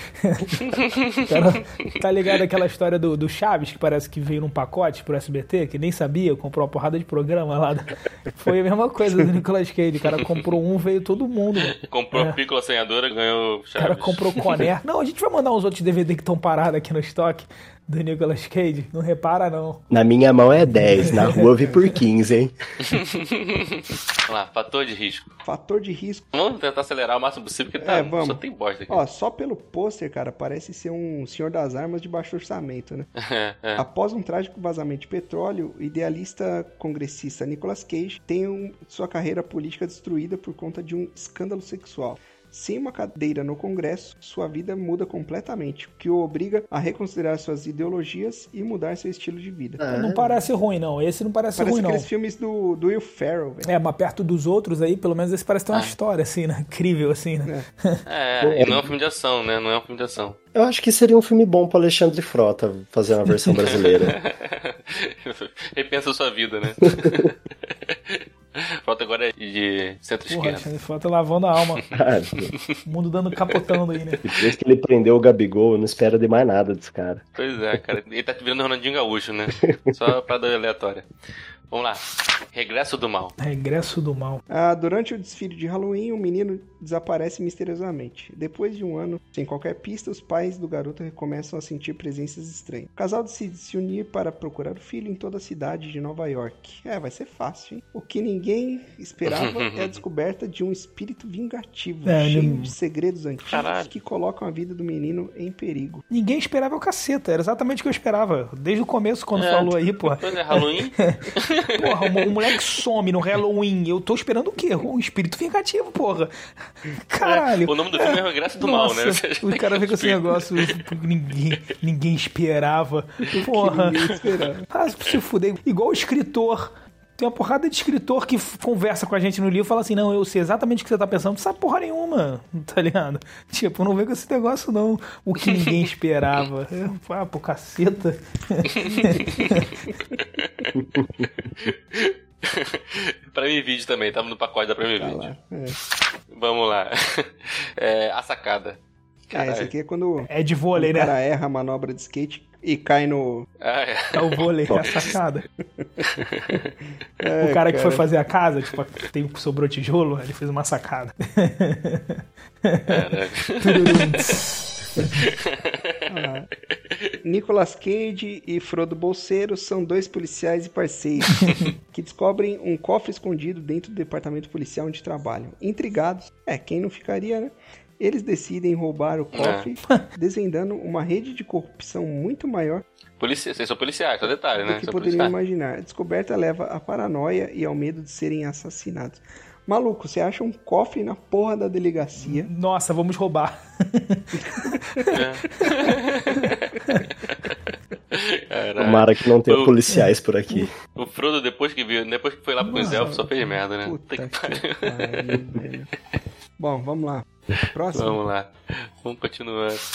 [SPEAKER 3] Cara, tá ligado aquela história do, do Chaves, que parece que veio num pacote pro S B T, que nem sabia, comprou uma porrada de programa lá. Foi a mesma coisa do Nicolas Cage. O cara comprou um, veio todo mundo. Mano.
[SPEAKER 1] Comprou
[SPEAKER 3] É.
[SPEAKER 1] a pícola senhadora, ganhou
[SPEAKER 3] O cara
[SPEAKER 1] Chaves.
[SPEAKER 3] comprou Conner. Não, a gente vai mandar uns outros D V D que estão parados aqui no estoque do Nicolas Cage. Não repara, não.
[SPEAKER 4] Na minha mão é dez, na rua eu vi por quinze, hein?
[SPEAKER 1] Vamos lá, fator de risco.
[SPEAKER 2] Fator de risco.
[SPEAKER 1] Vamos tentar acelerar o máximo possível, porque tá,
[SPEAKER 2] É, vamos.
[SPEAKER 1] só tem bosta aqui.
[SPEAKER 2] Ó, só pelo pôster, cara, parece ser um Senhor das Armas de baixo orçamento, né?
[SPEAKER 1] É, é.
[SPEAKER 2] Após um trágico vazamento de petróleo, o idealista congressista Nicolas Cage tem um- sua carreira política destruída por conta de um escândalo sexual. Sem uma cadeira no Congresso, sua vida muda completamente, o que o obriga a reconsiderar suas ideologias e mudar seu estilo de vida.
[SPEAKER 4] Ah,
[SPEAKER 3] Não parece ruim, não. Esse não parece,
[SPEAKER 2] Parece
[SPEAKER 3] ruim, não.
[SPEAKER 2] aqueles filmes do, do Will Ferrell, velho.
[SPEAKER 3] É, mas perto dos outros aí, pelo menos esse parece ter uma história, assim, né? Incrível, assim, né?
[SPEAKER 1] É, e não é um filme de ação, né? Não é um filme de ação.
[SPEAKER 4] Eu acho que seria um filme bom pro Alexandre Frota fazer uma versão brasileira.
[SPEAKER 1] Repensa a sua vida, né? Falta agora é de
[SPEAKER 3] Porra,
[SPEAKER 1] centro-esquerda.
[SPEAKER 3] Alexandre Frota lavando a alma.
[SPEAKER 4] Cara,
[SPEAKER 3] O mundo dando capotando aí, né?
[SPEAKER 4] depois que ele prendeu o Gabigol, eu não espero de mais nada desse cara.
[SPEAKER 1] Pois é, cara. Ele tá virando Ronaldinho Gaúcho, né? Só pra dar aleatória. Vamos lá. Regresso do Mal.
[SPEAKER 3] Regresso do mal.
[SPEAKER 2] Ah, durante o desfile de Halloween, o menino desaparece misteriosamente. Depois de um ano, sem qualquer pista, os pais do garoto começam a sentir presenças estranhas. O casal decide se unir para procurar o filho em toda a cidade de Nova York. É, vai ser fácil, hein? O que ninguém esperava é a descoberta de um espírito vingativo,
[SPEAKER 3] É,
[SPEAKER 2] cheio
[SPEAKER 3] ele-
[SPEAKER 2] de segredos antigos
[SPEAKER 1] Caralho.
[SPEAKER 2] que colocam a vida do menino em perigo.
[SPEAKER 3] Ninguém esperava o caceta, era exatamente o que eu esperava. Desde o começo, quando
[SPEAKER 1] É.
[SPEAKER 3] falou aí, porra.
[SPEAKER 1] Pois é, Halloween.
[SPEAKER 3] Porra, o, o moleque some no Halloween. Eu tô esperando o quê? Um espírito vingativo, porra. Caralho.
[SPEAKER 1] O nome do filme é Regresso do Mal, né?
[SPEAKER 3] Nossa, o cara vem com esse negócio. Ninguém, ninguém esperava. Porra.
[SPEAKER 2] Ninguém esperava.
[SPEAKER 3] Ah, se fuder. Igual o escritor. Tem uma porrada de escritor que f- conversa com a gente no livro e fala assim: não, eu sei exatamente o que você tá pensando, não sabe porra nenhuma, tá ligado? Tipo, não vem com esse negócio, não. O que ninguém esperava. É, ah, pô, caceta.
[SPEAKER 1] Prime Video também, tava no pacote da Prime
[SPEAKER 2] Tá
[SPEAKER 1] Video.
[SPEAKER 2] lá. É.
[SPEAKER 1] Vamos lá. É, a sacada.
[SPEAKER 2] É, esse
[SPEAKER 1] Caralho.
[SPEAKER 2] aqui é quando
[SPEAKER 3] É de vôlei,
[SPEAKER 2] o
[SPEAKER 3] né?
[SPEAKER 2] cara erra a manobra de skate e cai no...
[SPEAKER 1] Ah, é.
[SPEAKER 3] É o vôlei, é a sacada.
[SPEAKER 2] É,
[SPEAKER 3] O cara que foi
[SPEAKER 2] cara.
[SPEAKER 3] fazer a casa, tipo, tem, sobrou tijolo, ele fez uma sacada. Tururum.
[SPEAKER 2] Ah. Nicolas Cage e Frodo Bolseiro são dois policiais e parceiros que descobrem um cofre escondido dentro do departamento policial onde trabalham. Intrigados, é, quem não ficaria, né? Eles decidem roubar o cofre, desvendando uma rede de corrupção muito maior
[SPEAKER 1] Policia... Vocês são policiais, só detalhe,
[SPEAKER 2] do
[SPEAKER 1] né?
[SPEAKER 2] que
[SPEAKER 1] São
[SPEAKER 2] poderiam
[SPEAKER 1] policiais.
[SPEAKER 2] imaginar. A descoberta leva à paranoia e ao medo de serem assassinados. Maluco, você acha um cofre na porra da delegacia?
[SPEAKER 3] Nossa, vamos roubar.
[SPEAKER 1] Caralho.
[SPEAKER 4] Tomara que não tenha
[SPEAKER 1] O-
[SPEAKER 4] policiais por aqui.
[SPEAKER 1] O Frodo, depois que viu, depois que foi lá com os elfos, só fez merda, né?
[SPEAKER 2] Puta
[SPEAKER 1] Puta
[SPEAKER 2] que
[SPEAKER 1] que pariu.
[SPEAKER 2] pariu, velho. Bom, vamos lá. Próximo.
[SPEAKER 1] Vamos lá. Vamos continuar.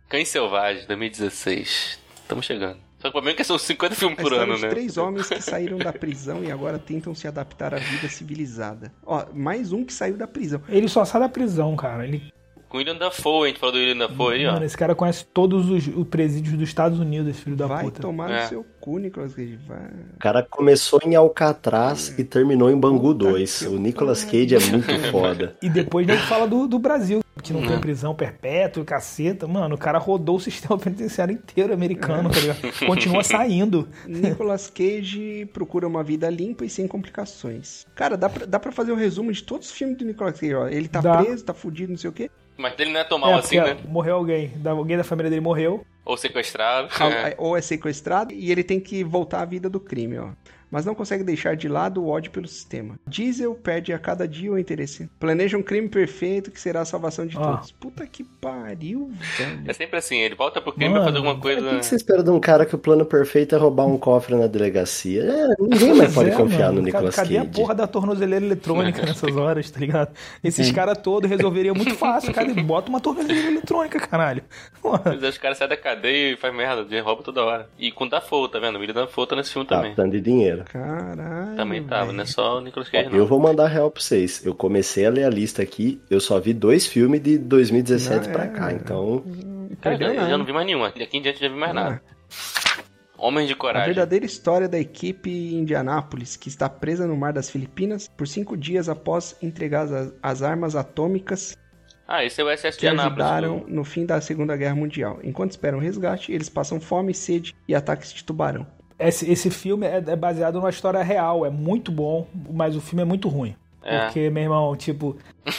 [SPEAKER 1] Cães Selvagens, dois mil e dezesseis. Estamos chegando. Só que o problema é que são cinquenta filmes
[SPEAKER 2] A
[SPEAKER 1] por
[SPEAKER 2] história
[SPEAKER 1] ano,
[SPEAKER 2] de
[SPEAKER 1] né?
[SPEAKER 2] três homens que saíram da prisão e agora tentam se adaptar à vida civilizada. Ó, mais um que saiu da prisão.
[SPEAKER 3] Ele só sai da prisão, cara. Ele...
[SPEAKER 1] Com o William Dafoe, a gente falou do William Dafoe aí, ó.
[SPEAKER 3] Mano, esse cara conhece todos os, os presídios dos Estados Unidos, esse filho da
[SPEAKER 2] Vai
[SPEAKER 3] puta.
[SPEAKER 2] tomar
[SPEAKER 1] É.
[SPEAKER 2] no seu cu, Nicolas Cage. Vai.
[SPEAKER 4] O cara começou em Alcatraz e terminou em Bangu
[SPEAKER 2] Puta
[SPEAKER 4] dois.
[SPEAKER 2] que
[SPEAKER 4] O Nicolas
[SPEAKER 2] pariu.
[SPEAKER 4] Cage é muito foda.
[SPEAKER 3] E depois nem fala do, do Brasil, que não
[SPEAKER 1] Hum.
[SPEAKER 3] tem prisão perpétua, caceta. Mano, o cara rodou o sistema penitenciário inteiro americano, tá ligado? Continua saindo.
[SPEAKER 2] Nicolas Cage procura uma vida limpa e sem complicações. Cara, dá pra, dá pra fazer um resumo de todos os filmes do Nicolas Cage, ó. Ele tá
[SPEAKER 3] Dá.
[SPEAKER 2] preso, tá fudido, não sei o quê.
[SPEAKER 1] Mas dele não é tão mal
[SPEAKER 3] É,
[SPEAKER 1] assim,
[SPEAKER 3] porque
[SPEAKER 1] né?
[SPEAKER 3] morreu alguém. Da- Alguém da família dele morreu.
[SPEAKER 1] Ou sequestrado.
[SPEAKER 2] Ah, Ou é sequestrado e ele tem que voltar à vida do crime, ó. Mas não consegue deixar de lado o ódio pelo sistema. Diesel perde a cada dia o interesse. Planeja um crime perfeito que será a salvação de
[SPEAKER 3] Ó.
[SPEAKER 2] todos. Puta que pariu, velho.
[SPEAKER 1] É sempre assim, ele volta pro crime
[SPEAKER 3] Mano,
[SPEAKER 1] pra fazer alguma
[SPEAKER 4] O
[SPEAKER 1] coisa...
[SPEAKER 4] que que você espera de um cara que o plano perfeito é roubar um cofre na delegacia? É, ninguém mais pode
[SPEAKER 3] Pois é,
[SPEAKER 4] confiar
[SPEAKER 3] mano.
[SPEAKER 4] no Nicolas
[SPEAKER 3] Cadê
[SPEAKER 4] Cage.
[SPEAKER 3] a porra da tornozeleira eletrônica nessas horas, tá ligado? Esses caras todos resolveriam muito fácil, cara. Bota uma tornozeleira eletrônica, caralho. Porra.
[SPEAKER 1] Mas os caras saem da cadeia e faz merda, de rouba toda hora. E com o Dafoe, tá vendo? O William Dafoe tá nesse filme
[SPEAKER 4] Tá,
[SPEAKER 1] também.
[SPEAKER 4] precisando de dinheiro.
[SPEAKER 2] Caralho.
[SPEAKER 1] Também tava,
[SPEAKER 2] velho.
[SPEAKER 1] não é só o Nicolas Cage,
[SPEAKER 4] Eu
[SPEAKER 1] não.
[SPEAKER 4] vou mandar real pra vocês. Eu comecei a ler a lista aqui, eu só vi dois filmes de dois mil e dezessete
[SPEAKER 2] Não,
[SPEAKER 4] pra
[SPEAKER 2] é.
[SPEAKER 4] cá, então...
[SPEAKER 1] Cara,
[SPEAKER 2] Perdeu
[SPEAKER 1] eu já
[SPEAKER 2] nada.
[SPEAKER 1] não vi mais nenhuma. Daqui em diante eu já vi mais nada.
[SPEAKER 2] Ah.
[SPEAKER 1] Homens de
[SPEAKER 2] A
[SPEAKER 1] Coragem.
[SPEAKER 2] verdadeira história da equipe em Indianápolis, que está presa no mar das Filipinas por cinco dias após entregar as, as armas atômicas
[SPEAKER 1] Ah, esse é o S S
[SPEAKER 2] que
[SPEAKER 1] de Anápolis.
[SPEAKER 2] ajudaram no fim da Segunda Guerra Mundial. Enquanto esperam resgate, eles passam fome, sede e ataques de tubarão.
[SPEAKER 3] Esse, esse filme é, é baseado numa história real, é muito bom, mas o filme é muito ruim.
[SPEAKER 1] É.
[SPEAKER 3] Porque, meu irmão, tipo.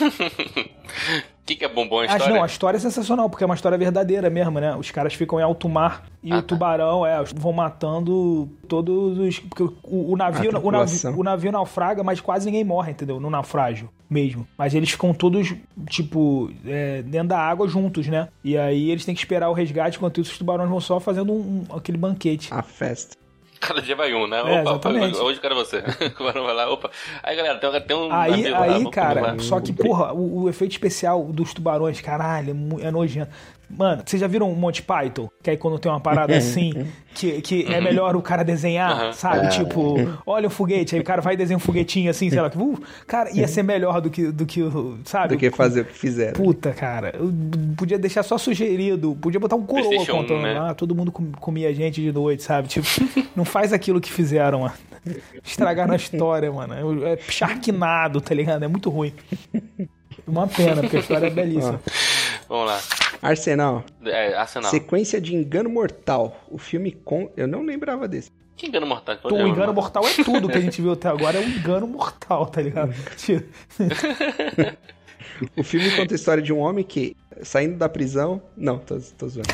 [SPEAKER 1] O que, que é bombom a
[SPEAKER 3] Acho
[SPEAKER 1] história?
[SPEAKER 3] não, a história é sensacional, porque é uma história verdadeira mesmo, né? Os caras ficam em alto mar e
[SPEAKER 1] Ah,
[SPEAKER 3] o
[SPEAKER 1] tá.
[SPEAKER 3] tubarão, é, vão matando todos os. Porque o, o navio,
[SPEAKER 2] A
[SPEAKER 3] o, navio,
[SPEAKER 2] tripulação.
[SPEAKER 3] o navio naufraga, mas quase ninguém morre, entendeu? No naufrágio mesmo. Mas eles ficam todos, tipo, é, dentro da água juntos, né? E aí eles têm que esperar o resgate, enquanto isso os tubarões vão só fazendo um, um- aquele banquete.
[SPEAKER 2] A festa.
[SPEAKER 1] Cada dia vai um, né?
[SPEAKER 3] É,
[SPEAKER 1] Opa, opa,
[SPEAKER 3] exatamente.
[SPEAKER 1] hoje eu quero você. O barão vai lá, opa. Aí, galera, tem, tem um
[SPEAKER 3] Aí,
[SPEAKER 1] navio lá,
[SPEAKER 3] aí
[SPEAKER 1] vamos
[SPEAKER 3] cara,
[SPEAKER 1] comer lá.
[SPEAKER 3] só que, porra, o, o efeito especial dos tubarões, caralho, é, mu- é nojento. Mano, vocês já viram o Monty Python? Que aí quando tem uma parada assim, que, que é melhor o cara desenhar,
[SPEAKER 1] Uhum.
[SPEAKER 3] sabe? Tipo, olha o foguete, aí o cara vai e desenha um foguetinho assim, sei lá. Uh, cara, ia ser melhor do que, do que o, sabe?
[SPEAKER 2] Do que fazer o que fizeram.
[SPEAKER 3] Puta, cara, eu podia deixar só sugerido, podia botar um coroa
[SPEAKER 1] PlayStation um,
[SPEAKER 3] contando
[SPEAKER 1] né?
[SPEAKER 3] lá, todo mundo com- comia gente de noite, sabe? Tipo, não faz aquilo que fizeram, mano. Estragaram a história, mano. É Sharknado, tá ligado? É muito ruim. Uma pena, porque a história é belíssima.
[SPEAKER 1] Vamos lá.
[SPEAKER 2] Arsenal.
[SPEAKER 1] É, Arsenal.
[SPEAKER 2] Sequência de Engano Mortal. O filme com... Eu não lembrava desse.
[SPEAKER 1] Que engano mortal?
[SPEAKER 3] O engano mortal é tudo que a gente viu até agora, é um engano mortal, tá ligado? Tipo,
[SPEAKER 2] O filme conta a história de um homem que, saindo da prisão... Não, tô, tô zoando.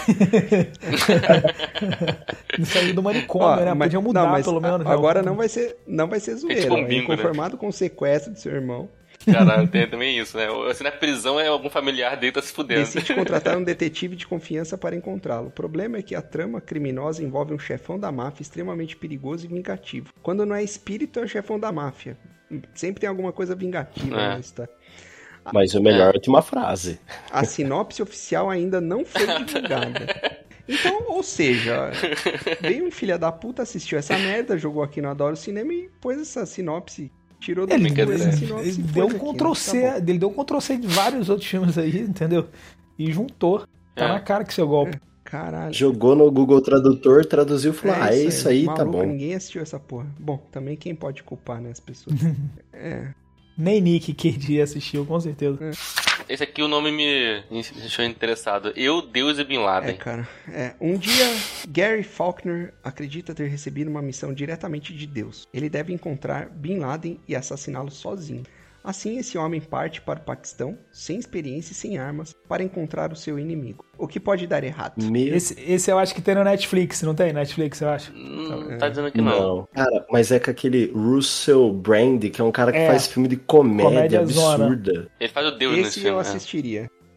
[SPEAKER 3] saiu do manicômio,
[SPEAKER 2] Ó,
[SPEAKER 3] né?
[SPEAKER 2] mas-
[SPEAKER 3] Podia mudar,
[SPEAKER 2] não, mas
[SPEAKER 3] pelo menos.
[SPEAKER 2] a- Agora não vai ser, não vai ser zoeira.
[SPEAKER 1] tipo um
[SPEAKER 2] é
[SPEAKER 1] bingo, né?
[SPEAKER 2] Inconformado com o sequestro de seu irmão,
[SPEAKER 1] Caralho, tem também isso, né? Se na prisão é algum familiar dele tá se fudendo.
[SPEAKER 2] decide contratar um detetive de confiança para encontrá-lo. O problema é que a trama criminosa envolve um chefão da máfia extremamente perigoso e vingativo. Quando não é espírito, é o chefão da máfia. Sempre tem alguma coisa vingativa
[SPEAKER 1] É.
[SPEAKER 2] nisso, tá?
[SPEAKER 4] Mas o melhor é a última frase.
[SPEAKER 2] A sinopse oficial ainda não foi divulgada. Então, ou seja, veio um filho da puta, assistiu essa merda, jogou aqui no Adoro Cinema e pôs essa sinopse, tirou do
[SPEAKER 3] Ele,
[SPEAKER 2] cu essa
[SPEAKER 3] ele-
[SPEAKER 2] sinopse
[SPEAKER 3] ele
[SPEAKER 2] e
[SPEAKER 3] deu
[SPEAKER 2] pôs
[SPEAKER 3] um
[SPEAKER 2] aqui, né?
[SPEAKER 3] Ctrl
[SPEAKER 2] Tá
[SPEAKER 3] C,
[SPEAKER 2] bom.
[SPEAKER 3] ele deu um Ctrl C de vários outros filmes aí, entendeu? E juntou. Tá
[SPEAKER 1] É.
[SPEAKER 3] na cara que seu golpe.
[SPEAKER 2] Caralho.
[SPEAKER 4] Jogou no Google Tradutor, traduziu e falou, ah, é isso aí, tá
[SPEAKER 2] maluco,
[SPEAKER 4] bom.
[SPEAKER 2] Ninguém assistiu essa porra. Bom, também quem pode culpar, né, as pessoas. É.
[SPEAKER 3] Nem Nick Cage assistiu, com certeza.
[SPEAKER 1] Esse aqui o nome me deixou interessado. Eu, Deus e Bin
[SPEAKER 2] É,
[SPEAKER 1] Laden.
[SPEAKER 2] cara. É, um dia, Gary Faulkner acredita ter recebido uma missão diretamente de Deus. Ele deve encontrar Bin Laden e assassiná-lo sozinho. Assim, esse homem parte para o Paquistão, sem experiência e sem armas, para encontrar o seu inimigo. O que pode dar errado?
[SPEAKER 4] Meu...
[SPEAKER 3] Esse, esse eu acho que tem no Netflix, não tem? Netflix, eu acho.
[SPEAKER 1] Não tá dizendo que não.
[SPEAKER 4] Não. Cara, mas é com aquele Russell Brand, que é um cara que
[SPEAKER 3] É.
[SPEAKER 4] faz filme de comédia
[SPEAKER 3] Comédia zona.
[SPEAKER 4] absurda.
[SPEAKER 1] Ele faz o Deus nesse
[SPEAKER 2] Esse
[SPEAKER 1] filme.
[SPEAKER 2] eu
[SPEAKER 1] né?
[SPEAKER 2] assistiria.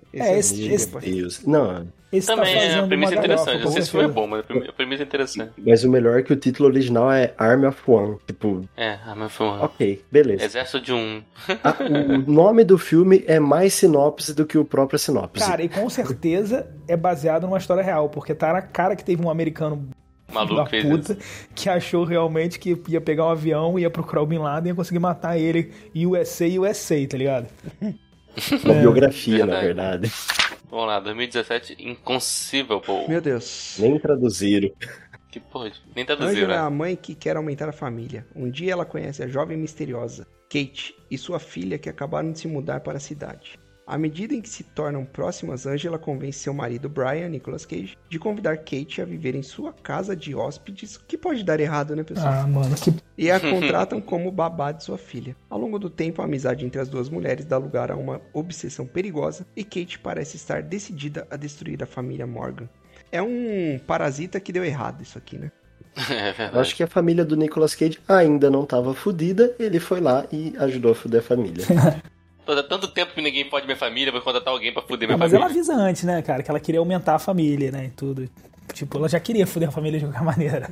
[SPEAKER 3] É,
[SPEAKER 2] eu
[SPEAKER 3] esse-
[SPEAKER 2] assisti
[SPEAKER 3] esse-
[SPEAKER 2] depois.
[SPEAKER 4] Deus. Não,
[SPEAKER 3] Esse
[SPEAKER 1] Também
[SPEAKER 3] tá
[SPEAKER 1] é
[SPEAKER 3] fazendo
[SPEAKER 1] uma premissa
[SPEAKER 3] uma galhofa,
[SPEAKER 1] interessante.
[SPEAKER 3] com
[SPEAKER 1] Não sei se foi
[SPEAKER 3] certeza.
[SPEAKER 1] bom, mas a premi- a premissa é interessante.
[SPEAKER 4] mas o melhor é que o título original é Army of One. Tipo,
[SPEAKER 1] É, ah, mas foi um
[SPEAKER 4] ok, beleza.
[SPEAKER 1] exército de um.
[SPEAKER 4] Ah, o nome do filme é mais sinopse do que o próprio sinopse.
[SPEAKER 3] Cara, e com certeza é baseado numa história real, porque tá na cara que teve um americano
[SPEAKER 1] Maluco
[SPEAKER 3] da
[SPEAKER 1] fez
[SPEAKER 3] puta
[SPEAKER 1] isso.
[SPEAKER 3] que achou realmente que ia pegar um avião, ia procurar o Bin Laden e ia conseguir matar ele U S A, U S A, tá ligado?
[SPEAKER 4] Uma biografia,
[SPEAKER 1] verdade.
[SPEAKER 4] na verdade.
[SPEAKER 1] Vamos lá, dois mil e dezessete, Inconceivable.
[SPEAKER 2] Meu Deus.
[SPEAKER 4] Nem traduziram.
[SPEAKER 1] Que porra, nem traduziu,
[SPEAKER 2] Angela é
[SPEAKER 1] né?
[SPEAKER 2] a mãe que quer aumentar a família. Um dia ela conhece a jovem misteriosa, Kate, e sua filha que acabaram de se mudar para a cidade. À medida em que se tornam próximas, Angela convence seu marido Brian, Nicolas Cage, de convidar Kate a viver em sua casa de hóspedes, o que pode dar errado, né, pessoal?
[SPEAKER 3] Ah, mano, que
[SPEAKER 2] E a contratam como babá de sua filha. Ao longo do tempo, a amizade entre as duas mulheres dá lugar a uma obsessão perigosa e Kate parece estar decidida a destruir a família Morgan. É um parasita que deu errado isso aqui, né?
[SPEAKER 1] É
[SPEAKER 4] Eu
[SPEAKER 1] verdade.
[SPEAKER 4] acho que a família do Nicolas Cage ainda não tava fudida, ele foi lá e ajudou a fuder a família.
[SPEAKER 1] Tô há tanto tempo que ninguém pode minha família, vou contratar alguém pra fuder
[SPEAKER 3] Ah,
[SPEAKER 1] minha
[SPEAKER 3] mas ela
[SPEAKER 1] família.
[SPEAKER 3] avisa antes, né, cara, que ela queria aumentar a família, né, e tudo. Tipo, ela já queria foder a família de qualquer maneira.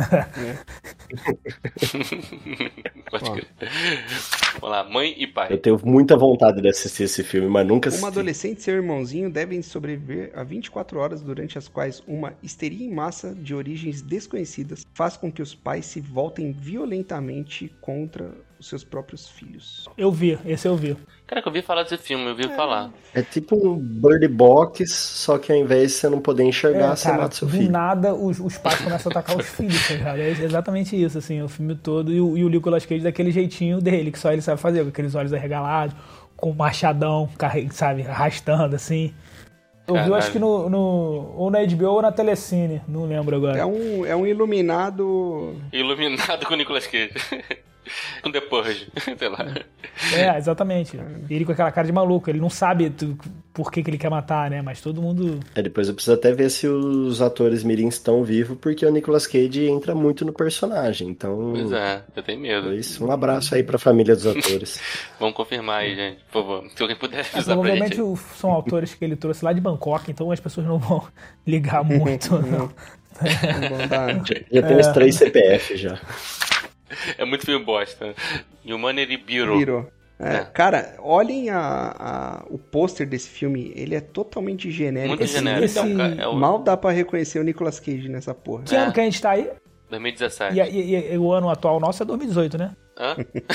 [SPEAKER 1] Pode crer. Vamos lá, mãe e pai.
[SPEAKER 4] Eu tenho muita vontade de assistir esse filme, mas nunca assisti.
[SPEAKER 2] Uma adolescente e seu irmãozinho devem sobreviver a vinte e quatro horas durante as quais uma histeria em massa de origens desconhecidas faz com que os pais se voltem violentamente contra os seus próprios filhos.
[SPEAKER 3] Eu vi, esse eu vi.
[SPEAKER 1] Cara, que eu ouvi falar desse filme, eu ouvi falar.
[SPEAKER 4] É tipo um Bird Box, só que ao invés de você não poder enxergar,
[SPEAKER 3] É,
[SPEAKER 4] você
[SPEAKER 3] cara,
[SPEAKER 4] mata seu
[SPEAKER 3] do
[SPEAKER 4] filho.
[SPEAKER 3] nada os, os pais começam a atacar os filhos, tá ligado? É exatamente isso, assim, o filme todo. E o, e o Nicolas Cage daquele jeitinho dele, que só ele sabe fazer, com aqueles olhos arregalados, com o machadão, carre- sabe, arrastando, assim. Eu vi, eu acho que no, no. Ou na H B O ou na Telecine, não lembro agora.
[SPEAKER 2] É um, é um iluminado...
[SPEAKER 1] Iluminado com o Nicolas Cage. Com The Purge, sei lá.
[SPEAKER 3] É, exatamente. E ele com aquela cara de maluco, ele não sabe tu- por que, que ele quer matar, né? Mas todo mundo.
[SPEAKER 4] É, depois eu preciso até ver se os atores mirins estão vivos, porque o Nicolas Cage entra muito no personagem. Então,
[SPEAKER 1] Pois é, eu tenho medo.
[SPEAKER 4] pois, um abraço aí pra família dos atores.
[SPEAKER 1] Vamos confirmar aí, gente, por favor. Se alguém puder
[SPEAKER 3] É,
[SPEAKER 1] avisar pra
[SPEAKER 3] provavelmente
[SPEAKER 1] gente.
[SPEAKER 3] o- são autores que ele trouxe lá de Bangkok, então as pessoas não vão ligar muito. não.
[SPEAKER 2] Não vão dar...
[SPEAKER 4] Já tem uns três C P F já.
[SPEAKER 1] É muito filme bosta. Humanity Bureau.
[SPEAKER 2] Virou. É,
[SPEAKER 1] É.
[SPEAKER 2] Cara, olhem a, a- o pôster desse filme, ele é totalmente genérico.
[SPEAKER 1] Muito
[SPEAKER 3] Esse-
[SPEAKER 1] genérico.
[SPEAKER 3] esse-
[SPEAKER 1] É um ca- é o
[SPEAKER 2] Mal dá pra reconhecer o Nicolas Cage nessa porra.
[SPEAKER 3] Que ano que a gente tá aí?
[SPEAKER 1] dois mil e dezessete.
[SPEAKER 3] E, e- e o ano atual nosso é dois mil e dezoito, né?
[SPEAKER 1] Hã?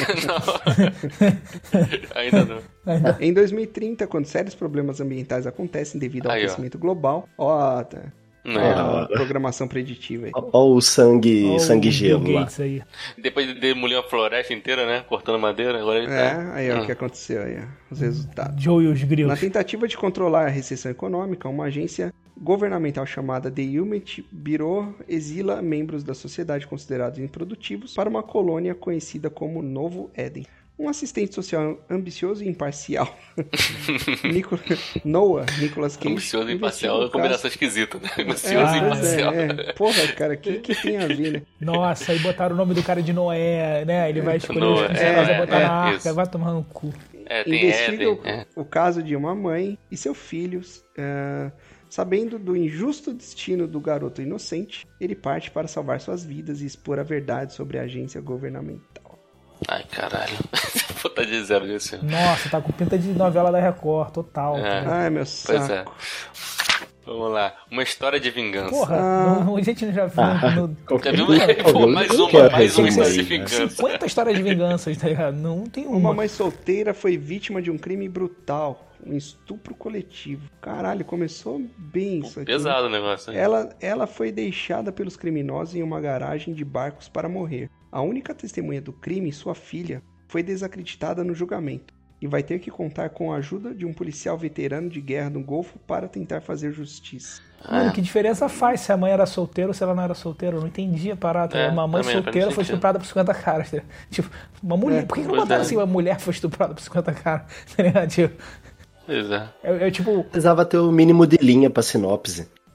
[SPEAKER 1] Não. Ainda não.
[SPEAKER 2] Em dois mil e trinta, quando sérios problemas ambientais acontecem devido ao
[SPEAKER 1] Aí, ó.
[SPEAKER 2] aquecimento global, ó, tá,
[SPEAKER 1] Não.
[SPEAKER 2] ó, a programação preditiva aí.
[SPEAKER 4] Ó, ó o sangue,
[SPEAKER 3] Olha o
[SPEAKER 4] sangue
[SPEAKER 3] Bill
[SPEAKER 4] gelo lá.
[SPEAKER 3] Gates aí.
[SPEAKER 1] Depois de demolir uma floresta inteira, né? Cortando madeira, agora ele
[SPEAKER 2] É,
[SPEAKER 1] tá.
[SPEAKER 2] aí ó,
[SPEAKER 1] Hum.
[SPEAKER 2] o que aconteceu aí, ó, os resultados.
[SPEAKER 3] Joe e os
[SPEAKER 2] Na
[SPEAKER 3] grilos.
[SPEAKER 2] tentativa de controlar a recessão econômica, uma agência governamental chamada The Humanity Bureau exila membros da sociedade considerados improdutivos para uma colônia conhecida como Novo Éden. Um assistente social ambicioso e imparcial, Nico... Noah Nicolas Cage,
[SPEAKER 1] Ambicioso e
[SPEAKER 2] investiga
[SPEAKER 1] imparcial é
[SPEAKER 2] o
[SPEAKER 1] uma
[SPEAKER 2] caso-
[SPEAKER 1] combinação esquisita, né?
[SPEAKER 2] É,
[SPEAKER 1] Ambicioso e
[SPEAKER 2] pois
[SPEAKER 1] imparcial.
[SPEAKER 2] é, é. Porra, cara, o que, que tem a ver, né?
[SPEAKER 3] Nossa, aí botaram o nome do cara de Noé, né? Ele vai escolher
[SPEAKER 1] Noé,
[SPEAKER 3] os
[SPEAKER 1] é,
[SPEAKER 3] caras vai
[SPEAKER 1] é,
[SPEAKER 3] botar
[SPEAKER 1] é,
[SPEAKER 3] na arca,
[SPEAKER 1] isso.
[SPEAKER 3] vai tomar no cu.
[SPEAKER 1] É, tem
[SPEAKER 2] Investiga
[SPEAKER 1] Éden.
[SPEAKER 2] o,
[SPEAKER 1] É.
[SPEAKER 2] o caso de uma mãe e seu filho. eh, sabendo do injusto destino do garoto inocente, ele parte para salvar suas vidas e expor a verdade sobre a agência governamental.
[SPEAKER 1] Ai, caralho. Vou botar de zero nesse filme.
[SPEAKER 3] Nossa, tá com pinta de novela da Record, total.
[SPEAKER 1] É.
[SPEAKER 2] Ai, meu
[SPEAKER 1] Pois é.
[SPEAKER 2] saco.
[SPEAKER 1] Vamos lá. Uma história de vingança.
[SPEAKER 3] Porra,
[SPEAKER 2] Ah.
[SPEAKER 3] não, a gente já viu
[SPEAKER 4] Ah,
[SPEAKER 3] no,
[SPEAKER 1] Já
[SPEAKER 4] qualquer
[SPEAKER 1] viu?
[SPEAKER 4] coisa.
[SPEAKER 1] Pô, mais uma,
[SPEAKER 4] Qualquer
[SPEAKER 1] mais uma
[SPEAKER 4] resumo
[SPEAKER 1] história de
[SPEAKER 4] aí, né?
[SPEAKER 1] vingança.
[SPEAKER 3] cinquenta histórias de vinganças, tá ligado? Não tem uma.
[SPEAKER 2] Uma mãe solteira foi vítima de um crime brutal, um estupro coletivo. Caralho, começou bem isso aqui.
[SPEAKER 1] Pesado o negócio. hein?
[SPEAKER 2] Ela, ela foi deixada pelos criminosos em uma garagem de barcos para morrer. A única testemunha do crime, sua filha, foi desacreditada no julgamento e vai ter que contar com a ajuda de um policial veterano de guerra no Golfo para tentar fazer justiça.
[SPEAKER 3] Mano,
[SPEAKER 1] É.
[SPEAKER 3] que diferença faz se a mãe era solteira ou se ela não era solteira? Eu não entendi a parada.
[SPEAKER 1] É,
[SPEAKER 3] uma mãe
[SPEAKER 1] também, pra
[SPEAKER 3] solteira
[SPEAKER 1] mim
[SPEAKER 3] foi
[SPEAKER 1] sentido.
[SPEAKER 3] estuprada por cinquenta caras. Tá ligado? Tipo, uma mulher.
[SPEAKER 2] É,
[SPEAKER 3] Por que que não
[SPEAKER 1] pois
[SPEAKER 3] botaram
[SPEAKER 1] é.
[SPEAKER 3] assim? Uma mulher foi estuprada por cinquenta caras? Tá ligado? Tipo,
[SPEAKER 1] Pois é.
[SPEAKER 3] é, é tipo.
[SPEAKER 4] Precisava ter o mínimo de linha pra sinopse.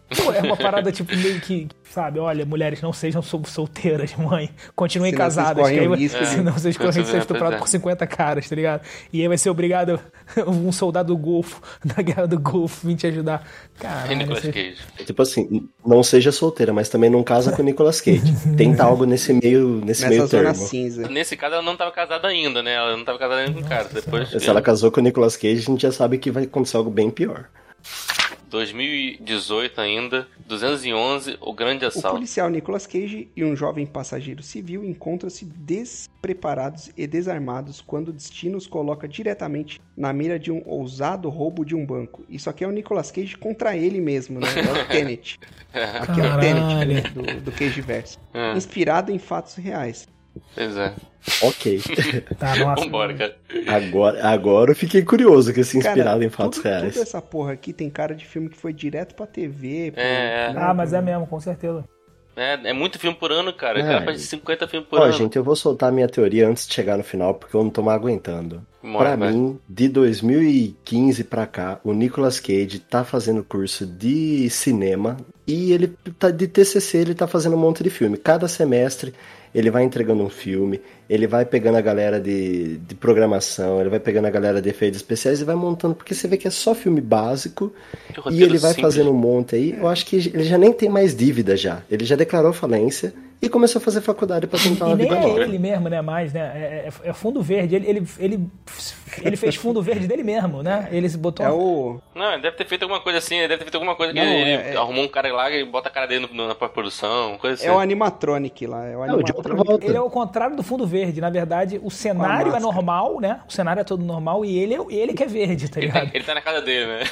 [SPEAKER 3] Pô, é uma parada, tipo, meio que, sabe, olha, mulheres, não sejam sol- solteiras, mãe. Continuem
[SPEAKER 2] Senão vocês
[SPEAKER 3] casadas,
[SPEAKER 2] correm
[SPEAKER 3] que aí
[SPEAKER 2] o
[SPEAKER 3] vai-
[SPEAKER 2] risco de-
[SPEAKER 3] senão vocês correm de ser
[SPEAKER 1] Pois é.
[SPEAKER 3] estuprados por cinquenta caras, tá ligado? E aí vai ser obrigado um soldado do Golfo, da Guerra do Golfo, vir te ajudar.
[SPEAKER 1] E
[SPEAKER 3] Caralho,
[SPEAKER 1] Nicolas
[SPEAKER 3] você-
[SPEAKER 1] Cage.
[SPEAKER 4] Tipo assim, não seja solteira, mas também não casa com o Nicolas Cage. Tenta algo nesse meio, nesse
[SPEAKER 2] Nessa
[SPEAKER 4] meio
[SPEAKER 2] zona
[SPEAKER 4] termo.
[SPEAKER 2] cinza.
[SPEAKER 1] Nesse caso, ela não tava casada ainda, né? Ela não tava casada ainda com o cara. Depois,
[SPEAKER 4] Se ela casou com o Nicolas Cage, a gente já sabe que vai acontecer algo bem pior.
[SPEAKER 1] dois mil e dezoito ainda, duzentos e onze, O Grande
[SPEAKER 2] O
[SPEAKER 1] Assalto.
[SPEAKER 2] policial Nicolas Cage e um jovem passageiro civil encontram-se despreparados e desarmados quando o destino os coloca diretamente na mira de um ousado roubo de um banco. Isso aqui é o Nicolas Cage contra ele mesmo, né? É o Tenet. Aqui é o Tenet,
[SPEAKER 3] Caralho.
[SPEAKER 2] né? do, do Cage Verso.
[SPEAKER 1] É.
[SPEAKER 2] Inspirado em fatos reais.
[SPEAKER 1] Pois é.
[SPEAKER 4] Ok.
[SPEAKER 3] Tá, nossa.
[SPEAKER 1] Vambora, cara.
[SPEAKER 4] Agora, agora eu fiquei curioso com esse inspirado
[SPEAKER 2] Cara,
[SPEAKER 4] em fatos
[SPEAKER 2] tudo,
[SPEAKER 4] reais.
[SPEAKER 2] Tudo essa porra aqui tem cara de filme que foi direto pra T V. pro-
[SPEAKER 1] É.
[SPEAKER 2] né,
[SPEAKER 3] Ah, mas
[SPEAKER 2] pro-
[SPEAKER 3] é mesmo, com certeza.
[SPEAKER 1] É, é muito filme por ano, cara. O
[SPEAKER 4] É.
[SPEAKER 1] cara faz cinquenta filmes por
[SPEAKER 4] Ó,
[SPEAKER 1] ano.
[SPEAKER 4] gente, eu vou soltar minha teoria antes de chegar no final, porque eu não tô mais aguentando.
[SPEAKER 1] Bora,
[SPEAKER 4] Pra
[SPEAKER 1] vai.
[SPEAKER 4] mim, de dois mil e quinze pra cá, o Nicolas Cage tá fazendo curso de cinema e ele tá de T C C, ele tá fazendo um monte de filme. Cada semestre ele vai entregando um filme, ele vai pegando a galera de, de programação, ele vai pegando a galera de efeitos especiais e vai montando, porque você vê que é só filme básico
[SPEAKER 1] Que
[SPEAKER 4] e
[SPEAKER 1] roteiro
[SPEAKER 4] ele vai
[SPEAKER 1] simples.
[SPEAKER 4] fazendo um monte aí. Eu acho que ele já nem tem mais dívida já. Ele já declarou falência e começou a fazer faculdade pra tentar
[SPEAKER 3] E
[SPEAKER 4] uma
[SPEAKER 3] nem
[SPEAKER 4] vida
[SPEAKER 3] é
[SPEAKER 4] nova.
[SPEAKER 3] ele mesmo, né? Mais, né? É, é- é fundo verde. Ele, ele, ele, ele fez fundo verde dele mesmo, né? Ele se botou.
[SPEAKER 2] É o.
[SPEAKER 1] Não, ele deve ter feito alguma coisa assim, ele deve ter feito alguma coisa que
[SPEAKER 2] Não,
[SPEAKER 1] ele
[SPEAKER 2] é- é-
[SPEAKER 1] arrumou um cara lá e bota a cara dele no- na pós-produção, coisa assim.
[SPEAKER 2] É o animatronic lá. É o
[SPEAKER 4] Não, de outra
[SPEAKER 2] animatronic.
[SPEAKER 4] volta.
[SPEAKER 3] Ele é o contrário do fundo verde. Na verdade, o cenário é
[SPEAKER 2] máscara.
[SPEAKER 3] normal, né? O cenário é todo normal e ele, é- ele que é verde, tá
[SPEAKER 1] Ele tá,
[SPEAKER 3] ligado?
[SPEAKER 1] ele tá na casa dele, né?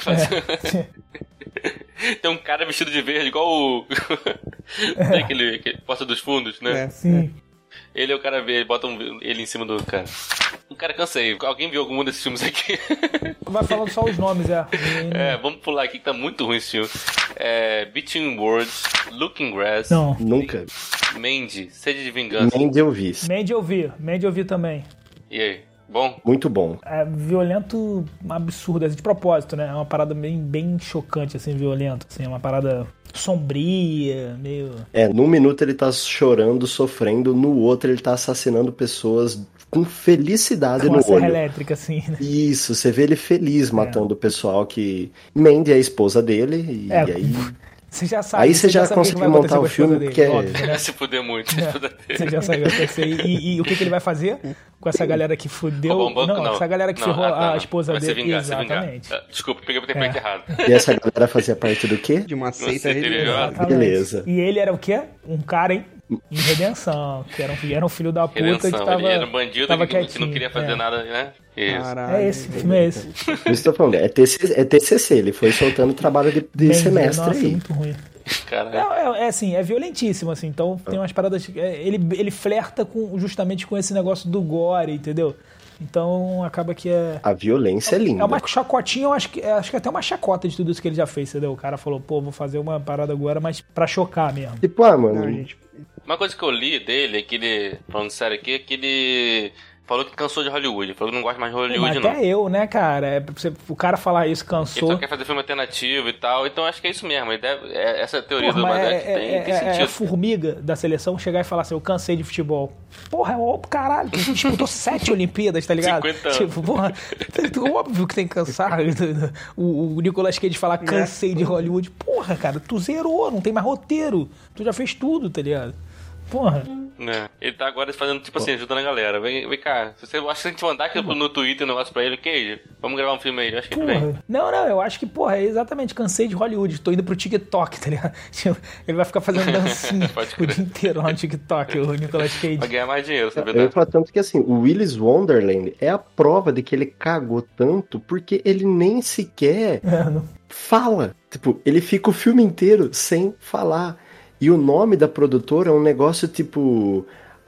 [SPEAKER 3] É.
[SPEAKER 1] Tem um cara vestido de verde, igual o. Tem aquele, aquele Porta dos Fundos, né?
[SPEAKER 2] É.
[SPEAKER 3] Sim.
[SPEAKER 1] Ele é o cara verde, bota um- ele em cima do cara. Um cara, cansei. Alguém viu algum desses filmes aqui?
[SPEAKER 3] Vai falando só os nomes, é.
[SPEAKER 1] É, vamos pular aqui que tá muito ruim esse filme. É, Between Worlds, Looking Grass,
[SPEAKER 3] Não.
[SPEAKER 4] Nunca.
[SPEAKER 1] Mandy, Sede de Vingança.
[SPEAKER 4] Nem eu vi.
[SPEAKER 3] Mandy eu vi. Mandy eu vi também.
[SPEAKER 1] E aí? Bom?
[SPEAKER 4] Muito bom.
[SPEAKER 3] É violento absurdo, assim, de propósito, né? É uma parada bem, bem chocante, assim, violento. Assim, é uma parada sombria, meio...
[SPEAKER 4] É, num minuto ele tá chorando, sofrendo, no outro ele tá assassinando pessoas com felicidade
[SPEAKER 3] Com uma
[SPEAKER 4] no
[SPEAKER 3] serra
[SPEAKER 4] olho.
[SPEAKER 3] elétrica, assim, né?
[SPEAKER 4] Isso, você vê ele feliz matando o pessoal que... Mandy é a esposa dele, e
[SPEAKER 3] É,
[SPEAKER 4] aí...
[SPEAKER 3] Você já sabe.
[SPEAKER 4] Aí você já
[SPEAKER 3] sabe o que que
[SPEAKER 4] conseguiu
[SPEAKER 3] vai acontecer
[SPEAKER 4] montar
[SPEAKER 3] com
[SPEAKER 4] o
[SPEAKER 3] a esposa
[SPEAKER 4] filme,
[SPEAKER 3] dele,
[SPEAKER 4] porque é-
[SPEAKER 3] óbvio, né?
[SPEAKER 1] Vai se fuder muito. se fuder.
[SPEAKER 3] Você já sabe o que vai acontecer. E, e o que, que ele vai fazer com essa galera que fudeu...
[SPEAKER 1] Roubar um banco?
[SPEAKER 3] não,
[SPEAKER 1] não,
[SPEAKER 3] essa galera que
[SPEAKER 1] Não,
[SPEAKER 3] ferrou
[SPEAKER 1] ah, tá,
[SPEAKER 3] a
[SPEAKER 1] não.
[SPEAKER 3] esposa
[SPEAKER 1] Vai se
[SPEAKER 3] dele.
[SPEAKER 1] vingar, se vingar.
[SPEAKER 3] Exatamente.
[SPEAKER 1] Ah, Desculpa, peguei o template
[SPEAKER 3] É.
[SPEAKER 1] errado.
[SPEAKER 4] E essa galera fazia parte do quê?
[SPEAKER 2] De uma
[SPEAKER 1] Você
[SPEAKER 2] seita
[SPEAKER 1] teria-
[SPEAKER 2] religiosa.
[SPEAKER 3] Exatamente.
[SPEAKER 4] Beleza.
[SPEAKER 3] E ele era o quê? Um cara em, em redenção, que era um, era um filho da puta
[SPEAKER 1] Redenção,
[SPEAKER 3] que tava,
[SPEAKER 1] ele era um bandido
[SPEAKER 3] tava
[SPEAKER 1] que, que não
[SPEAKER 3] quietinho,
[SPEAKER 1] queria fazer
[SPEAKER 3] é.
[SPEAKER 1] nada, né? Isso.
[SPEAKER 2] Caralho.
[SPEAKER 3] É esse, o filme é esse.
[SPEAKER 4] Por isso que eu tô falando, é T C, é T C C, ele foi soltando trabalho de, de
[SPEAKER 3] Mandy,
[SPEAKER 4] semestre
[SPEAKER 3] nossa,
[SPEAKER 4] aí.
[SPEAKER 3] muito ruim.
[SPEAKER 1] Caralho.
[SPEAKER 3] É, é, é assim, é violentíssimo, assim, então tem umas paradas. é, ele, ele flerta com, justamente com esse negócio do gore, entendeu? Então acaba que é.
[SPEAKER 4] A violência é linda.
[SPEAKER 3] É uma chacotinha, eu acho que, é, acho que é até uma chacota de tudo isso que ele já fez, entendeu? O cara falou, pô, vou fazer uma parada agora, mas pra chocar mesmo.
[SPEAKER 4] Tipo, ah, mano,
[SPEAKER 2] Não, gente.
[SPEAKER 1] Uma coisa que eu li dele é que ele, falando sério aqui, é que ele falou que cansou de Hollywood. Falou que não gosta mais de Hollywood,
[SPEAKER 3] Mas
[SPEAKER 1] não.
[SPEAKER 3] até eu, né, cara? É, pra você- o cara falar isso
[SPEAKER 1] Ele
[SPEAKER 3] cansou.
[SPEAKER 1] só quer fazer filme alternativo e tal. Então acho que é isso mesmo. Ele deve, é, essa teoria
[SPEAKER 3] Porra,
[SPEAKER 1] do
[SPEAKER 3] mas
[SPEAKER 1] Mazete
[SPEAKER 3] é,
[SPEAKER 1] tem,
[SPEAKER 3] é,
[SPEAKER 1] tem
[SPEAKER 3] é, é a
[SPEAKER 1] sentido.
[SPEAKER 3] formiga da seleção chegar e falar assim, eu cansei de futebol. Porra, é óbvio, caralho, tu disputou sete Olimpíadas, tá ligado?
[SPEAKER 1] cinquenta anos.
[SPEAKER 3] Tipo, porra, óbvio que tem que cansar. O, o Nicolas Cage falar cansei de Hollywood. Porra, cara, tu zerou, não tem mais roteiro. Tu já fez tudo, tá ligado? Porra.
[SPEAKER 1] É. Ele tá agora fazendo, tipo assim, ajudando a galera. Vem, vem cá, se você acha que a gente mandar aqui no Twitter um negócio pra ele, Cage, vamos gravar um filme aí. Eu acho que ele vem.
[SPEAKER 3] Porra. Não, não, eu acho que, porra, é exatamente, cansei de Hollywood, tô indo pro TikTok, tá ligado? Tipo, ele vai ficar fazendo dancinha
[SPEAKER 1] Pode
[SPEAKER 3] o
[SPEAKER 1] crer.
[SPEAKER 3] dia inteiro lá no TikTok, o Nicolas Cage.
[SPEAKER 1] Vai ganhar mais dinheiro, sabe?
[SPEAKER 4] eu ia falar tanto que assim, o Willis Wonderland é a prova de que ele cagou tanto porque ele nem sequer
[SPEAKER 3] É, não-
[SPEAKER 4] fala. Tipo, ele fica o filme inteiro sem falar. E o nome da produtora é um negócio tipo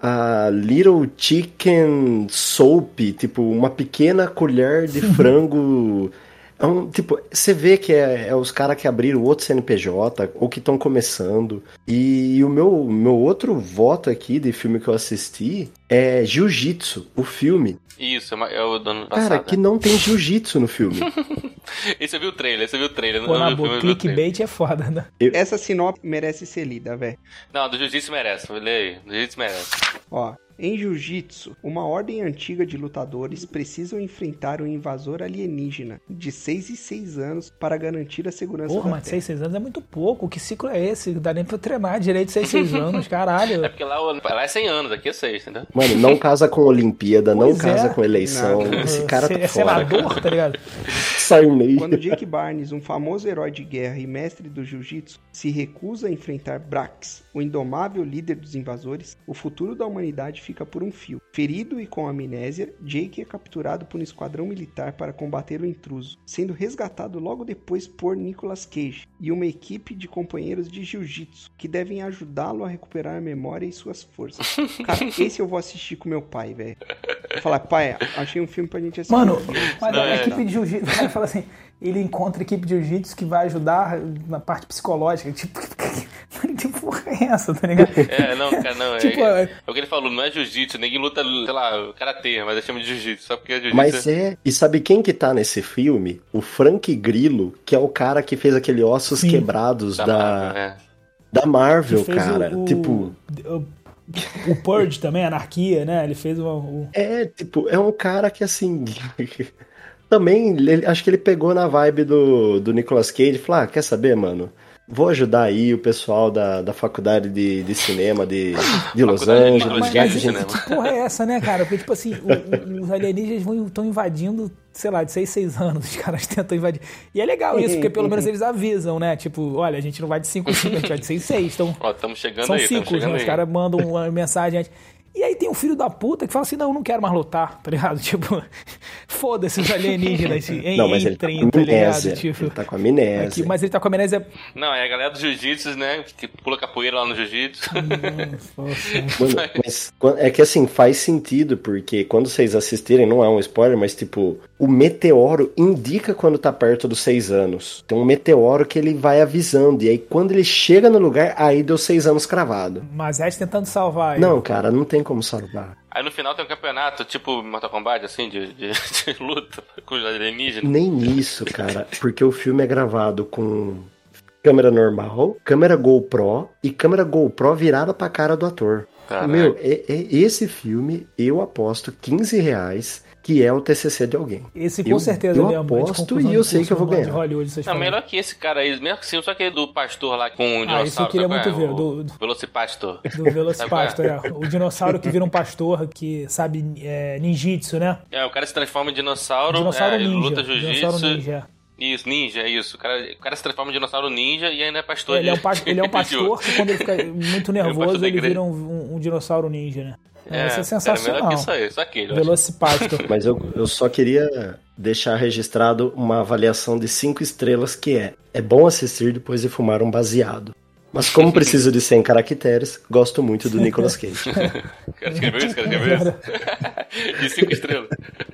[SPEAKER 4] a Little Chicken Soap, tipo uma pequena colher de frango É um, tipo, você vê que é, é os caras que abriram outro C N P J ou que estão começando. E o meu, meu outro voto aqui de filme que eu assisti é Jiu-Jitsu, o filme.
[SPEAKER 1] Isso, é o do ano passado.
[SPEAKER 4] Cara, que não tem Jiu-Jitsu no filme.
[SPEAKER 1] Esse eu vi o trailer, esse eu vi o trailer.
[SPEAKER 3] Pô,
[SPEAKER 1] não
[SPEAKER 3] na
[SPEAKER 1] vi o filme,
[SPEAKER 3] boa,
[SPEAKER 1] eu vi o trailer.
[SPEAKER 3] clickbait é foda, né?
[SPEAKER 2] Essa sinopse merece ser lida, velho.
[SPEAKER 1] Não, do Jiu-Jitsu merece, vou ler aí. Do Jiu-Jitsu merece.
[SPEAKER 2] Ó, em Jiu-Jitsu, uma ordem antiga de lutadores precisam enfrentar um invasor alienígena de seis em seis anos para garantir a segurança
[SPEAKER 3] Porra,
[SPEAKER 2] da
[SPEAKER 3] mas
[SPEAKER 2] Terra.
[SPEAKER 3] seis, seis anos é muito pouco. Que ciclo é esse? Não dá nem pra treinar direito seis, seis anos, caralho.
[SPEAKER 1] É porque lá, lá é cem anos, aqui é seis, entendeu?
[SPEAKER 4] Mano, não casa com Olimpíada, não
[SPEAKER 3] Pois
[SPEAKER 4] casa
[SPEAKER 3] é.
[SPEAKER 4] com eleição.
[SPEAKER 2] Não.
[SPEAKER 4] Esse cara
[SPEAKER 3] Cê-
[SPEAKER 4] tá
[SPEAKER 3] é
[SPEAKER 4] fora,
[SPEAKER 3] senador,
[SPEAKER 4] cara.
[SPEAKER 3] tá ligado?
[SPEAKER 4] Sai meio.
[SPEAKER 2] Quando Jake Barnes, um famoso herói de guerra e mestre do jiu-jitsu, se recusa a enfrentar Brax, o indomável líder dos invasores, o futuro da humanidade fica por um fio. Ferido e com amnésia, Jake é capturado por um esquadrão militar para combater o intruso, sendo resgatado logo depois por Nicolas Cage e uma equipe de companheiros de jiu-jitsu que devem ajudá-lo a recuperar a memória e suas forças. Cara, esse eu vou assistir com meu pai, velho. Vou falar, pai, achei um filme pra gente assistir.
[SPEAKER 3] Mano, mas
[SPEAKER 1] Não,
[SPEAKER 3] a
[SPEAKER 1] é.
[SPEAKER 3] equipe de jiu-jitsu, o cara fala assim, ele encontra a equipe de jiu-jitsu que vai ajudar na parte psicológica. Tipo, que porra é essa, tá ligado?
[SPEAKER 1] É, não, cara, não. É,
[SPEAKER 3] Tipo,
[SPEAKER 1] é,
[SPEAKER 3] é-
[SPEAKER 1] é o que ele falou, não é jiu-jitsu, ninguém luta, sei lá, karatê, mas eu chamo de jiu-jitsu, só porque é jiu-jitsu.
[SPEAKER 4] Mas é. E sabe quem que tá nesse filme? O Frank Grillo, que é o cara que fez aquele Ossos
[SPEAKER 3] Sim.
[SPEAKER 4] Quebrados
[SPEAKER 1] Tá
[SPEAKER 4] da,
[SPEAKER 1] bom, é.
[SPEAKER 4] da Marvel,
[SPEAKER 3] que fez
[SPEAKER 4] cara.
[SPEAKER 3] o, o-
[SPEAKER 4] Tipo.
[SPEAKER 3] o, o Purge também, Anarquia, né? Ele fez uma, o...
[SPEAKER 4] É, tipo, é um cara que assim. Também, ele- acho que ele pegou na vibe do, do Nicolas Cage e falou: ah, quer saber, mano? Vou ajudar aí o pessoal da, da faculdade de, de cinema de, de Los
[SPEAKER 1] Faculdade de
[SPEAKER 4] Angeles.
[SPEAKER 1] Nicolas
[SPEAKER 3] Mas,
[SPEAKER 4] já
[SPEAKER 1] Cage
[SPEAKER 4] que
[SPEAKER 3] mas
[SPEAKER 4] a
[SPEAKER 1] de
[SPEAKER 4] gente-
[SPEAKER 1] cinema.
[SPEAKER 3] que porra é essa, né, cara? Porque, tipo assim, o- o- os alienígenas estão invadindo, sei lá, de seis, seis anos, os caras tentam invadir. E é legal isso, porque pelo menos eles avisam, né? Tipo, olha, a gente não vai de cinco em cinco, a gente vai de seis em seis. Então,
[SPEAKER 1] Ó, estamos chegando
[SPEAKER 3] são
[SPEAKER 1] aí, estamos
[SPEAKER 3] ciclos, né?
[SPEAKER 1] chegando
[SPEAKER 3] Os
[SPEAKER 1] aí.
[SPEAKER 3] caras mandam uma mensagem antes. E aí tem um filho da puta que fala assim, não, eu não quero mais lutar, tá ligado? Tipo, foda-se os alienígenas, em,
[SPEAKER 4] Não, mas ele tá
[SPEAKER 3] entrem,
[SPEAKER 4] com
[SPEAKER 3] tá ligado?
[SPEAKER 4] amnésia.
[SPEAKER 3] Tipo,
[SPEAKER 4] Ele tá com amnésia.
[SPEAKER 3] aqui, mas ele tá com a amnésia...
[SPEAKER 1] Não, é a galera do jiu-jitsu, né, que pula capoeira lá no jiu-jitsu.
[SPEAKER 4] Mano, mas quan- é que assim, faz sentido, porque quando vocês assistirem, não é um spoiler, mas tipo, o meteoro indica quando tá perto dos seis anos. Tem um meteoro que ele vai avisando, e aí quando ele chega no lugar, aí deu seis anos cravado.
[SPEAKER 3] Mas é tentando salvar ele.
[SPEAKER 4] Não, cara, não tem como salvar.
[SPEAKER 1] Aí no final tem um campeonato, tipo Mortal Kombat, assim, de, de, de luta com os alienígenas.
[SPEAKER 4] Nem isso, cara, porque o filme é gravado com câmera normal, câmera GoPro e câmera GoPro virada pra cara do ator.
[SPEAKER 1] Caraca.
[SPEAKER 4] Meu, é, é- esse filme, eu aposto quinze reais que é o T C C de alguém.
[SPEAKER 3] Esse com
[SPEAKER 4] Eu-
[SPEAKER 3] certeza
[SPEAKER 4] eu
[SPEAKER 3] mesmo. de
[SPEAKER 4] aposto
[SPEAKER 3] conclusão
[SPEAKER 4] e eu
[SPEAKER 3] de
[SPEAKER 4] sei
[SPEAKER 3] curso
[SPEAKER 4] que eu vou
[SPEAKER 3] normal
[SPEAKER 4] ganhar.
[SPEAKER 3] De Hollywood, vocês
[SPEAKER 1] Não,
[SPEAKER 3] falam.
[SPEAKER 1] melhor que esse cara aí, mesmo que sim, só aquele do pastor lá com o dinossauro.
[SPEAKER 3] Ah, isso eu queria
[SPEAKER 1] sabe
[SPEAKER 3] muito
[SPEAKER 1] qual é?
[SPEAKER 3] ver,
[SPEAKER 1] O
[SPEAKER 3] do-
[SPEAKER 1] Velocipastor.
[SPEAKER 3] Do Velocipastor, é. O dinossauro que vira um pastor que sabe é, ninjitsu, né?
[SPEAKER 1] É, o cara se transforma em dinossauro,
[SPEAKER 3] Dinossauro
[SPEAKER 1] é, ele
[SPEAKER 3] ninja.
[SPEAKER 1] luta
[SPEAKER 3] Dinossauro
[SPEAKER 1] jiu-jitsu.
[SPEAKER 3] ninja.
[SPEAKER 1] Isso, ninja, é isso. O cara, o cara se transforma em dinossauro ninja e ainda é pastor.
[SPEAKER 3] Ele é, um
[SPEAKER 1] de-
[SPEAKER 3] pas- ele é um
[SPEAKER 1] de-
[SPEAKER 3] pastor que quando ele fica muito nervoso,
[SPEAKER 1] pastor da
[SPEAKER 3] ele
[SPEAKER 1] igreja.
[SPEAKER 3] vira um, um- um dinossauro ninja, né?
[SPEAKER 1] É,
[SPEAKER 3] Isso é
[SPEAKER 1] Era
[SPEAKER 3] sensacional.
[SPEAKER 1] melhor que isso aí, só aquele. eu acho.
[SPEAKER 3] Velocipastor.
[SPEAKER 4] Mas eu, eu só queria deixar registrado uma avaliação de cinco estrelas que é: é bom assistir depois de fumar um baseado. Mas como preciso de cem caracteres, gosto muito do Nicolas Cage.
[SPEAKER 1] O cara escreveu isso, o cara escreveu isso. De cinco estrelas.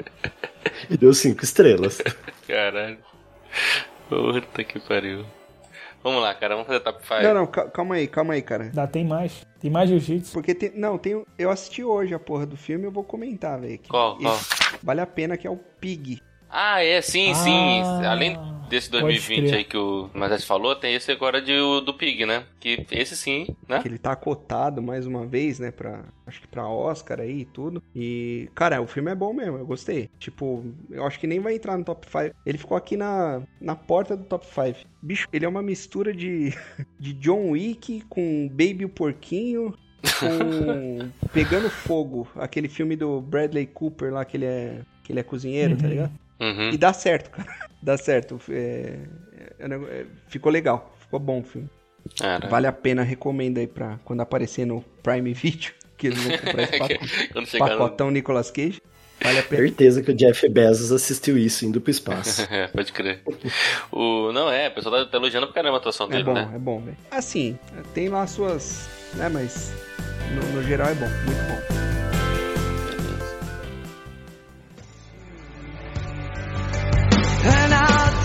[SPEAKER 4] E deu cinco estrelas.
[SPEAKER 1] Caralho. Puta que pariu. Vamos lá, cara, vamos fazer top cinco.
[SPEAKER 2] Não, não, cal- calma aí, calma aí, cara.
[SPEAKER 3] Ainda tem mais. Tem mais jiu-jitsu.
[SPEAKER 2] Porque tem. Não, tem. um- Eu assisti hoje a porra do filme, eu vou comentar, velho. que
[SPEAKER 1] Qual, qual?
[SPEAKER 2] esse Vale a pena, que é o Pig.
[SPEAKER 1] Ah, é, sim, sim.
[SPEAKER 3] Ah,
[SPEAKER 1] Além desse dois mil e vinte
[SPEAKER 3] crer.
[SPEAKER 1] aí que o Mazete falou, tem esse agora de, o, do Pig, né? Que esse sim, né?
[SPEAKER 2] Que ele tá cotado mais uma vez, né? Pra. Acho que pra Oscar aí e tudo. E. Cara, o filme é bom mesmo, eu gostei. Tipo, eu acho que nem vai entrar no top cinco. Ele ficou aqui na, na porta do top cinco. Bicho, ele é uma mistura de. de John Wick com Baby o Porquinho. Com. Pegando Fogo. Aquele filme do Bradley Cooper lá, que ele é. Que ele é cozinheiro, tá ligado?
[SPEAKER 1] Uhum.
[SPEAKER 2] E dá certo, cara. Dá certo. É, é, é, ficou legal. Ficou bom o filme.
[SPEAKER 1] Cara,
[SPEAKER 2] Vale a pena, recomendo aí pra quando aparecer no Prime Video, que eles vão comprar esse pacote,
[SPEAKER 1] quando chegar no...
[SPEAKER 2] pacotão Nicolas Cage. Vale a pena.
[SPEAKER 4] Certeza que o Jeff Bezos assistiu isso indo pro espaço.
[SPEAKER 1] É, pode crer. O... Não, é, o pessoal tá, tá elogiando pra caramba a atuação
[SPEAKER 2] É
[SPEAKER 1] dele,
[SPEAKER 2] bom,
[SPEAKER 1] né?
[SPEAKER 2] é bom, velho. Assim, tem lá suas. Né, mas no, no geral é bom, muito bom.
[SPEAKER 5] And I'll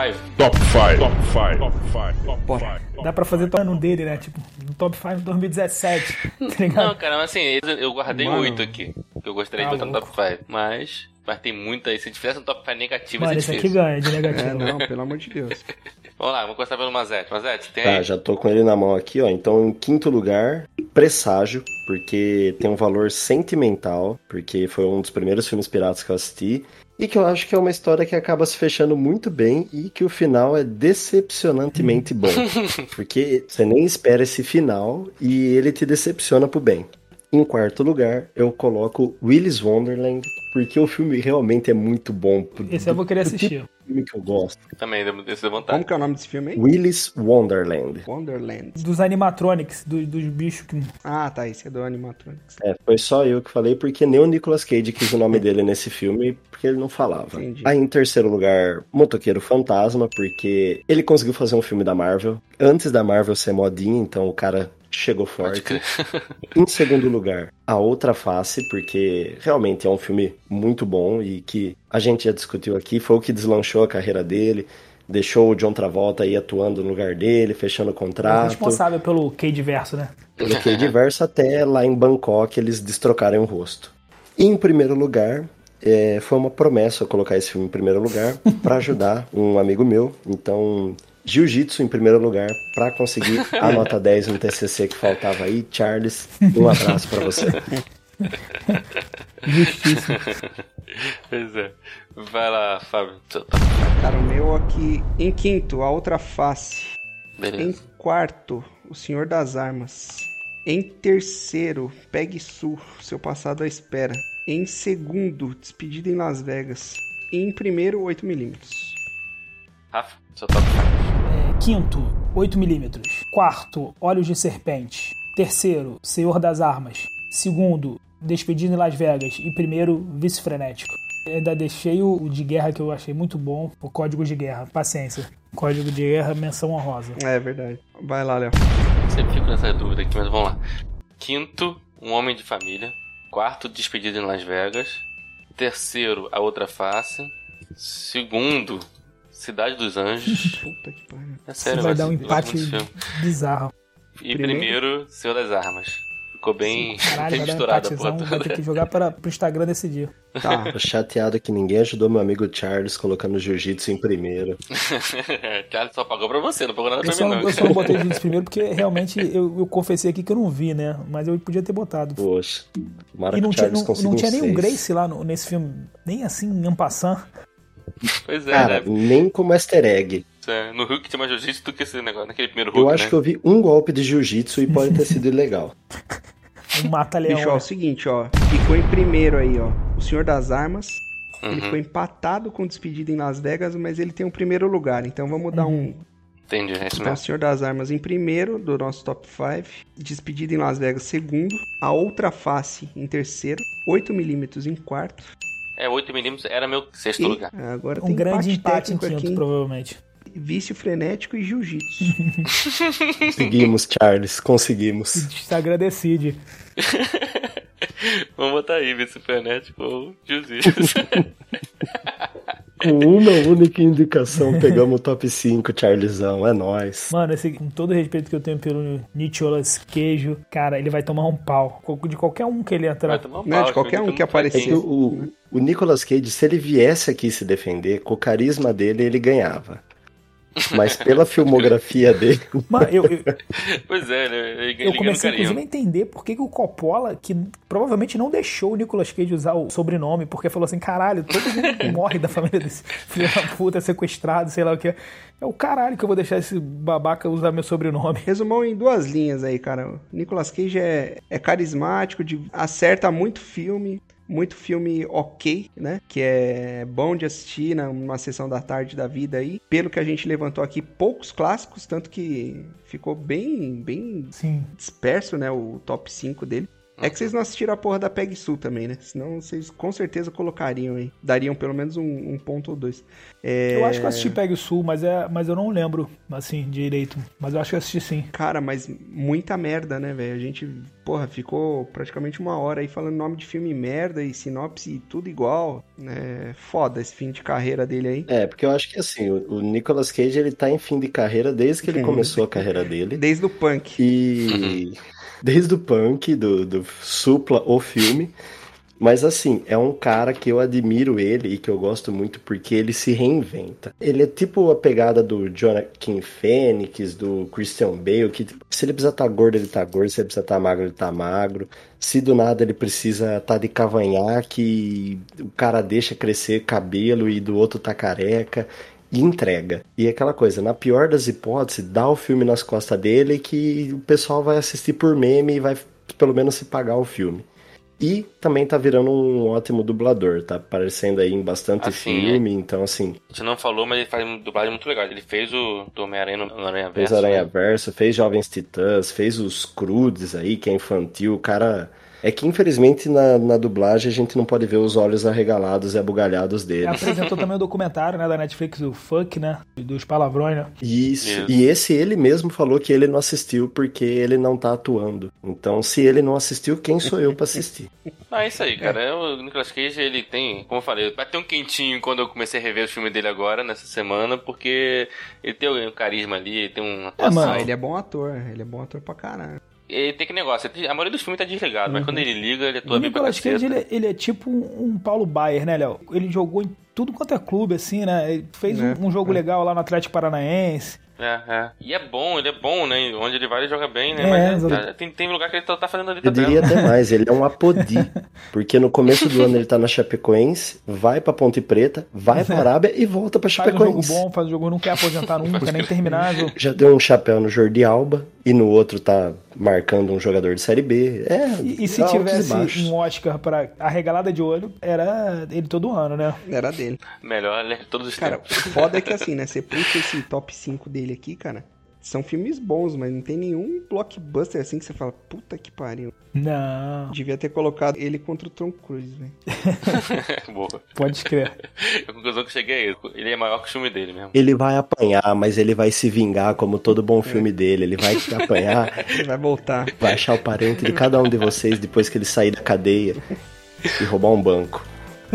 [SPEAKER 1] cinco?
[SPEAKER 6] Top cinco. Top cinco. Top cinco. Top
[SPEAKER 2] Bora.
[SPEAKER 6] cinco.
[SPEAKER 3] Dá pra fazer o ano dele, né? Tipo, no top cinco de dois mil e dezessete. Tá
[SPEAKER 1] Não,
[SPEAKER 3] ligado?
[SPEAKER 1] cara, mas assim, eu guardei
[SPEAKER 2] Mano.
[SPEAKER 1] oito aqui. Que eu gostaria
[SPEAKER 3] Tá
[SPEAKER 1] de botar no
[SPEAKER 3] louco.
[SPEAKER 1] top cinco. Mas, mas tem muita aí. Se tivesse um top cinco negativo,
[SPEAKER 3] Mano,
[SPEAKER 1] ia
[SPEAKER 3] esse
[SPEAKER 1] ser
[SPEAKER 3] aqui
[SPEAKER 1] difícil.
[SPEAKER 3] ganha de
[SPEAKER 2] É,
[SPEAKER 3] negativo.
[SPEAKER 2] não, pelo amor de Deus.
[SPEAKER 1] Vamos lá, vamos começar pelo Mazete. Mazete, tem
[SPEAKER 4] Tá,
[SPEAKER 1] aí?
[SPEAKER 4] já tô com ele na mão aqui, ó. Então, em quinto lugar, Presságio, porque tem um valor sentimental, porque foi um dos primeiros filmes piratas que eu assisti, e que eu acho que é uma história que acaba se fechando muito bem e que o final é decepcionantemente bom. Porque você nem espera esse final e ele te decepciona pro bem. Em quarto lugar, eu coloco Willy's Wonderland, porque o filme realmente é muito bom.
[SPEAKER 3] Esse eu vou querer
[SPEAKER 4] Do tipo
[SPEAKER 3] assistir.
[SPEAKER 4] de filme que eu gosto.
[SPEAKER 1] Também, deu deu
[SPEAKER 2] Como
[SPEAKER 1] vontade.
[SPEAKER 2] que é o nome desse filme aí?
[SPEAKER 4] Willy's Wonderland.
[SPEAKER 2] Wonderland.
[SPEAKER 3] Dos animatronics, do- dos bichos que.
[SPEAKER 2] Ah, tá, esse é do Animatronics.
[SPEAKER 4] É, foi só eu que falei, porque nem o Nicolas Cage quis o nome dele nesse filme, porque ele não falava.
[SPEAKER 2] Entendi.
[SPEAKER 4] Aí, em terceiro lugar, Motoqueiro Fantasma, porque ele conseguiu fazer um filme da Marvel, antes da Marvel ser modinha, então o cara chegou
[SPEAKER 1] Pode
[SPEAKER 4] forte.
[SPEAKER 1] crer.
[SPEAKER 4] Em segundo lugar, A Outra Face, porque realmente é um filme muito bom e que a gente já discutiu aqui, foi o que deslanchou a carreira dele, deixou o John Travolta aí atuando no lugar dele, fechando o
[SPEAKER 3] É
[SPEAKER 4] contrato.
[SPEAKER 3] responsável pelo Cage Verso, né?
[SPEAKER 4] Pelo que é diverso, até lá em Bangkok eles destrocarem o rosto. E em primeiro lugar, é, foi uma promessa eu colocar esse filme em primeiro lugar para ajudar um amigo meu. Então, Jiu-Jitsu em primeiro lugar para conseguir a nota dez no T C C que faltava aí. Charles, um abraço para você.
[SPEAKER 3] Justiça.
[SPEAKER 1] Pois é. Vai lá, Fábio. Seu top.
[SPEAKER 2] Cara, o meu aqui em quinto, A Outra Face. Em
[SPEAKER 1] Beleza.
[SPEAKER 2] quarto, O Senhor das Armas. Em terceiro, Peg Sue, Seu Passado à Espera. Em segundo, Despedida em Las Vegas. E em primeiro, oito milímetros.
[SPEAKER 1] Rafa, seu top cinco.
[SPEAKER 3] É, quinto, oito milímetros. Quarto, Olhos de Serpente. Terceiro, Senhor das Armas. Segundo, Despedida em Las Vegas. E primeiro, Vício Frenético. Eu ainda deixei o o de guerra que eu achei muito bom, o Código de Guerra. Paciência. Código de Guerra, menção honrosa.
[SPEAKER 2] É verdade. Vai lá, Léo.
[SPEAKER 1] Sempre fico nessa dúvida aqui, mas vamos lá. Quinto, Um Homem de Família. Quarto, Despedida em Las Vegas. Terceiro, A Outra Face. Segundo, Cidade dos Anjos.
[SPEAKER 2] Puta que pariu.
[SPEAKER 1] É
[SPEAKER 3] Isso
[SPEAKER 1] sério,
[SPEAKER 3] vai
[SPEAKER 1] eu
[SPEAKER 3] dar um
[SPEAKER 1] gosto
[SPEAKER 3] empate
[SPEAKER 1] muito desse filme.
[SPEAKER 3] bizarro.
[SPEAKER 1] E
[SPEAKER 2] Primeiro?
[SPEAKER 1] primeiro, Senhor das Armas. Ficou bem,
[SPEAKER 3] Caralho,
[SPEAKER 1] bem
[SPEAKER 3] vai dar um
[SPEAKER 1] misturado a porra
[SPEAKER 3] empatezão. Vai ter
[SPEAKER 1] toda.
[SPEAKER 3] que jogar para, pro Instagram desse dia.
[SPEAKER 2] Tá.
[SPEAKER 4] Tô chateado que ninguém ajudou meu amigo Charles colocando Jiu-Jitsu em primeiro.
[SPEAKER 1] Charles só pagou pra você, não pagou nada
[SPEAKER 3] Eu
[SPEAKER 1] pra
[SPEAKER 3] só,
[SPEAKER 1] mim, não.
[SPEAKER 3] eu só não botei vídeos primeiro porque realmente eu, eu confessei aqui que eu não vi, né? Mas eu podia ter botado.
[SPEAKER 4] Poxa, tomara
[SPEAKER 3] E não
[SPEAKER 4] que o
[SPEAKER 3] tinha,
[SPEAKER 4] Charles
[SPEAKER 3] não,
[SPEAKER 4] consiga
[SPEAKER 3] não
[SPEAKER 4] um
[SPEAKER 3] tinha nem o
[SPEAKER 4] seis.
[SPEAKER 3] Grace lá no- nesse filme, nem assim, em passant.
[SPEAKER 1] Pois é,
[SPEAKER 4] Cara,
[SPEAKER 1] né?
[SPEAKER 4] nem como easter egg.
[SPEAKER 1] É, no Hulk tinha mais jiu-jitsu do que esse negócio, naquele primeiro Hulk,
[SPEAKER 4] Eu acho
[SPEAKER 1] né?
[SPEAKER 4] que eu vi um golpe de jiu-jitsu e pode ter sido ilegal.
[SPEAKER 3] Um mata-leão.
[SPEAKER 2] Bicho, ó, é o seguinte, ó. Ficou em primeiro aí, ó. O Senhor das Armas. Ele
[SPEAKER 1] Uhum.
[SPEAKER 2] foi empatado com Despedida em Las Vegas, mas ele tem o primeiro lugar. Então vamos dar um.
[SPEAKER 1] Entendi, é isso
[SPEAKER 2] Então, o
[SPEAKER 1] mesmo.
[SPEAKER 2] Senhor das Armas em primeiro, do nosso top cinco. Despedida em Las Vegas, segundo. A Outra Face em terceiro. oito milímetros em quarto.
[SPEAKER 1] É, oito milímetros era meu sexto
[SPEAKER 2] E
[SPEAKER 1] lugar.
[SPEAKER 2] agora
[SPEAKER 3] Um
[SPEAKER 2] tem
[SPEAKER 3] grande
[SPEAKER 2] empate
[SPEAKER 3] empate em
[SPEAKER 2] técnico
[SPEAKER 3] quinto,
[SPEAKER 2] aqui.
[SPEAKER 3] provavelmente.
[SPEAKER 2] Vício Frenético e Jiu-Jitsu.
[SPEAKER 4] Conseguimos, Charles, conseguimos.
[SPEAKER 3] Instagram decide.
[SPEAKER 1] Vamos botar aí, Vício Frenético ou jiu-jitsu.
[SPEAKER 4] Com uma única indicação, pegamos o top cinco, Charlesão, é nóis.
[SPEAKER 3] Mano, esse, com todo o respeito que eu tenho pelo Nicolas Cage, cara, ele vai tomar um pau. De qualquer um que ele
[SPEAKER 1] Vai
[SPEAKER 3] entrar.
[SPEAKER 1] tomar um
[SPEAKER 2] Né,
[SPEAKER 1] pau,
[SPEAKER 2] de qualquer
[SPEAKER 1] acho
[SPEAKER 2] um que
[SPEAKER 1] não faz
[SPEAKER 2] aparecer.
[SPEAKER 4] É que
[SPEAKER 1] isso.
[SPEAKER 4] o, o Nicolas Cage, se ele viesse aqui se defender, com o carisma dele, ele ganhava. Mas pela filmografia dele,
[SPEAKER 3] Mano, eu, eu,
[SPEAKER 1] Pois é, ele, ele, ele
[SPEAKER 3] eu
[SPEAKER 1] ganha no
[SPEAKER 3] comecei inclusive a
[SPEAKER 1] carinho.
[SPEAKER 3] entender por que, que o Coppola, que provavelmente não deixou o Nicolas Cage usar o sobrenome, porque falou assim, caralho, todo mundo morre da família desse filho da puta, sequestrado, sei lá o que. É o caralho que eu vou deixar esse babaca usar meu sobrenome.
[SPEAKER 2] Resumão em duas linhas aí, cara. O Nicolas Cage é, é carismático, de- acerta muito filme. Muito filme ok, né? Que é bom de assistir numa sessão da tarde da vida aí. Pelo que a gente levantou aqui, poucos clássicos, tanto que ficou bem, bem
[SPEAKER 3] Sim.
[SPEAKER 2] disperso, né? O top cinco dele. É que vocês não assistiram a porra da Peg Sue também, né? Senão vocês com certeza colocariam aí. Dariam pelo menos um, um ponto ou dois. É...
[SPEAKER 3] Eu acho que eu assisti Peg Sue, mas, é, mas eu não lembro, assim, direito. Mas eu acho que eu assisti sim.
[SPEAKER 2] Cara, mas muita merda, né, velho? A gente, porra, ficou praticamente uma hora aí falando nome de filme merda e sinopse e tudo igual, né? Foda esse fim de carreira dele aí.
[SPEAKER 4] É, porque eu acho que assim, o, o Nicolas Cage, ele tá em fim de carreira desde que ele começou a carreira dele.
[SPEAKER 2] Desde o punk.
[SPEAKER 4] E... Desde o punk, do, do Supla, o filme. Mas assim, é um cara que eu admiro ele e que eu gosto muito porque ele se reinventa. Ele é tipo a pegada do Joaquin Phoenix, do Christian Bale, que tipo, se ele precisa estar gordo, ele tá gordo, se ele precisa estar magro, ele tá magro. Se do nada ele precisa estar de cavanhaque, o cara deixa crescer cabelo e do outro tá careca. E entrega. E aquela coisa, na pior das hipóteses, dá o filme nas costas dele que o pessoal vai assistir por meme e vai pelo menos se pagar o filme. E também tá virando um ótimo dublador, tá aparecendo aí em bastante
[SPEAKER 1] Assim,
[SPEAKER 4] filme, é. Então assim...
[SPEAKER 1] A gente não falou, mas ele faz uma dublagem muito legal. Ele fez o do Homem-Aranha no Aranha Verso.
[SPEAKER 4] Fez Aranha
[SPEAKER 1] né?
[SPEAKER 4] Verso, fez Jovens Titãs, fez os Crudes aí, que é infantil, o cara... É que, infelizmente, na, na dublagem a gente não pode ver os olhos arregalados e abugalhados dele.
[SPEAKER 3] Ele apresentou também o documentário, né, da Netflix, o Fuck, né, dos palavrões, né?
[SPEAKER 4] Isso.
[SPEAKER 1] Isso.
[SPEAKER 4] E esse ele mesmo falou que ele não assistiu porque ele não tá atuando. Então, se ele não assistiu, quem sou eu pra assistir?
[SPEAKER 1] Ah, é isso aí, cara. É. O Nicolas Cage, ele tem, como eu falei, vai ter um quentinho quando eu comecei a rever os filmes dele agora, nessa semana, porque ele tem um carisma ali, ele tem uma atuação.
[SPEAKER 2] É, mano, ele é bom ator, ele é bom ator pra caralho.
[SPEAKER 1] Ele tem que negócio, a maioria dos filmes tá desligado, uhum. mas quando ele liga, ele atua
[SPEAKER 3] o
[SPEAKER 1] bem pra
[SPEAKER 3] Nicolas
[SPEAKER 1] caceta.
[SPEAKER 3] Cage, ele, ele é tipo um Paulo Baier, né, Léo? Ele jogou em tudo quanto é clube, assim, né? Ele fez
[SPEAKER 2] é,
[SPEAKER 3] um, um jogo
[SPEAKER 2] é.
[SPEAKER 3] legal lá no Atlético Paranaense.
[SPEAKER 1] É, é. E é bom, ele é bom, né? Onde ele vai, ele joga bem, né?
[SPEAKER 3] É,
[SPEAKER 1] Mas é, tem, tem lugar que ele tá, tá fazendo ali
[SPEAKER 4] Eu
[SPEAKER 1] também.
[SPEAKER 4] diria até mais, ele é um apodi. Porque no começo do ano ele tá na Chapecoense, vai pra Ponte Preta, vai pra Arábia e volta pra
[SPEAKER 3] Faz um
[SPEAKER 4] Chapecoense.
[SPEAKER 3] jogo bom, faz um jogo, não quer aposentar nunca, nem terminar. Jogo.
[SPEAKER 4] Já deu um chapéu no Jordi Alba e no outro tá marcando um jogador de Série B. É,
[SPEAKER 3] E, e se
[SPEAKER 4] altos
[SPEAKER 3] tivesse
[SPEAKER 4] e baixos.
[SPEAKER 3] um Oscar pra arregalada de olho, era ele todo ano, né?
[SPEAKER 2] Era dele.
[SPEAKER 1] Melhor, né? Todos os
[SPEAKER 2] Cara,
[SPEAKER 1] tempos.
[SPEAKER 2] o foda é que assim, né? Você puxa esse top cinco dele aqui, cara. São filmes bons, mas não tem nenhum blockbuster assim que você fala, puta que pariu.
[SPEAKER 3] Não.
[SPEAKER 2] Devia ter colocado ele contra o Tom Cruise, velho.
[SPEAKER 1] Boa.
[SPEAKER 3] Pode escrever.
[SPEAKER 1] A conclusão que eu cheguei é isso. Ele é maior que o filme dele mesmo.
[SPEAKER 4] Ele vai apanhar, mas ele vai se vingar como todo bom filme dele. Ele vai apanhar,
[SPEAKER 2] Ele vai voltar.
[SPEAKER 4] vai achar o parente de cada um de vocês depois que ele sair da cadeia e roubar um banco.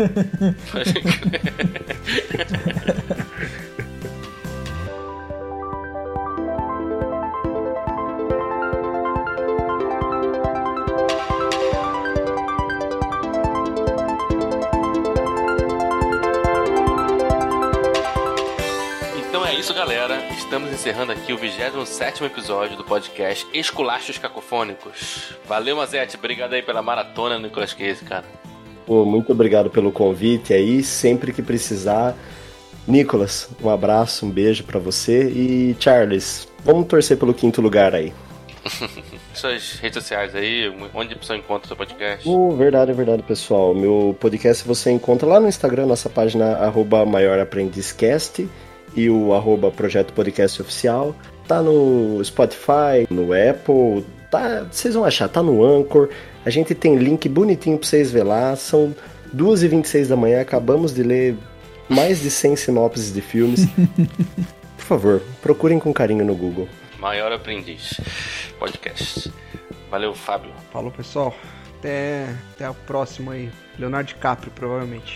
[SPEAKER 1] Então é isso, galera. Estamos encerrando aqui o vigésimo sétimo episódio do podcast Esculachos Cacofônicos. Valeu, Mazete. Obrigado aí pela maratona, Nicolas Cage, cara.
[SPEAKER 4] Pô, muito obrigado pelo convite aí. Sempre que precisar. Nicolas, um abraço, um beijo pra você. E Charles, vamos torcer pelo quinto lugar aí.
[SPEAKER 1] Suas redes sociais aí, onde a pessoa encontra o seu podcast?
[SPEAKER 4] Oh, verdade, é verdade, pessoal. Meu podcast você encontra lá no Instagram, nossa página arroba Maior Aprendizcast e o arroba Projeto Podcast Oficial. Tá no Spotify, no Apple, tá, vocês vão achar, tá no Anchor. A gente tem link bonitinho pra vocês ver lá. São duas e vinte e seis da manhã, acabamos de ler mais de cem sinopses de filmes. Por favor, procurem com carinho no Google.
[SPEAKER 1] Maior Aprendiz Podcast. Valeu, Fábio.
[SPEAKER 2] Falou, pessoal. Até, até o próximo aí. Leonardo DiCaprio, provavelmente.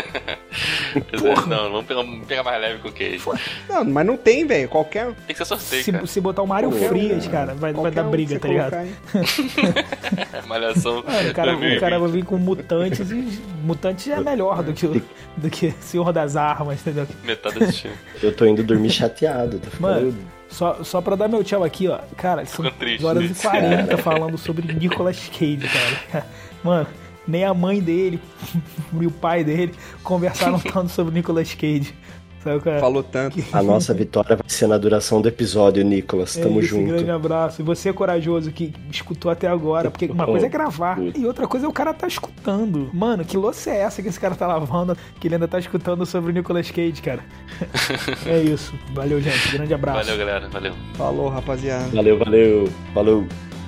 [SPEAKER 1] Não, vamos pegar, pegar mais leve com o Cage.
[SPEAKER 2] Não, mas não tem, velho. Qualquer...
[SPEAKER 1] Tem que ser sorteio,
[SPEAKER 3] Se,
[SPEAKER 1] cara.
[SPEAKER 3] se botar o Mário
[SPEAKER 2] Qualquer
[SPEAKER 3] Frias,
[SPEAKER 2] um,
[SPEAKER 3] cara, vai, vai
[SPEAKER 2] qualquer
[SPEAKER 3] dar
[SPEAKER 2] um
[SPEAKER 3] briga,
[SPEAKER 2] que
[SPEAKER 3] tá
[SPEAKER 2] você
[SPEAKER 3] ligado?
[SPEAKER 2] colocar aí.
[SPEAKER 1] Malhação.
[SPEAKER 3] Mano, o, cara,
[SPEAKER 1] dois mil e vinte.
[SPEAKER 3] o cara vai vir com mutantes e mutantes é melhor do que, o, do que Senhor das Armas, entendeu?
[SPEAKER 1] Metade desse time.
[SPEAKER 4] Eu tô indo dormir chateado, tá ficando...
[SPEAKER 3] Mano, só, só pra dar meu tchau aqui, ó. Cara, são
[SPEAKER 1] Ficou triste,
[SPEAKER 3] duas horas
[SPEAKER 1] né?
[SPEAKER 3] e quarenta falando sobre Nicolas Cage, cara. Mano, nem a mãe dele e o pai dele conversaram tanto sobre Nicolas Cage. Sabe, cara?
[SPEAKER 2] Falou tanto.
[SPEAKER 4] A nossa vitória vai ser na duração do episódio, Nicolas. Tamo
[SPEAKER 3] é isso,
[SPEAKER 4] junto.
[SPEAKER 3] Grande abraço. E você, corajoso, que escutou até agora. Porque uma coisa é gravar e outra coisa é o cara tá escutando. Mano, que louça é essa que esse cara tá lavando, que ele ainda tá escutando sobre o Nicolas Cage, cara? É isso. Valeu, gente. Grande abraço.
[SPEAKER 1] Valeu, galera. Valeu.
[SPEAKER 2] Falou, rapaziada.
[SPEAKER 4] Valeu, valeu. Falou.